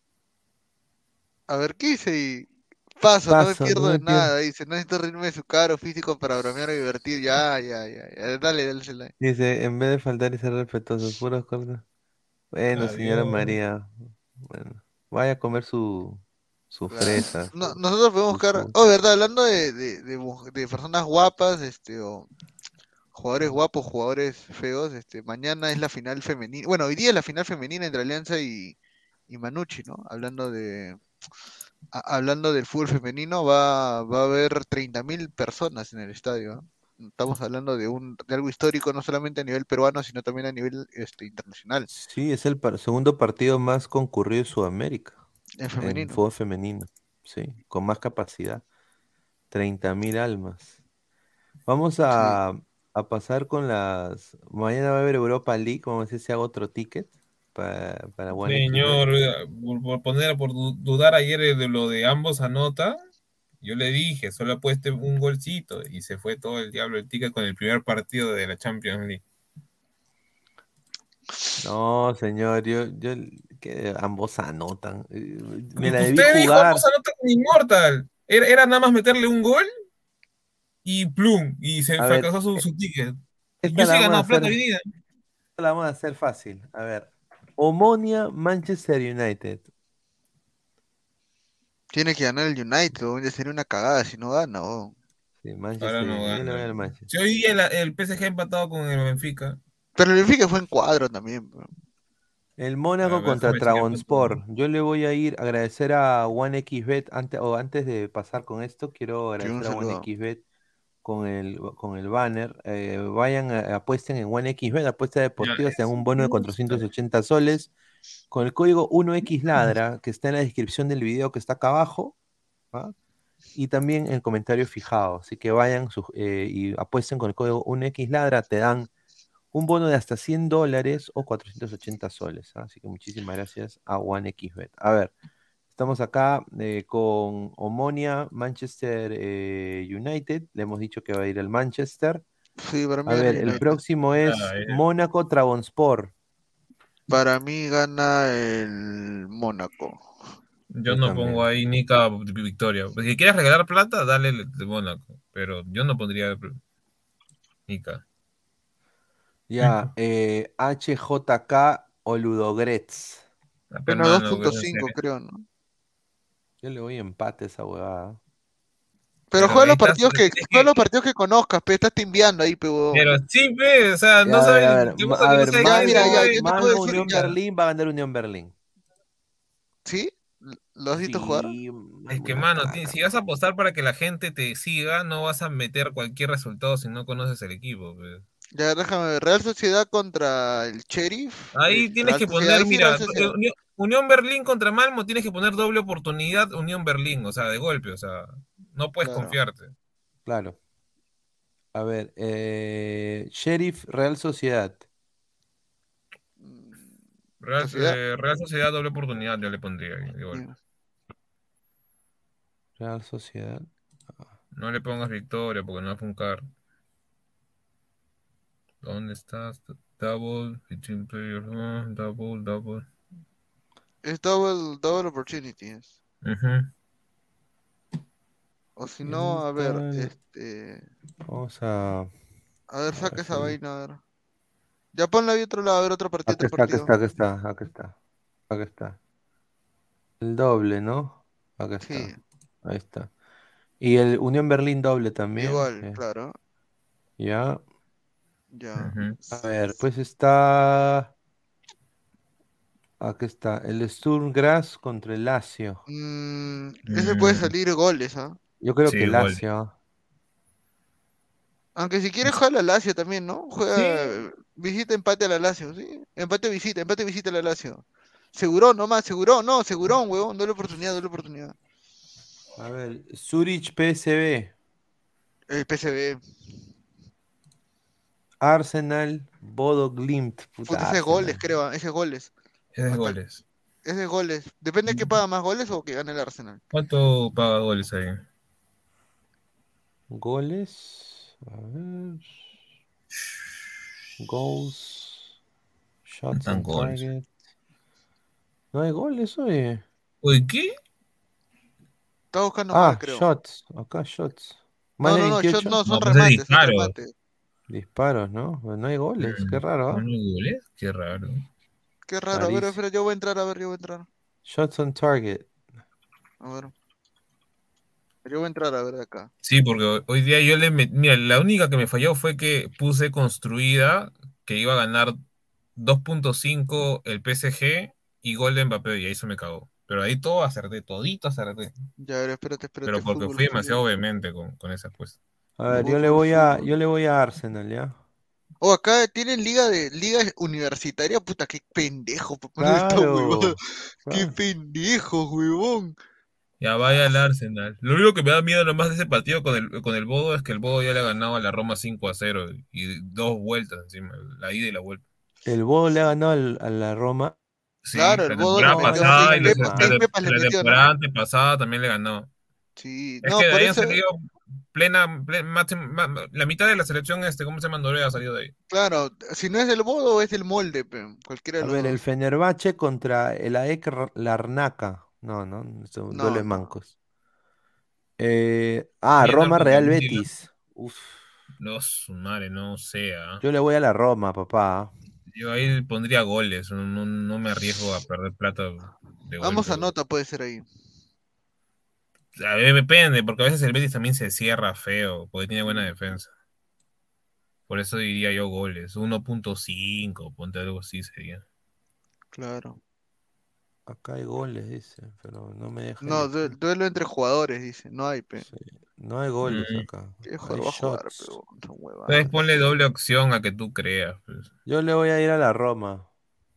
S8: a ver, ¿qué dice? Y paso, no me
S6: Paso, no
S8: pierdo de
S6: me pierdo.
S8: nada. Dice, no necesito reírme de su caro físico para bromear o divertir. Ya, ya, ya, ya. Dale, dale, dale.
S6: Dice, en vez de faltar y ser respetuoso, puras cosas. Bueno, señora
S9: Adiós.
S6: María, bueno, vaya a comer su, su
S8: Claro.
S6: fresa,
S8: No-
S6: su,
S8: nosotros podemos
S6: su
S8: buscar.
S6: su-
S8: Oh, verdad, hablando de, de, de, mu- de personas guapas, este, o jugadores guapos, jugadores feos, este, mañana es la final femenina. Bueno, hoy día es la final femenina entre Alianza y, y Manucci, ¿no? Hablando de, a- hablando del fútbol femenino, va, va a haber treinta mil personas en el estadio, ¿no? Estamos hablando de un, de algo histórico, no solamente a nivel peruano, sino también a nivel este, internacional,
S6: Sí, es el par- segundo partido más concurrido de Sudamérica
S8: en
S6: en
S8: femenino.
S6: fútbol femenino, sí, con más capacidad, treinta mil almas. Vamos
S8: Sí.
S6: a, a pasar con las... Mañana va a haber Europa League, vamos a ver si hago otro ticket para, para One X Bet.
S9: Señor, eh, por, por poner, por du- dudar ayer de lo de ambos anota, yo le dije, solo apueste un golcito y se fue todo el diablo el ticket con el primer partido de la Champions League.
S6: No, señor, yo, yo, que ambos anotan. Eh, Me la debí
S9: Usted dijo
S6: jugar.
S9: ambos anotan con Inmortal. Era, era nada más meterle un gol y plum, y se
S6: A ver,
S9: fracasó su, su ticket. Y
S6: esta
S9: yo sí
S6: la
S9: he
S6: vamos a
S9: ganado plata
S6: hacer,
S9: hoy día.
S6: esta la vamos a hacer fácil. A ver, Omonia Manchester United.
S8: Tiene que ganar el United, weón, ya sería una cagada si no gana, weón.
S6: Sí,
S9: Ahora
S6: Manchester
S9: no
S6: United. Yo le voy
S9: gana.
S6: al Manchester.
S9: Si hoy día el, el P S G ha empatado con el Benfica.
S8: Pero el Benfica fue en cuadro también, weón.
S6: El
S9: A
S6: Mónaco
S9: ver,
S6: contra
S9: déjame chequear tu
S6: Trabzonspor. Yo le voy a ir a agradecer a OneXBet antes, o antes de pasar con esto, quiero
S8: Sí, un
S6: agradecer a
S8: saludo.
S6: OneXBet con el, con el banner. Eh, vayan, a- apuesten en OneXBet, apuestas
S9: Ya,
S6: deportivas, te dan un
S9: es
S6: bono de
S9: justo.
S6: cuatrocientos ochenta soles con el código uno x ladra que está en la descripción del video que está acá abajo, ¿ah? Y también en el comentario fijado. Así que vayan su- eh, y apuesten con el código uno x ladra, te dan un bono de hasta cien dólares o cuatrocientos ochenta soles. ¿Ah? Así que muchísimas gracias a OneXBet. A ver, estamos acá eh, con Omonia, Manchester eh, United. Le hemos dicho que va a ir al Manchester.
S8: Sí, para mí
S6: A
S8: gana
S6: ver,
S8: el
S6: el
S8: United.
S6: próximo es
S9: Ah, ya.
S6: Mónaco Trabzonspor.
S8: Para mí gana el Mónaco.
S9: Yo
S6: Yo
S9: no
S6: también.
S9: pongo ahí Nica Victoria. Si quieres regalar plata, dale el de Mónaco. Pero yo no pondría Nica.
S6: Ya, eh, H J K o Ludogorets.
S8: Menos dos
S9: Hermano,
S8: punto cinco creo, ¿no?
S6: Yo le voy a empate a esa huevada.
S8: Pero
S9: pero
S8: juega
S9: ahí
S8: los
S9: estás,
S8: partidos que,
S9: tienes
S8: juega
S9: que-
S8: los partidos que conozcas, pe, estás timbiando ahí, pe, huevón.
S9: Pero sí, pe, o sea,
S6: Ya,
S9: no
S6: a ver, a
S9: sabes,
S6: ver,
S9: te
S6: ma-
S9: gusta
S6: a
S9: que no
S6: ver,
S9: sabes
S8: Ya,
S9: qué
S8: mira, ya,
S6: Malmo,
S8: yo te puedo
S6: Malmo,
S8: decir,
S6: Unión
S8: ya.
S6: Berlín va a ganar Unión Berlín.
S8: ¿Sí? ¿Lo has visto jugar?
S6: Sí,
S9: Es que,
S6: una
S9: mano,
S6: caga,
S9: ti- si vas a apostar para que la gente te siga, no vas a meter cualquier resultado si no conoces el equipo, pe.
S8: Ya, déjame ver. Real Sociedad contra el Sheriff.
S9: Ahí
S8: El
S9: tienes
S8: Real
S9: que
S8: Sociedad,
S9: poner,
S8: ahí sí Real
S9: mira,
S8: Sociedad.
S9: Unión, Unión Berlín contra Malmo, tienes que poner doble oportunidad Unión Berlín, o sea, de golpe, o sea, no puedes
S8: Claro.
S9: confiarte.
S6: claro. A ver, eh, Sheriff Real Sociedad.
S8: Mm,
S9: Real,
S8: Sociedad.
S9: eh, Real Sociedad doble oportunidad yo le pondría ahí, de golpe.
S8: Sí.
S6: Real Sociedad.
S9: No le pongas victoria porque no va a funcar. ¿Dónde estás? Double, between players, uh, double, double.
S8: Es double, double opportunities.
S9: Ujú.
S8: O si
S6: ¿Qué
S8: no, a ver,
S6: tal?
S8: este.
S6: Vamos a.
S8: A ver,
S6: a
S8: saca esa
S6: hacer-
S8: vaina, a ver. Ya ponla ahí otro lado, a ver otro partido,
S6: Acá
S8: otro
S6: está, acá
S8: partido.
S6: está, acá está, acá está. Acá está. El doble, ¿no? Acá
S8: Sí,
S6: está. Ahí está. Y el Unión Berlín doble también.
S8: igual,
S6: eh,
S8: claro.
S6: Ya.
S8: Ya.
S9: Ujú.
S6: A ver, pues está. Aquí está. El Sturm Graz contra el Lazio.
S8: Mm, ese puede
S9: Mm,
S8: salir goles, ¿ah?
S6: Yo creo que
S9: sí, gol.
S6: Lazio.
S8: Aunque si quieres juega la Lazio también, ¿no?
S9: Sí,
S8: Juega visita empate a la Lazio, ¿sí? Empate visita, empate visita a la Lazio. Segurón nomás, segurón, no, segurón, huevón, doble oportunidad, doble oportunidad.
S6: A ver, Zurich P S V.
S8: El P S V,
S6: Arsenal Bodo Glimt.
S8: puta,
S6: Puta
S8: ese es goles,
S6: Arsenal.
S8: creo, ¿ah? Ese es goles.
S9: ese es
S8: Hasta el-
S9: goles.
S8: ese es goles. Depende de qué paga más goles o que gane el Arsenal.
S9: ¿Cuánto paga goles ahí?
S6: Goles. A ver. Goals. Shots
S9: Tan
S6: on
S9: goles.
S6: target. No hay goles, oye.
S9: Oye, ¿qué?
S8: Está buscando mal,
S6: Ah,
S8: creo.
S6: shots. Acá shots. Más
S8: No,
S6: de
S8: no, no, shot
S6: veintiocho
S8: no, son
S9: No, pues es
S8: remates, son
S9: disparos.
S8: remates.
S6: disparos, ¿no? Pues no hay goles. Qué
S9: Mm,
S6: raro,
S9: ¿no
S6: ¿ah?
S9: hay goles? Qué raro.
S8: Qué raro, a ver,
S6: Rarísimo.
S8: espera, yo voy a entrar, a ver, yo voy a entrar.
S6: Shots on target.
S8: A ver. Yo voy a entrar a ver de acá.
S9: Sí, porque hoy hoy día yo le met- Mira, la única que me falló fue que puse construida que iba a ganar dos punto cinco el P S G y gol de Mbappé, y ahí se me cagó. Pero ahí todo acerté, todito acerté.
S8: Ya, a ver, espérate, espérate,
S9: Pero porque
S8: fútbol,
S9: fui demasiado
S8: fútbol,
S9: vehemente con, con esa apuesta.
S6: A ver, yo le
S8: fútbol,
S6: voy a,
S8: fútbol.
S6: yo le voy a Arsenal, ¿ya?
S8: Oh, acá tienen liga de liga universitaria, puta, qué pendejo por poner esta huevada.
S6: Claro.
S8: Qué
S6: Claro.
S8: pendejo, huevón.
S9: Ya vaya al Arsenal. Lo único que me da miedo nomás de ese partido con el, con el Bodo es que el Bodo ya le ha ganado a la Roma cinco a cero y dos vueltas encima, la ida y la vuelta.
S6: El Bodo le ha ganado al- a la Roma.
S9: Sí,
S8: Claro, el
S9: la
S8: Bodo le
S9: temporada
S6: No,
S8: metió
S6: es
S9: pasada
S8: seis
S9: y la,
S8: pepas,
S9: se- la
S8: seis
S6: broma.
S9: de-
S8: pepas le
S9: la
S8: metió, ¿no?
S9: temporada antepasada también le ganó.
S8: Sí,
S9: Es
S8: no,
S9: que de
S8: por
S9: ahí han
S8: eso,
S9: salido plena, plena- máxim- ma- ma- la mitad de la selección, este, ¿cómo se llama? Noruega ha salido de ahí.
S8: claro, si no es el Bodo es el molde, pe, cualquiera de
S6: A
S8: los
S6: ver, el
S8: dos.
S6: Fenerbahce contra el A E C R- Larnaca. No, no, es un duelo
S8: No,
S6: de
S8: no.
S6: mancos. Eh, ah,
S9: Feyenoord
S6: Roma
S9: contra
S6: Real
S9: el Milan.
S6: Betis. Uf,
S9: No, su madre, no sea.
S6: yo le voy a la Roma, papá.
S9: Yo ahí pondría goles, no, no, no me arriesgo a perder plata de gol,
S8: Vamos a
S9: pero
S8: nota, puede ser ahí.
S9: a ver, depende, porque a veces el Betis también se cierra feo, porque tiene buena defensa. Por eso diría yo goles, uno punto cinco, ponte algo así sería.
S8: Claro.
S6: Acá hay goles, dice, pero no me deja
S8: No, du-
S6: elegir.
S8: duelo entre jugadores, dice. No hay, pe.
S6: Sí, no hay goles
S9: Mm.
S6: acá.
S8: ¿Qué
S6: Hay
S8: jugador va a jugar,
S6: shots.
S8: pero son
S9: Entonces
S8: huevadas.
S9: ponle doble opción a que tú creas, pues.
S6: Yo le voy a ir a la Roma.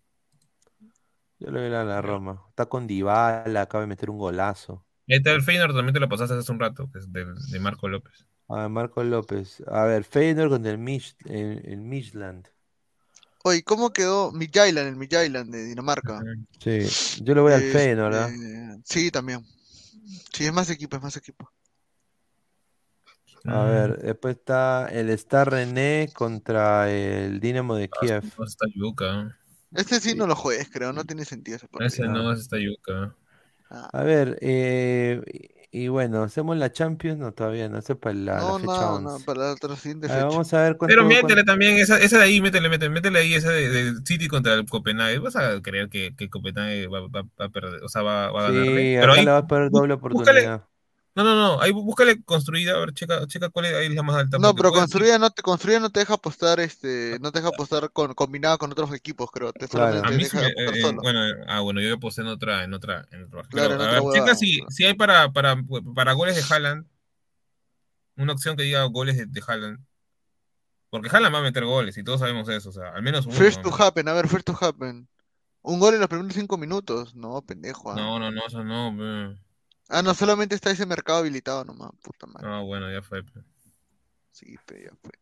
S6: Yo le voy a ir a la
S9: Ya.
S6: Roma. Está con Dybala, acaba de meter un golazo.
S9: Ahí está el Feyenoord, también te lo pasaste hace un rato, que es del- de Marco López.
S6: A ver, Marco López. A ver, Feyenoord contra el, Mich el, el Midtjylland.
S8: Oye, ¿cómo quedó Midtjylland, el Midtjylland de Dinamarca?
S9: Ujú.
S6: Sí, yo le voy al Feyenoord, ¿ah?
S8: Este, sí, también. Sí, es más equipo, es más equipo.
S6: A
S9: Mm,
S6: ver, después está el Star René contra el Dinamo de Kiev.
S9: no, está yuca.
S8: Este sí
S6: Sí,
S8: no lo juegues, creo, no tiene sentido ese
S9: Ese
S8: partido.
S6: no.
S9: no, ese está yuca.
S8: Ah,
S6: A ver, eh, y y bueno, ¿hacemos la Champions? No, todavía no, eso es para la, la
S8: no,
S6: fecha
S8: no, no,
S6: once.
S8: para la otra siguiente
S6: A ver,
S8: fecha.
S6: vamos a ver
S9: Pero
S6: cuánto,
S9: métele
S6: cuánto...
S9: también, esa, esa de ahí, métele, métele, métele ahí esa de, de City contra el Copenhague. Vas a creer que, que el Copenhague va, va- va a perder, o sea, va, va a ganarle.
S6: Sí,
S9: Pero
S6: acá
S9: ahí,
S6: le va a poner
S9: bú-
S6: doble
S9: búscale,
S6: oportunidad.
S9: no, no, no, ahí bú- búscale construida, a ver, checa, checa cuál es ahí la más alta,
S8: No,
S9: porque
S8: pero
S9: puede ser.
S8: construida no te, construida no te deja apostar, este, no te deja apostar con, combinado con otros equipos, creo. Te solamente
S6: Claro.
S9: A
S8: te
S9: mí sí
S8: deja
S9: me,
S8: apostar
S9: eh, eh,
S8: solo.
S9: bueno, eh, ah, bueno, yo puse en otra, en otra, en otra.
S8: Claro,
S9: Pero,
S8: en
S9: a
S8: otra
S9: ver, checa
S8: huevada.
S9: si, si hay para, para, para goles de Haaland, una opción que diga goles de, de Haaland. Porque Haaland va a meter goles y todos sabemos eso, o sea, al menos uno va
S8: First
S9: a
S8: to
S9: meter.
S8: happen, a ver, first to happen. Un gol en los primeros cinco minutos. No, pendejo, ah.
S9: No, no, no, eso no, pe.
S8: Ah, no, solamente está ese mercado habilitado nomás, puta madre.
S9: No, bueno, ya fue, pe.
S8: Sí, pe, ya fue.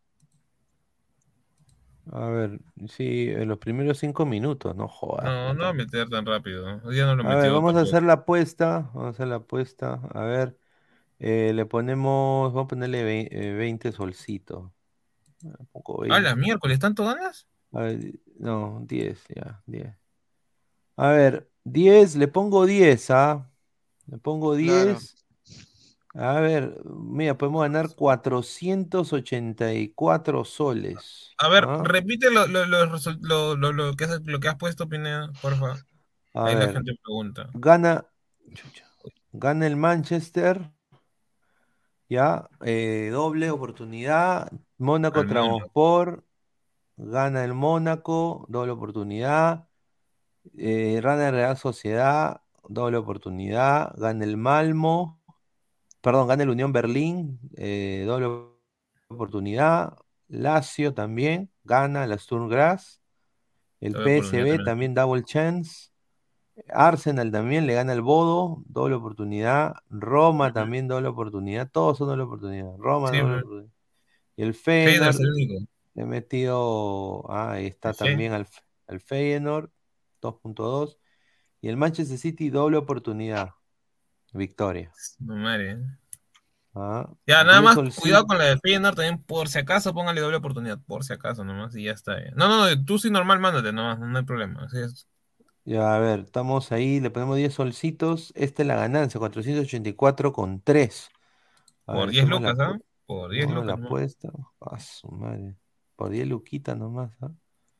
S6: A ver, sí, en los primeros cinco minutos, no jodas.
S9: No, no va a
S6: puta.
S9: meter tan rápido, ¿no? Hoy día no lo
S6: A ver,
S9: metió
S6: vamos a
S9: tampoco.
S6: hacer la apuesta. Vamos a hacer la apuesta. A ver, Eh, le ponemos, vamos a ponerle vei- eh, veinte solcitos. Un poco
S9: Ah, la
S6: veinte.
S9: miércoles, ¿tanto ganas?
S6: A ver, no, diez ya, diez. A ver, diez, le pongo diez, ¿ah? Le pongo
S8: Claro.
S6: diez. A ver, mira, podemos ganar cuatrocientos ochenta y cuatro soles.
S9: A ver,
S6: ¿Ah?
S9: repite lo, lo, lo, resul- lo, lo, lo que has, lo que has puesto, Pineda, porfa.
S6: A
S9: Ahí la
S6: ver,
S9: gente pregunta.
S6: gana, chucha, gana el Manchester, ya, eh, doble oportunidad. Mónaco
S9: Al mono.
S6: Tramosport, gana el Mónaco, doble oportunidad. Eh, gana el Real Sociedad, doble oportunidad. Gana el Malmo, perdón, gana el Unión Berlín, eh, doble oportunidad. Lazio también, gana la Sturm Graz. El
S9: Doble oportunidad
S6: P S V
S9: también.
S6: también double chance. Arsenal también le gana el Bodo, doble oportunidad. Roma
S9: Ujú.
S6: también doble oportunidad. Todos son doble oportunidad. Roma
S9: Sí,
S6: doble
S9: pues.
S6: oportunidad. Y el
S9: Feyenoord es
S6: Feyenoord
S9: el único.
S6: le he metido. Ah, ahí está
S9: El Fe.
S6: también al, al Feyenoord, dos punto dos. Y el Manchester City doble oportunidad. Victoria.
S9: No madre.
S6: Ah,
S9: Ya, nada
S6: diez
S9: más cuidado
S6: solcitos.
S9: con la de Feyenoord también, por si acaso, póngale doble oportunidad, por si acaso nomás, y ya está. ya. No, no, no, tú sí normal, mándate nomás, no hay problema. Así es.
S6: Ya, a ver, estamos ahí, le ponemos diez solcitos. Esta es la ganancia, cuatrocientos ochenta y cuatro con tres. A ver,
S9: Por diez
S6: hacemos la,
S9: lucas, ¿ah?
S6: pu-
S9: Por diez
S6: no, la
S9: lucas nomás.
S6: apuesta. A su madre. Por diez luquitas nomás, ¿ah?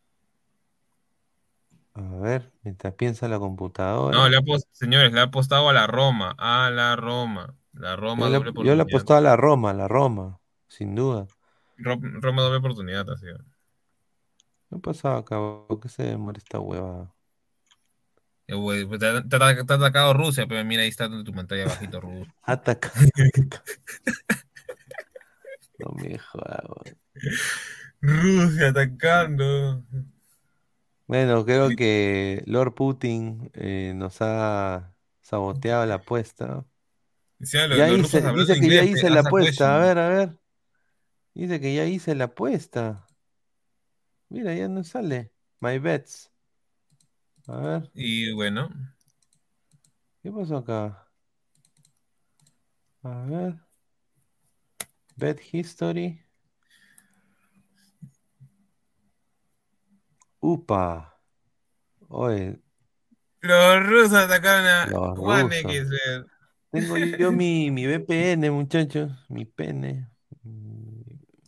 S6: A ver, mientras piensa la
S9: No,
S6: computadora.
S9: le ha apostado, señores, le ha apostado a la Roma, a la Roma. La Roma
S6: Yo le,
S9: doble
S6: yo le
S9: oportunidad.
S6: apostaba a la Roma, a la Roma, sin duda.
S9: Ro- Roma doble oportunidad, así.
S6: ¿Qué pasaba acá? ¿Por qué se demora esta hueva?
S9: Eh, güey, pues, Te, te- te ha te ha atacado Rusia, pero mira, ahí está en tu pantalla bajito, Rusia.
S6: Ataca. No me jodas, weón.
S9: Rusia atacando.
S6: Bueno, creo que Lord Putin eh, nos ha saboteado la apuesta.
S9: Decían los,
S6: Ya
S9: los rusos
S6: hice,
S9: hablando
S6: dice que ya
S9: inglés, pe-
S6: hice la
S9: ask a
S6: apuesta. A
S9: question.
S6: ver, a ver. Dice que ya hice la apuesta. Mira, ya no sale. My bets. A ver,
S9: Y bueno,
S6: ¿qué pasó acá? A ver. Bet history. Upa. Oye,
S9: los rusos atacaron a
S6: los
S9: Juan
S6: rusos.
S9: X. eh.
S6: Tengo yo mi, mi V P N, muchachos. Mi pene. Mm,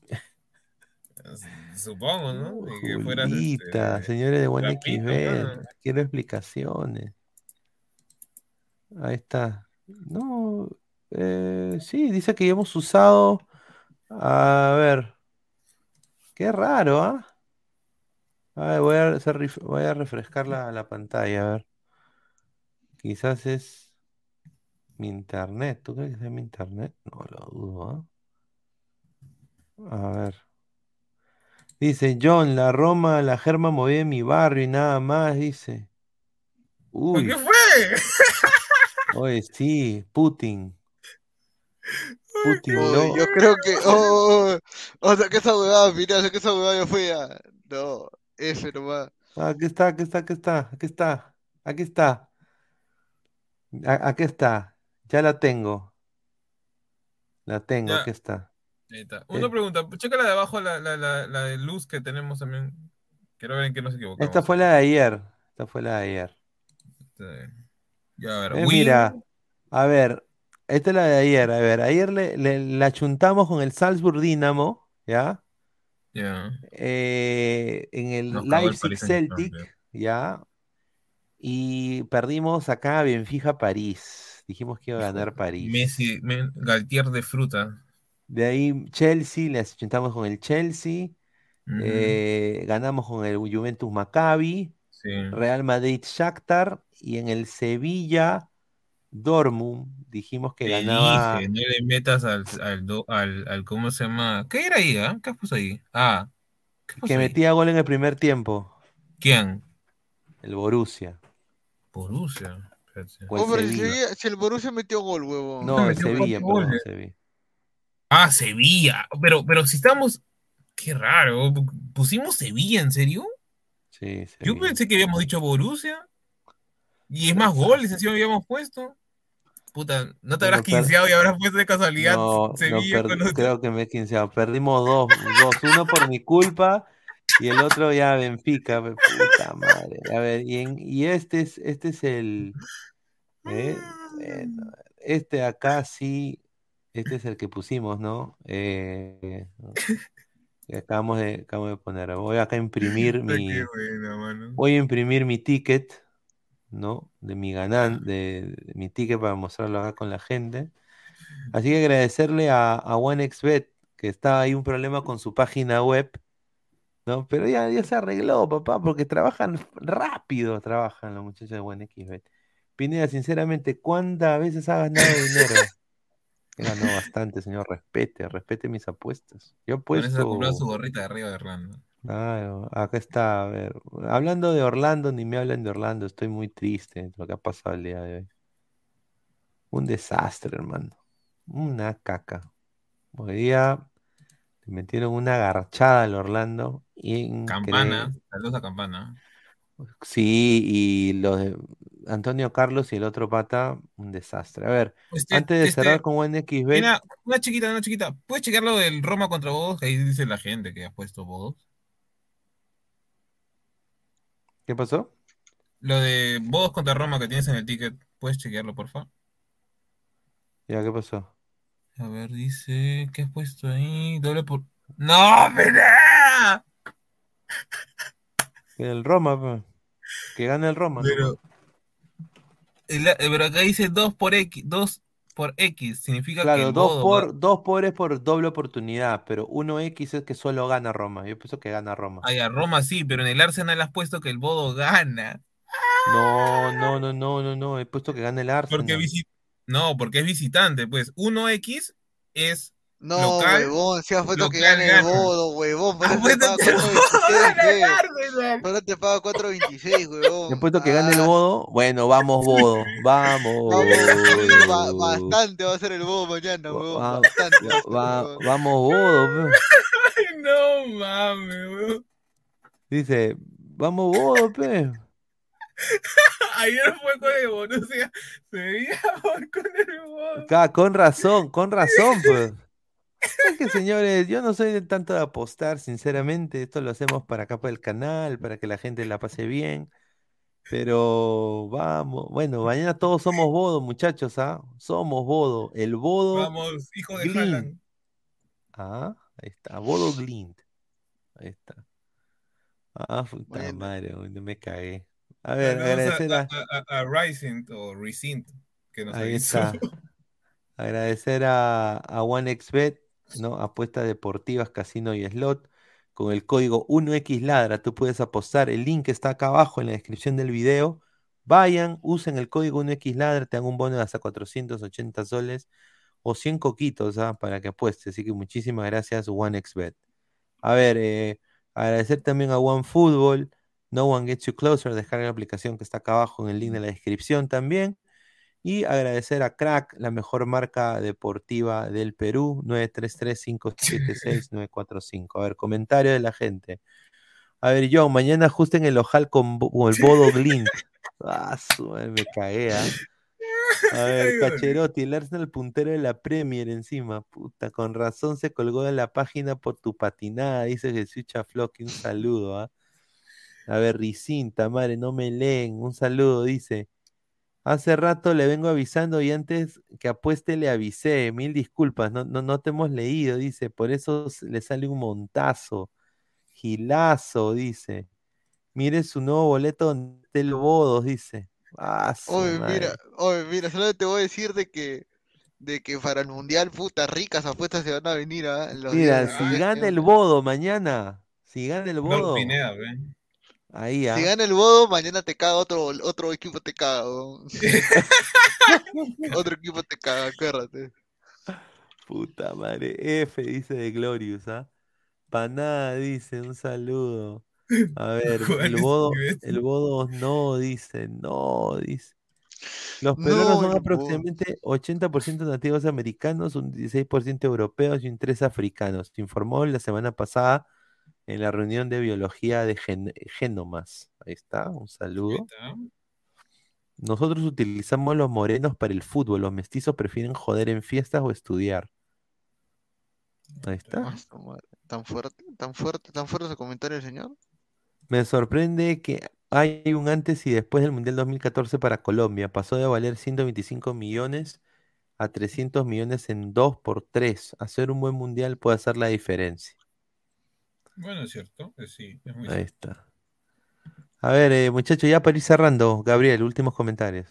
S9: Supongo, ¿no? Y que fueras este
S6: Julita, señores de
S9: rapidito,
S6: OneXBet.
S9: ¿no?
S6: Quiero explicaciones. Ahí está. No, eh, sí, dice que ya hemos usado. A ver, qué raro, ¿ah? A ver, voy a, hacer ref- voy a refrescar la, la pantalla, a ver. Quizás es mi internet. ¿Tú crees que es mi internet? No lo dudo, ¿ah? A ver. Dice John, la Roma, la Germa movía en mi barrio y nada más, dice.
S9: ¿Por qué
S6: Uy,
S9: fue?
S6: oye, sí, Putin.
S9: ¿Por qué
S6: Putin
S8: Uy, yo
S6: lo.
S8: creo que.
S9: fue?
S8: Oh, o sea que esa huevada, mira, o sea que esa huevada ya fue ya. No, F nomás.
S6: Ah, aquí está, aquí está, aquí está, aquí está, aquí está, a- aquí está. Ya la tengo, la tengo,
S9: Ya,
S6: aquí está.
S9: ahí está. Una
S6: Eh,
S9: pregunta, checa la de abajo, la, la, la, la de luz que tenemos también. Quiero ver en qué nos
S6: esta
S9: equivocamos
S6: fue
S9: ahí.
S6: la de ayer, esta fue la de ayer.
S9: Este, Ya, a ver,
S6: Eh,
S9: Win.
S6: mira, a ver, esta es la de ayer, a ver, ayer le, le- la chuntamos con el Salzburg Dinamo, ¿ya?
S9: Ya,
S6: Eh, en
S9: nos
S6: el
S9: cagó el
S6: Leipzig
S9: Paris Saint-Germain. Ya.
S6: Celtic, ¿ya? Y perdimos acá Benfica París. Dijimos que iba a
S9: Hijo,
S6: ganar París.
S9: Messi, men- Galtier de fruta.
S6: De ahí Chelsea, le chuntamos con el Chelsea.
S9: Ujú.
S6: eh, ganamos con el Juventus Maccabi.
S9: Sí.
S6: Real Madrid Shakhtar. Y en el Sevilla Dortmund dijimos que
S9: Te
S6: ganaba,
S9: dije, no le metas al, al, do- al, al- ¿cómo se llama? ¿Qué era ahí? ah? ¿Qué puso ahí? Ah, ¿qué
S6: que
S9: puso ahí?
S6: metía gol en el primer tiempo.
S9: ¿Quién?
S6: El Borussia.
S9: Borussia. Espérate.
S6: O el
S8: Oh, pero si,
S6: Sevilla.
S8: Sevilla- si el Borussia metió gol, huevón.
S9: Borussia
S6: No, el
S9: metió cuatro
S6: Sevilla, perdón,
S9: goles.
S6: Sevilla.
S9: Ah, Sevilla. Pero, pero si estamos. Qué raro. ¿Pusimos Sevilla, en serio?
S6: Sí,
S9: Yo
S6: Sevilla.
S9: pensé que habíamos dicho Borussia. Y es
S6: Puede
S9: más
S6: ser.
S9: goles, así habíamos puesto. Puta, ¿no te habrás
S6: Bueno, per-
S9: quinceado y habrás puesto de casualidad
S6: no, no
S9: Sevilla
S6: per-
S9: con los...
S6: creo que me he quinceado. Perdimos dos, dos, uno por mi culpa y el otro ya Benfica, pe- puta madre. A ver, y, en- y este es, este es el, eh, bueno, este acá sí, este es el que pusimos, ¿no? Eh, que acabamos de, acabo de poner. Voy acá a imprimir
S9: Ay, qué
S6: mi,
S9: buena, mano.
S6: voy a imprimir mi ticket, ¿no? De mi
S9: Ya.
S6: ganan, de, de mi ticket para mostrarlo acá con la gente. Así que agradecerle a, a OneXBet, que estaba ahí un problema con su página web, ¿no? Pero ya, ya se arregló, papá, porque trabajan rápido, trabajan los muchachos de OneXBet. Pineda, sinceramente, ¿cuántas veces ha ganado dinero? He ganado bastante, señor. Respete, respete mis apuestas. Yo he
S9: Con eso se ha comprado su
S6: puesto.
S9: gorrita de arriba de Orlando.
S6: Claro, acá está, a ver. Hablando de Orlando, ni me hablan de Orlando. Estoy muy triste de lo que ha pasado el día de hoy. Un desastre, hermano. Una caca. Hoy día le metieron una garchada al Orlando.
S9: Campana,
S6: Increíble.
S9: saludos a Campana.
S6: Sí, y los de Antonio Carlos y el otro pata, un desastre. A ver,
S9: Este,
S6: antes de cerrar
S9: este,
S6: con OneXBet,
S9: mira, una chiquita, una chiquita. ¿Puedes checar lo del Roma contra Bodos? Que ahí dice la gente que ha puesto Bodos.
S6: ¿qué pasó?
S9: Lo de Bodos contra Roma que tienes en el ticket. ¿Puedes chequearlo, por favor?
S6: Ya, ¿qué pasó?
S9: A ver, dice, ¿qué has puesto ahí? Doble por... ¡No, pelea!
S6: El Roma, pe. Que gane el Roma nomás.
S9: Pero, el- eh, pero acá dice dos por X, dos por X. Significa que
S6: Claro,
S9: el
S6: dos
S9: Bodo va...
S6: por, dos por es por doble oportunidad, pero uno x es que solo gana Roma. Yo pienso que gana Roma.
S9: Ay, a Roma sí, pero en el Arsenal has puesto que el Bodo gana.
S6: No, no, no, no, no, no. He puesto que gane el
S9: Porque
S6: Arsenal.
S9: visi- No, porque es visitante, pues. uno x es
S8: No,
S9: local,
S8: huevón, si has puesto que
S9: local
S8: gane el
S9: gana.
S8: bodo, huevón, por
S9: Ah,
S8: eso te
S9: pues
S8: paga
S9: el Bodo
S8: cuatro veintiséis,
S9: gana el
S8: pe.
S9: Arsenal.
S8: Por eso te paga cuatro veintiséis,
S6: He
S8: huevón.
S6: puesto que gane el
S8: Ah,
S6: Bodo. Bueno, vamos, Bodo. Vamos,
S8: vamos, sí, ba-
S6: Bodo.
S8: bastante va a ser el bodo mañana,
S6: Va-
S8: huevón,
S6: va-
S8: bastante va a ser,
S6: va-
S8: huevón.
S6: vamos, Bodo, pe.
S9: Ay, no mames, weón.
S6: Dice, vamos, Bodo, pe.
S9: Ayer fue con el Borussia, se veía con el Bodo.
S6: Acá, con razón, con razón, pues. Es que señores, yo no soy de tanto de apostar, sinceramente. Esto lo hacemos para acá, para el canal, para que la gente la pase bien. Pero vamos, bueno, mañana todos somos Bodo, muchachos, ¿ah? Somos Bodo, el Bodo
S9: Vamos, hijo de
S6: Glint.
S9: Haaland.
S6: Ah, ahí está, Bodo Glint. Ahí está. Ah, puta
S8: Bueno,
S6: madre, uy, no me cagué. A ver,
S9: Saludos a,
S6: agradecer
S9: a,
S6: a.
S9: a, a Rising o Resint, que nos
S6: Ahí
S9: avisó.
S6: está. Agradecer a, a OneXBet, ¿no? Apuestas deportivas, casino y slot. Con el código uno x ladra, tú puedes apostar. El link está acá abajo en la descripción del video. Vayan, usen el código uno x ladra, te dan un bono de hasta cuatrocientos ochenta soles o cien coquitos, ¿ah? Para que apuestes. Así que muchísimas gracias, OneXBet. A ver, eh, agradecer también a OneFootball. No One Gets You Closer. Descarga la aplicación que está acá abajo en el link de la descripción también. Y agradecer a Crack, la mejor marca deportiva del Perú, nueve tres tres, cinco siete seis, nueve cuatro cinco. A ver, comentario de la gente. A ver, John, mañana ajusten el ojal con, bo- con el Bodo Glint. Ah, su madre, me cagué, ¿ah? A ver, Cacherotti, el Arsenal puntero de la Premier encima. Puta, con razón se colgó de la página por tu patinada, dice Jesús Chafloqui. Un saludo, ¿ah? A ver, Ricinta, madre, no me leen. Un saludo, dice. Hace rato le vengo avisando y antes que apueste le avisé. Mil disculpas, no, no, no te hemos leído, dice. Por eso s- le sale un montazo. Gilazo, dice. Mire su nuevo boleto donde esté el Bodos, dice. Ah, su
S8: oye, mira,
S6: madre.
S8: oye, mira, solo te voy a decir de que, de que para el mundial, puta, ricas apuestas se van a venir, ¿ah? En los días,
S6: Mira,
S8: en los
S6: si
S8: días que
S6: gana el
S8: vienen.
S6: Bodo mañana, si gana el
S9: No,
S6: Bodo,
S9: Pineda, ve.
S6: ahí,
S8: Si
S6: ¿ah?
S8: gana el bodo, mañana te caga otro, otro equipo te caga, weón. Otro equipo te caga, acuérdate.
S6: Puta madre. F, dice de Glorious, ¿ah? Paná, dice, un saludo. A ver, el
S9: Juan
S6: Bodo,
S9: Esquivel.
S6: el Bodo no, dice, no, dice. Los peruanos
S8: No,
S6: son
S8: el bodo.
S6: aproximadamente ochenta por ciento nativos americanos, un dieciséis por ciento europeos y un tres por ciento africanos. Se informó la semana pasada en la reunión de biología de gen- Génomas. Ahí está, un
S9: Ahí
S6: saludo.
S9: está.
S6: Nosotros utilizamos los morenos para el fútbol, los mestizos prefieren joder en fiestas o estudiar. Ahí está.
S8: Ah, su madre. Tan fuerte, tan fuerte, tan fuerte ese comentario del señor.
S6: Me sorprende que hay un antes y después del Mundial dos mil catorce para Colombia. Pasó de valer ciento veinticinco millones a trescientos millones en dos por tres. Hacer un buen Mundial puede hacer la diferencia.
S9: Bueno, es cierto, eh, sí, es muy
S6: Ahí
S9: cierto.
S6: está. A ver, eh, muchachos, ya para ir cerrando, Gabriel, últimos comentarios.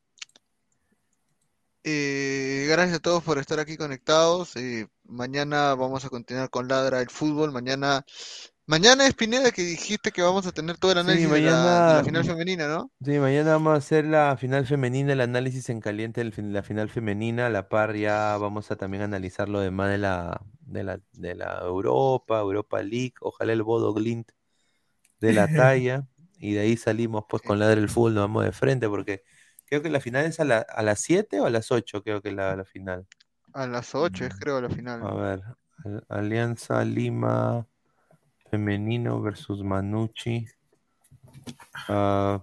S8: Eh, gracias a todos por estar aquí conectados. Eh, mañana vamos a continuar con Ladra el Fútbol. Mañana, mañana es Pineda que dijiste que vamos a tener todo el
S6: Sí,
S8: análisis de la, de la
S6: mañana,
S8: final femenina, ¿no?
S6: sí, mañana vamos a hacer la final femenina, el análisis en caliente de la final femenina. A la par ya vamos a también analizar lo demás de la, de la, de la Europa, Europa League. Ojalá el Bodo Glimt de la talla. Y de ahí salimos pues con Ladra el Fútbol, nos vamos de frente porque creo que la final es a, la, a las siete o a las ocho, creo que la, la final.
S8: A las ocho es creo la final.
S6: A ver, Al- Alianza Lima femenino versus Manucci. Ah,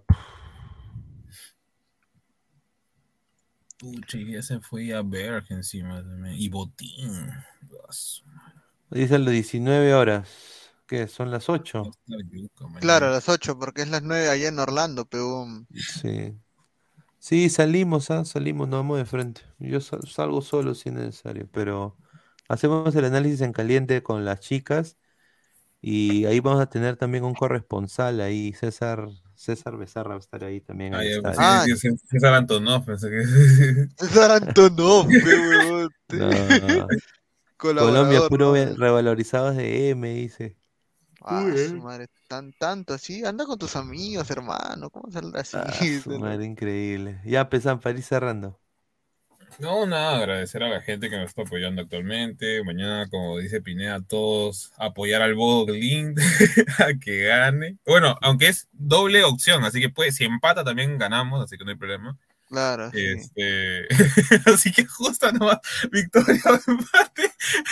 S9: Pucha, y ya se fue a Berg encima también. Y Botín.
S6: dice las diecinueve horas. ¿Qué? ¿Son las ocho?
S8: Claro, a las ocho, porque es las nueve allá en Orlando, pero
S6: Sí. Sí, salimos, ¿ah? Salimos, nos vamos de frente. Yo sal- salgo solo si es necesario, pero hacemos el análisis en caliente con las chicas y ahí vamos a tener también un corresponsal ahí, César, César Becerra va a estar ahí también
S9: Ah,
S6: al
S9: ya, pues,
S6: estadio.
S9: sí, sí, sí, César Antonov, pensé que...
S8: César Antonov, qué huevón.
S6: No. Colombia,
S8: Colaborador,
S6: puro
S8: ¿no?
S6: ve- revalorizados de M, dice.
S8: Ah, su madre, tan tanto así, anda con tus amigos, hermano, ¿cómo saldrá así?
S6: Ah, su madre, increíble. Ya empezamos para ir cerrando.
S9: No, nada, agradecer a la gente que nos está apoyando actualmente. Mañana, como dice Pineda, todos apoyar al Bodo Glimt a que gane. Bueno, aunque es doble opción, así que pues, si empata también ganamos, así que no hay problema.
S8: Claro, sí.
S9: Este... así que justo nomás, victoria o empate.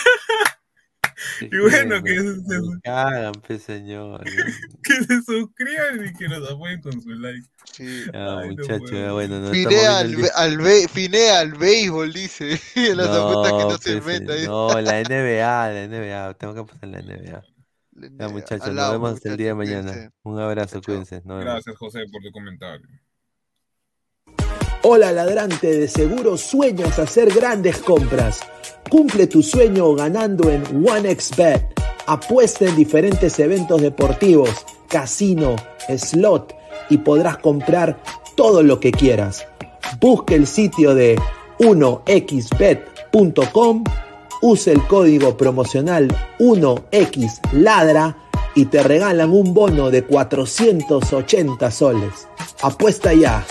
S9: Y bueno, que se,
S6: Cagan, pe señor.
S9: que se suscriban y que nos apoyen con su like.
S8: Sí.
S6: Ah,
S9: Ay, no
S6: muchacho,
S9: puedo.
S6: ya bueno, no
S8: Finea
S6: estamos
S8: al,
S6: viendo el
S8: be-
S6: día.
S8: al, be- finea al béisbol, dice. En las apuestas que
S6: No,
S8: no se
S6: pe,
S8: meta.
S6: se- no, la N B A, la N B A, tengo que pasar la N B A. Ya, muchachos, nos
S8: Alao,
S6: vemos el día de
S8: muchachos,
S6: mañana.
S8: cuídense.
S6: Un abrazo,
S8: Chao, chao.
S6: cuídense. Nos vemos.
S9: Gracias, José, por tu comentario.
S1: Hola ladrante, de seguro sueñas hacer grandes compras. Cumple tu sueño ganando en OneXBet. Apuesta en diferentes eventos deportivos, casino, slot y podrás comprar todo lo que quieras. Busca el sitio de uno x bet punto com, use el código promocional uno x ladra y te regalan un bono de cuatrocientos ochenta soles. Apuesta ya.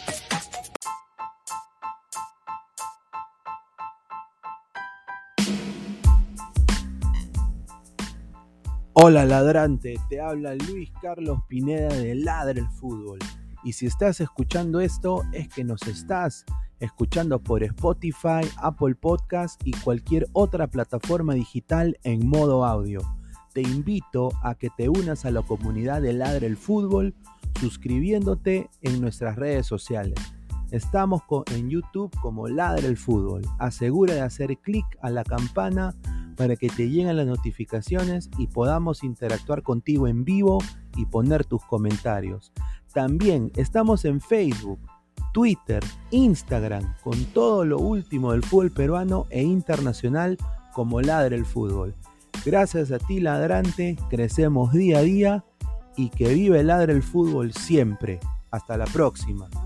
S1: Hola ladrante, te habla Luis Carlos Pineda de Ladra el Fútbol. Y si estás escuchando esto es que nos estás escuchando por Spotify, Apple Podcast y cualquier otra plataforma digital en modo audio. Te invito a que te unas a la comunidad de Ladra el Fútbol suscribiéndote en nuestras redes sociales. Estamos co- en YouTube como Ladra el Fútbol. Asegura de hacer clic a la campana para que te lleguen las notificaciones y podamos interactuar contigo en vivo y poner tus comentarios. También estamos en Facebook, Twitter, Instagram, con todo lo último del fútbol peruano e internacional como Ladra el Fútbol. Gracias a ti, ladrante, crecemos día a día y que vive Ladra el Fútbol siempre. Hasta la próxima.